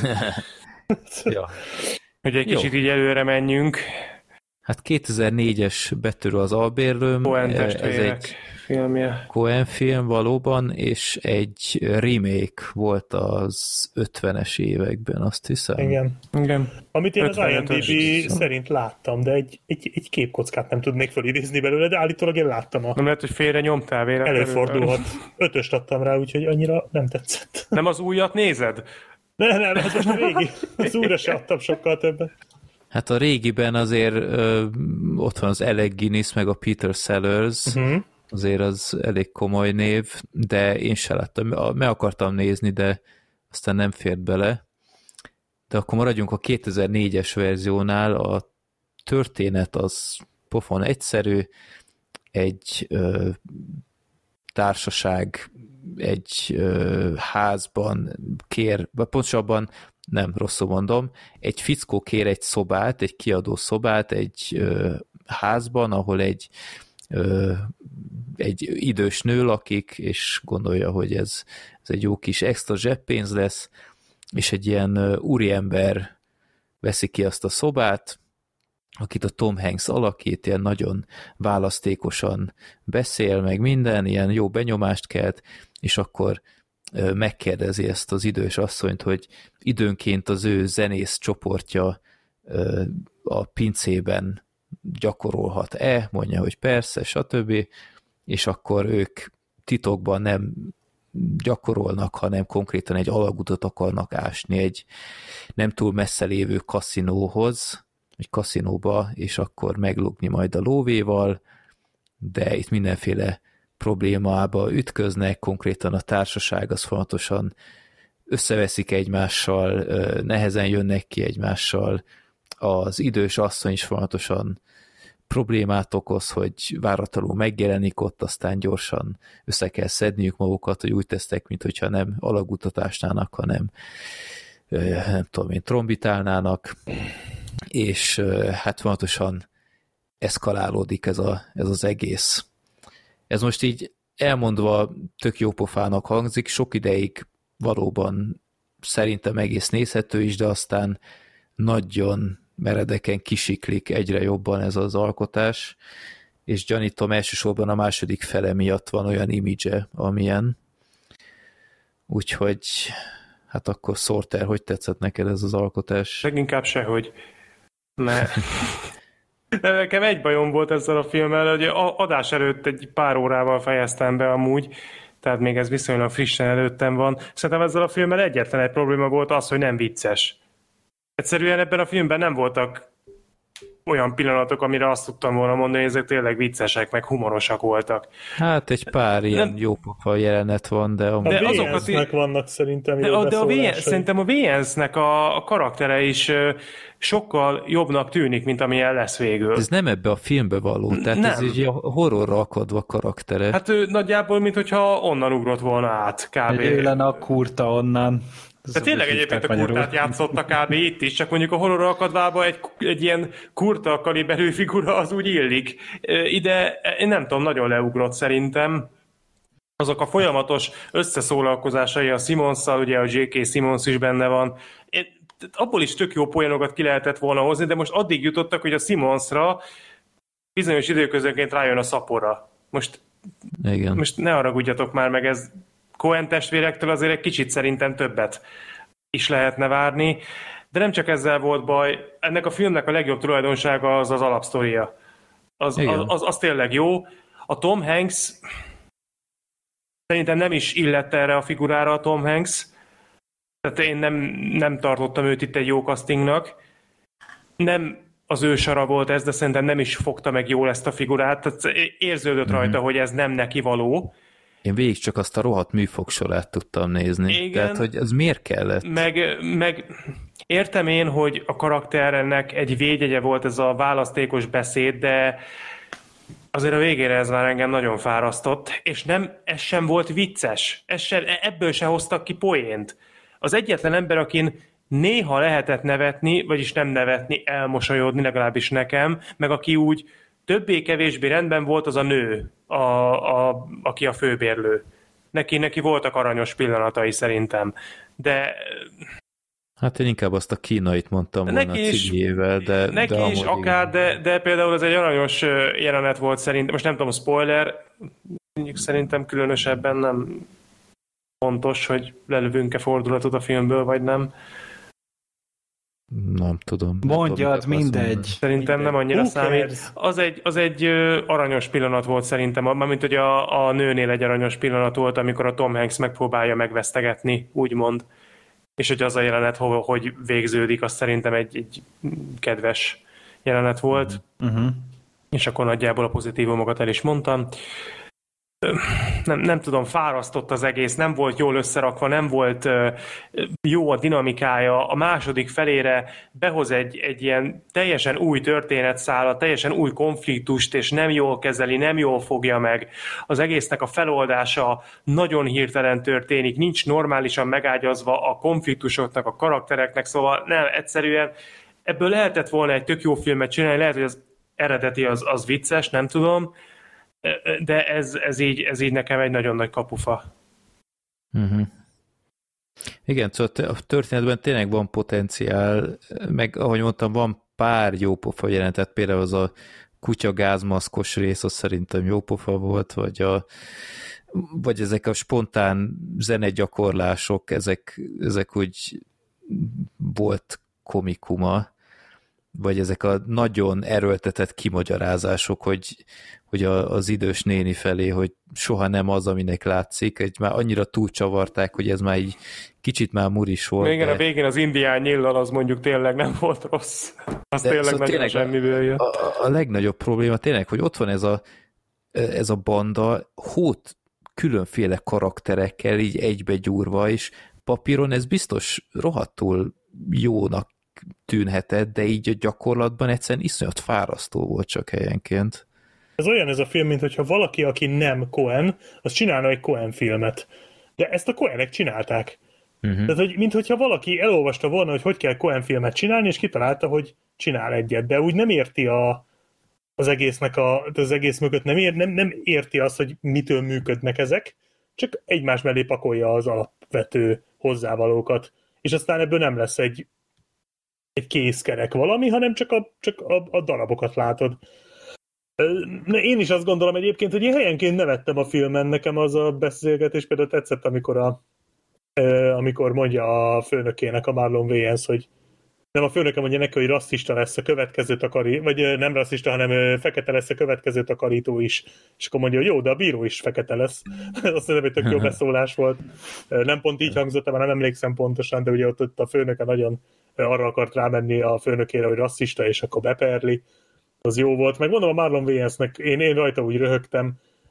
ja. Hogy egy kicsit Jó. így előre menjünk. Hát kétezer-négyes Betörő az albérlőm. Coen ez egy filmje. Coen film valóban, és egy remake volt az ötvenes években, azt hiszem. Igen. Igen. Amit én az IMDb szerint láttam, de egy, egy, egy képkockát nem tudnék felidézni belőle, de állítólag én láttam a... Nem lehet, hogy félre nyomtál véletlenül. Előfordulhat. Ötöst adtam rá, úgyhogy annyira nem tetszett. Nem az újat nézed? Ne, nem, ez most a régi. Az újra se adtam sokkal többet. Hát a régiben azért ö, ott van az Alec Guinness, meg a Peter Sellers, uh-huh. azért az elég komoly név, de én se láttam, meg akartam nézni, de aztán nem fért bele. De akkor maradjunk a kétezer-négyes verziónál, a történet az pofon egyszerű, egy ö, társaság egy ö, házban kér, vagy pontosabban nem, rosszul mondom, egy fickó kér egy szobát, egy kiadó szobát egy ö, házban, ahol egy ö, egy idős nő lakik, és gondolja, hogy ez, ez egy jó kis extra zseppénz lesz, és egy ilyen ö, úriember veszi ki azt a szobát, akit a Tom Hanks alakít, ilyen nagyon választékosan beszél, meg minden, ilyen jó benyomást kelt, és akkor megkérdezi ezt az idős asszonyt, hogy időnként az ő zenész csoportja a pincében gyakorolhat-e, mondja, hogy persze, stb. És akkor ők titokban nem gyakorolnak, hanem konkrétan egy alagutat akarnak ásni egy nem túl messze lévő kaszinóhoz, egy kaszinóba, és akkor meglugni majd a lóvéval, de itt mindenféle problémába ütköznek, konkrétan a társaság az fontosan összeveszik egymással, nehezen jönnek ki egymással, az idős asszony is fontosan problémát okoz, hogy váratlanul megjelenik ott, aztán gyorsan össze kell szedniük magukat, hogy úgy tesztek, mintha nem alagutat ásnának, hanem nem tudom én, trombitálnának, és hát fontosan eszkalálódik ez, a, ez az egész. Ez most így elmondva tök jó pofának hangzik, sok ideig valóban szerintem egész nézhető is, de aztán nagyon meredeken kisiklik egyre jobban ez az alkotás, és gyanítom elsősorban a második fele miatt van olyan image, amilyen. Úgyhogy hát akkor Sorter, hogy tetszett neked ez az alkotás? Leginkább sehogy. Mert de nekem egy bajom volt ezzel a filmmel, hogy adás előtt egy pár órával fejeztem be amúgy, tehát még ez viszonylag frissen előttem van. Szerintem ezzel a filmmel egyetlen egy probléma volt az, hogy nem vicces. Egyszerűen ebben a filmben nem voltak olyan pillanatok, amire azt tudtam volna mondani, hogy ezek tényleg viccesek, meg humorosak voltak. Hát egy pár ilyen nem... jópofa jelenet van, de... A de Wayans-nek vannak szerintem de, jó de a beszólásai. Szerintem a Wayans-nek a, a karaktere is sokkal jobbnak tűnik, mint amilyen lesz végül. Ez nem ebbe a filmbe való, tehát nem. Ez így a horrorra akadva karaktere. Hát ő nagyjából, mintha onnan ugrott volna át, kb. Ő lenne a kurta onnan. De tényleg egyébként a kurtát játszotta kb. Itt is, csak mondjuk a horrorra akadvában egy, egy ilyen kurta kaliberű figura az úgy illik. Ide, én nem tudom, nagyon leugrott szerintem. Azok a folyamatos összeszólalkozásai a Simonsszal, ugye a jé ká. Simmons is benne van. Én, abból is tök jó poénokat ki lehetett volna hozni, de most addig jutottak, hogy a Simmonsra bizonyos időközönként rájön a szapora. Most, Igen. most ne haragudjatok már meg, ez Coen testvérektől azért egy kicsit szerintem többet is lehetne várni, de nem csak ezzel volt baj, ennek a filmnek a legjobb tulajdonsága az az alapsztoria. Az, az, az, az tényleg jó. A Tom Hanks szerintem nem is illett erre a figurára a Tom Hanks, tehát én nem, nem tartottam őt itt egy jó castingnak. Nem az ő sara volt ez, de szerintem nem is fogta meg jól ezt a figurát, tehát érződött mm-hmm. rajta, hogy ez nem neki való. Én végig csak azt a rohadt műfogsorát tudtam nézni. Igen, tehát, hogy ez miért kellett? Meg, meg értem én, hogy a karakternek egy védjegye volt ez a választékos beszéd, de azért a végére ez már engem nagyon fárasztott, és nem, ez sem volt vicces. Ez sem, ebből se hoztak ki poént. Az egyetlen ember, akin néha lehetett nevetni, vagyis nem nevetni, elmosolyodni, legalábbis nekem, meg aki úgy többé-kevésbé rendben volt, az a nő, a, a, aki a főbérlő. Neki, neki voltak aranyos pillanatai szerintem, de... Hát én inkább azt a kínait mondtam volna a cigével, de... Neki de is akár, de, de például ez egy aranyos jelenet volt szerintem, most nem tudom, spoiler, szerintem különösebben nem fontos, hogy lelövünk-e fordulatot a filmből, vagy nem. Nem tudom. Mondjad, mindegy. Szerintem mindegy. nem annyira számít. Az egy, az egy aranyos pillanat volt szerintem, mármint hogy a, a nőnél egy aranyos pillanat volt, amikor a Tom Hanks megpróbálja megvesztegetni, úgymond. És hogy az a jelenet, hogy végződik, az szerintem egy, egy kedves jelenet volt. Uh-huh. És akkor nagyjából a pozitívumokat el is mondtam. nem, nem tudom, fárasztott az egész, nem volt jól összerakva, nem volt uh, jó a dinamikája. A második felére behoz egy, egy ilyen teljesen új történetszálat, teljesen új konfliktust, és nem jól kezeli, nem jól fogja meg. Az egésznek a feloldása nagyon hirtelen történik, nincs normálisan megágyazva a konfliktusoknak, a karaktereknek, szóval nem, egyszerűen ebből lehetett volna egy tök jó filmet csinálni, lehet, hogy az eredeti az, az vicces, nem tudom, de ez, ez, így, ez így nekem egy nagyon nagy kapufa. Uh-huh. Igen, szóval a történetben tényleg van potenciál, meg ahogy mondtam, van pár jópofa jelentet, például az a kutya gázmaszkos rész, az szerintem jópofa volt, vagy, a, vagy ezek a spontán zenegyakorlások, ezek, ezek úgy volt komikuma, vagy ezek a nagyon erőltetett kimagyarázások, hogy, hogy a, az idős néni felé, hogy soha nem az, aminek látszik, hogy már annyira túlcsavarták, hogy ez már így kicsit már muris volt. Igen, de... a végén az indián nyillal az mondjuk tényleg nem volt rossz. Az de tényleg szóval nagyon tényleg semmiből jött. A, a legnagyobb probléma tényleg, hogy ott van ez a, ez a banda, hót különféle karakterekkel így egybegyúrva, és papíron ez biztos rohadtul jónak tűnhetett, de így a gyakorlatban egyszerűen iszonyat fárasztó volt csak helyenként. Ez olyan ez a film, mintha valaki, aki nem Coen, az csinálna egy Coen filmet. De ezt a Coenek csinálták. Uh-huh. Tehát, hogy mintha valaki elolvasta volna, hogy hogy kell Coen filmet csinálni, és kitalálta, hogy csinál egyet, de úgy nem érti a, az egésznek a, az egész mögött nem, ér, nem, nem érti azt, hogy mitől működnek ezek, csak egymás mellé pakolja az alapvető hozzávalókat. És aztán ebből nem lesz egy egy készkerek valami, hanem csak a, csak a, a darabokat látod. Én is azt gondolom egyébként, hogy én helyenként nevettem a filmen, nekem az a beszélgetés például tetszett, amikor, a, amikor mondja a főnökének, a Marlon Wayans, hogy nem a főnöke mondja neki, hogy rasszista lesz a következő takarító, vagy nem rasszista, hanem fekete lesz a következő takarító is. És akkor mondja, hogy jó, de a bíró is fekete lesz. Ez azt hiszem, hogy tök jó beszólás volt. Nem pont így hangzott, mert nem emlékszem pontosan, de ugye ott, ott a főnöke nagyon arra akart rámenni a főnökére, hogy rasszista, és akkor beperli. Az jó volt. Meg mondom a Marlon Wayansnek, én, én rajta úgy röhögtem.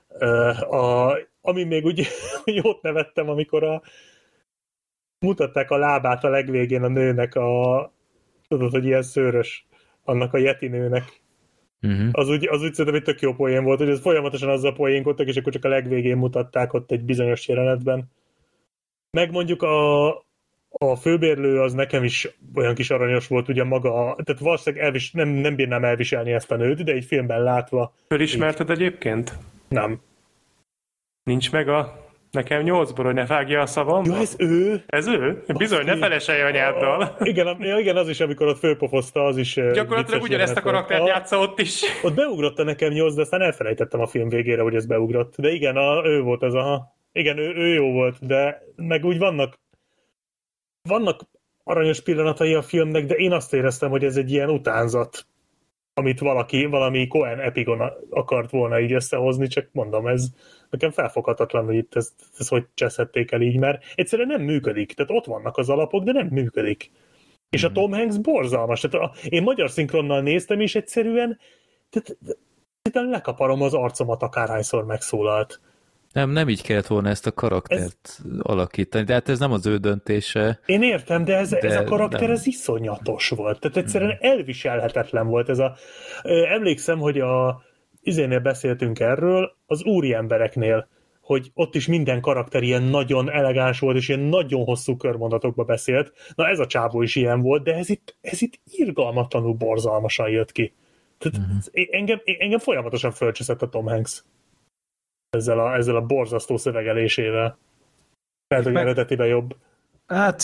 A, ami még úgy jót nevettem, amikor a, mutatták a lábát a legvégén a nőnek, a, tudod, hogy ilyen szőrös, annak a yeti nőnek. Uh-huh. Az, úgy, az úgy szerintem egy tök jó poén volt, hogy ez folyamatosan azzal poénkodtak, és akkor csak a legvégén mutatták ott egy bizonyos jelenetben. Meg mondjuk a A főbérlő az nekem is olyan kis aranyos volt, ugye maga, tehát valószínűleg elvis, nem, nem bírnám elviselni ezt a nőt, de egy filmben látva. Fölismerted így... egyébként? Nem. Nincs meg a nekem nyolcból, hogy ne vágja a szavamba? Jó, ez ő? Ez ő? Bizony, ne feleselj anyáddal. A, igen, igen, az is, amikor ott fölpofozta, az is gyakorlatilag ugyanezt a karaktert a, játsza ott is. Ott beugrotta nekem nyolc, de aztán elfelejtettem a film végére, hogy ez beugrott. De igen, a, ő volt az a... Igen, ő, ő jó volt, de meg úgy vannak Vannak aranyos pillanatai a filmnek, de én azt éreztem, hogy ez egy ilyen utánzat, amit valaki, valami Coen epigon akart volna így összehozni, csak mondom, ez nekem felfoghatatlan, hogy itt ezt, ezt hogy cseszhették el így, mert egyszerűen nem működik. Tehát ott vannak az alapok, de nem működik. És a Tom Hanks borzalmas. Tehát a, én magyar szinkronnal néztem, és egyszerűen tehát, tehát lekaparom az arcomat, akárhányszor megszólalt. Nem, nem így kellett volna ezt a karaktert ez... alakítani, de hát ez nem az ő döntése. Én értem, de ez, de ez a karakter, nem. Ez iszonyatos volt. Tehát egyszerűen elviselhetetlen volt ez a... Emlékszem, hogy a izénél beszéltünk erről, az úri embereknél, hogy ott is minden karakter ilyen nagyon elegáns volt, és ilyen nagyon hosszú körmondatokba beszélt. Na ez a csávó is ilyen volt, de ez itt, ez itt irgalmatlanul borzalmasan jött ki. Tehát uh-huh. engem, engem folyamatosan fölcseszett a Tom Hanks. Ezzel a, ezzel a borzasztó szövegelésével. Lehet, hogy eredetiben jobb. Hát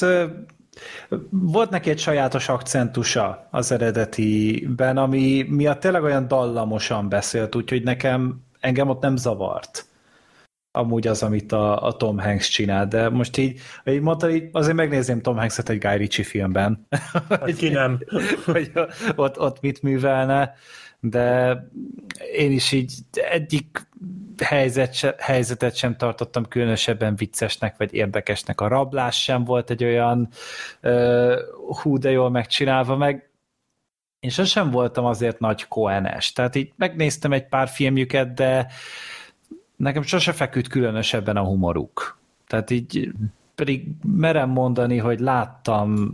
volt neki egy sajátos akcentusa az eredetiben, ami miatt tényleg olyan dallamosan beszélt, úgyhogy nekem, engem ott nem zavart. Amúgy az, amit a, a Tom Hanks csinál, de most így, így mondta, így azért megnézném Tom Hanks-et egy Guy Ritchie filmben. Hát ki nem. Hogy ott, ott mit művelne, de én is így egyik helyzet se, helyzetet sem tartottam különösebben viccesnek, vagy érdekesnek. A rablás sem volt egy olyan uh, hú, de jól megcsinálva, meg én sosem voltam azért nagy Coen-es. Tehát így megnéztem egy pár filmjüket, de nekem sose feküdt különösebben a humoruk. Tehát így pedig merem mondani, hogy láttam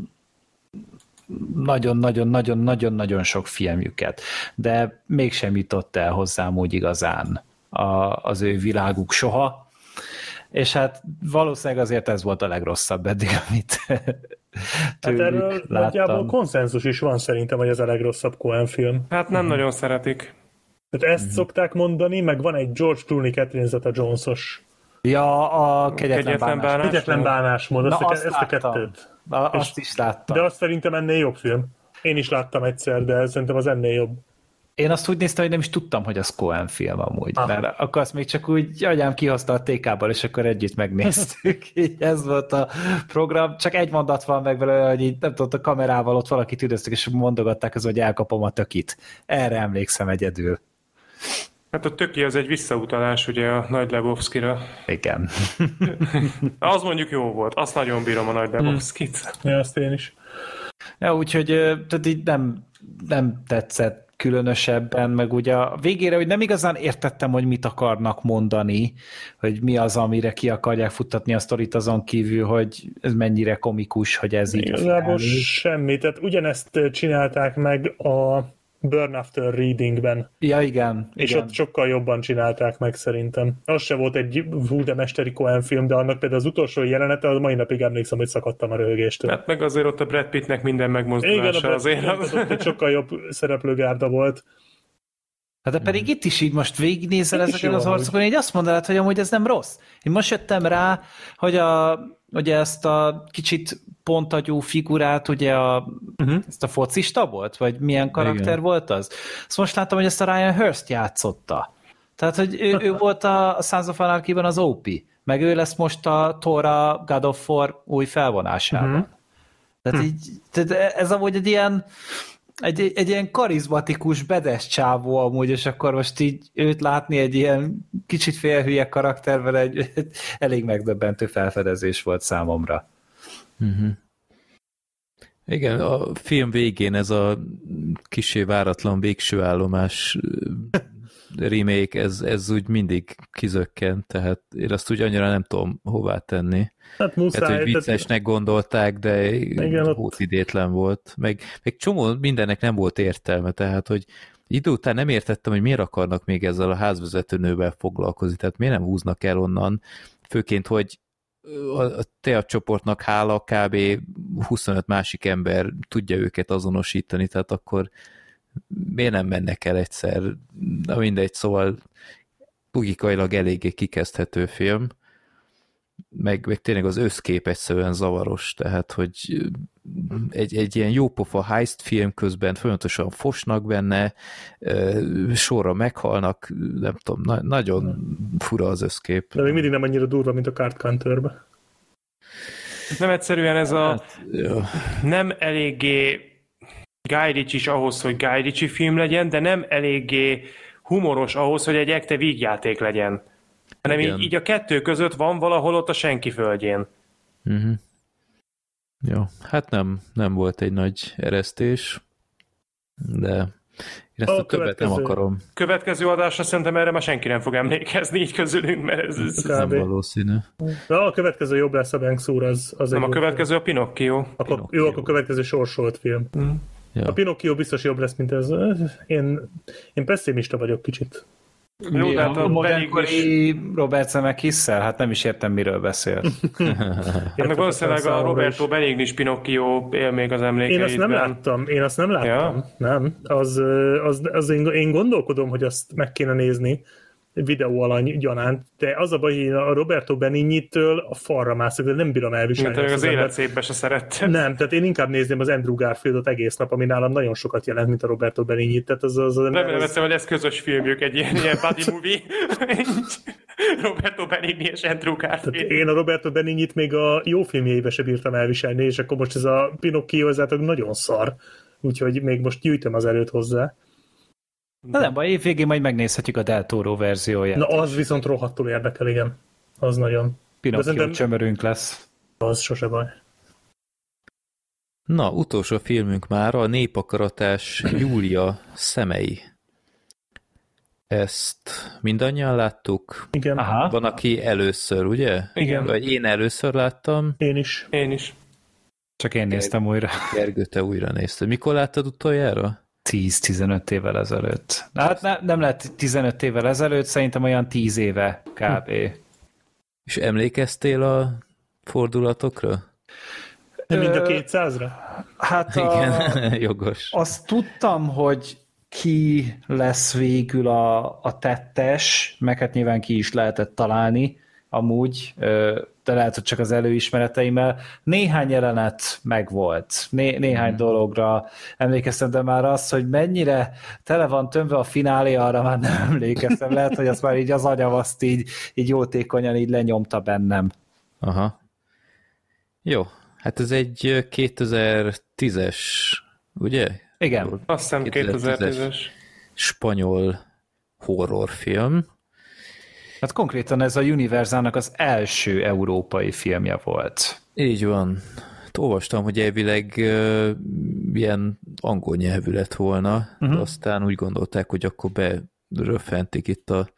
nagyon-nagyon-nagyon-nagyon-nagyon sok filmjüket, de mégsem jutott el hozzám úgy igazán a, az ő világuk soha, és hát valószínűleg azért ez volt a legrosszabb eddig, amit hát erről nagyjából konszenzus is van szerintem, hogy ez a legrosszabb Coen film. Hát nem mm. nagyon szeretik. Tehát ezt mm. szokták mondani, meg van egy George Clooney, Catherine Zeta-Jones-os. Ja, a kegyetlen, kegyetlen bánásmód. Kegyetlen bánásmód, azt, Na, a, ezt a kettőt. A, azt is láttam. De azt szerintem ennél jobb film. Én is láttam egyszer, de szerintem az ennél jobb. Én azt úgy néztem, hogy nem is tudtam, hogy az Coen film amúgy, ah. mert akkor azt még csak úgy anyám kihozta a té ká-ból, és akkor együtt megnéztük. Így ez volt a program. Csak egy mondat van meg vele, hogy így, nem tudom, a kamerával ott valakit üdöztük, és mondogatták az, hogy elkapom a tökit. Erre emlékszem egyedül. Hát a töki az egy visszautalás ugye a Nagy Lebowski-ra. Igen. Az mondjuk jó volt. Azt nagyon bírom a Nagy Lebowski-t. Ja, azt én is. Ja, úgyhogy tehát így nem, nem tetszett különösebben, meg ugye a végére, hogy nem igazán értettem, hogy mit akarnak mondani, hogy mi az, amire ki akarják futtatni a sztorit azon kívül, hogy ez mennyire komikus, hogy ez így... Igazából semmi, tehát ugyanezt csinálták meg a Burn After Readingben. Ja, igen. És igen. ott sokkal jobban csinálták meg szerintem. Az se volt egy hú de mesteri Coen film, de annak például az utolsó jelenete, az mai napig emlékszem, hogy szakadtam a röhögéstől. Hát meg azért ott a Brad Pittnek minden megmozdulása igen, azért. Igen, ott egy sokkal jobb szereplőgárda volt. Hát de pedig hmm. itt is így most végignézel ezeken az arcokon, így azt mondanád, hogy amúgy ez nem rossz. Én most jöttem rá, hogy a, ugye ezt a kicsit pontagyú figurát, ugye a, uh-huh. ezt a focista volt? Vagy milyen karakter igen. volt az? Azt most láttam, hogy ezt a Ryan Hurst játszotta. Tehát, hogy ő, ő volt a Sons of Anarchy-ban az ó pé, meg ő lesz most a Thor God of War új felvonásában. Uh-huh. Tehát így, tehát ez amúgy egy ilyen Egy, egy ilyen karizmatikus, bedes csávó amúgy, és akkor most így őt látni egy ilyen kicsit félhülye karakterben egy, egy elég megdöbbentő felfedezés volt számomra. Uh-huh. Igen, a film végén ez a kissé váratlan végső állomás remake, ez, ez úgy mindig kizökkent, tehát én azt úgy annyira nem tudom hová tenni. Hát muszáj. Hát, hogy viccesnek gondolták, de hótidétlen volt. Meg, meg csomó mindennek nem volt értelme, tehát, hogy idő után nem értettem, hogy miért akarnak még ezzel a házvezetőnővel foglalkozni, tehát miért nem húznak el onnan, főként, hogy a teatcsoportnak hála kb. huszonöt másik ember tudja őket azonosítani, tehát akkor miért nem mennek el egyszer? Na mindegy, szóval logikailag eléggé kikezdhető film, meg, meg tényleg az összkép egyszerűen zavaros, tehát, hogy egy, egy ilyen jópofa heist film közben folyamatosan fosnak benne, sorra meghalnak, nem tudom, na, nagyon fura az összkép. De még mindig nem annyira durva, mint a Card Counterben. Nem egyszerűen ez a hát, nem eléggé Guy Ritchie is ahhoz, hogy Guy Ritchie film legyen, de nem eléggé humoros ahhoz, hogy egy ekte vígjáték legyen. Hanem így, így a kettő között van valahol ott a senki földjén. Uh-huh. Jó, hát nem, nem volt egy nagy eresztés, de én ezt a, a többet nem akarom. Következő adásra szerintem erre már senki nem fog emlékezni így közülünk, mert ez, ez nem valószínű. Na, a következő jobb lesz a Banks úr, az, az nem, a következő film. A Pinocchio. Akkor, Pinocchio. Jó, akkor a következő sorsolt film. Mm. Ja. A Pinocchio biztos jobb lesz, mint ez. Én, én pessimista vagyok kicsit. Jó, de hát a modernkori Robert Zemeckis-szel? Hát nem is értem, miről beszél. Hát meg valószínűleg a Roberto Benigni Pinocchio él még az emlékeidben. Én azt nem láttam. Én azt nem láttam. Ja? Nem. Az, az, az én, én gondolkodom, hogy azt meg kéne nézni videóalany gyanánt, de az a baj, hogy a Roberto Benigni-től a falra mászok, de nem bírom elviselni. Mint az, az élet szépbe se szerettem. Nem, tehát én inkább nézném az Andrew Garfieldot egész nap, ami nálam nagyon sokat jelent, mint a Roberto Benigni. Tehát az, az, az, nem, nem veszem, hogy ez közös filmjük, egy ilyen, ilyen buddy movie. Roberto Benigni és Andrew Garfield. Tehát én a Roberto Benignit még a jó filmjeibe se bírtam elviselni, és akkor most ez a Pinocchio ez nagyon szar. Úgyhogy még most gyűjtöm az erőt hozzá. Na nem baj, évvégén majd megnézhetjük a Del Toro verzióját. Na az viszont rohadtul érdekel, igen. Az nagyon. Pinocchio csömörünk lesz. Az sose baj. Na, utolsó filmünk már a népakaratás Júlia szemei. Ezt mindannyian láttuk. Igen, Aha. Van, aki először, ugye? Igen. Vagy én először láttam. én is. Én is. Csak én néztem újra. Gergő, te újra nézted. Mikor láttad utoljára? tíz-tizenöt évvel ezelőtt. Hát ne, nem lehet tizenöt évvel ezelőtt, szerintem olyan tíz éve kb. És emlékeztél a fordulatokra? De mind a Ö, kétszázra? Hát a, Igen, jogos. azt tudtam, hogy ki lesz végül a, a tettes, meg hát nyilván ki is lehetett találni amúgy, ö, de lehet, hogy csak az előismereteimmel. Néhány jelenet megvolt. Né, néhány mm. dologra emlékeztem, de már az, hogy mennyire tele van tömve a finálé, arra már nem emlékeztem. Lehet, hogy azt már így az agyam azt így, így jótékonyan így lenyomta bennem. Aha. Jó, hát ez egy kétezer-tízes, ugye? Igen. Azt hiszem kétezer-tízes. Spanyol horrorfilm. Hát konkrétan ez a Universalnak az első európai filmje volt. Így van. Olvastam, hogy elvileg uh, ilyen angol nyelvű lett volna, uh-huh. de aztán úgy gondolták, hogy akkor beröffentik itt a,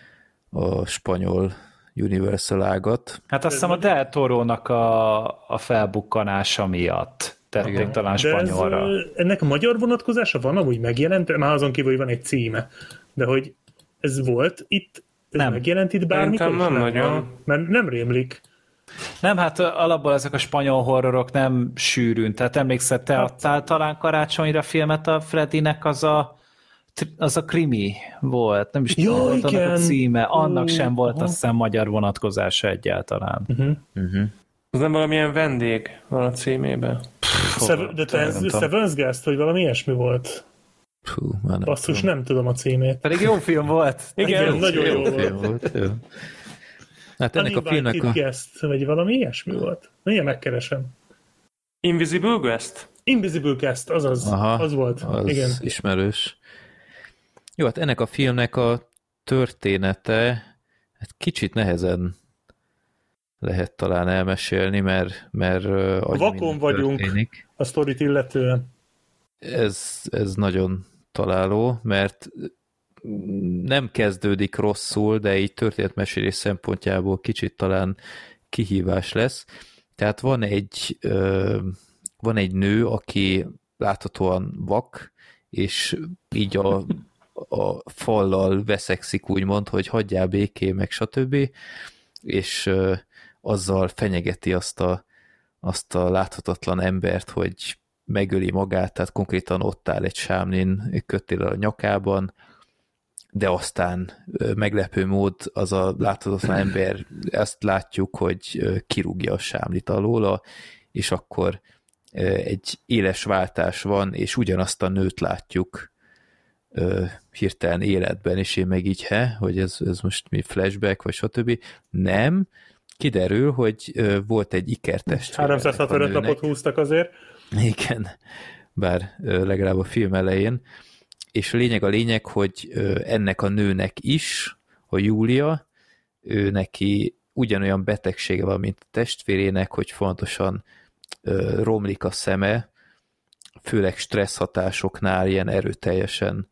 a spanyol Universal ágat. Hát azt hiszem a Del Toro-nak a, a felbukkanása miatt tették Igen. talán De ez, spanyolra. ö, ennek a magyar vonatkozása van, amúgy megjelent, már azon kívül, hogy van egy címe. De hogy ez volt itt, ez Nem. megjelent itt bármikor? Szerintem nem is? nagyon. Mert nem rémlik. Nem, hát alapból ezek a spanyol horrorok nem sűrűn. Tehát emlékszel, te adtál talán karácsonyra filmet a Freddynek, az a az a krimi volt, nem is Ja, tudom, volt annak a igen. címe, annak Ó, sem volt aha. azt hiszem magyar vonatkozása egyáltalán. Uh-huh. Uh-huh. Az nem valamilyen vendég van a címében. Seven, de te ez nem tudom. Seven's Guest, vagy valami ilyesmi volt? Fú, már nem Basszus, tudom. nem tudom a címét. Pedig jó film volt. Igen, Jó, nagyon jó film volt. volt. Jó. Hát ennek a filmnek Uninvited a... Guest, vagy valami ilyesmi volt. Mindjárt megkeresem. Invisible Guest? Invisible Guest, azaz, Aha, az volt. az Igen. ismerős. Jó, hát ennek a filmnek a története hát kicsit nehezen lehet talán elmesélni, mert, mert uh, Vakon vagyunk történik. a sztorit illetően. Ez, ez nagyon találó, mert nem kezdődik rosszul, de így történetmesélés szempontjából kicsit talán kihívás lesz. Tehát van egy, ö, van egy nő, aki láthatóan vak, és így a, a fallal veszekszik, úgymond, hogy hagyjál békén, meg stb. És ö, azzal fenyegeti azt a, azt a láthatatlan embert, hogy megöli magát, tehát konkrétan ott áll egy sámlin kötél a nyakában, de aztán meglepő mód az a láthatatlan ember, ezt látjuk, hogy kirúgja a sámlit alóla, és akkor egy éles váltás van, és ugyanazt a nőt látjuk hirtelen életben, és én meg így, he, hogy ez, ez most mi flashback, vagy stb. Nem, kiderül, hogy volt egy ikertestvére. háromszázhatvanöt napot húztak azért. Igen, bár legalább a film elején. És a lényeg a lényeg, hogy ennek a nőnek is, a Júlia, ő neki ugyanolyan betegsége van, mint a testvérének, hogy fontosan romlik a szeme, főleg stressz hatásoknál ilyen erőteljesen,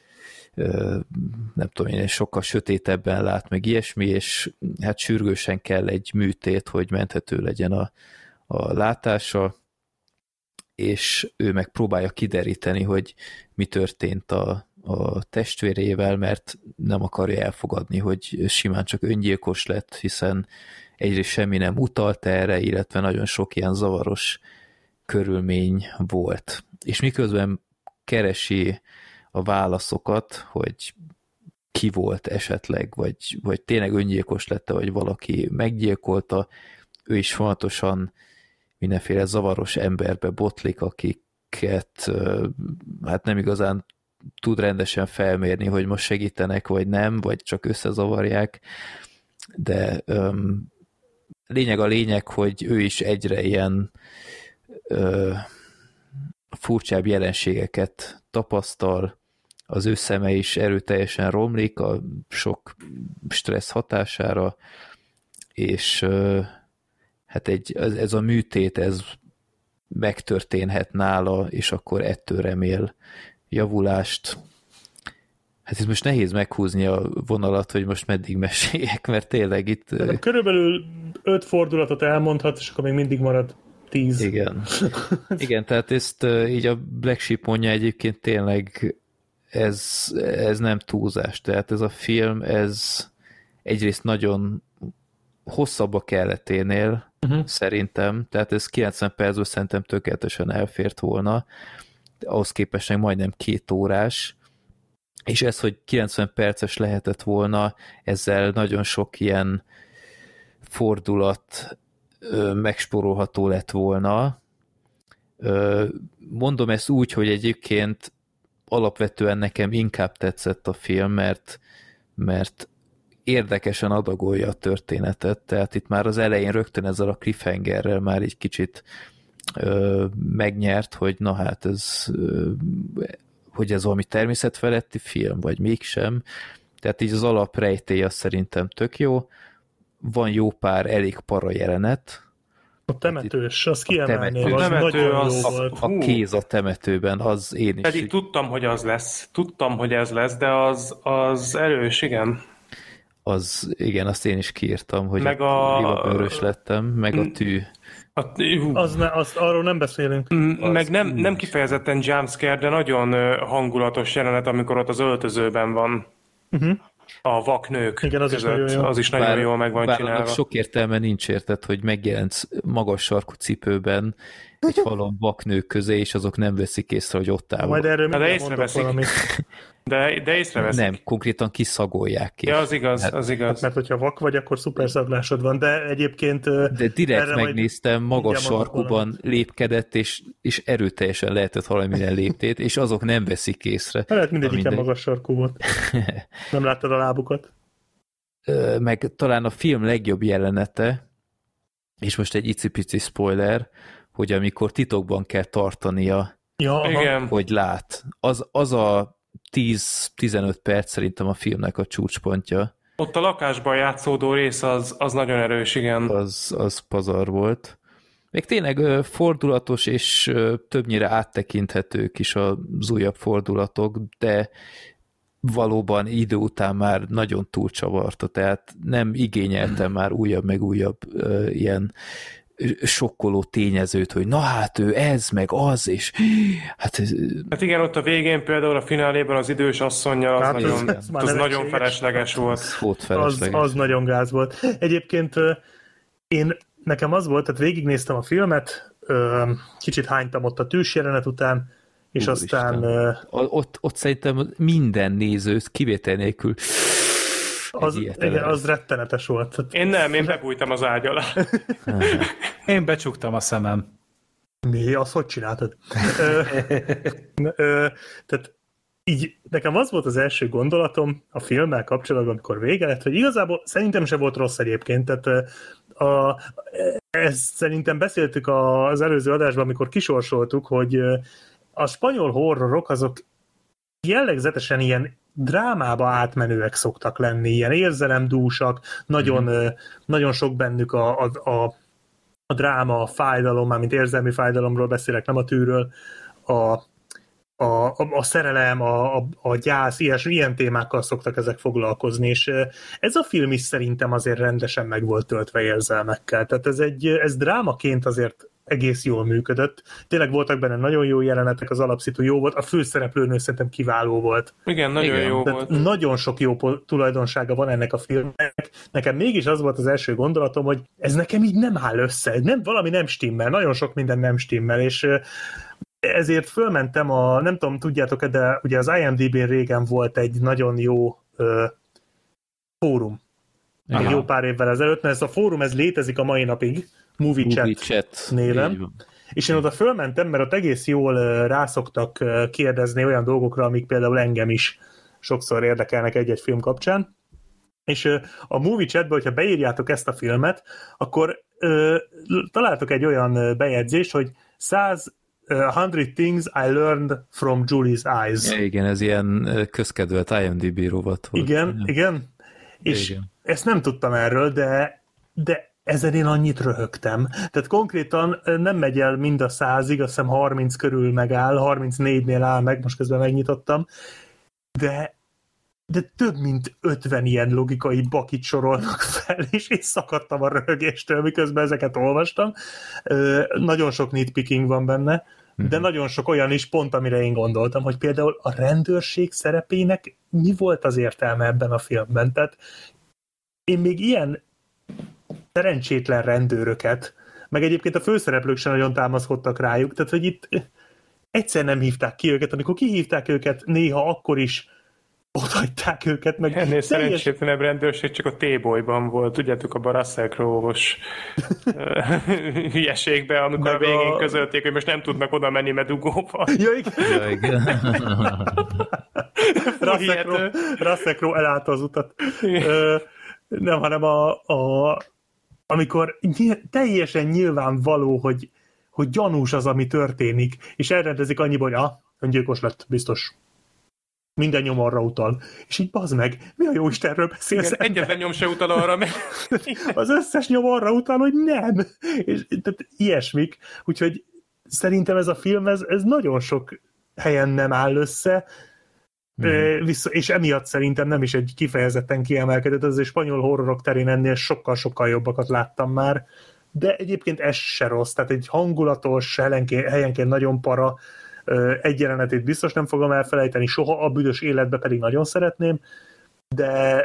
nem tudom én, sokkal sötétebben lát meg ilyesmi, és hát sürgősen kell egy műtét, hogy menthető legyen a, a látása, és ő meg próbálja kideríteni, hogy mi történt a, a testvérével, mert nem akarja elfogadni, hogy simán csak öngyilkos lett, hiszen egyrészt semmi nem utalt erre, illetve nagyon sok ilyen zavaros körülmény volt. És miközben keresi a válaszokat, hogy ki volt esetleg, vagy, vagy tényleg öngyilkos lett, vagy valaki meggyilkolta, ő is fontosan mindenféle zavaros emberbe botlik, akiket hát nem igazán tud rendesen felmérni, hogy most segítenek, vagy nem, vagy csak összezavarják, de um, lényeg a lényeg, hogy ő is egyre ilyen uh, furcsább jelenségeket tapasztal, az ő szeme is erőteljesen romlik a sok stressz hatására, és uh, hát egy, ez, ez a műtét, ez megtörténhet nála, és akkor ettől remél javulást. Hát itt most nehéz meghúzni a vonalat, hogy most meddig meséljek, mert tényleg itt... De körülbelül öt fordulatot elmondhat, és akkor még mindig marad tíz. Igen. Igen, tehát ezt így a Black Sheep mondja egyébként tényleg ez, ez nem túlzás. Tehát ez a film, ez egyrészt nagyon hosszabb a kelleténél, uh-huh. szerintem. Tehát ez kilencven percből szerintem tökéletesen elfért volna. Ahhoz képest meg majdnem két órás. És ez, hogy kilencven perces lehetett volna, ezzel nagyon sok ilyen fordulat ö, megspórolható lett volna. Ö, mondom ezt úgy, hogy egyébként alapvetően nekem inkább tetszett a film, mert, mert érdekesen adagolja a történetet, tehát itt már az elején rögtön ezzel a cliffhangerrel már egy kicsit ö, megnyert, hogy na hát ez... Ö, hogy ez valami természetfeletti film, vagy mégsem. Tehát így az alaprejtély az szerintem tök jó. Van jó pár elég para jelenet. A temetős, azt kiemelném, temető. az temető nagyon az- jó volt. A, a kéz a temetőben, az én is. Pedig tudtam, hogy az lesz. Tudtam, hogy ez lesz, de az, az erős, igen. Az, igen, azt én is kiírtam, hogy Meg a- bőrös lettem, meg a tű. A, hú, Az ne, azt, arról nem beszélünk. M- meg nem, nem kifejezetten jumpscare, de nagyon ö, hangulatos jelenet, amikor ott az öltözőben van. Uh-huh. A vaknők Igen, az is között. nagyon jó. Az is nagyon Bár- jól meg van bár csinálva. annak sok értelme nincs, érted, hogy megjelent magas sarkú cipőben egy falon vaknők közé, és azok nem veszik észre, hogy ott áll. Majd erről de mindjárt mondok észreveszik. valamit. De, de észreveszik. Nem, konkrétan kiszagolják ki. Ja, az igaz, Hát- az igaz. Mert hogyha vak vagy, akkor szuper szaglásod van, de egyébként... De direkt erre majd megnéztem, magas mindjárt mondok sarkúban valamit. lépkedett, és, és erőteljesen lehetett valamilyen léptét, és azok nem veszik észre. Lehet mindegyiken mindegy. magas sarkú volt. Nem láttad a lábukat? Ö, meg talán a film legjobb jelenete, és most egy icipici spoiler, hogy amikor titokban kell tartania, Ja, aha. Igen. hogy lát. Az, az a tíz-tizenöt perc szerintem a filmnek a csúcspontja. Ott a lakásban játszódó rész az, az nagyon erős, igen. Az, az pazar volt. Még tényleg ö, fordulatos és ö, többnyire áttekinthetők is az újabb fordulatok, de valóban idő után már nagyon túlcsavarta, tehát nem igényeltem már újabb meg újabb ö, ilyen sokkoló tényezőt, hogy na hát ő ez, meg az, és hát ez, Hát igen, ott a végén például a finálében az idős asszonnyal az Hát nagyon, ez- ez már az nagyon nevetséges. felesleges volt. volt Az, felesleges. az nagyon gáz volt. Egyébként ö, én, nekem az volt, tehát végignéztem a filmet, ö, kicsit hánytam ott a tűs jelenet után, és Úristen. aztán ö, A- Ott, ott szerintem minden nézőt kivétel nélkül az, egy ilyet igen, elvesz. az rettenetes volt. Tehát, Én nem, én bebújtam az ágy alá. Én becsuktam a szemem. mi? Azt hogy csináltad? ö, ö, tehát így nekem az volt az első gondolatom a filmmel kapcsolatban, amikor vége lett, hogy igazából szerintem se volt rossz egyébként, tehát ö, a, ezt szerintem beszéltük az előző adásban, amikor kisorsoltuk, hogy ö, a spanyol horrorok azok jellegzetesen ilyen drámába átmenőek szoktak lenni, ilyen érzelemdúsak, nagyon, mm-hmm. nagyon sok bennük a, a, a, a dráma, a fájdalom, mármint érzelmi fájdalomról beszélek, nem a tűről, a, a, a, a szerelem, a, a, a gyász, ilyes, ilyen témákkal szoktak ezek foglalkozni, és ez a film is szerintem azért rendesen meg volt töltve érzelmekkel, tehát ez, egy, ez drámaként azért egész jól működött. Tényleg voltak benne nagyon jó jelenetek, az alapszitu jó volt, a főszereplőnő szerintem kiváló volt. Igen, nagyon Igen. jó Tehát volt. nagyon sok jó po- tulajdonsága van ennek a filmnek. Nekem mégis az volt az első gondolatom, hogy ez nekem így nem áll össze, nem, valami nem stimmel, nagyon sok minden nem stimmel, és ö, ezért fölmentem a, nem tudom, tudjátok-e, de ugye az IMDb-n régen volt egy nagyon jó ö, fórum. Még jó pár évvel ezelőtt, mert ez a fórum, ez létezik a mai napig, Movie Chat, Movie Chat néven. így van. és én oda fölmentem, mert ott egész jól ö, rászoktak ö, kérdezni olyan dolgokra, amik például engem is sokszor érdekelnek egy-egy film kapcsán, és ö, a Movie Chatbe, hogyha beírjátok ezt a filmet, akkor ö, találtok egy olyan ö, bejegyzést, hogy száz uh, hundred things I learned from Julie's eyes. Ja, igen, ez ilyen ö, közkedvelt IMDb rovat volt. Igen, igen. És Igen. ezt nem tudtam erről, de, de ezen én annyit röhögtem. Tehát konkrétan nem megy el mind a százig, azt hiszem harminc körül megáll, harmincnégynél áll meg, most közben megnyitottam, de de több mint ötven ilyen logikai bakit sorolnak fel, és én szakadtam a röhögéstől, miközben ezeket olvastam. Nagyon sok nitpicking van benne, de nagyon sok olyan is pont, amire én gondoltam, hogy például a rendőrség szerepének mi volt az értelme ebben a filmben. Tehát én még ilyen szerencsétlen rendőröket, meg egyébként a főszereplők sem nagyon támaszkodtak rájuk, tehát hogy itt egyszer nem hívták ki őket, amikor kihívták őket, néha akkor is odaadták őket, meg ennél teljes... szerencsétlenebb rendőrség csak a T-boyban volt, tudjátok, a Russell Crowe-os hülyeségben, amikor meg a végén a... közölték, hogy most nem tudnak oda menni, mert dugóba. Ja, igen. Ja, igen. Russell Crowe, Russell Crowe elállta az utat. Ö, nem, hanem a, a, amikor nyilv, teljesen nyilvánvaló, hogy, hogy gyanús az, ami történik, és elrendezik annyiból, hogy ah, öngyilkos lett, biztos. Minden nyom arra utal. És így bazd meg, mi a jó Istenről beszélsz? Igen, egyetlen nyom se utal arra, mert... Az összes nyom arra utal, hogy nem. És tehát ilyesmik. Úgyhogy szerintem ez a film, ez, ez nagyon sok helyen nem áll össze, mm. Vissza, és emiatt szerintem nem is egy kifejezetten kiemelkedett, az spanyol horrorok terén ennél sokkal-sokkal jobbakat láttam már, de egyébként ez se rossz, tehát egy hangulatos, helyenként nagyon para, egy jelenetét biztos nem fogom elfelejteni, soha a büdös életbe pedig nagyon szeretném, de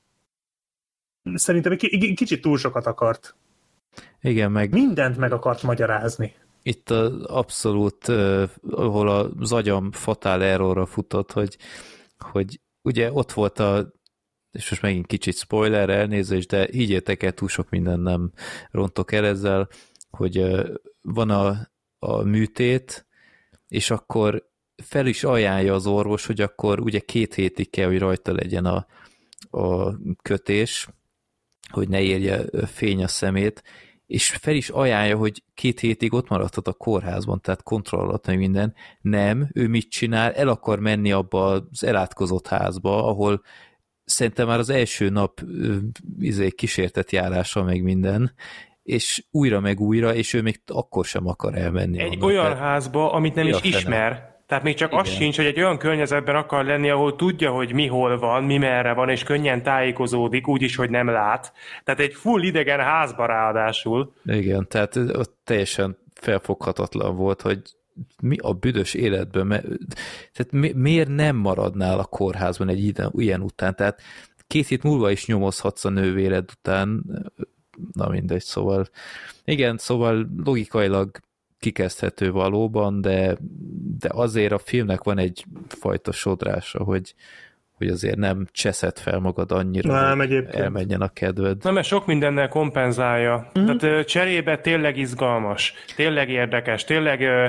szerintem egy kicsit túl sokat akart. Igen, meg... Mindent meg akart magyarázni. Itt az abszolút, uh, ahol az agyam fatál errorra futott, hogy, hogy ugye ott volt a, és most megint kicsit spoiler, elnézést, de higgyétek el, túl sok minden nem rontok el ezzel, hogy uh, van a, a műtét, és akkor fel is ajánlja az orvos, hogy akkor ugye két hétig kell, hogy rajta legyen a, a kötés, hogy ne érje fény a szemét, és fel is ajánlja, hogy két hétig ott maradhat a kórházban, tehát kontroll alatt, meg minden. Nem, ő mit csinál? El akar menni abba az elátkozott házba, ahol szerintem már az első nap izé, kísértett járása, meg minden, és újra meg újra, és ő még akkor sem akar elmenni. Egy onnan, olyan tehát... házba, amit nem is ismer. Nem. Tehát még csak igen. Az sincs, hogy egy olyan környezetben akar lenni, ahol tudja, hogy mi hol van, mi merre van, és könnyen tájékozódik, úgyis, hogy nem lát. Tehát egy full idegen házba ráadásul. Igen, tehát ott teljesen felfoghatatlan volt, hogy mi a büdös életben, tehát mi, miért nem maradnál a kórházban egy ilyen, ilyen után? Tehát két hét múlva is nyomozhatsz a nővéred után, na mindegy, szóval igen, szóval logikailag kikezdhető valóban, de, de azért a filmnek van egy fajta sodrása, hogy, hogy azért nem cseszed fel magad annyira, nem, hogy egyébként. elmenjen a kedved. Na, mert sok mindennel kompenzálja. Mm-hmm. Tehát cserébe tényleg izgalmas, tényleg érdekes, tényleg ö,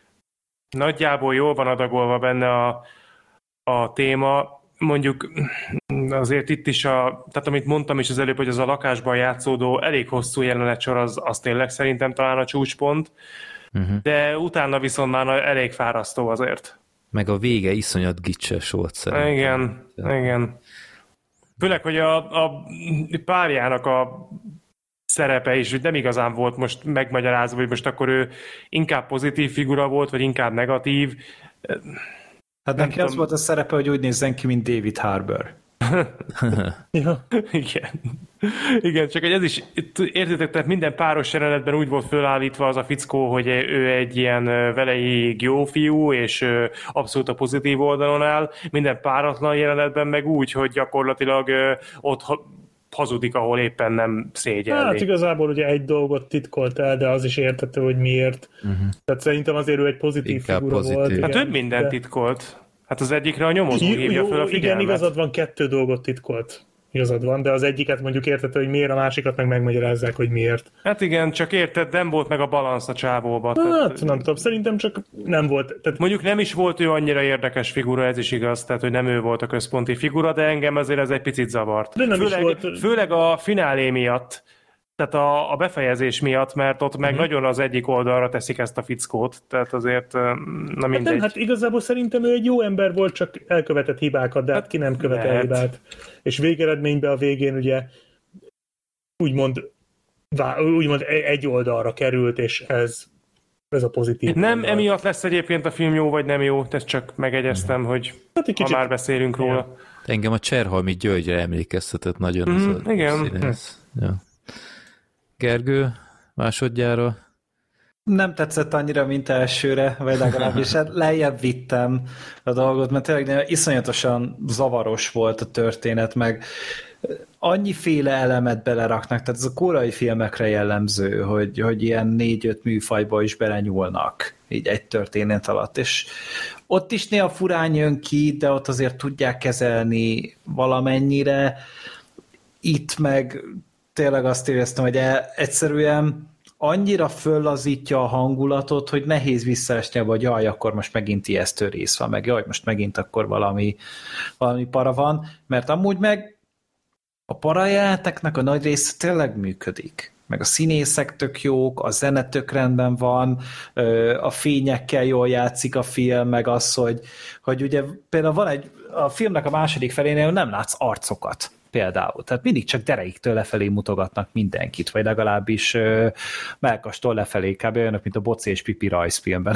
nagyjából jól van adagolva benne a, a téma. Mondjuk azért itt is, a, tehát amit mondtam is az előbb, hogy az a lakásban játszódó elég hosszú jelenetsor, az, az tényleg szerintem talán a csúcspont, uh-huh. de utána viszont már elég fárasztó azért. Meg a vége iszonyat gicses volt szerintem. Igen, ja. igen. Főleg, hogy a, a párjának a szerepe is, hogy nem igazán volt most megmagyarázva, hogy most akkor ő inkább pozitív figura volt, vagy inkább negatív. Hát neki az volt a szerepe, hogy úgy nézzen ki, mint David Harbour. ja. Igen. Igen, csak hogy ez is, értitek, tehát minden páros jelenetben úgy volt fölállítva az a fickó, hogy ő egy ilyen veleig jó fiú, és abszolút a pozitív oldalon áll. Minden páratlan jelenetben meg úgy, hogy gyakorlatilag ott hazudik, ahol éppen nem szégyelli. Hát igazából ugye egy dolgot titkolt el, de az is érthető, hogy miért. Uh-huh. Tehát szerintem azért ő egy pozitív Inkább figura pozitív. volt. Hát igen, több mindent de... titkolt. Hát az egyikre a nyomozó jó, hívja fel a figyelmet. Igen, igazad van, kettő dolgot titkolt. Igazad van, de az egyiket mondjuk érthető, hogy miért, a másikat meg megmagyarázzák, hogy miért. Hát igen, csak érted, nem volt meg a balansz a csávóba. Hát tehát... nem tudom, szerintem csak nem volt. Tehát... Mondjuk nem is volt ő annyira érdekes figura, ez is igaz, tehát hogy nem ő volt a központi figura, de engem azért ez egy picit zavart. De nem főleg, is volt... főleg a finálé miatt, tehát a, a befejezés miatt, mert ott meg uh-huh. nagyon az egyik oldalra teszik ezt a fickót, tehát azért na mindegy. Hát, nem, hát igazából szerintem ő egy jó ember volt, csak elkövetett hibákat, de hát, hát ki nem követel lehet. hibát. És végeredményben a végén ugye úgymond, úgymond egy oldalra került, és ez, ez a pozitív. Nem oldal. Emiatt lesz egyébként a film jó vagy nem jó, ezt csak megegyeztem, hogy hát ha már beszélünk róla. Engem a Cserhalmi Györgyre emlékeztetett nagyon. Mm, az a igen. színész. Ja. Gergő, másodjára? Nem tetszett annyira, mint elsőre, vagy legalábbis hát lejjebb vittem a dolgot, mert tényleg iszonyatosan zavaros volt a történet, meg annyiféle elemet beleraknak, tehát ez a korai filmekre jellemző, hogy, hogy ilyen négy-öt műfajba is belenyúlnak így egy történet alatt, és ott is néha furán jön ki, de ott azért tudják kezelni valamennyire. Itt meg tényleg azt éreztem, hogy egyszerűen annyira föllazítja a hangulatot, hogy nehéz visszaesni abba, hogy jaj, akkor most megint ijesztő rész van, meg jaj, most megint akkor valami, valami para van, mert amúgy meg a parajáteknek a nagy része tényleg működik. Meg a színészek tök jók, a zene tök rendben van, a fényekkel jól játszik a film, meg az, hogy, hogy ugye például van egy, a filmnek a második felénél nem látsz arcokat például. Tehát mindig csak dereiktől lefelé mutogatnak mindenkit, vagy legalábbis uh, mellkastól lefelé, kb. Olyanok, mint a Boci és Pipi rajzfilmben.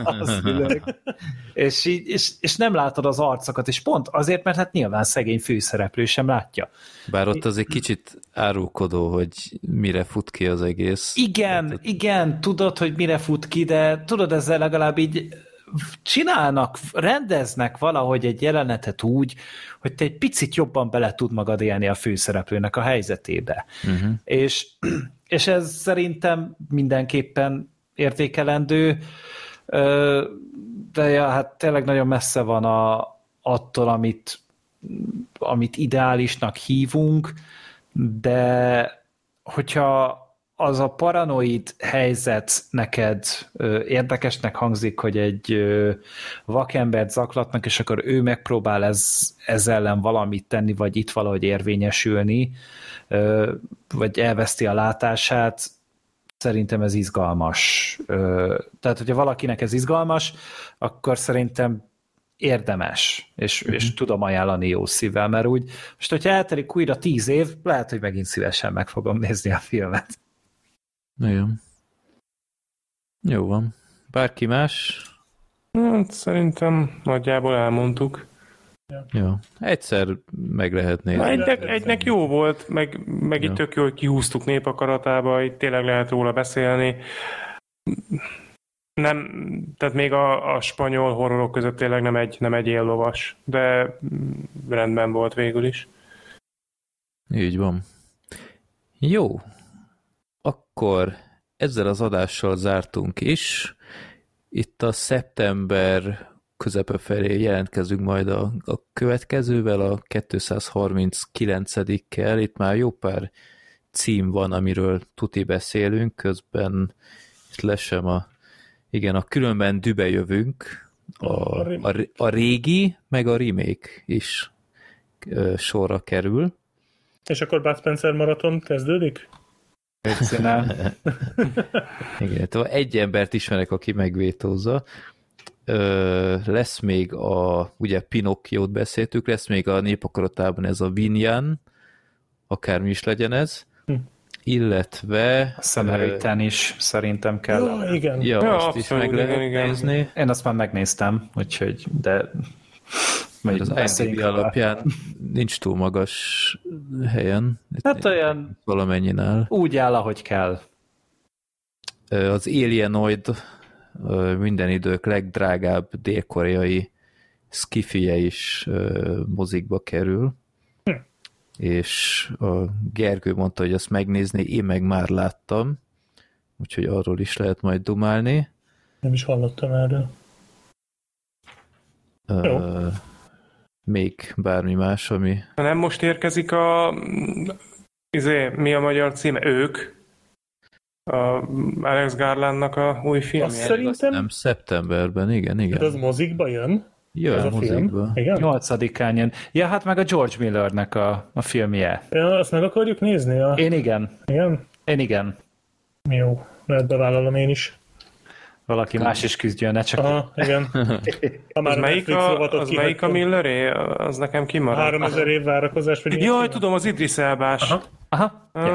és, így, és, és nem látod az arcokat, és pont azért, mert hát nyilván szegény főszereplő sem látja. Bár ott azért kicsit árulkodó, hogy mire fut ki az egész. Igen, Tehát, igen, tudod, hogy mire fut ki, de tudod, ezzel legalább így csinálnak, rendeznek valahogy egy jelenetet úgy, hogy te egy picit jobban bele tud magad élni a főszereplőnek a helyzetébe. Uh-huh. És, és ez szerintem mindenképpen értékelendő, de ja, hát tényleg nagyon messze van a, attól, amit, amit ideálisnak hívunk, de hogyha az a paranoid helyzet neked ö, érdekesnek hangzik, hogy egy ö, vakembert zaklatnak, és akkor ő megpróbál ez, ez ellen valamit tenni, vagy itt valahogy érvényesülni, ö, vagy elveszti a látását, szerintem ez izgalmas. Ö, tehát, hogyha valakinek ez izgalmas, akkor szerintem érdemes, és, mm-hmm. és tudom ajánlani jó szívvel, mert úgy, most, hogyha eltelik újra tíz év, lehet, hogy megint szívesen meg fogom nézni a filmet. Igen. Jó van. Bárki más? Hát, szerintem nagyjából elmondtuk. Ja. Jó. Egyszer meg lehet nézni. Egynek, egynek jó volt, meg, meg itt tök jó, hogy kihúztuk népakaratába, itt tényleg lehet róla beszélni. Nem, tehát még a, a spanyol horrorok között tényleg nem egy, nem egy éllovas, de rendben volt végül is. Így van. Jó. Akkor ezzel az adással zártunk is. Itt a szeptember közepe felé jelentkezünk majd a, a következővel, a kétszázharminckilencedikkel. Itt már jó pár cím van, amiről tuti beszélünk, közben itt lesem a igen, a különben dübe jövünk, a, a, a régi, meg a remake is ö, sorra kerül. És akkor Bud Spencer maraton kezdődik? Igen, egy embert ismerek, aki megvétózza. Ö, lesz még a, ugye Pinocchiót beszéltük, lesz még a népakaratában ez a Vinyan, akármi is legyen ez, hm. illetve... A Samaritan uh, is szerintem kell. Jó, igen. Ja, ja, azt is meg lehet igen, nézni. Igen. Én azt már megnéztem, úgyhogy, de... Az I M D B alapján nincs túl magas helyen. Hát olyan valamennyinél. Úgy áll, ahogy kell. Az Alienoid minden idők legdrágább dél-koreai skifije is mozikba kerül. Hm. És a Gergő mondta, hogy azt megnézni, én meg már láttam, úgyhogy arról is lehet majd dumálni. Nem is hallottam erről. Jó. Uh, még bármi más, ami... Nem most érkezik a... Izé, mi a magyar címe? Ők. A Alex Garlandnak a új filmje. Azt szerintem... Nem, szeptemberben, igen, igen. De az mozikba jön? Jön a mozikba. Igen? nyolcadikán jön. Ja, hát meg a George Millernek a, a filmje. Ja, azt meg akarjuk nézni? A... Én igen. Igen? Én igen. Jó, lehet bevállalom én is. Valaki más is küzdjön, ne csak... Aha, igen. Az melyik a, az melyik a Milleré? Az nekem kimaradt. Háromezer év várakozás. Jaj, tudom, az Idris Elbás. Aha. Aha. Ah, yeah.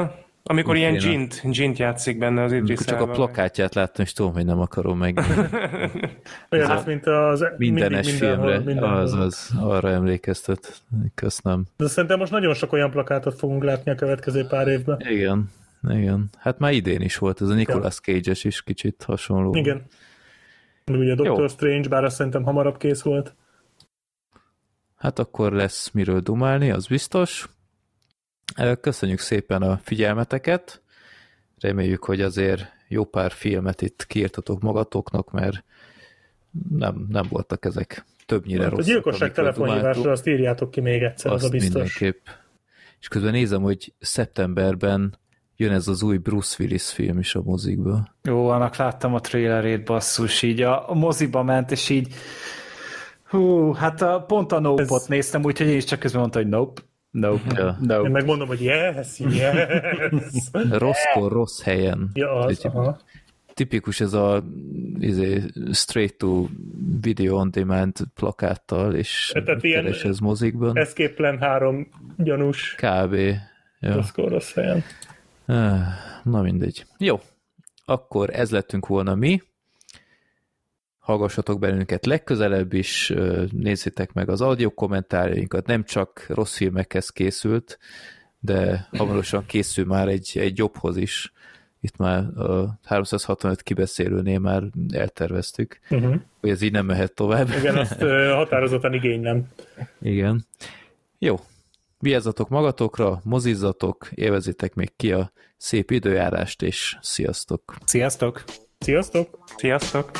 Amikor ilyen Utána. gint, gint játszik benne az Idris Csak a Elba. plakátját láttam, és tudom, hogy nem akarom meg. Olyan lesz, mint az Mindenes mindig mindenhol, filmre, mindenhol. az, az arra emlékeztet. Köszönöm. De szerintem most nagyon sok olyan plakátot fogunk látni a következő pár évben. Igen, igen. Hát már idén is volt, ez a Nicolas Cage-es is kicsit hasonló. Igen. Ugye a Doctor Jó. Strange, bár azt szerintem hamarabb kész volt. Hát akkor lesz miről dumálni, az biztos. Köszönjük szépen a figyelmeteket. Reméljük, hogy azért jó pár filmet itt kiírtatok magatoknak, mert nem, nem voltak ezek többnyire Hát a rosszak. gyilkosság amikről telefonhívásra dumáltunk. azt írjátok ki még egyszer, az a Azt biztos. mindenképp. És közben nézem, hogy szeptemberben jön ez az új Bruce Willis film is a mozikba. Jó, annak láttam a trailerét, basszus, így a, a moziba ment, és így hú, hát a, pont a Nope-ot Ez- néztem, úgyhogy én is csak közben mondta, hogy nope, nope, Ja. nope. Én megmondom, hogy yes, yes. Rosszkor, rossz helyen. Ja, az, Egy- aha. Tipikus ez a izé, straight to video on demand plakáttal, és Tehát ilyen- keres ez mozikban. Escape Plan három gyanús. Kb. Ja. Az rossz helyen. Ah, Na mindegy. Jó, akkor ez lettünk volna mi. Hallgassatok bennünket legközelebb is, nézzétek meg az audio kommentárjainkat, nem csak rossz filmekhez készült, de hamarosan készül már egy, egy jobbhoz is. Itt már a háromszázhatvanöt kibeszélőnél már elterveztük, Uh-huh. hogy ez így nem mehet tovább. Igen, azt ö, határozottan igénylem. Igen. Jó. Vigyázzatok magatokra, mozizzatok, élvezitek még ki a szép időjárást, és sziasztok! Sziasztok! Sziasztok! Sziasztok!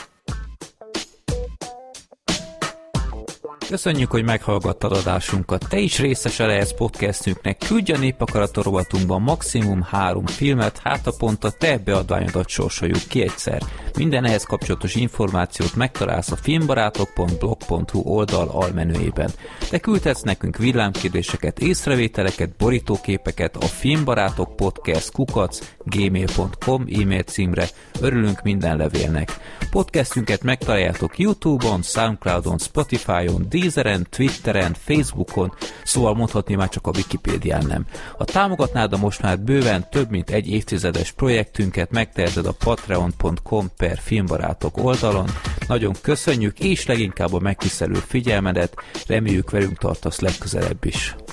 Köszönjük, hogy meghallgattad adásunkat. Te is részese lehetsz podcastünknek. Küldj a Népakarat rovatunkban maximum három filmet, hát a pont a te beadványodat sorsoljuk ki egyszer. Minden ehhez kapcsolatos információt megtalálsz a filmbarátok pont blog pont hu oldal almenüjében. Te küldhetsz nekünk villámkérdéseket, észrevételeket, borítóképeket a filmbarátok podcast kukac gmail pont com e-mail címre. Örülünk minden levélnek. Podcastünket megtaláljátok YouTube-on, Soundcloudon, Spotify-on, Deezeren, Twitteren, Facebookon, szóval mondhatni már csak a Wikipédián nem. Ha támogatnád a most már bőven több mint egy évtizedes projektünket, megteheted a patreon pont com per filmbarátok oldalon. Nagyon köszönjük, és leginkább a megtisztelő figyelmedet, reméljük velünk tartasz legközelebb is.